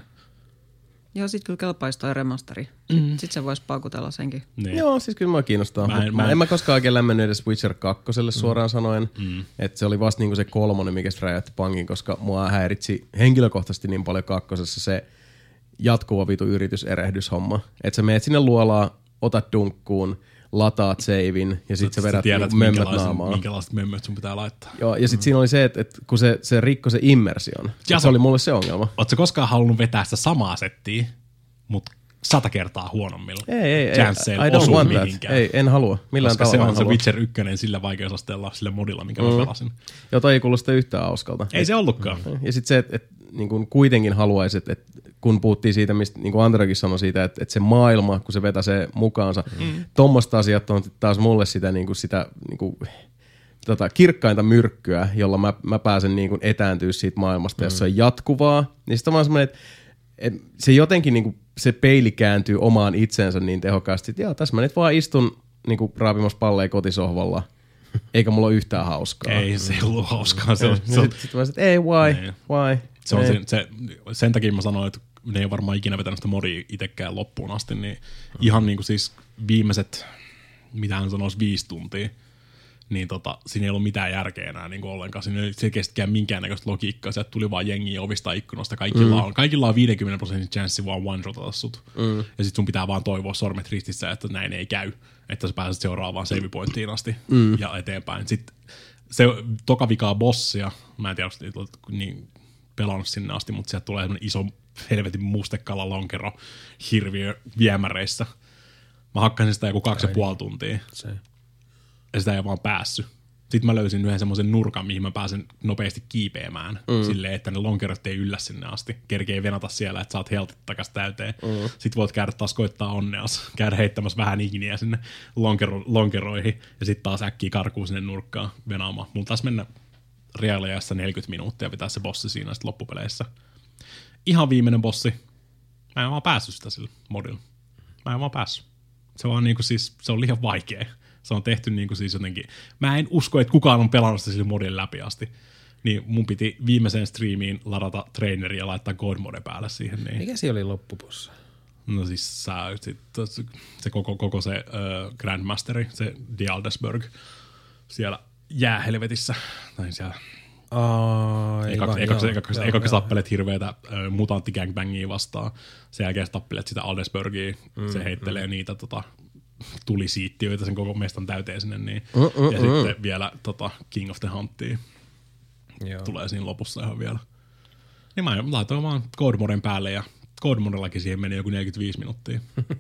Joo, sit kyllä kelpaisi toi remasteri. Sitten mm. sit se voisi paukutella senkin. Niin. Joo, siis kyllä mua kiinnostaa. Mä en, mä en, en mä koskaan oikein lämmennyt edes Witcher kakkoselle suoraan mm. sanoen. Mm. Että se oli vasta niinku se kolmonen, mikä räjähti pankin, koska mua häiritsi henkilökohtaisesti niin paljon kakkosessa se jatkuva vitu yrityserehdyshomma. Että sä meet sinne luolaan, otat dunkkuun, lataat seivin ja sit sä vedät niinku mömmöt naamaan. Minkälaiset mömmöt sun pitää laittaa. Joo, ja sit mm. siinä oli se, että, että kun se, se rikko se immersion. Se oli mulle se ongelma. Ootko koskaan halunnut vetää sitä samaa settiä, mutta sata kertaa huonommilla? Ei, ei, ei. I don't want that. Ei, en halua. Millään Koska tavalla se on se Witcher yksi sillä vaikeusasteella, sillä modilla, minkä mm. mä pelasin. Joo, toi ei kuulosta yhtään hauskalta. Ei et, se ollutkaan. Ja sit se, että et, niin kuitenkin haluaisit, että et, kun puhuttiin siitä, mistä niin kuin Andreakin sanoi siitä, että, että se maailma, kun se vetää se mukaansa, mm. tommoista asiat on taas mulle sitä, niin kuin sitä niin kuin, tota, kirkkainta myrkkyä, jolla mä, mä pääsen niin kuin etääntyä siitä maailmasta, mm. jos se on jatkuvaa. Niin sitten on vaan semmoinen, että, että se jotenkin niin kuin, se peili kääntyy omaan itsensä niin tehokkaasti, että joo, tässä mä nyt vaan istun niin kuin raapimassa palleja kotisohvalla, eikä mulla ole yhtään hauskaa. Ei se ollut hauskaa. Se on, se on, sitten mä sanoin, ei, why, niin. why? Se on se, se, sen takia mä sanoin, että ne ei varmaan ikinä vetänyt sitä modia itsekään loppuun asti, niin mm. ihan niin kuin siis viimeiset, mitä hän sanoisi, viisi tuntia, niin tota, siinä ei ollut mitään järkeä enää niin kuin ollenkaan. Siinä ei selkeästikään minkäännäköistä logiikkaa. Sieltä tuli vaan jengiä ovista ikkunoista. Kaikilla, mm. on, kaikilla on viisikymmentä prosentin chanssi vaan one-shotata sut. Mm. Ja sit sun pitää vaan toivoa sormet ristissä, että näin ei käy. Että sä pääset seuraavaan save pointtiin asti mm. ja eteenpäin. Sitten se toka vikaa bossia, mä en tiedä, onko niin pelannut sinne asti, mutta sieltä tulee semmoinen iso helvetin mustekala lonkero hirviö viemäreissä. Mä hakkasin sitä joku kaksi ja puoli tuntia. Se. Ja sitä ei vaan päässyt. Sitten mä löysin yhden semmoisen nurkan, mihin mä pääsen nopeasti kiipeämään. Mm. Silleen, että ne lonkerot ei yllä sinne asti. Kerkee venata siellä, että saat heltit takas täyteen. Mm. Sitten voit käydä taas koittaa onneas. Käydä heittämässä vähän igniä sinne lonkero, lonkeroihin. Ja sitten taas äkkiä karkuu sinne nurkkaan venaamaan. Mulla taas mennä reaaliajassa neljäkymmentä minuuttia pitää se bossi siinä sitten loppupeleissä. Ihan viimeinen bossi. Mä en vaan päässyt sitä sillä modilla. Mä en vaan päässyt. Se on niinku siis, se on liian vaikea. Se on tehty niinku siis jotenkin. Mä en usko, että kukaan on pelannut sitä sillä modin läpi asti. Niin mun piti viimeiseen striimiin ladata traineri ja laittaa God Mode päälle siihen. Niin. Mikä siinä oli loppupossa? No siis sä, sit, se koko, koko se uh, Grandmasteri, se Dialdesberg, siellä jäähelvetissä. Tai siellä ekaksi tappelet hirveätä uh, mutantti-gangbangia vastaan. Sen jälkeen tappelet sitä Aldesbergia. Mm, se heittelee mm. niitä tota, tulisiittiöitä sen koko mestan täyteen sinne. Niin. Mm, mm, ja mm. sitten vielä tota, King of the Hunttia. Joo. Tulee siinä lopussa ihan vielä. Niin mä laitoin vaan God Moden päälle ja God Modellakin siihen meni joku neljäkymmentäviisi minuuttia.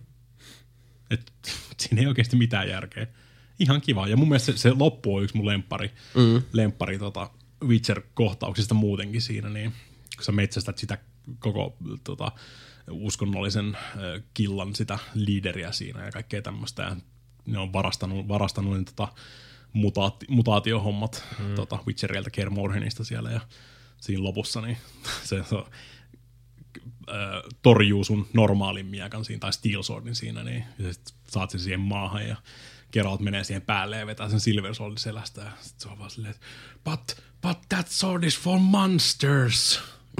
Et siinä ei oikeasti mitään järkeä. Ihan kiva. Ja mun mielestä se, se loppu on yksi mun lemppari, mm. lemppari tota Witcher-kohtauksista muutenkin siinä. Niin, kun sä metsästät sitä koko tota, uskonnollisen äh, killan sitä liideriä siinä ja kaikkea tämmöistä. Ja ne on varastanut, varastanut niin, tota, mutaati, mutaatiohommat mm. tota, Witcheriltä Kaer Morhenista siellä. Ja siinä lopussa niin se on Äh, torjuu sun normaalin miekan siinä, tai Steel Swordin siinä, niin ja sit saat sen siihen maahan, ja Geralt menee siihen päälle ja vetää sen Silver Swordin selästä, ja sit se on vaan silleen, but, but that sword is for monsters.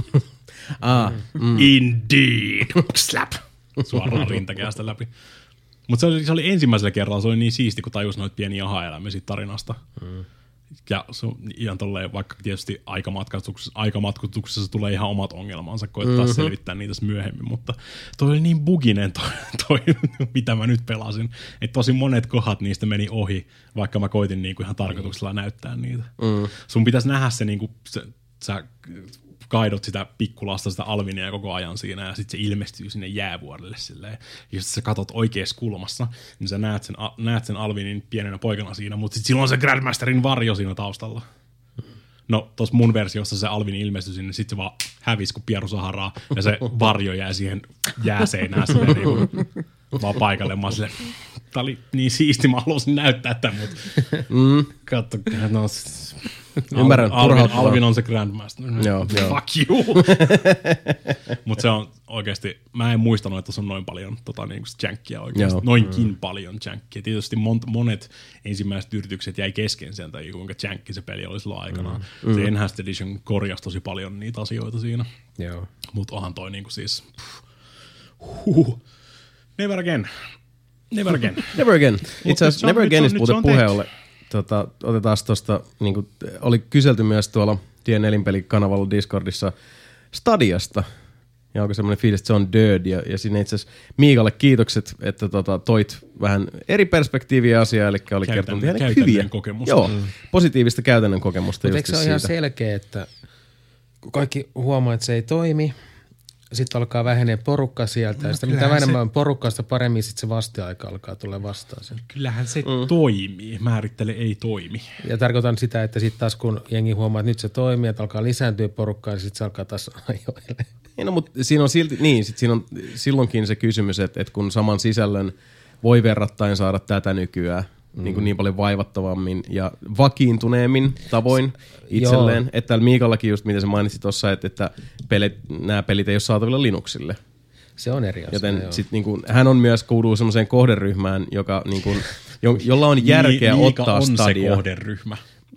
ah, mm. Indeed. Slap. Suoraan rintakäästä läpi. Mutta se oli, se oli ensimmäisellä kerralla, se oli niin siisti, kun tajus noita pieniä aha-elämiä siitä tarinasta. Mm. Ja se on ihan tolleen, vaikka tietysti aikamatkustuksessa, aikamatkustuksessa tulee ihan omat ongelmansa, koettaa mm-hmm. selvittää niitä myöhemmin, mutta toi oli niin buginen toi, toi mitä mä nyt pelasin, että tosi monet kohdat niistä meni ohi, vaikka mä koitin niinku ihan tarkoituksella näyttää niitä. Mm. Sun pitäisi nähdä se, niinku, se sä kaidot sitä pikkulasta, sitä Alvinia koko ajan siinä, ja sitten se ilmestyy sinne jäävuorelle silleen. Ja jos sä katot oikeassa kulmassa, niin sä näet sen, näet sen Alvinin pienenä poikana siinä, mutta sitten silloin on se Grandmasterin varjo siinä taustalla. No, tossa mun versiossa se Alvin ilmestyi sinne, sitten se vaan hävisi kuin Pieru Saharaa, ja se varjo jää siihen jääseinään silleen niin vaan paikalle. Mä silleen, tää oli niin siisti, mä haluaisin näyttää tämän, mutta mm. katso, no ymmärrän, Alvin, Alvin on se Grandmaster. Joo, Fuck you! Mutta se on oikeasti, mä en muistanut, että se on noin paljon tota, niin jankkia oikeasti. Joo. Noinkin mm. paljon jankkia. Tietysti mon, monet ensimmäiset yritykset jäi kesken sen takia, kuinka jankki se peli oli silloin aikanaan. Mm. Se Enhanced Edition korjasi tosi paljon niitä asioita siinä. Mutta onhan toi niinku siis... Huh. Never again. Never again. Never again. Itse asiassa Never Againista muuten puheolle. Tota, otetaan tuosta, niin kuin, oli kyselty myös tuolla Tien Elinpeli-kanavalla Discordissa Stadiasta. Ja onko semmoinen fiilis, että se on Dirt. Ja, ja sinne itse asiassa Miikalle kiitokset, että tota, toit vähän eri perspektiiviä asiaa, eli oli kertonut ihan hyviä. Kokemusta. Joo, mm. positiivista käytännön kokemusta. Mutta eikö se ole ihan selkeä, että kun kaikki huomaa, että se ei toimi, sitten alkaa vähenee porukka sieltä, no, ja sitä mitä vähemmän se... porukkaa, sitä paremmin sitten se vasteaika alkaa tulla vastaan sen. Kyllähän se mm. toimii, määrittele ei toimi. Ja tarkoitan sitä, että sitten taas kun jengi huomaa, että nyt se toimii, että alkaa lisääntyä porukkaa, niin sitten se alkaa taas ajoille. No, mutta siinä on silti, niin, sit siinä on silloinkin se kysymys, että, että kun saman sisällön voi verrattain saada tätä nykyään, Mm. Niin, kuin niin paljon vaivattavammin ja vakiintuneemmin tavoin itselleen. Joo. Että täällä Miikallakin just, mitä sä mainitsit tuossa, että, että pelit, nämä pelit ei ole saatavilla Linuxille. Se on eri asia. Joten sit, niin kuin, hän on myös kuuluu semmoiseen kohderyhmään, joka, niin kuin, jo, jolla on järkeä Ni, ottaa on Stadia. Se kohderyhmä.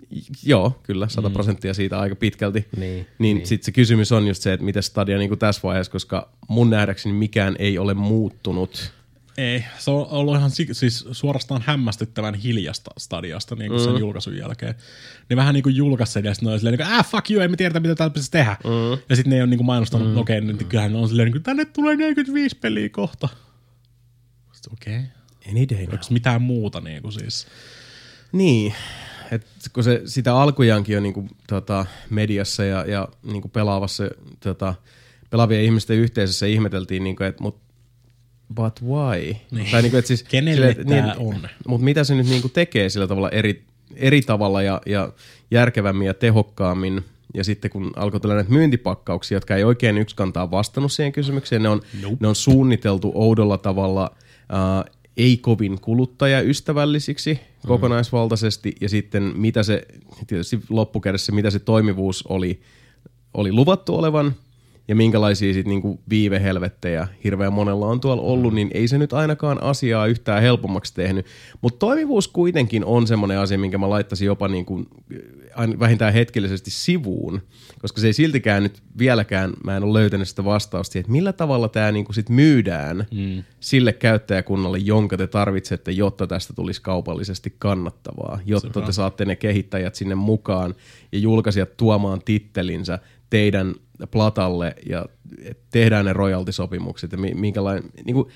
Joo, kyllä, sata prosenttia siitä aika pitkälti. Niin, niin, niin. Sitten se kysymys on just se, että miten Stadia niin kuin tässä vaiheessa, koska mun nähdäkseni mikään ei ole muuttunut. Ei, se on ollut ihan siis suorastaan hämmästyttävän hiljasta Stadiasta niin kuin mm. sen julkaisun jälkeen. Ne vähän niin kuin julkaisi sen ja sitten ne oli silleen, ah fuck you, ei me tiedetä mitä täällä pitäisi tehdä. Mm. Ja sitten ne ei ole niin kuin mainostanut, mm. okei, okay, kyllähän ne on silleen, niin tänne tulee neljäkymmentäviisi peliä kohta. Sitten okei. Okay. Any day now. Onko mitään muuta niin kuin siis? Niin, että kun se sitä alkujaankin on niin kuin, tota, mediassa ja, ja niin kuin pelaavassa, tota, pelaavien ihmisten yhteisössä ihmeteltiin, niin kuin, että mut but why? Niin. Tai niinku, et siis, kenelle sille, tää niin, on? Mutta mitä se nyt niinku tekee sillä tavalla eri, eri tavalla ja, ja järkevämmin ja tehokkaammin? Ja sitten kun alkoi tulla näitä myyntipakkauksia, jotka ei oikein yksikantaan vastannut siihen kysymykseen, ne on, nope. ne on suunniteltu oudolla tavalla uh, ei kovin kuluttajaystävällisiksi mm. kokonaisvaltaisesti, ja sitten mitä se, tietysti loppukädessä, mitä se toimivuus oli, oli luvattu olevan, ja minkälaisia sitten niinku viivehelvettejä hirveän monella on tuolla ollut, niin ei se nyt ainakaan asiaa yhtään helpommaksi tehnyt. Mutta toimivuus kuitenkin on semmoinen asia, minkä mä laittaisin jopa niinku vähintään hetkellisesti sivuun, koska se ei siltikään nyt vieläkään, mä en ole löytänyt sitä vastausta siihen, että millä tavalla tämä niinku sit myydään mm. sille käyttäjäkunnalle, jonka te tarvitsette, jotta tästä tulisi kaupallisesti kannattavaa, jotta te saatte ne kehittäjät sinne mukaan ja julkaisijat tuomaan tittelinsä teidän platalle ja tehdään ne royalty-sopimukset ja minkälainen, niinku,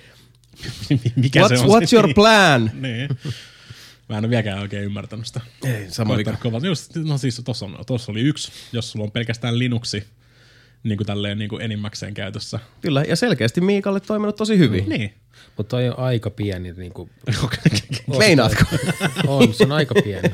mikä what's, se on what's se? your plan? Niin. Mä en ole vieläkään oikein ymmärtänyt sitä. Ei, sama vika. Just, no siis tossa, on, tossa oli yksi, jos sulla on pelkästään Linuxi niin kuin tälleen niin kuin enimmäkseen käytössä. Kyllä, ja selkeästi Miikalle toiminut tosi hyvin. Mm. Niin. Mutta toi on aika pieni. Niin kuin meinaatko? On, se on aika pieni.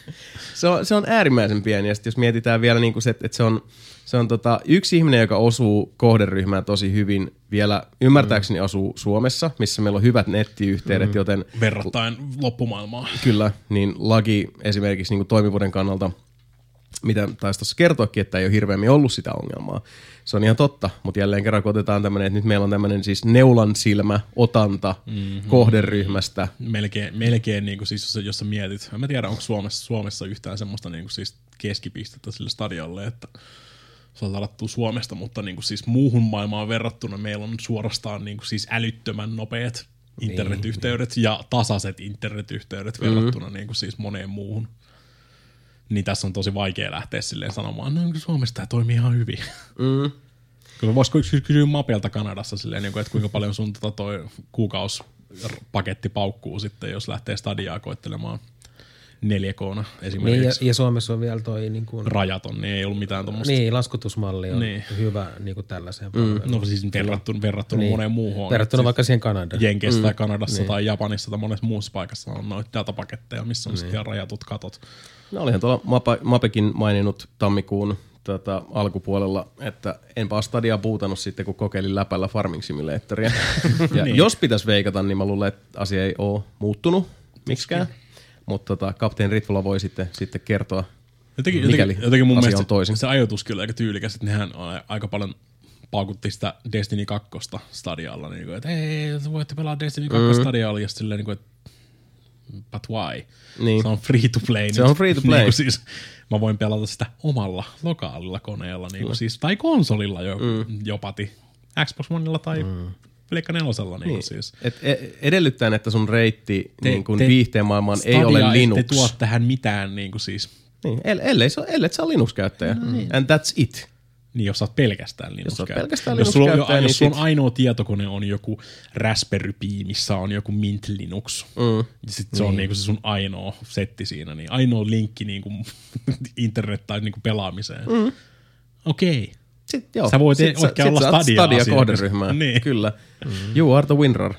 Se on, se on äärimmäisen pieni, ja sit jos mietitään vielä niin kuin se, että se on, se on tota, yksi ihminen, joka osuu kohderyhmään tosi hyvin, vielä ymmärtääkseni asuu Suomessa, missä meillä on hyvät nettiyhteydet, mm. joten... Verrattain loppumaailmaa. Kyllä, niin lagi esimerkiksi niin kuin toimivuuden kannalta, mitä taisi tuossa kertoakin, että ei ole hirveämmin ollut sitä ongelmaa. Se on ihan totta, mutta jälleen kerran kun otetaan tämmöinen, että nyt meillä on tämmöinen siis neulan silmä otanta mm-hmm. kohderyhmästä. Melkein, melkein niin kuin siis, jos, jos sä mietit, en mä tiedä, onko Suomessa, Suomessa yhtään semmoista niin kuin siis keskipistettä sille stadiolle, että se on ladattu Suomesta, mutta niin kuin siis muuhun maailmaan verrattuna meillä on suorastaan niin kuin siis älyttömän nopeat internetyhteydet niin, ja tasaiset internetyhteydet mm-hmm. verrattuna niin kuin siis moneen muuhun. Niin tässä on tosi vaikea lähteä silleen sanomaan, no Suomessa tämä toimii ihan hyvin. Mm. Kyllä voisiko kysyä Mapelta Kanadassa silleen, että kuinka paljon sun tota toi kuukausipaketti paukkuu sitten, jos lähtee stadiaa koettelemaan neljä K:na esimerkiksi. Niin, ja, ja Suomessa on vielä toi niin kuin rajaton, niin ei ollut mitään tuommoista. Niin, laskutusmalli on niin hyvä niin kuin tällaiseen mm. No siis verrattuna, verrattuna niin moneen muuhun. Verrattuna vaikka siihen Kanadaan. Jenkeissä mm. tai Kanadassa niin tai Japanissa tai monessa muussa paikassa on noita datapaketteja, missä on niin sitten ihan rajatut katot. No olihan tuolla Mapa, Mapekin maininnut tammikuun tota, alkupuolella, että enpä ole Stadiaa puutanut sitten, kun kokeilin läpällä Farming Simulatoria. Ja niin. Jos pitäisi veikata, niin mä luulen, että asia ei ole muuttunut miksikään. Mutta tota, kapteeni Ritvola voi sitten, sitten kertoa, jotenkin, mikäli jotenkin, jotenkin mun asia on toisin. Se ajatus kyllä aika tyylikäs, että nehän aika paljon paukutti sitä Destiny kaksi Stadialla, niin kuin, että hei, voitte pelaa Destiny kaksi mm. Stadialla, ja silleen, niin kuin, että but why? Niin. Se on free to play. Se nyt. on free to play. Niin siis, mä voin pelata sitä omalla lokaalilla koneella, niin mm. siis, tai konsolilla jo, mm. jopati. Xbox Onella tai mm. Pleikka nelosella. Niin niin. Siis. Et edellyttäen, että sun reitti te, niin kuin te, viihteen maailmaan ei ole Linux. Stadia tuo tähän mitään niin kuin siis. Niin, ellei sä ole Linux-käyttäjä. Mm. And that's it. Niin, jos sä oot pelkästään Linux-käyttäjä. Pelkästään jos sulla, Linux-käyttäjä, jos niin sun ainoa tietokone on joku Raspberry Pi, missä on joku Mint Linux, mm. ja sit se niin. on niinku se sun ainoa setti siinä, niin ainoa linkki niinku internet tai niinku pelaamiseen. Mm. Okei. Okay. Sitten joo. Sä voit sit, oikein sit olla Stadia Stadia-kohderyhmään. Niin. Kyllä. Mm. You are the winner.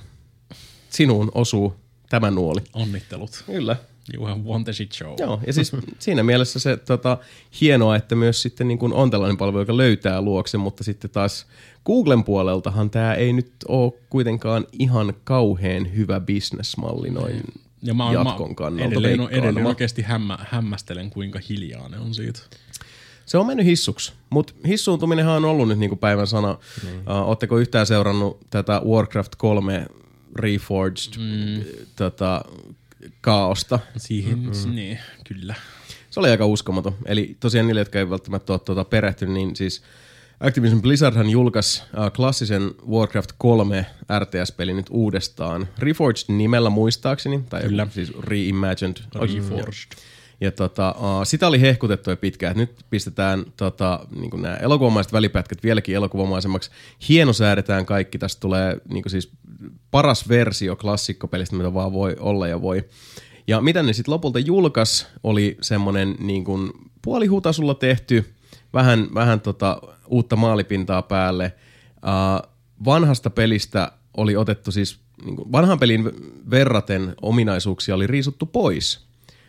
Sinuun osuu tämä nuoli. Onnittelut. Kyllä. You have won the shit show. Joo, ja siis siinä mielessä se tota, hienoa, että myös sitten niin kuin on tällainen palvelu, joka löytää luokse, mutta sitten taas Googlen puoleltahan tämä ei nyt ole kuitenkaan ihan kauhean hyvä bisnesmalli noin ja mä, jatkon kannalta. Edelleen, edelleen oikeasti hämmä, hämmästelen, kuinka hiljaa ne on siitä. Se on mennyt hissuksi, mutta hissuuntuminenhan on ollut nyt niin kuin päivän sana. Mm. Uh, Ootteko yhtään seurannut tätä Warcraft kolme Reforged mm. tota, kaaosta? Siihen, mm-hmm. niin, kyllä. Se oli aika uskomaton. Eli tosiaan niille, jotka ei välttämättä ole tuota perehtynyt, niin siis Activision Blizzardhan julkaisi uh, klassisen Warcraft kolme R T S-pelin nyt uudestaan. Reforged nimellä muistaakseni, tai kyllä. Siis Reimagined. Reforged. Ja tota, uh, sitä oli hehkutettu jo pitkään, että nyt pistetään tota, niin nämä elokuvamaiset välipätkät vieläkin elokuvamaisemmaksi. Hienosäädetään kaikki, tästä tulee niin siis paras versio klassikkopelistä, mitä vaan voi olla ja voi. Ja mitä ne sitten lopulta julkaisi, oli semmoinen niin kuin puolihutasulla tehty, vähän, vähän tota, uutta maalipintaa päälle. Uh, vanhasta pelistä oli otettu siis, niin kuin vanhan pelin verraten ominaisuuksia oli riisuttu pois.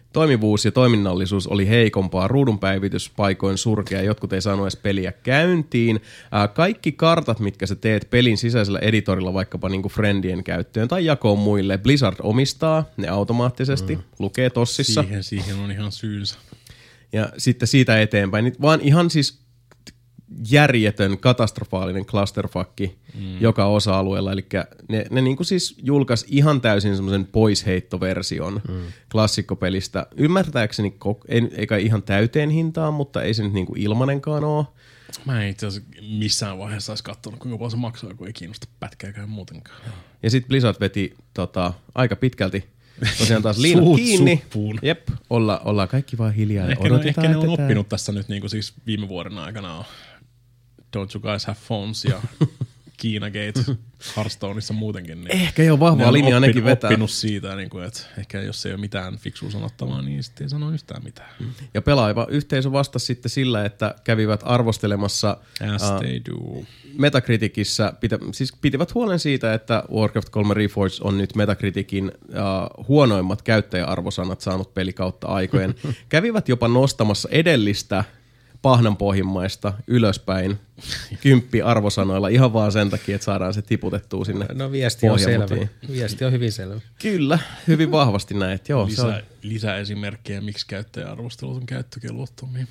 Toimivuus ja toiminnallisuus oli heikompaa, ruudunpäivitys paikoin surkea, jotkut ei saanut edes peliä käyntiin. Ää, kaikki kartat, mitkä sä teet pelin sisäisellä editorilla vaikkapa niinku friendien käyttöön tai jakoon muille, Blizzard omistaa ne automaattisesti, mm. lukee tossissa. Siihen, siihen on ihan syynsä. Ja sitten siitä eteenpäin, niin vaan ihan siis järjetön, katastrofaalinen clusterfuckki mm. joka osa-alueella. Eli ne, ne niinku siis julkaisi ihan täysin semmoisen poisheittoversion mm. klassikkopelistä. Ymmärtääkseni, ei, ei kai ihan täyteen hintaan, mutta ei se nyt niinku ilmanenkaan ole. Mä en itse asiassa missään vaiheessa olisi katsonut, kuinka paljon se maksaa, kun ei kiinnosta pätkääkään muutenkaan. Ja sitten Blizzard veti tota, aika pitkälti tosiaan taas liinat kiinni. Suppuun. Jep, olla, ollaan kaikki vaan hiljaa ja ehkä odotetaan. Ne, ehkä ne on tätä. oppinut tässä nyt niin kuin siis viime vuoden aikana. Don't you guys have phones ja Kiinagate Hearthstoneissa muutenkin. Niin ehkä jo vahvaa ne linjaa nekin vetää. oppinut siitä, niin kuin, että ehkä jos ei ole mitään fiksua sanottavaa, niin sitten ei sano yhtään mitään. Ja pelaajava yhteisö vastasi sitten sillä, että kävivät arvostelemassa As uh, they do. Metacriticissa, pitä, siis pitivät huolen siitä, että Warcraft kolme Reforged on nyt Metacriticin uh, huonoimmat käyttäjäarvosanat saanut peli kautta aikojen. Kävivät jopa nostamassa edellistä pahnanpohjimmaista ylöspäin kymppi arvosanoilla ihan vaan sen takia, että saadaan se tiputettua sinne. No viesti on selvä. pohjamutiin. Viesti on hyvin selvä. Kyllä, hyvin vahvasti näet. Joo, se on. Lisä, lisäesimerkkejä, miksi käyttäjäarvostelut on käyttökelvottomia.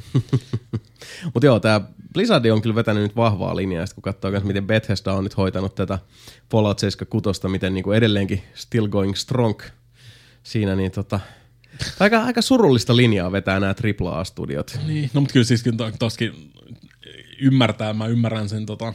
Mutta joo, tämä Blizzard on kyllä vetänyt nyt vahvaa linjaa, kun katsoo myös, miten Bethesda on nyt hoitanut tätä Fallout seitsemänkymmentäkuusi, miten niinku edelleenkin still going strong siinä, niin tota, aika, aika surullista linjaa vetää nämä triple A-studiot. Niin, no mutta kyllä siis kyllä toskin ymmärtää, mä ymmärrän sen tota,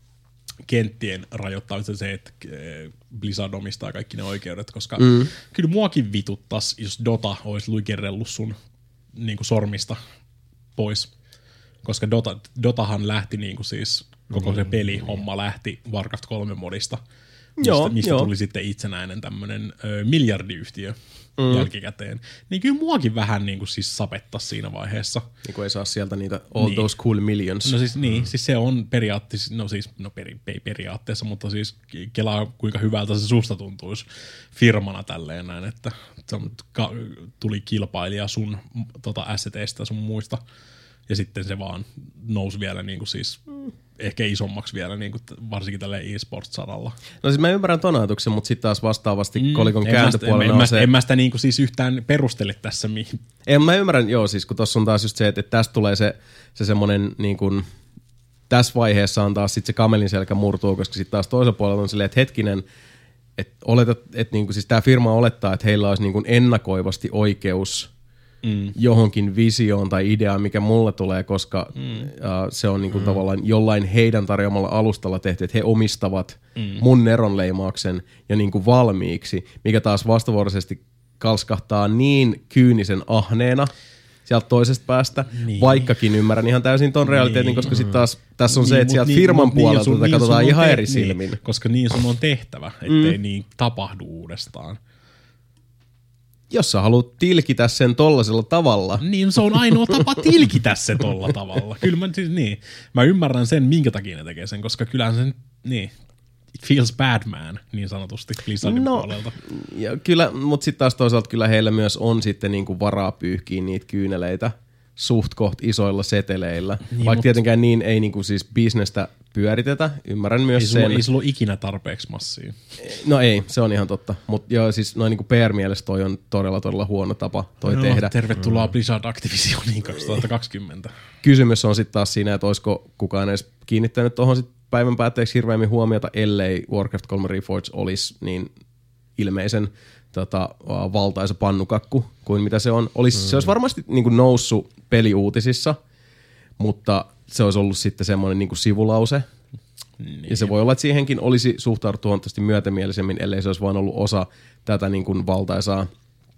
kenttien rajoittamisen se, että Blizzard omistaa kaikki ne oikeudet, koska mm. kyllä muakin vituttas, jos Dota olisi luikerrellut sun niin kuin sormista pois, koska Dota, Dotahan lähti niin kuin siis, koko se pelihomma lähti Warcraft kolme modista, mistä, joo, mistä joo. tuli sitten itsenäinen tämmönen ö, miljardiyhtiö mm. jälkikäteen. Niin kyllä muakin vähän niin kuin siis sapettas siinä vaiheessa. Niin kuin ei saa sieltä niitä all Niin. those cool millions. No siis niin, siis se on periaatteessa, no siis, no peri, peri, periaatteessa, mutta siis kelaa kuinka hyvältä se susta tuntuisi firmana tälleen näin, että se on, ka, tuli kilpailija sun tota asseteista sun muista ja sitten se vaan nousi vielä niin kuin siis ehkä isommaksi vielä niin kuin varsinkin tälle e-sports-saralla. No siis mä ymmärrän ton ajatuksen, mutta sitten taas vastaavasti mm, kolikon en kääntöpuolella en, on en, se. en mä sitä niin kuin siis yhtään perustele tässä mihin. En mä ymmärrän, joo siis kun tossa on taas just se, että, että tästä tulee se, se semmonen niin kuin, tässä vaiheessa on taas sitten se kamelin selkä murtuu, koska sitten taas toisella puolella on silleen, että hetkinen, että oletat, että niin kuin, siis tää firma olettaa, että heillä olisi niin kuin ennakoivasti oikeus Mm. johonkin visioon tai ideaan, mikä mulle tulee, koska mm. uh, se on niinku mm. tavallaan jollain heidän tarjoamalla alustalla tehty, että he omistavat mm. mun neronleimauksen jo niinku valmiiksi, mikä taas vastavuoroisesti kalskahtaa niin kyynisen ahneena sieltä toisesta päästä, niin. vaikkakin ymmärrän ihan täysin ton realiteetin, niin. koska sitten taas tässä on niin, se, että sieltä niin, firman puolelta niin, tätä katsotaan niin, ihan te- eri silmin. Niin, koska niin sun on tehtävä, ettei mm. niin tapahdu uudestaan. Jos sä haluat tilkitä sen tollasella tavalla. Niin se on ainoa tapa tilkitä se tolla tavalla. Kyllä mä, siis, niin. mä ymmärrän sen, minkä takia ne tekee sen, koska kyllähän sen, niin, it feels bad man, niin sanotusti Blizzardin no, puolelta. Ja kyllä, mutta sitten taas toisaalta kyllä heillä myös on sitten niinku varaa pyyhkiä niitä kyyneleitä suht koht isoilla seteleillä. Niin, Vaikka mut... tietenkään niin ei niinku siis bisnestä pyöritetä, ymmärrän myös ei sen. Sulla, ei sulla ole ikinä tarpeeksi massia. No ei, se on ihan totta. Mutta joo, siis noin niinku P R-mielestä toi on todella todella huono tapa toi no, tehdä. Tervetuloa mm. Blizzard Activisioniin kaksituhattakaksikymmentä. Kysymys on sitten taas siinä, että olisiko kukaan edes kiinnittänyt tuohon sit päivän päätteeksi hirveämmin huomiota, ellei Warcraft kolme Reforged olisi niin ilmeisen tota, valtaisa pannukakku kuin mitä se on. Olis, mm. Se olisi varmasti niin kuin noussut peliuutisissa, mutta se olisi ollut sitten semmoinen niin kuin sivulause. Niin. Ja se voi olla, että siihenkin olisi suhtauduttu huomattavasti myötämielisemmin, ellei se olisi vain ollut osa tätä niin kuin valtaisaa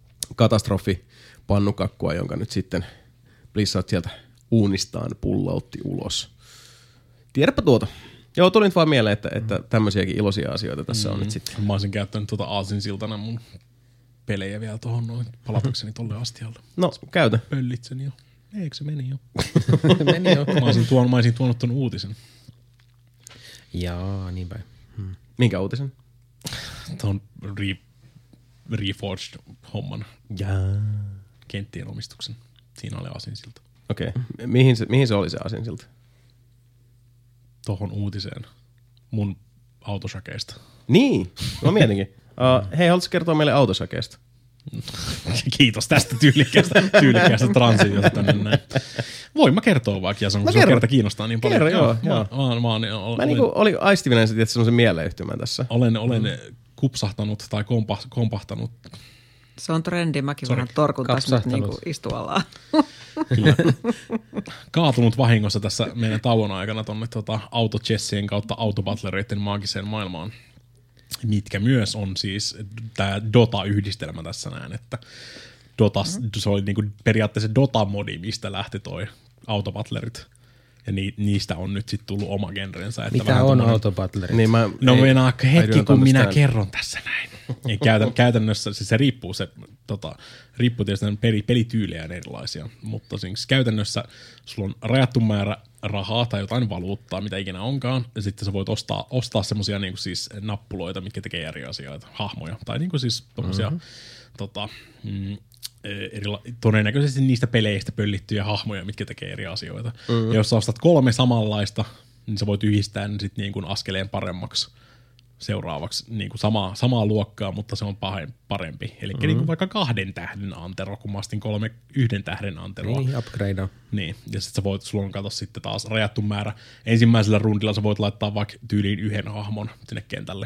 katastrofipannukakkua, jonka nyt sitten Blizzard sieltä uunistaan pullautti ulos. Tiedäpä tuota. Joo, tuli nyt vaan mieleen, että, että tämmöisiäkin iloisia asioita tässä mm. on nyt sitten. Mä olisin käyttänyt tuota aasinsiltana mun pelejä vielä tohon noin palatakseni tolle astialle. No, käytä. Pöllitsen jo. Eikö se meni jo? meni jo. Mä olisin tuonut, mä olisin tuonut ton uutisen. Jaa, niin päin. Hmm. Minkä uutisen? Tuon re, Reforged-homman. Jaa. kenttien omistuksen. Siinä oli aasinsilta. Okei. Okay. Mihin, se, mihin se oli se aasinsilta? Tohon uutiseen mun autosakeista. Niin, mä mietinkin. Uh, hei, haluatko kertoa meille autosakeista? Kiitos tästä tyylikkäästä, tyylikkäästä transitiosta tänne näin. Voin mä kertoa vaikka, Jason, kun no, kerta kiinnostaa niin paljon. Kerro, joo. joo. Mä, mä, mä, mä, olen, mä niinku oli aistivinen se, että semmoisen mieleyhtymän tässä. Olen, olen mm. kupsahtanut tai kompa, kompahtanut. Se on trendi, mäkin Sorry. vähän torkun tässä nyt niinku istuallaan. Kyllä. Kaatunut vahingossa tässä meidän tauon aikana tonne tota, autochessien kautta autobutlereiden maagiseen maailmaan. Mitkä myös on siis tämä Dota-yhdistelmä tässä näin, että Dota, mm-hmm. se oli niinku periaatteessa Dota-modi, mistä lähti toi autobutlerit. Ja ni, niistä on nyt sitten tullut oma genrensä. Että mitä on tommonen... autobutlerit? Niin mä, no ei, mennään hetki, kun minä tämän. kerron tässä näin. Ei, käytän, käytännössä se, se riippuu, se, tota, riippuu tietysti peli, pelityylejä erilaisia, mutta siis käytännössä sulla on rajattu määrä rahaa tai jotain valuuttaa, mitä ikinä onkaan, ja sitten sä voit ostaa, ostaa semmosia niinku siis nappuloita, mitkä tekee eri asioita, hahmoja, tai niinku siis tommosia mm-hmm. tota, mm, erila- todennäköisesti niistä peleistä pöllittyjä hahmoja, mitkä tekee eri asioita. Mm-hmm. Ja jos sä ostat kolme samanlaista, niin sä voit yhdistää ne sitten niin kuin askeleen paremmaksi seuraavaksi niin kuin samaa, samaa luokkaa, mutta se on parempi. Eli mm-hmm. niin kuin vaikka kahden tähden antero, kun mä astin kolme yhden tähden anteroa. Niin, upgradea. Niin, ja sitten sä voit, sulla on kato sitten taas rajattu määrä. Ensimmäisellä rundilla sä voit laittaa vaikka tyyliin yhden hahmon sinne kentälle.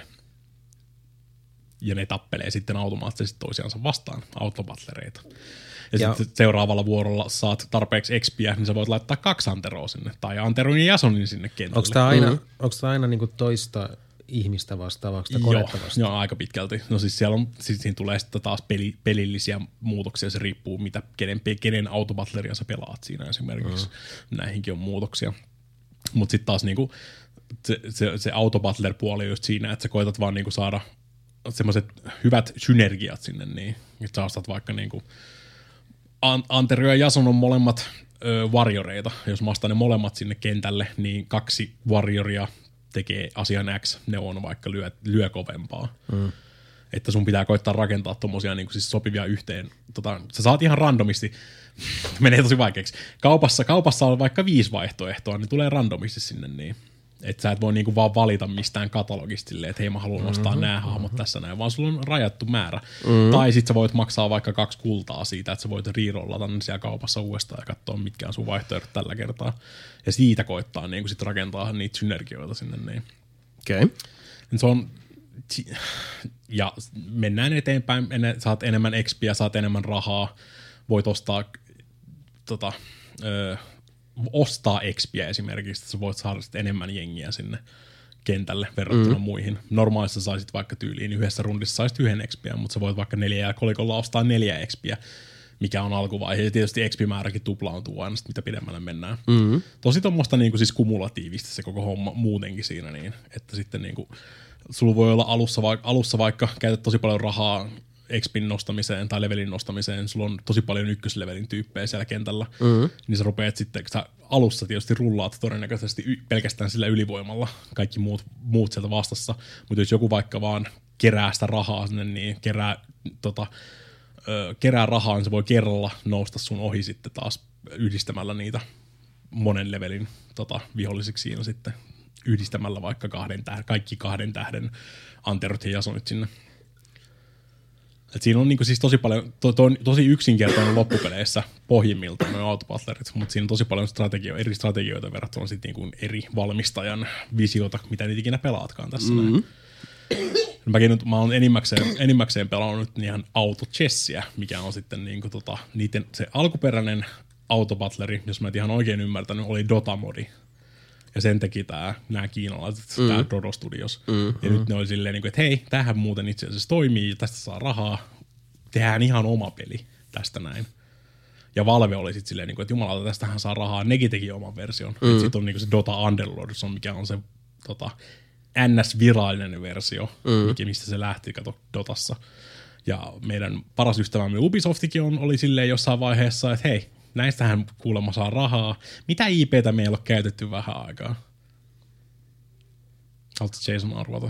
Ja ne tappelee sitten automaattisesti toisiansa vastaan, autobutlereita. Ja, ja sitten seuraavalla vuorolla saat tarpeeksi expiä, niin sä voit laittaa kaksi anteroa sinne, tai Anteron ja Jasonin sinne kentälle. Onko tämä aina, mm-hmm. aina niinku toista ihmistä vastaavaksi tai konetta vastaan? Joo, aika pitkälti. No siis siellä on, siis siinä tulee sitten taas peli, pelillisiä muutoksia, se riippuu mitä, kenen, kenen autobutleria sä pelaat siinä esimerkiksi. Mm. Näihinkin on muutoksia. Mutta sitten taas niinku, se, se, se autobutler-puoli on just siinä, että sä koetat vaan niinku saada semmoiset hyvät synergiat sinne, niin että sä ostat vaikka niinku Antero ja Jason on molemmat ö, warrioreita. Jos mä ostan ne molemmat sinne kentälle, niin kaksi warrioria tekee asian X, ne on vaikka lyö, lyö kovempaa. Mm. Että sun pitää koittaa rakentaa tommosia niin kuin siis sopivia yhteen. Tota, sä saat ihan randomisti, menee tosi vaikeaksi. Kaupassa, kaupassa on vaikka viisi vaihtoehtoa, niin tulee randomisti sinne niin. Että sä et voi niinku vaan valita mistään katalogista silleen, että hei mä haluan ostaa mm-hmm. nämä hahmot mm-hmm. tässä näin, vaan sulla on rajattu määrä. Mm-hmm. Tai sit sä voit maksaa vaikka kaksi kultaa siitä, että sä voit rerollata ne siellä kaupassa uudestaan ja katsoa mitkä on sun vaihtoehdot tällä kertaa. Ja siitä koittaa niinku sit rakentaa niitä synergioita sinne niin. Okei. Okay. Se on, ja mennään eteenpäin, saat enemmän expiä, saat enemmän rahaa, voit ostaa tota, öö, ostaa expiä esimerkiksi, että sä voit saada enemmän jengiä sinne kentälle verrattuna mm. muihin. Normaalissa saisit vaikka tyyliin yhdessä rundissa saisit yhden expiä, mutta sä voit vaikka neljä ja kolikolla ostaa neljä expiä, mikä on alkuvaihe. Ja tietysti expi-määräkin tuplaantuu aina, mitä pidemmälle mennään. Mm. Tosi tommoista niin kuin siis kumulatiivista se koko homma muutenkin siinä, niin, että sitten niin kuin, sulla voi olla alussa, vaikka, alussa vaikka käytät tosi paljon rahaa expin nostamiseen tai levelin nostamiseen, sulla on tosi paljon ykköslevelin tyyppejä siellä kentällä, mm-hmm. niin sä rupeat sitten, kun sä alussa tietysti rullaat todennäköisesti y- pelkästään sillä ylivoimalla kaikki muut, muut sieltä vastassa, mutta jos joku vaikka vaan kerää sitä rahaa sinne, niin kerää, tota, ö, kerää rahaa, niin se voi kerralla nousta sun ohi sitten taas yhdistämällä niitä monen levelin tota, vihollisiksi siinä sitten, yhdistämällä vaikka kahden tähden, kaikki kahden tähden Anterot ja Jasonit sinne. Et siinä on niinku siis tosi paljon, to, to, tosi yksinkertainen loppupeleissä pohjimmiltaan nuo autobutlerit, mutta siinä on tosi paljon strategio, eri strategioita verrattuna sit niinku eri valmistajan visiota, mitä niitä ikinä pelaatkaan tässä mm-hmm. näin. Mäkin nyt, mä oon enimmäkseen, enimmäkseen pelannut nyt ihan autochessiä, mikä on sitten niinku tota, niiden, se alkuperäinen autobutleri, jos mä et ihan oikein ymmärtänyt, oli Dota-modi. Ja sen teki tää, nämä kiinalaiset, mm. tää Dodo Studios. Mm, ja mm. nyt ne oli silleen, että hei, tämähän muuten itse asiassa toimii, ja tästä saa rahaa. Tehdään ihan oma peli tästä näin. Ja Valve oli sitten silleen, että jumalauta, tästähän saa rahaa. Nekin teki oman version. Mm. Sitten on se Dota Underlords, mikä on se tota, N S-virallinen versio, mm. mikä, mistä se lähti, kato, Dotassa. Ja meidän paras ystävämme Ubisoftikin on, oli silleen jossain vaiheessa, että hei, näistähän kuulemma saa rahaa. Mitä I P:tä meillä on käytetty vähän aikaa? Haluatko Jason arvata?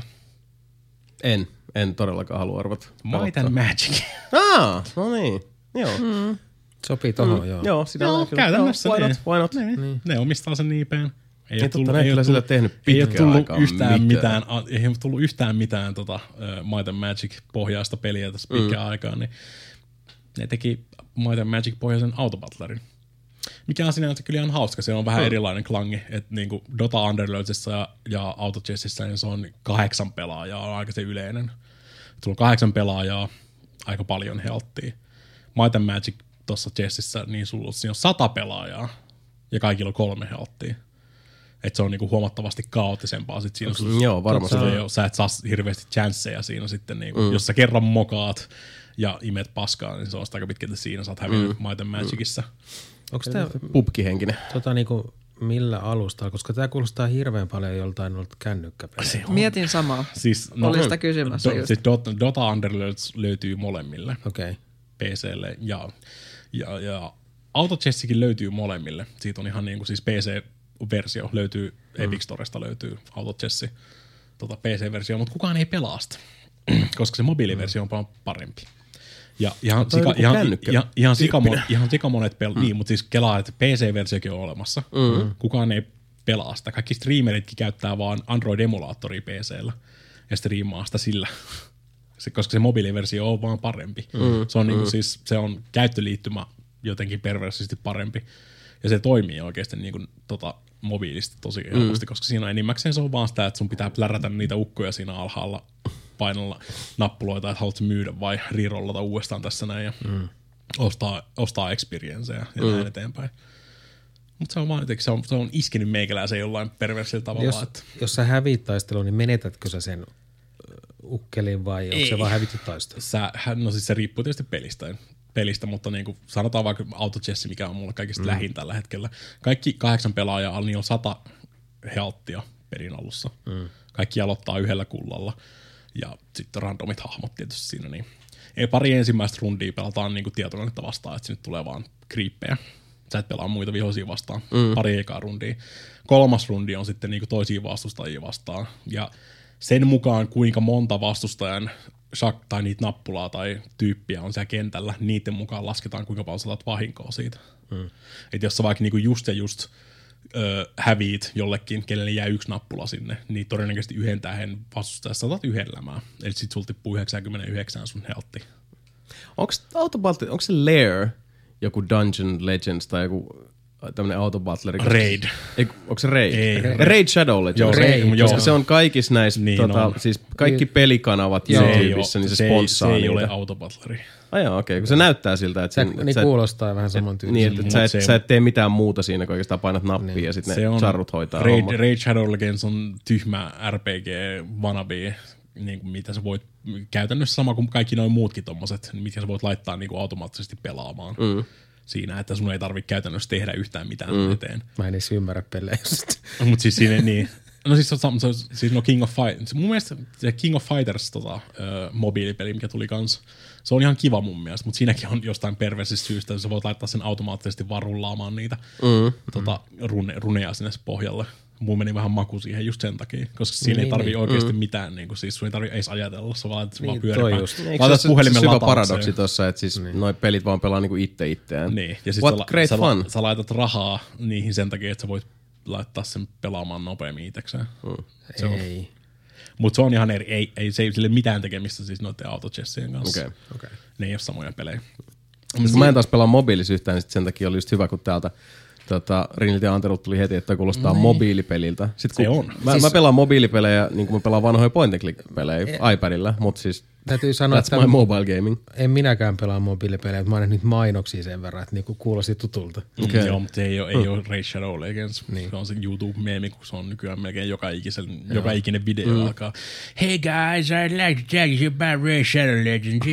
En. En todellakaan halua arvata. Might and Magic. Ah, no niin. Joo. Mm. Sopii tohon, Mm. joo. Joo, sitä Joo, on kyllä. käytännössä Joo, why ne. not, why not? Ne, Niin. ne omistaa sen I P:n. Ei Niin ole totta, tullut, ne ei kyllä ole sillä tullut, tehnyt ei ole pitkään tullut aikaan yhtään mitään. mitään, ei ole tullut yhtään mitään tota, uh, Might and Magic-pohjaista peliä tässä pitkään mm. aikaan, niin ne teki Might and Magic-pohjaisen Autobattlerin. Mikä on sinänsä kyllä ihan hauska, se on vähän mm. erilainen klangi, että niinku Dota Underlordsissa ja, ja Auto Chessissä niin se on kahdeksan pelaajaa, on aika se yleinen. Sulla on kahdeksan pelaajaa, aika paljon healttia. Might and Magic tuossa Chessissä, niin sulla on, siinä on sata pelaajaa ja kaikilla on kolme healttia. Että se on niinku huomattavasti kaoottisempaa. Sit siinä Mm, joo, varmasti. Totta, jo, sä et saa hirveästi chansseja siinä sitten, niinku, mm. jos sä kerran mokaat ja imet paskaa, niin se on sitä aika pitkälti siinä, sä oot hävinnyt mm. Might and Magicissa. Onko tämä Pubkihenkinen. tota, niinku, millä alustalla? Koska tämä kuulostaa hirveän paljon joltain ollut kännykkäpeliä. Mietin samaa. Siis, Oli sitä kysymässä do, just. siis Dota, Dota Underlords löytyy molemmille. Okei. Okay. P C:lle ja, ja, ja Auto Chessikin löytyy molemmille. Siitä on ihan niinku siis P C-versio löytyy, mm. Epic Storesta löytyy Auto Chessi tota P C-versio, mutta kukaan ei pelaa sitä, koska se mobiiliversio on paljon parempi. Ja ihan, sika, ihan, ihan, ihan, sikamon, ihan sikamonet pelaa, mm. niin, mutta siis kelaa, että P C-versiokin on olemassa. Mm. Kukaan ei pelaa sitä. Kaikki streameritkin käyttää vaan Android-emulaattoria P C:llä ja striimaa sitä sillä. Se, koska se mobiiliversio on vaan parempi. Mm, se, on mm. niinku siis, se on käyttöliittymä jotenkin perversisti parempi. Ja se toimii oikeasti niinku, tota, mobiilisti tosi helposti, mm. koska siinä enimmäkseen se on vaan sitä, että sun pitää plärätä niitä ukkoja siinä alhaalla painalla nappuloita, että haluatko myydä vai rerollata uudestaan tässä näin ja mm. ostaa, ostaa experienceja ja mm. näin eteenpäin. Mutta se on vaan jotenkin, se on, se on iskenyt meikäläisen jollain perversillä tavalla. Jos, että jos sä häviit taistelun, niin menetätkö sä sen ukkelin vai onko se vaan hävitty taistelu? Sä, no siis se riippuu tietysti pelistä, pelistä mutta niin kuin sanotaan vaikka Auto Chess, mikä on mulle kaikista mm. lähin tällä hetkellä. Kaikki kahdeksan pelaajaa, niin on sata healttia perin alussa. Mm. Kaikki aloittaa yhdellä kullalla ja sitten randomit hahmot tietysti siinä. Niin. Ei pari ensimmäistä rundia pelataan niin kuin tietokonetta vastaan, että sinne tulee vaan kriippejä. Sä et pelaa muita vihoisia vastaan. Mm. Pari ekaa rundia. Kolmas rundi on sitten niin kuin toisia vastustajia vastaan. Ja sen mukaan, kuinka monta vastustajan shak tai niitä nappulaa tai tyyppiä on siellä kentällä, niiden mukaan lasketaan, kuinka paljon saat vahinkoa siitä. Mm. Että jos sä vaikka niinku just ja just ö, häviit jollekin, kenelle jää yksi nappula sinne, niin todennäköisesti yhden tähän vastustajassa saatat yhden lämää. Eli sit sulta tippuu yhdeksänkymmentäyhdeksän sun healtti. Onko Autobattle, onko se Lair joku Dungeon Legends tai joku tämmönen autobattleri? Raid. Ei, onko se Raid? Ei. Raid Shadow Legends. Joo, Raid, koska joo. se on kaikissa näissä, Niin tota, on. siis kaikki pelikanavat Se ei YouTubessa, oo- niin se, se, sponssaa ei, se ei niitä. ole autobattleri. Ai joo, okei, okay, kun se näyttää siltä, että... Se, Sen, että niin sä et- kuulostaa vähän saman et, niin, että tyyliseltä. et sä, Mut et, se- sä et tee mitään muuta siinä, kun oikeastaan painat nappia niin. ja sitten ne charrut hoitaa Raid, homman. Raid Shadow Legends on tyhmä R P G wannabe, niin kuin mitä sä voit, käytännössä sama kuin kaikki noin muutkin tommoset, mitkä sä voit laittaa niin kuin automaattisesti pelaamaan. Mm. Siinä, että sun ei tarvitse käytännössä tehdä yhtään mitään mm. eteen. Mä en edes ymmärrä pelejä. Mutta siis siinä niin. No siis, se on, se on, siis no King of Fighters. Mun mielestä se King of Fighters tota, ö, mobiilipeli, mikä tuli kans, se on ihan kiva mun mielestä, mutta siinäkin on jostain perversistä syystä, että sä voit laittaa sen automaattisesti vaan rullaamaan niitä mm. tota, rune, runeja sinne pohjalle. Mun meni vähän maku siihen just sen takia, koska siinä niin, ei tarvii niin. oikeasti mm. mitään, niin kuin, siis sun ei tarvii edes ajatella, sä vaan laitat Niin, vaan toi pyörimään. just. Eikö Laitat se, puhelimen se, se on hyvä lataukseen. paradoksi tossa, että siis niin. noi pelit vaan pelaa niinku itse itseään. Niin, ja sit What sä, great sä, fun. sä laitat rahaa niihin sen takia, että sä voit laittaa sen pelaamaan nopeammin itsekseen. Mm. Se on. Ei. Mutta se on ihan eri, ei, ei se ei sille mitään tekemistä siis noiden autochessien kanssa. Okei. Okay. Ne ei ole samoja pelejä. Kun mä en taas pelaa mobiilissa yhtään, niin sit sen takia oli just hyvä, kun täältä tota, Riniltä ja Anterulta tuli heti, että kuulostaa mobiilipeliltä. Sitten, kun Se on. Mä, Siis- mä pelaan mobiilipelejä, niin kuin mä pelaan vanhoja point and click-pelejä iPadilla, mutta siis Täytyy sanoa, that's että my mobile gaming. en minäkään pelaa mobiilipelejä, mutta mä oon nyt mainoksia sen verran, että niinku kuulosti tutulta. Okay. Okei. Joo, mutta ei ole, ei ole Raid Shadow Legends. Niin. Se on se YouTube-meemi, kun se on nykyään melkein joka, ikisen, joka ikinen video mm. alkaa. Hey guys, I'd like to tell you about Raid Shadow Legends.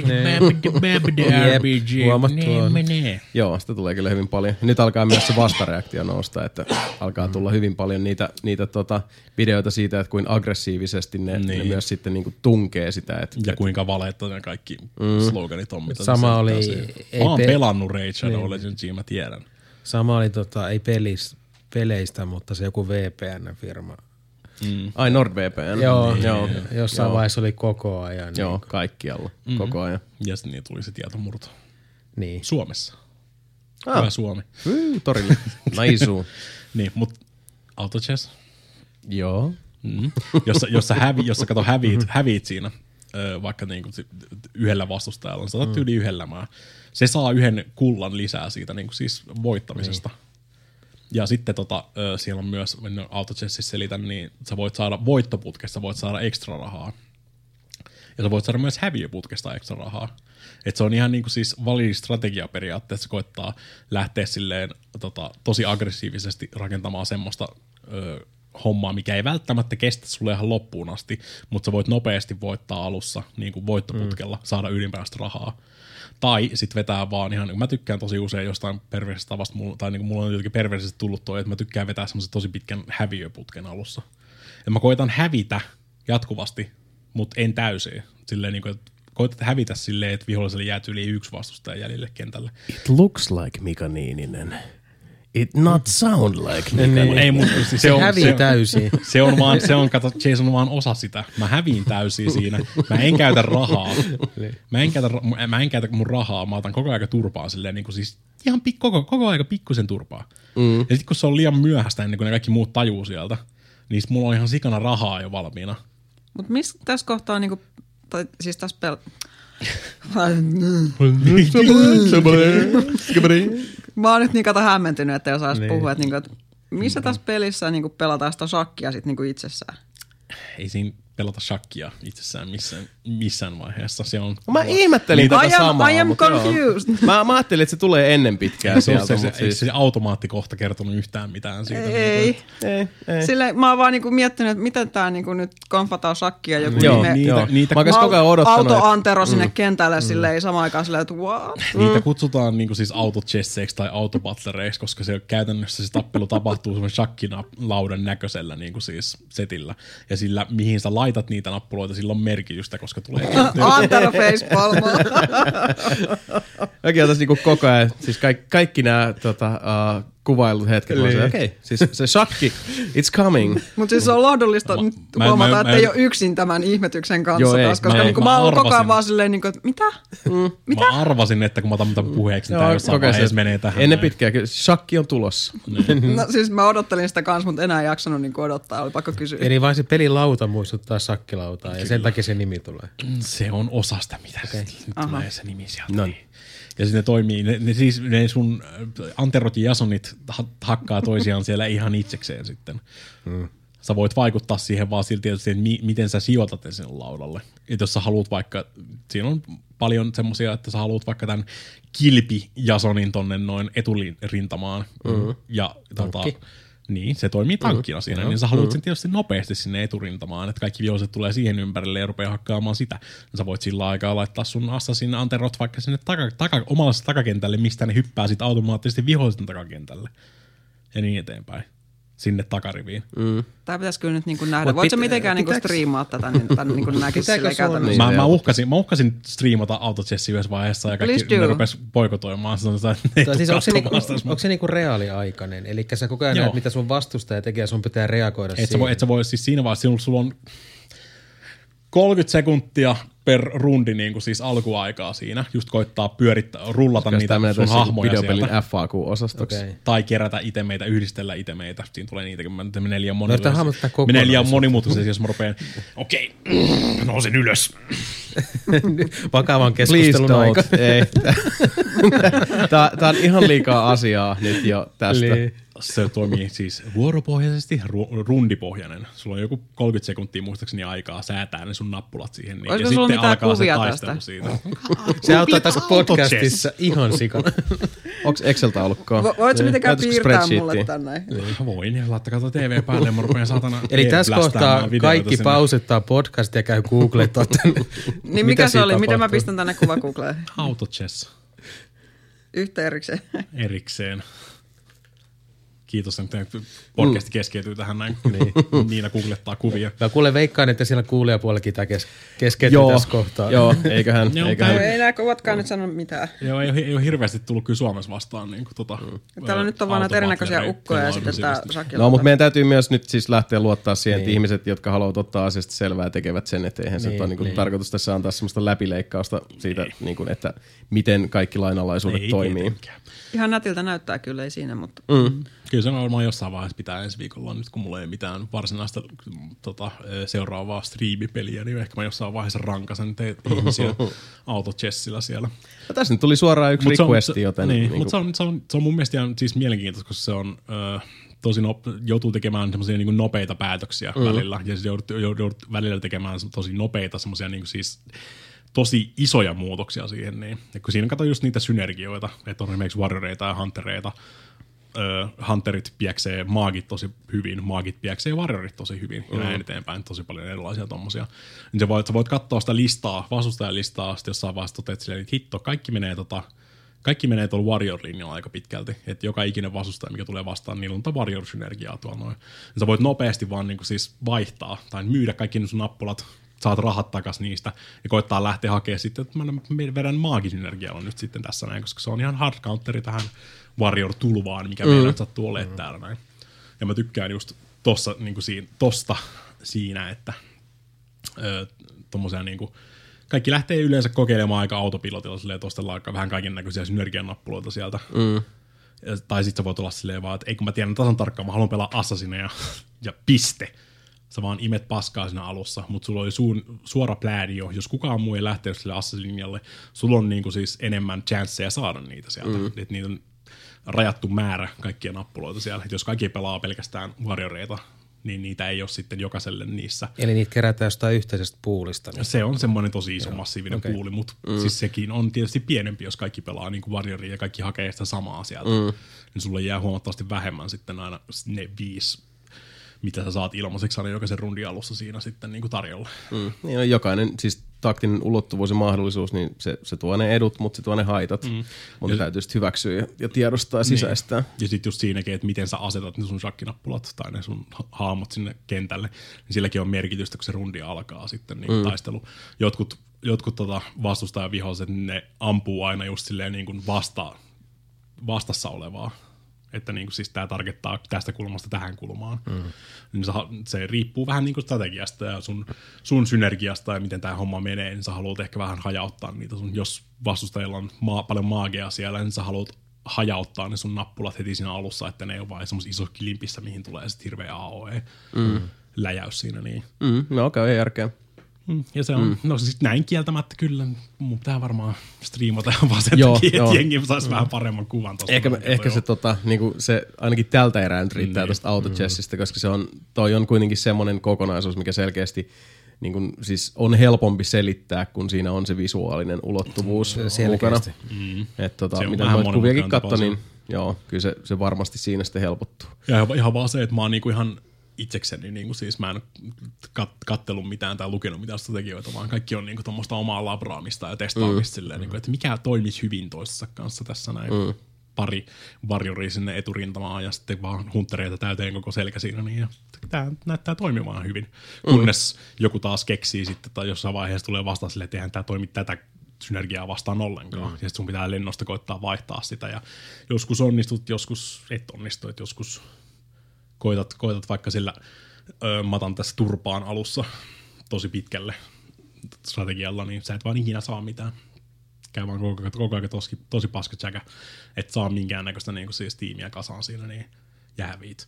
It's R P G. huomattu on. Joo, sitä tulee kyllä hyvin paljon. Nyt alkaa myös se vastareaktio nousta, että alkaa tulla hyvin paljon niitä, niitä tota, videoita siitä, että kuin aggressiivisesti ne, niin. ne myös sitten niinku tunkee sitä. Että, Ja kuinka valetta ne kaikki mm. sloganit on, mitä Sama se oli- selittää siihen. ei Mä oon pe- pelannut Raid Shadow Legendsia, mä tiedän. Sama oli tota, ei pelis, peleistä, mutta se joku V P N-firma. Mm. ai NordVPN. Joo, Niin, joo, jossain joo. vaiheessa oli koko ajan. Joo, kaikkialla, mm-hmm. koko ajan. Ja sitten niin tuli se tietomurto. Niin. Suomessa. Ah. Hyvä Suomi. Fyy, torille. Naisuu. Niin, mut auto chess. Joo. Mm. Jossa, jossa, hävi, jossa kato häviit, häviit siinä ö, vaikka niinku yhdellä vastustajalla, sä otat yli yhdellä maa. Se saa yhden kullan lisää siitä niinku siis voittamisesta. Niin. Ja sitten tota, ö, siellä on myös, en autochessissä selitän, niin sä voit saada voittoputkesta, voit saada ekstra rahaa. Ja sä voit saada myös häviöputkesta ekstra rahaa. Et se on ihan niinku siis validi strategia periaatteessa, koittaa lähteä silleen tota, tosi aggressiivisesti rakentamaan semmoista ö, hommaa, mikä ei välttämättä kestä sulle ihan loppuun asti, mutta sä voit nopeasti voittaa alussa niin kuin voittoputkella, mm. saada ylimääräistä rahaa. Tai sit vetää vaan ihan, mä tykkään tosi usein jostain perversestä tavasta, tai niin kuin mulla on jotenkin perversestä tullut toi, että mä tykkään vetää semmoisen tosi pitkän häviöputken alussa. Ja mä koitan hävitä jatkuvasti, mutta en täysin. Silleen niin kuin, että koitat hävitä silleen, että viholliselle jää yli yksi vastustaja jäljelle kentälle. It looks like Mika Niininen. It not sound like Mika Niininen. Ei, mutta siis se, se on hävii se, täysin. Se on vaan, se on, kato, Jason on vaan osa sitä. Mä häviin täysin siinä. Mä en käytä rahaa. Mä en käytä, mä en käytä mun rahaa. Mä otan koko ajan turpaa silleen, niin kuin siis ihan pik, koko, koko ajan pikkusen turpaa. Mm. Ja sit kun se on liian myöhäistä ennen kuin ne kaikki muut tajuu sieltä, niin mulla on ihan sikana rahaa jo valmiina. Mut missä tässä kohtaa on niinku, tai siis tässä pel- Mä oon nyt niin kato hämmentynyt, että jos olisi niin. puhua, että, niinku, että missä tässä pelissä niinku pelataan sitä shakkia sit niinku itsessään? Ei siinä pelata shakkia itsessään missään, missään vaiheessa. Se on mä ihmettelin tätä I am, samaa. I am confused. Mä, mä ajattelin, että se tulee ennen pitkään sieltä. Se, se, se, se, siis. se automaattikohta kertonut yhtään mitään siitä. Ei, niin ei, ei. Silleen, mä oon vaan niinku miettinyt, että miten tää niinku nyt konfataan shakkia joku joo, nime. Niitä, niitä, mä koko ajan odottanut. Auto-antero sinne mm. kentälle mm. silleen samaan aikaan silleen, että what? Niitä mm. kutsutaan niinku siis autochesseiksi tai autobattlereiksi, koska se käytännössä se tappelu tapahtuu semmoinen shakkinaudan näköisellä niinku siis setillä. Ja sillä, mihin sä laitat niitä nappuloita, sillä on merkitystä, koska tulee antero facepalmaa. Mäkin otais niinku koko ajan, siis kaikki, kaikki nämä tota, uh, kuvailut hetket, okei, okay, siis se shakki, it's coming. Mutta siis se on lohdullista mä, nyt mä, huomata, mä, että mä, ei ole yksin tämän ihmetyksen kanssa joo, taas, koska mä, niinku, mä, mä, mä oon koko ajan arvasin. vaan silleen, niinku, että mitä? Mm. Mitä? Mä arvasin, että kun mä otan tämän puheeksi, niin tää jossain vaiheessa menee tähän. Ennen pitkään, shakki on tulossa. No siis mä odottelin sitä kanssa, mutta enää ei jaksanut niinku odottaa, oli pakko kysyä. Eli vain se pelilauta muistuttaa shakkilautaa ja sen takia se nimi tulee. Se on osa sitä, mitä okay. nyt tulee se nimi sieltä. No niin. Ja sitten ne toimii, ne, ne, siis, ne sun Anterot ja Jasonit hakkaa toisiaan siellä ihan itsekseen sitten. Hmm. Sä voit vaikuttaa siihen vaan silti tietysti, että mi, miten sä sijoitat sen laudalle. Että jos sä haluat vaikka, siinä on paljon semmosia, että sä haluat vaikka tämän kilpi Jasonin tonne noin eturintamaan. Hmm. Ja tota, niin, se toimii tankkina mm, siinä, mm, niin sä haluat mm. sen tietysti nopeasti sinne eturintamaan, että kaikki viholliset tulee siihen ympärille ja rupeaa hakkaamaan sitä. Sä voit sillä aikaa laittaa sun assassin anterot vaikka sinne taka, taka, omalle takakentälle, mistä ne hyppää sit automaattisesti vihollisten takakentälle. Ja niin eteenpäin. Sinne takariviin. Mm. Tää pitäisi kyllä nyt niinku nähdä. Voitko sä mitenkään niinku striimaa tätä, niin tämän niinku näkisi silleen käytännössä? Mä, mä, uhkasin, mä uhkasin striimata autochessia yhdessä vaiheessa ja kaikki ne rupes boikotoimaan. Sanotaan, että ne ei siis onko se, niinku, onko se niinku reaaliaikainen? Eli sä koko ajan näet, mitä sun vastustaja tekee ja sun pitää reagoida et siihen. Sä voi, et sä voi siis siinä vaiheessa, sulla on kolmekymmentä sekuntia per rundi niin kuin siis alkuaikaa siinä. Just koittaa pyörittää, rullata niitä sun hahmoja videopelin sieltä. F A Q-osastoksi. Okay. Tai kerätä itemeitä, yhdistellä itemeitä. Siinä tulee niitäkin. Mä menee liian monimutkaisesti. liian monimutkaisesti, jos mä rupean, okei, okay, nousin ylös. Vakavan keskustelun aika. Ei. Tää, tää on ihan liikaa asiaa nyt jo tästä. Li. Se toimii siis vuoropohjaisesti, ru- rundipohjainen. Sulla on joku kolmekymmentä sekuntia muistaakseni aikaa säätää ne sun nappulat siihen. Niin, olisiko ja sulla sitten mitään alkaa kuvia se taistelu tästä? siitä. Se auttaa tässä podcastissa ihan sikana. Onks Excel-taulukkoa? Vo, voitko mitenkään piirtää mulle tänne? Voin, ja laittakaa tuo T V päälle ja mä rupean saatana eli tässä kohtaa kaikki sinne. Pausettaa podcast ja käy googlettaa tänne. Niin mikä se oli? Miten mä pistän tänne kuva Googleen? Autochess. Yhtä erikseen. Erikseen. Kiitos, että podcast mm. keskeytyy tähän näin. Niin. Niina googlettaa kuvia. Mä kuulen veikkaan, että siellä kuulijapuolellakin tämä kes- keskeytyy joo, tässä kohtaa. Joo, eiköhän. Joo, eiköhän. Ei nää kuvatkaan nyt sano mitään. Joo, ei, ei ole hirveästi tullut kyllä Suomessa vastaan. Niin kuin, tota, mm. Täällä nyt on vaan näitä erinäköisiä ukkoja ja sitten tämä Sakila. No, mutta meidän täytyy myös nyt siis lähteä luottaa siihen, niin. että ihmiset, jotka haluavat ottaa asiasta selvää, tekevät sen, että eihän niin, se ole niin niin. tarkoitus tässä antaa semmoista läpileikkausta siitä, niin kuin, että miten kaikki lainalaisuudet ei toimii. Tietenkään. Ihan nätiltä näyttää kyllä, ei siinä, mutta... Mm. Kyllä se varmaan jossain vaiheessa pitää ensi viikolla, nyt kun mulla ei mitään varsinaista tota, seuraavaa striimipeliä, niin ehkä mä jossain vaiheessa rankasen teitä ihmisiä autochessillä siellä. No, tässä nyt tuli suoraan yksi requesti, joten... Niin, niin mutta se on, se, on, se on mun mielestä ihan siis mielenkiintoista, koska se on... Öö, tosi no, joutuu tekemään semmoisia niin nopeita päätöksiä mm. välillä, ja joudut, joudut välillä tekemään tosi nopeita semmoisia niin siis tosi isoja muutoksia siihen. Niin. Ja kun siinä katsoo just niitä synergioita, että on esimerkiksi warrioreita ja huntereita, öö, hunterit pieksee maagit tosi hyvin, maagit pieksee warriorit tosi hyvin, ja mm. näin eteenpäin, tosi paljon erilaisia tommosia. Niin sä voit, sä voit katsoa sitä listaa, vastustajalistaa, sitten jossain vaiheessa toteat silleen, että hitto, kaikki menee tota, Kaikki menee tuolla Warrior-linjalla aika pitkälti, että joka ikinen vastustaja, mikä tulee vastaan, niillä on tätä Warrior-synergiaa tuolla noin. Ja sä voit nopeasti vaan niinku siis vaihtaa tai myydä kaikki ne sun nappulat, saat rahat takas niistä ja koittaa lähteä hakemaan sitten, että mä vedän maagisynergialla nyt sitten tässä näin, koska se on ihan hard counteri tähän Warrior-tulvaan, mikä mm. meillä sattuu olemaan mm. täällä näin. Ja mä tykkään just tossa, niinku siinä, tosta siinä, että öö, tommosia niinku kaikki lähtee yleensä kokeilemaan aika autopilotilla silleen, tuosta aika vähän kaiken näköisiä synergianappuloita sieltä. Mm. Ja, tai sit sä voit olla silleen vaan, että ei kun mä tiedän tasan tarkkaan, mä haluan pelaa Assassineja ja piste. Sä vaan imet paskaa siinä alussa, mutta sulla oli suun, suora plääni jo. Jos kukaan muu ei lähtenyt sille Assassin-linjalle, sulla on niinku siis enemmän chanceja saada niitä sieltä. Mm. Et niitä on rajattu määrä kaikkia nappuloita siellä. Et jos kaikki pelaa pelkästään warrioreita, niin niitä ei ole sitten jokaiselle niissä. Eli niitä kerätään jostain yhteisestä puulista. Niin. Se on semmoinen tosi iso, Joo. massiivinen okay. puuli, mutta mm. siis sekin on tietysti pienempi, jos kaikki pelaa niin kuin Warrioria ja kaikki hakee sitä samaa sieltä. Mm. Niin sulle jää huomattavasti vähemmän sitten aina ne viisi, mitä sä saat ilmaiseksi aina jokaisen rundin alussa siinä sitten niin kuin tarjolla. Mm. Niin on jokainen, siis taktinen ulottuvuus ja mahdollisuus, niin se, se tuo ne edut, mutta se tuo ne haitat. Mm. Mutta täytyy sitten hyväksyä ja, ja tiedostaa ja sisäistää. Niin. Ja sitten just siinäkin, että miten sä asetat ne sun shakkinappulat tai ne sun haamot sinne kentälle, niin silläkin on merkitystä, kun se rundi alkaa sitten niin mm. taistelu. Jotkut, jotkut tota vastustajaviholliset, ne ampuu aina just silleen niin kuin vasta, vastassa olevaa. Että niin kuin siis tämä targettaa tästä kulmasta tähän kulmaan. Mm. Niin se, se riippuu vähän niin kuin strategiasta ja sun, sun synergiasta ja miten tämä homma menee, niin sä haluat ehkä vähän hajauttaa niitä. Sun, jos vastustajilla on maa, paljon maagia siellä, niin sä haluat hajauttaa ne sun nappulat heti siinä alussa, että ne ei ole vain semmoisessa isossa kilimpissä, mihin tulee sitten hirveä A O E-läjäys mm. siinä. Niin. Mm. No okei, okay, järkeä. Ja se on, mm. no siis näin kieltämättä kyllä, mun pitää varmaan striimata ihan vaan sen takia, että jengi saisi mm. vähän paremman kuvan tosta. Ehkä, ehkä se, tota, niinku se ainakin tältä erää nyt riittää mm. tuosta autochessista, mm. koska se on, toi on kuitenkin semmoinen kokonaisuus, mikä selkeästi niin kun, siis on helpompi selittää, kun siinä on se visuaalinen ulottuvuus se mukana. Mm. Et, tota, mitä noita kuviakin katso, niin joo, kyllä se, se varmasti siinä sitten helpottuu. Ja ihan vaan se, että mä oon niinku ihan itsekseni, niin kuin siis mä en kat- kattellut mitään tai lukenut mitään strategioita, vaan kaikki on niin tuommoista omaa labraamista ja testaamista mm. silleen, mm. niin kuin, että mikä toimisi hyvin toisessa kanssa tässä näin. Mm. Pari varjoria sinne eturintamaan ja sitten vaan huntereita täyteen koko selkä siinä, niin ja tämä näyttää toimimaan hyvin. Mm. Kunnes joku taas keksii sitten tai jossain vaiheessa tulee vastaan silleen, että eihän tämä toimi tätä synergiaa vastaan ollenkaan. Mm. Ja sitten sun pitää lennosta koittaa vaihtaa sitä ja joskus onnistut, joskus et onnistu, että joskus Koitat, koitat vaikka sillä ö, matan tässä turpaan alussa tosi pitkälle strategialla, niin sä et vaan ikinä saa mitään. Käy vaan koko, koko ajan tosi, tosi paska tsäkä, et saa minkäännäköistä niin siis tiimiä kasaan siinä, niin jääviit.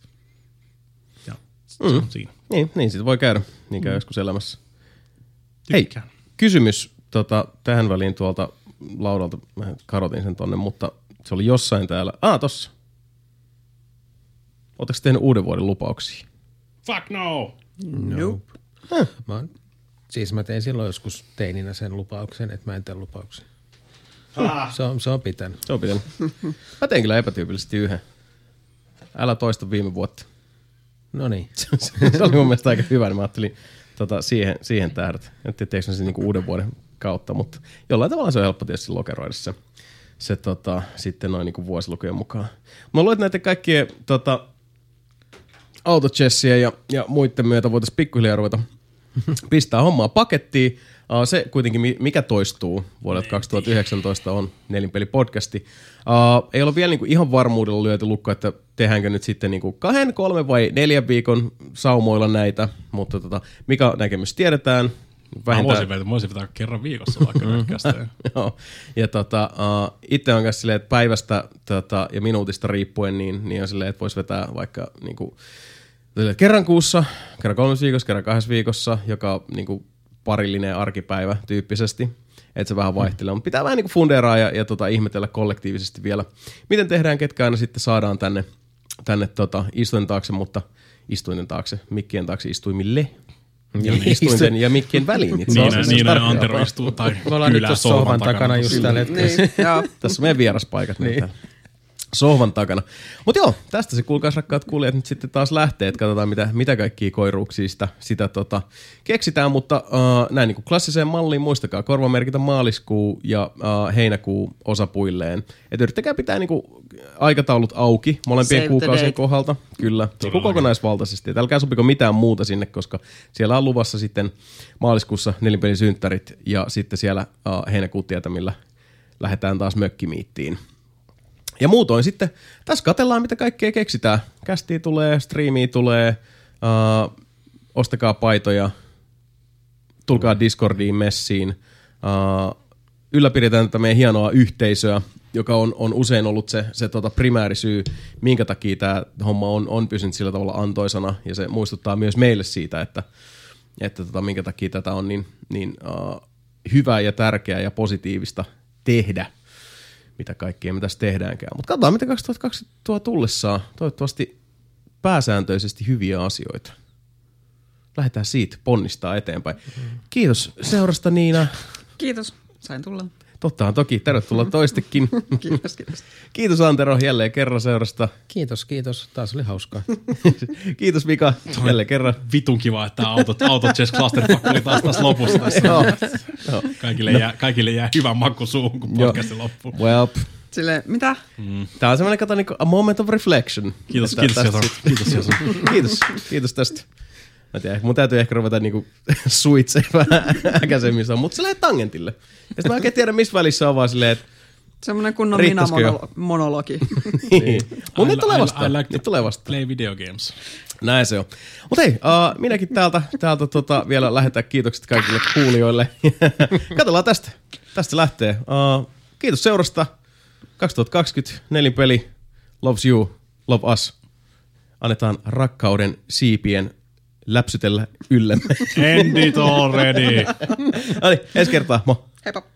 Ja se mm. on siinä. Niin, niin siitä voi käydä, niin käy mm. joskus elämässä. Tykkään. Hei, kysymys tota, tähän väliin tuolta laudalta, mä karotin sen tonne, mutta se oli jossain täällä. Ah, tossa. Oletteko tehnyt uuden vuoden lupauksia? Fuck no! Nope. Huh. Mä, siis mä tein silloin joskus teininä sen lupauksen, että mä en tee lupauksia. Ah. Se, on, se on pitänyt. Se on pitänyt. Mä tein kyllä epätyypillisesti yhden. Älä toista viime vuotta. No niin. Se oli mun mielestä aika hyvä, niin mä ajattelin tota, siihen, siihen tähdät. En tiedä, teekö se niinku uuden vuoden kautta, mutta jollain tavalla se on helppo tietysti lokeroida se, se tota, sitten noin niinku vuosilukujen mukaan. Mä luulen, että näiden kaikkien tota, Autochessien ja, ja muiden myötä voitaisiin pikkuhiljaa ruveta pistää hommaa pakettiin. Uh, se kuitenkin, mikä toistuu vuodelta kaksituhattayhdeksäntoista on Nelinpeli-podcasti. Uh, ei ole vielä niinku ihan varmuudella lyöty lukko, että tehdäänkö nyt sitten niinku kahden, kolmen vai neljän viikon saumoilla näitä, mutta tota, mikä näkemys tiedetään. Vähintään... Mä voisin vetää kerran viikossa vaikka nytkästä. Joo, ja tota, uh, itse on myös silleen, että päivästä tota, ja minuutista riippuen, niin, niin on silleen, että voisi vetää vaikka niinku, kerran kuussa, kerran kolmessa viikossa, kerran kahdessa viikossa, joka niinku, parillinen arkipäivä tyyppisesti, että se vähän vaihtelee. Mutta pitää vähän niinku fundeeraa ja, ja tota, ihmetellä kollektiivisesti vielä, miten tehdään, ketkä aina sitten saadaan tänne, tänne tota, istuinten taakse, mutta istuinten taakse, mikkien taakse istuimille. Ja istuinten ja mikkien väliin. Niin, niin Antero istuu tai me ollaan nyt tuossa sohvan takana, takana just tällä hetkellä. Niin, tässä on meidän vieraspaikat. Niin. Sohvan takana. Mutta joo, tästä se kuulkaas rakkaat kuulijat nyt sitten taas lähtee, että katsotaan mitä, mitä kaikkia koiruuksia sitä, sitä tota, keksitään, mutta uh, näin niin kuin klassiseen malliin muistakaa korvamerkitä maaliskuu ja uh, heinäkuu osapuilleen. Että yrittäkää pitää niin kuin aikataulut auki molempien kuukausien kohdalta, kyllä, niin kokonaisvaltaisesti. Et älkää sopiko mitään muuta sinne, koska siellä on luvassa sitten maaliskuussa Nelinpelin synttärit ja sitten siellä uh, heinäkuun tietämillä lähdetään taas mökkimiittiin. Ja muutoin sitten tässä katsellaan, mitä kaikkea keksitään. Kästiä tulee, striimiä tulee, uh, ostakaa paitoja, tulkaa Discordiin, messiin. Uh, ylläpidetään tätä meidän hienoa yhteisöä, joka on, on usein ollut se, se tota primäärisyy, minkä takia tämä homma on, on pysynyt sillä tavalla antoisana. Ja se muistuttaa myös meille siitä, että, että tota, minkä takia tätä on niin, niin uh, hyvää ja tärkeää ja positiivista tehdä. Mitä kaikkea me tässä tehdäänkään. Mutta katsotaan, mitä kaksituhattakaksikymmentä tullessaan. Toivottavasti pääsääntöisesti hyviä asioita. Lähdetään siitä ponnistaa eteenpäin. Kiitos seurasta, Niina. Kiitos, sain tulla. Tottahan toki, tervetuloa toistekin. Kiitos, kiitos. Kiitos Antero jälleen kerran seurasta. Kiitos, kiitos. Taas oli hauskaa. Kiitos Mika jälleen kerran. Vitun kiva, että autot, autot Chess Clusterfuck oli taas taas lopussa tässä. kaikille, jää, kaikille jää hyvä maku suuhun, kun podcasti loppuu. Well. Silleen, mitä? Mm. Tää on semmoinen, kato, niinku a moment of reflection. Kiitos, kiitos, kiitos, kiitos, kiitos, kiitos tästä. Mä tiedän, mun täytyy ehkä ruveta niinku suitseen vähän äkäisemmin, mutta se lähdet tangentille. Ja sit mä oikein tiedän, missä välissä on vaan silleen, että semmoinen kunnon minä-monologi. Niin. Mut nyt tulee vastaan. I like nyt tulee vastaan. Play video games. Näin se on. Mut hei, uh, minäkin täältä, täältä tota, vielä lähetän kiitokset kaikille kuulijoille. Katsellaan tästä. Tästä lähtee. Uh, kiitos seurasta. kaksituhattakaksikymmentä Nelinpeli. Loves you. Love us. Annetaan rakkauden siipien läpsytellä yllemme. End it already. No niin, ensi kertaa. Mo. Heippa.